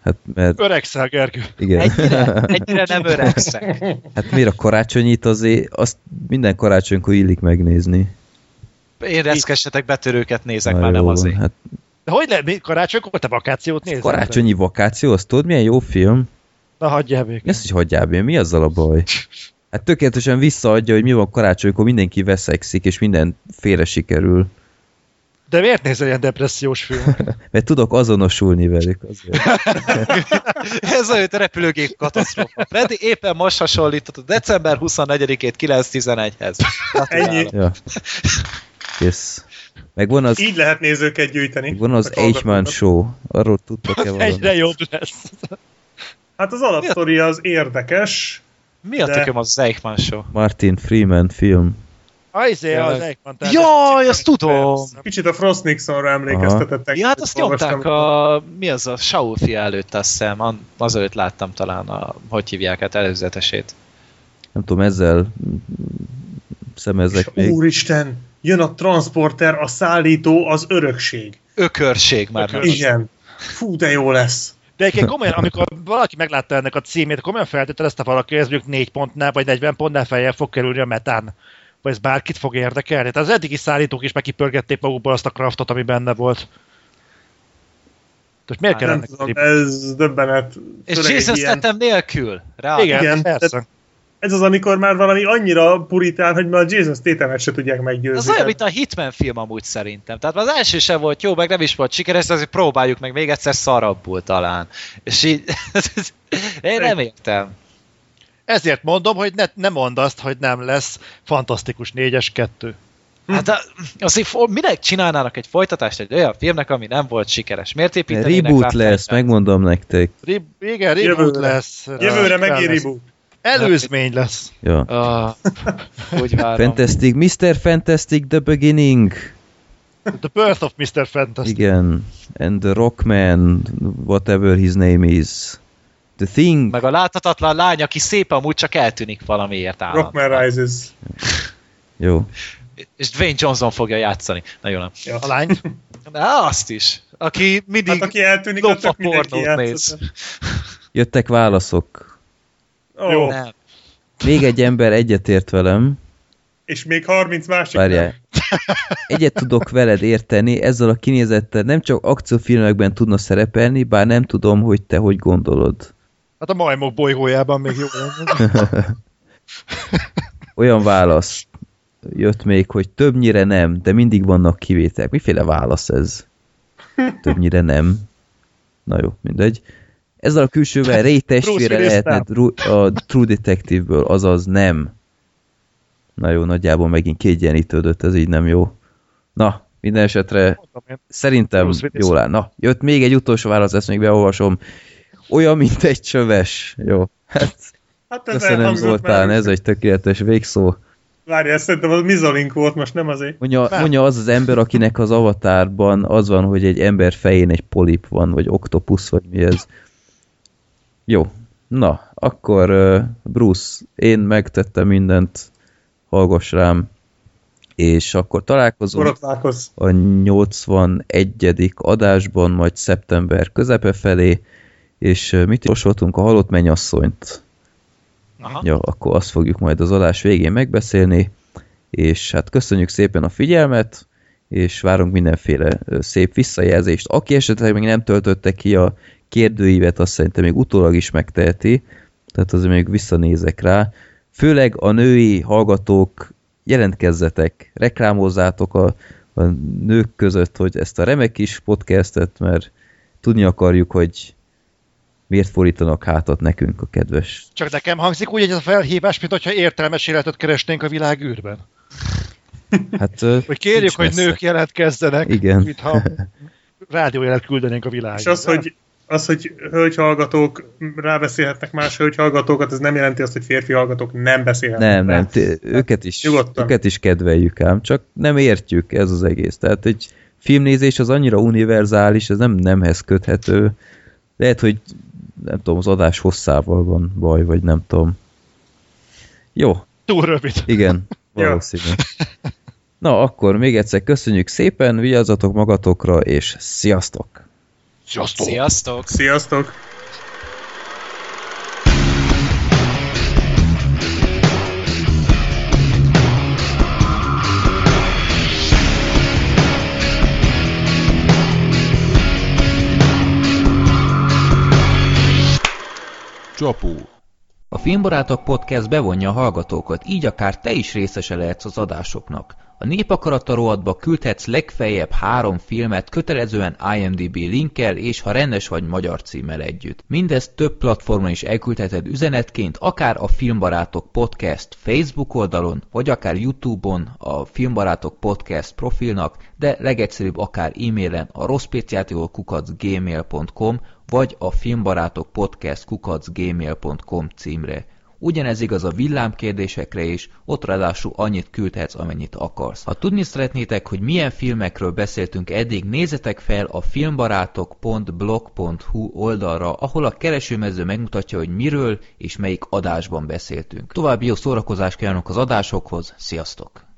Hát, mert... Öregszel, Gergő. Igen. Egyre nem öregszek. Hát miért a karácsonyit azért, azt minden karácsonykor illik megnézni. Én reszkessetek betörőket nézek, Na már jó nem van, azért. hát De hogy lehet, karácsonykor te vakációt nézel? karácsonyi vakáció, azt tudod, milyen jó film? Na, hagyjál békén. Ezt is hagyjál be, mi azzal a baj? Hát tökéletesen visszaadja, hogy mi van karácsonykor, mindenki veszekszik, és minden félre sikerül. De miért nézel ilyen depressziós film? Mert tudok azonosulni velük azért. Ez olyan repülőgép katasztrófa. Freddy éppen most hasonlított a december 24-ét 9:11-hez. Ennyi. Ja. Kész. Meg van az, Így lehet nézőket gyűjteni. van az Meg Eichmann hallgatókat. Show. Arról tudtok-e valamit? Egyre jobb lesz. Hát az alapsztori az érdekes. Mi a De- tököm az Eichmann Show? Martin Freeman film. Az Tényleg. Eichmann. Jaj, azt tudom! Kicsit a Frost Nixonra emlékeztetettek. Ja, hát azt Olvastam, nyomták a... Mi az a Saul fia előtt, azt hiszem. Azelőtt láttam talán hogy hívják át előzetesét. Nem tudom, ezzel szemezek még. Úristen, jön a transporter, a szállító, az örökség. Ökörség már nem. Igen. Fú, de jó lesz. De egyébként komolyan, amikor valaki meglátta ennek a címét, komolyan feltételezte valaki, hogy ez mondjuk 4 pontnál, vagy 40 pontnál feljebb fog kerülni a metán. Vagy ez bárkit fog érdekelni. Tehát az eddigi szállítók is megkipörgették magukból azt a craftot, ami benne volt. Most miért kell Nem ennek tudom, a ez döbbenet. És Főleg egy Jason ilyen- Statham nélkül? Rá. Igen, Igen, persze. Ez az, amikor már valami annyira puritán, hogy már a Jason Stathamet se tudják meggyőzni. Az olyan, mint a Hitman film amúgy szerintem. Tehát az első sem volt jó, meg nem is volt sikeres, de azért próbáljuk meg még egyszer szarabbul talán. És így... Én nem értem. Ezért mondom, hogy ne mondd azt, hogy nem lesz Fantasztikus 4-es 2. Hát azért minek csinálnának egy folytatást egy olyan filmnek, ami nem volt sikeres? Miért építenének Reboot rá lesz, franchise-t? megmondom nektek. Igen, reboot Jövőre. lesz. Jövőre Kell megint lesz. reboot. Előzmény lesz. Ja. Úgy várom. Fantastic, Mr. Fantastic The Beginning. The Birth of Mr. Fantastic. Igen. And the Rockman, whatever his name is. The Thing. Meg a láthatatlan lány, aki szép, amúgy csak eltűnik valamiért állandóan. Rockman Rises. Jó. És Dwayne Johnson fogja játszani. Na jó, nem. Ja. A lány. Na, azt is. Aki mindig Hát aki eltűnik, lopva az csak mindenki pornót néz. játszott. Jöttek válaszok. Ó, Jó. Nem. Még egy ember egyetért velem. és még 30 másik Várjál. nem. Egyet tudok veled érteni, ezzel a kinézettel nem csak akciófilmekben tudna szerepelni, bár nem tudom, hogy te hogy gondolod. Hát a majmok bolygójában még jó lenne. Olyan válasz jött még, hogy többnyire nem, de mindig vannak kivételek. Miféle válasz ez? Többnyire nem. Na jó, mindegy. Ezzel a külsővel Ray testvére Willis lehetne a True Detective-ből, azaz nem. Na jó, nagyjából megint kiegyenlítődött, ez így nem jó. Na, minden esetre szerintem Bruce Willis. jól áll. Na, jött még egy utolsó válasz, ezt még beolvasom. Olyan, mint egy csöves. Jó. Hát, Hát ez köszönöm elhangzott Zoltán, már. ez egy tökéletes végszó. Várj, ezt szerintem az Mizolink volt, most nem azért. Mondja az az ember, akinek az avatárban az van, hogy egy ember fején egy polip van, vagy oktopusz, vagy mi ez. Jó. Na, akkor Bruce, én megtettem mindent, hallgass rám, és akkor találkozunk Borotválkozz. a 81. adásban, majd szeptember közepe felé, és mit javasoltunk? A halott mennyasszonyt. Aha. Ja, akkor azt fogjuk majd az adás végén megbeszélni, és hát köszönjük szépen a figyelmet, és várunk mindenféle szép visszajelzést. Aki esetleg még nem töltötte ki a kérdőívet, azt szerintem még utólag is megteheti, tehát azért még visszanézek rá. Főleg a női hallgatók, jelentkezzetek, reklámozzátok a nők között, hogy ezt a remek kis podcastet, mert tudni akarjuk, hogy miért fordítanak hátat nekünk a kedves. Csak nekem hangzik úgy, hogy ez a felhívás, mint hogyha értelmes életet keresnénk a világ űrben. Hát, Hogy kérjük, nincs hogy messze. nők jelentkezzenek, Igen. mintha rádiójelet küldenénk a világra. És az, hogy hölgyhallgatók rábeszélhetnek más hölgyhallgatókat, ez nem jelenti azt, hogy férfi hallgatók nem beszélhetnek. Nem, rá. őket is kedveljük ám, csak nem értjük, ez az egész. Tehát egy filmnézés az annyira univerzális, ez nem nemhez köthető. Lehet, hogy nem tudom, az adás hosszával van baj, vagy nem tudom. Jó, Túl rövid. igen, valószínű. Na, akkor még egyszer köszönjük szépen, vigyázzatok magatokra, és sziasztok! Sziasztok! Sziasztok! Sziasztok! Csapó. A Filmbarátok Podcast bevonja a hallgatókat, így akár te is részese lehetsz az adásoknak. A Népakarata rovatba küldhetsz legfeljebb 3 filmet kötelezően IMDb linkkel és ha rendes vagy magyar címmel együtt. Mindezt több platformon is elküldheted üzenetként, akár a Filmbarátok Podcast Facebook oldalon, vagy akár YouTube-on a Filmbarátok Podcast profilnak, de legegyszerűbb akár e-mailen a rosszpéciátival@gmail.com vagy a filmbarátokpodcast@gmail.com címre. Ugyanez igaz a villámkérdésekre is, ott ráadásul annyit küldhetsz, amennyit akarsz. Ha tudni szeretnétek, hogy milyen filmekről beszéltünk eddig, nézzetek fel a filmbarátok.blog.hu oldalra, ahol a keresőmező megmutatja, hogy miről és melyik adásban beszéltünk. További jó szórakozást kívánok az adásokhoz, sziasztok!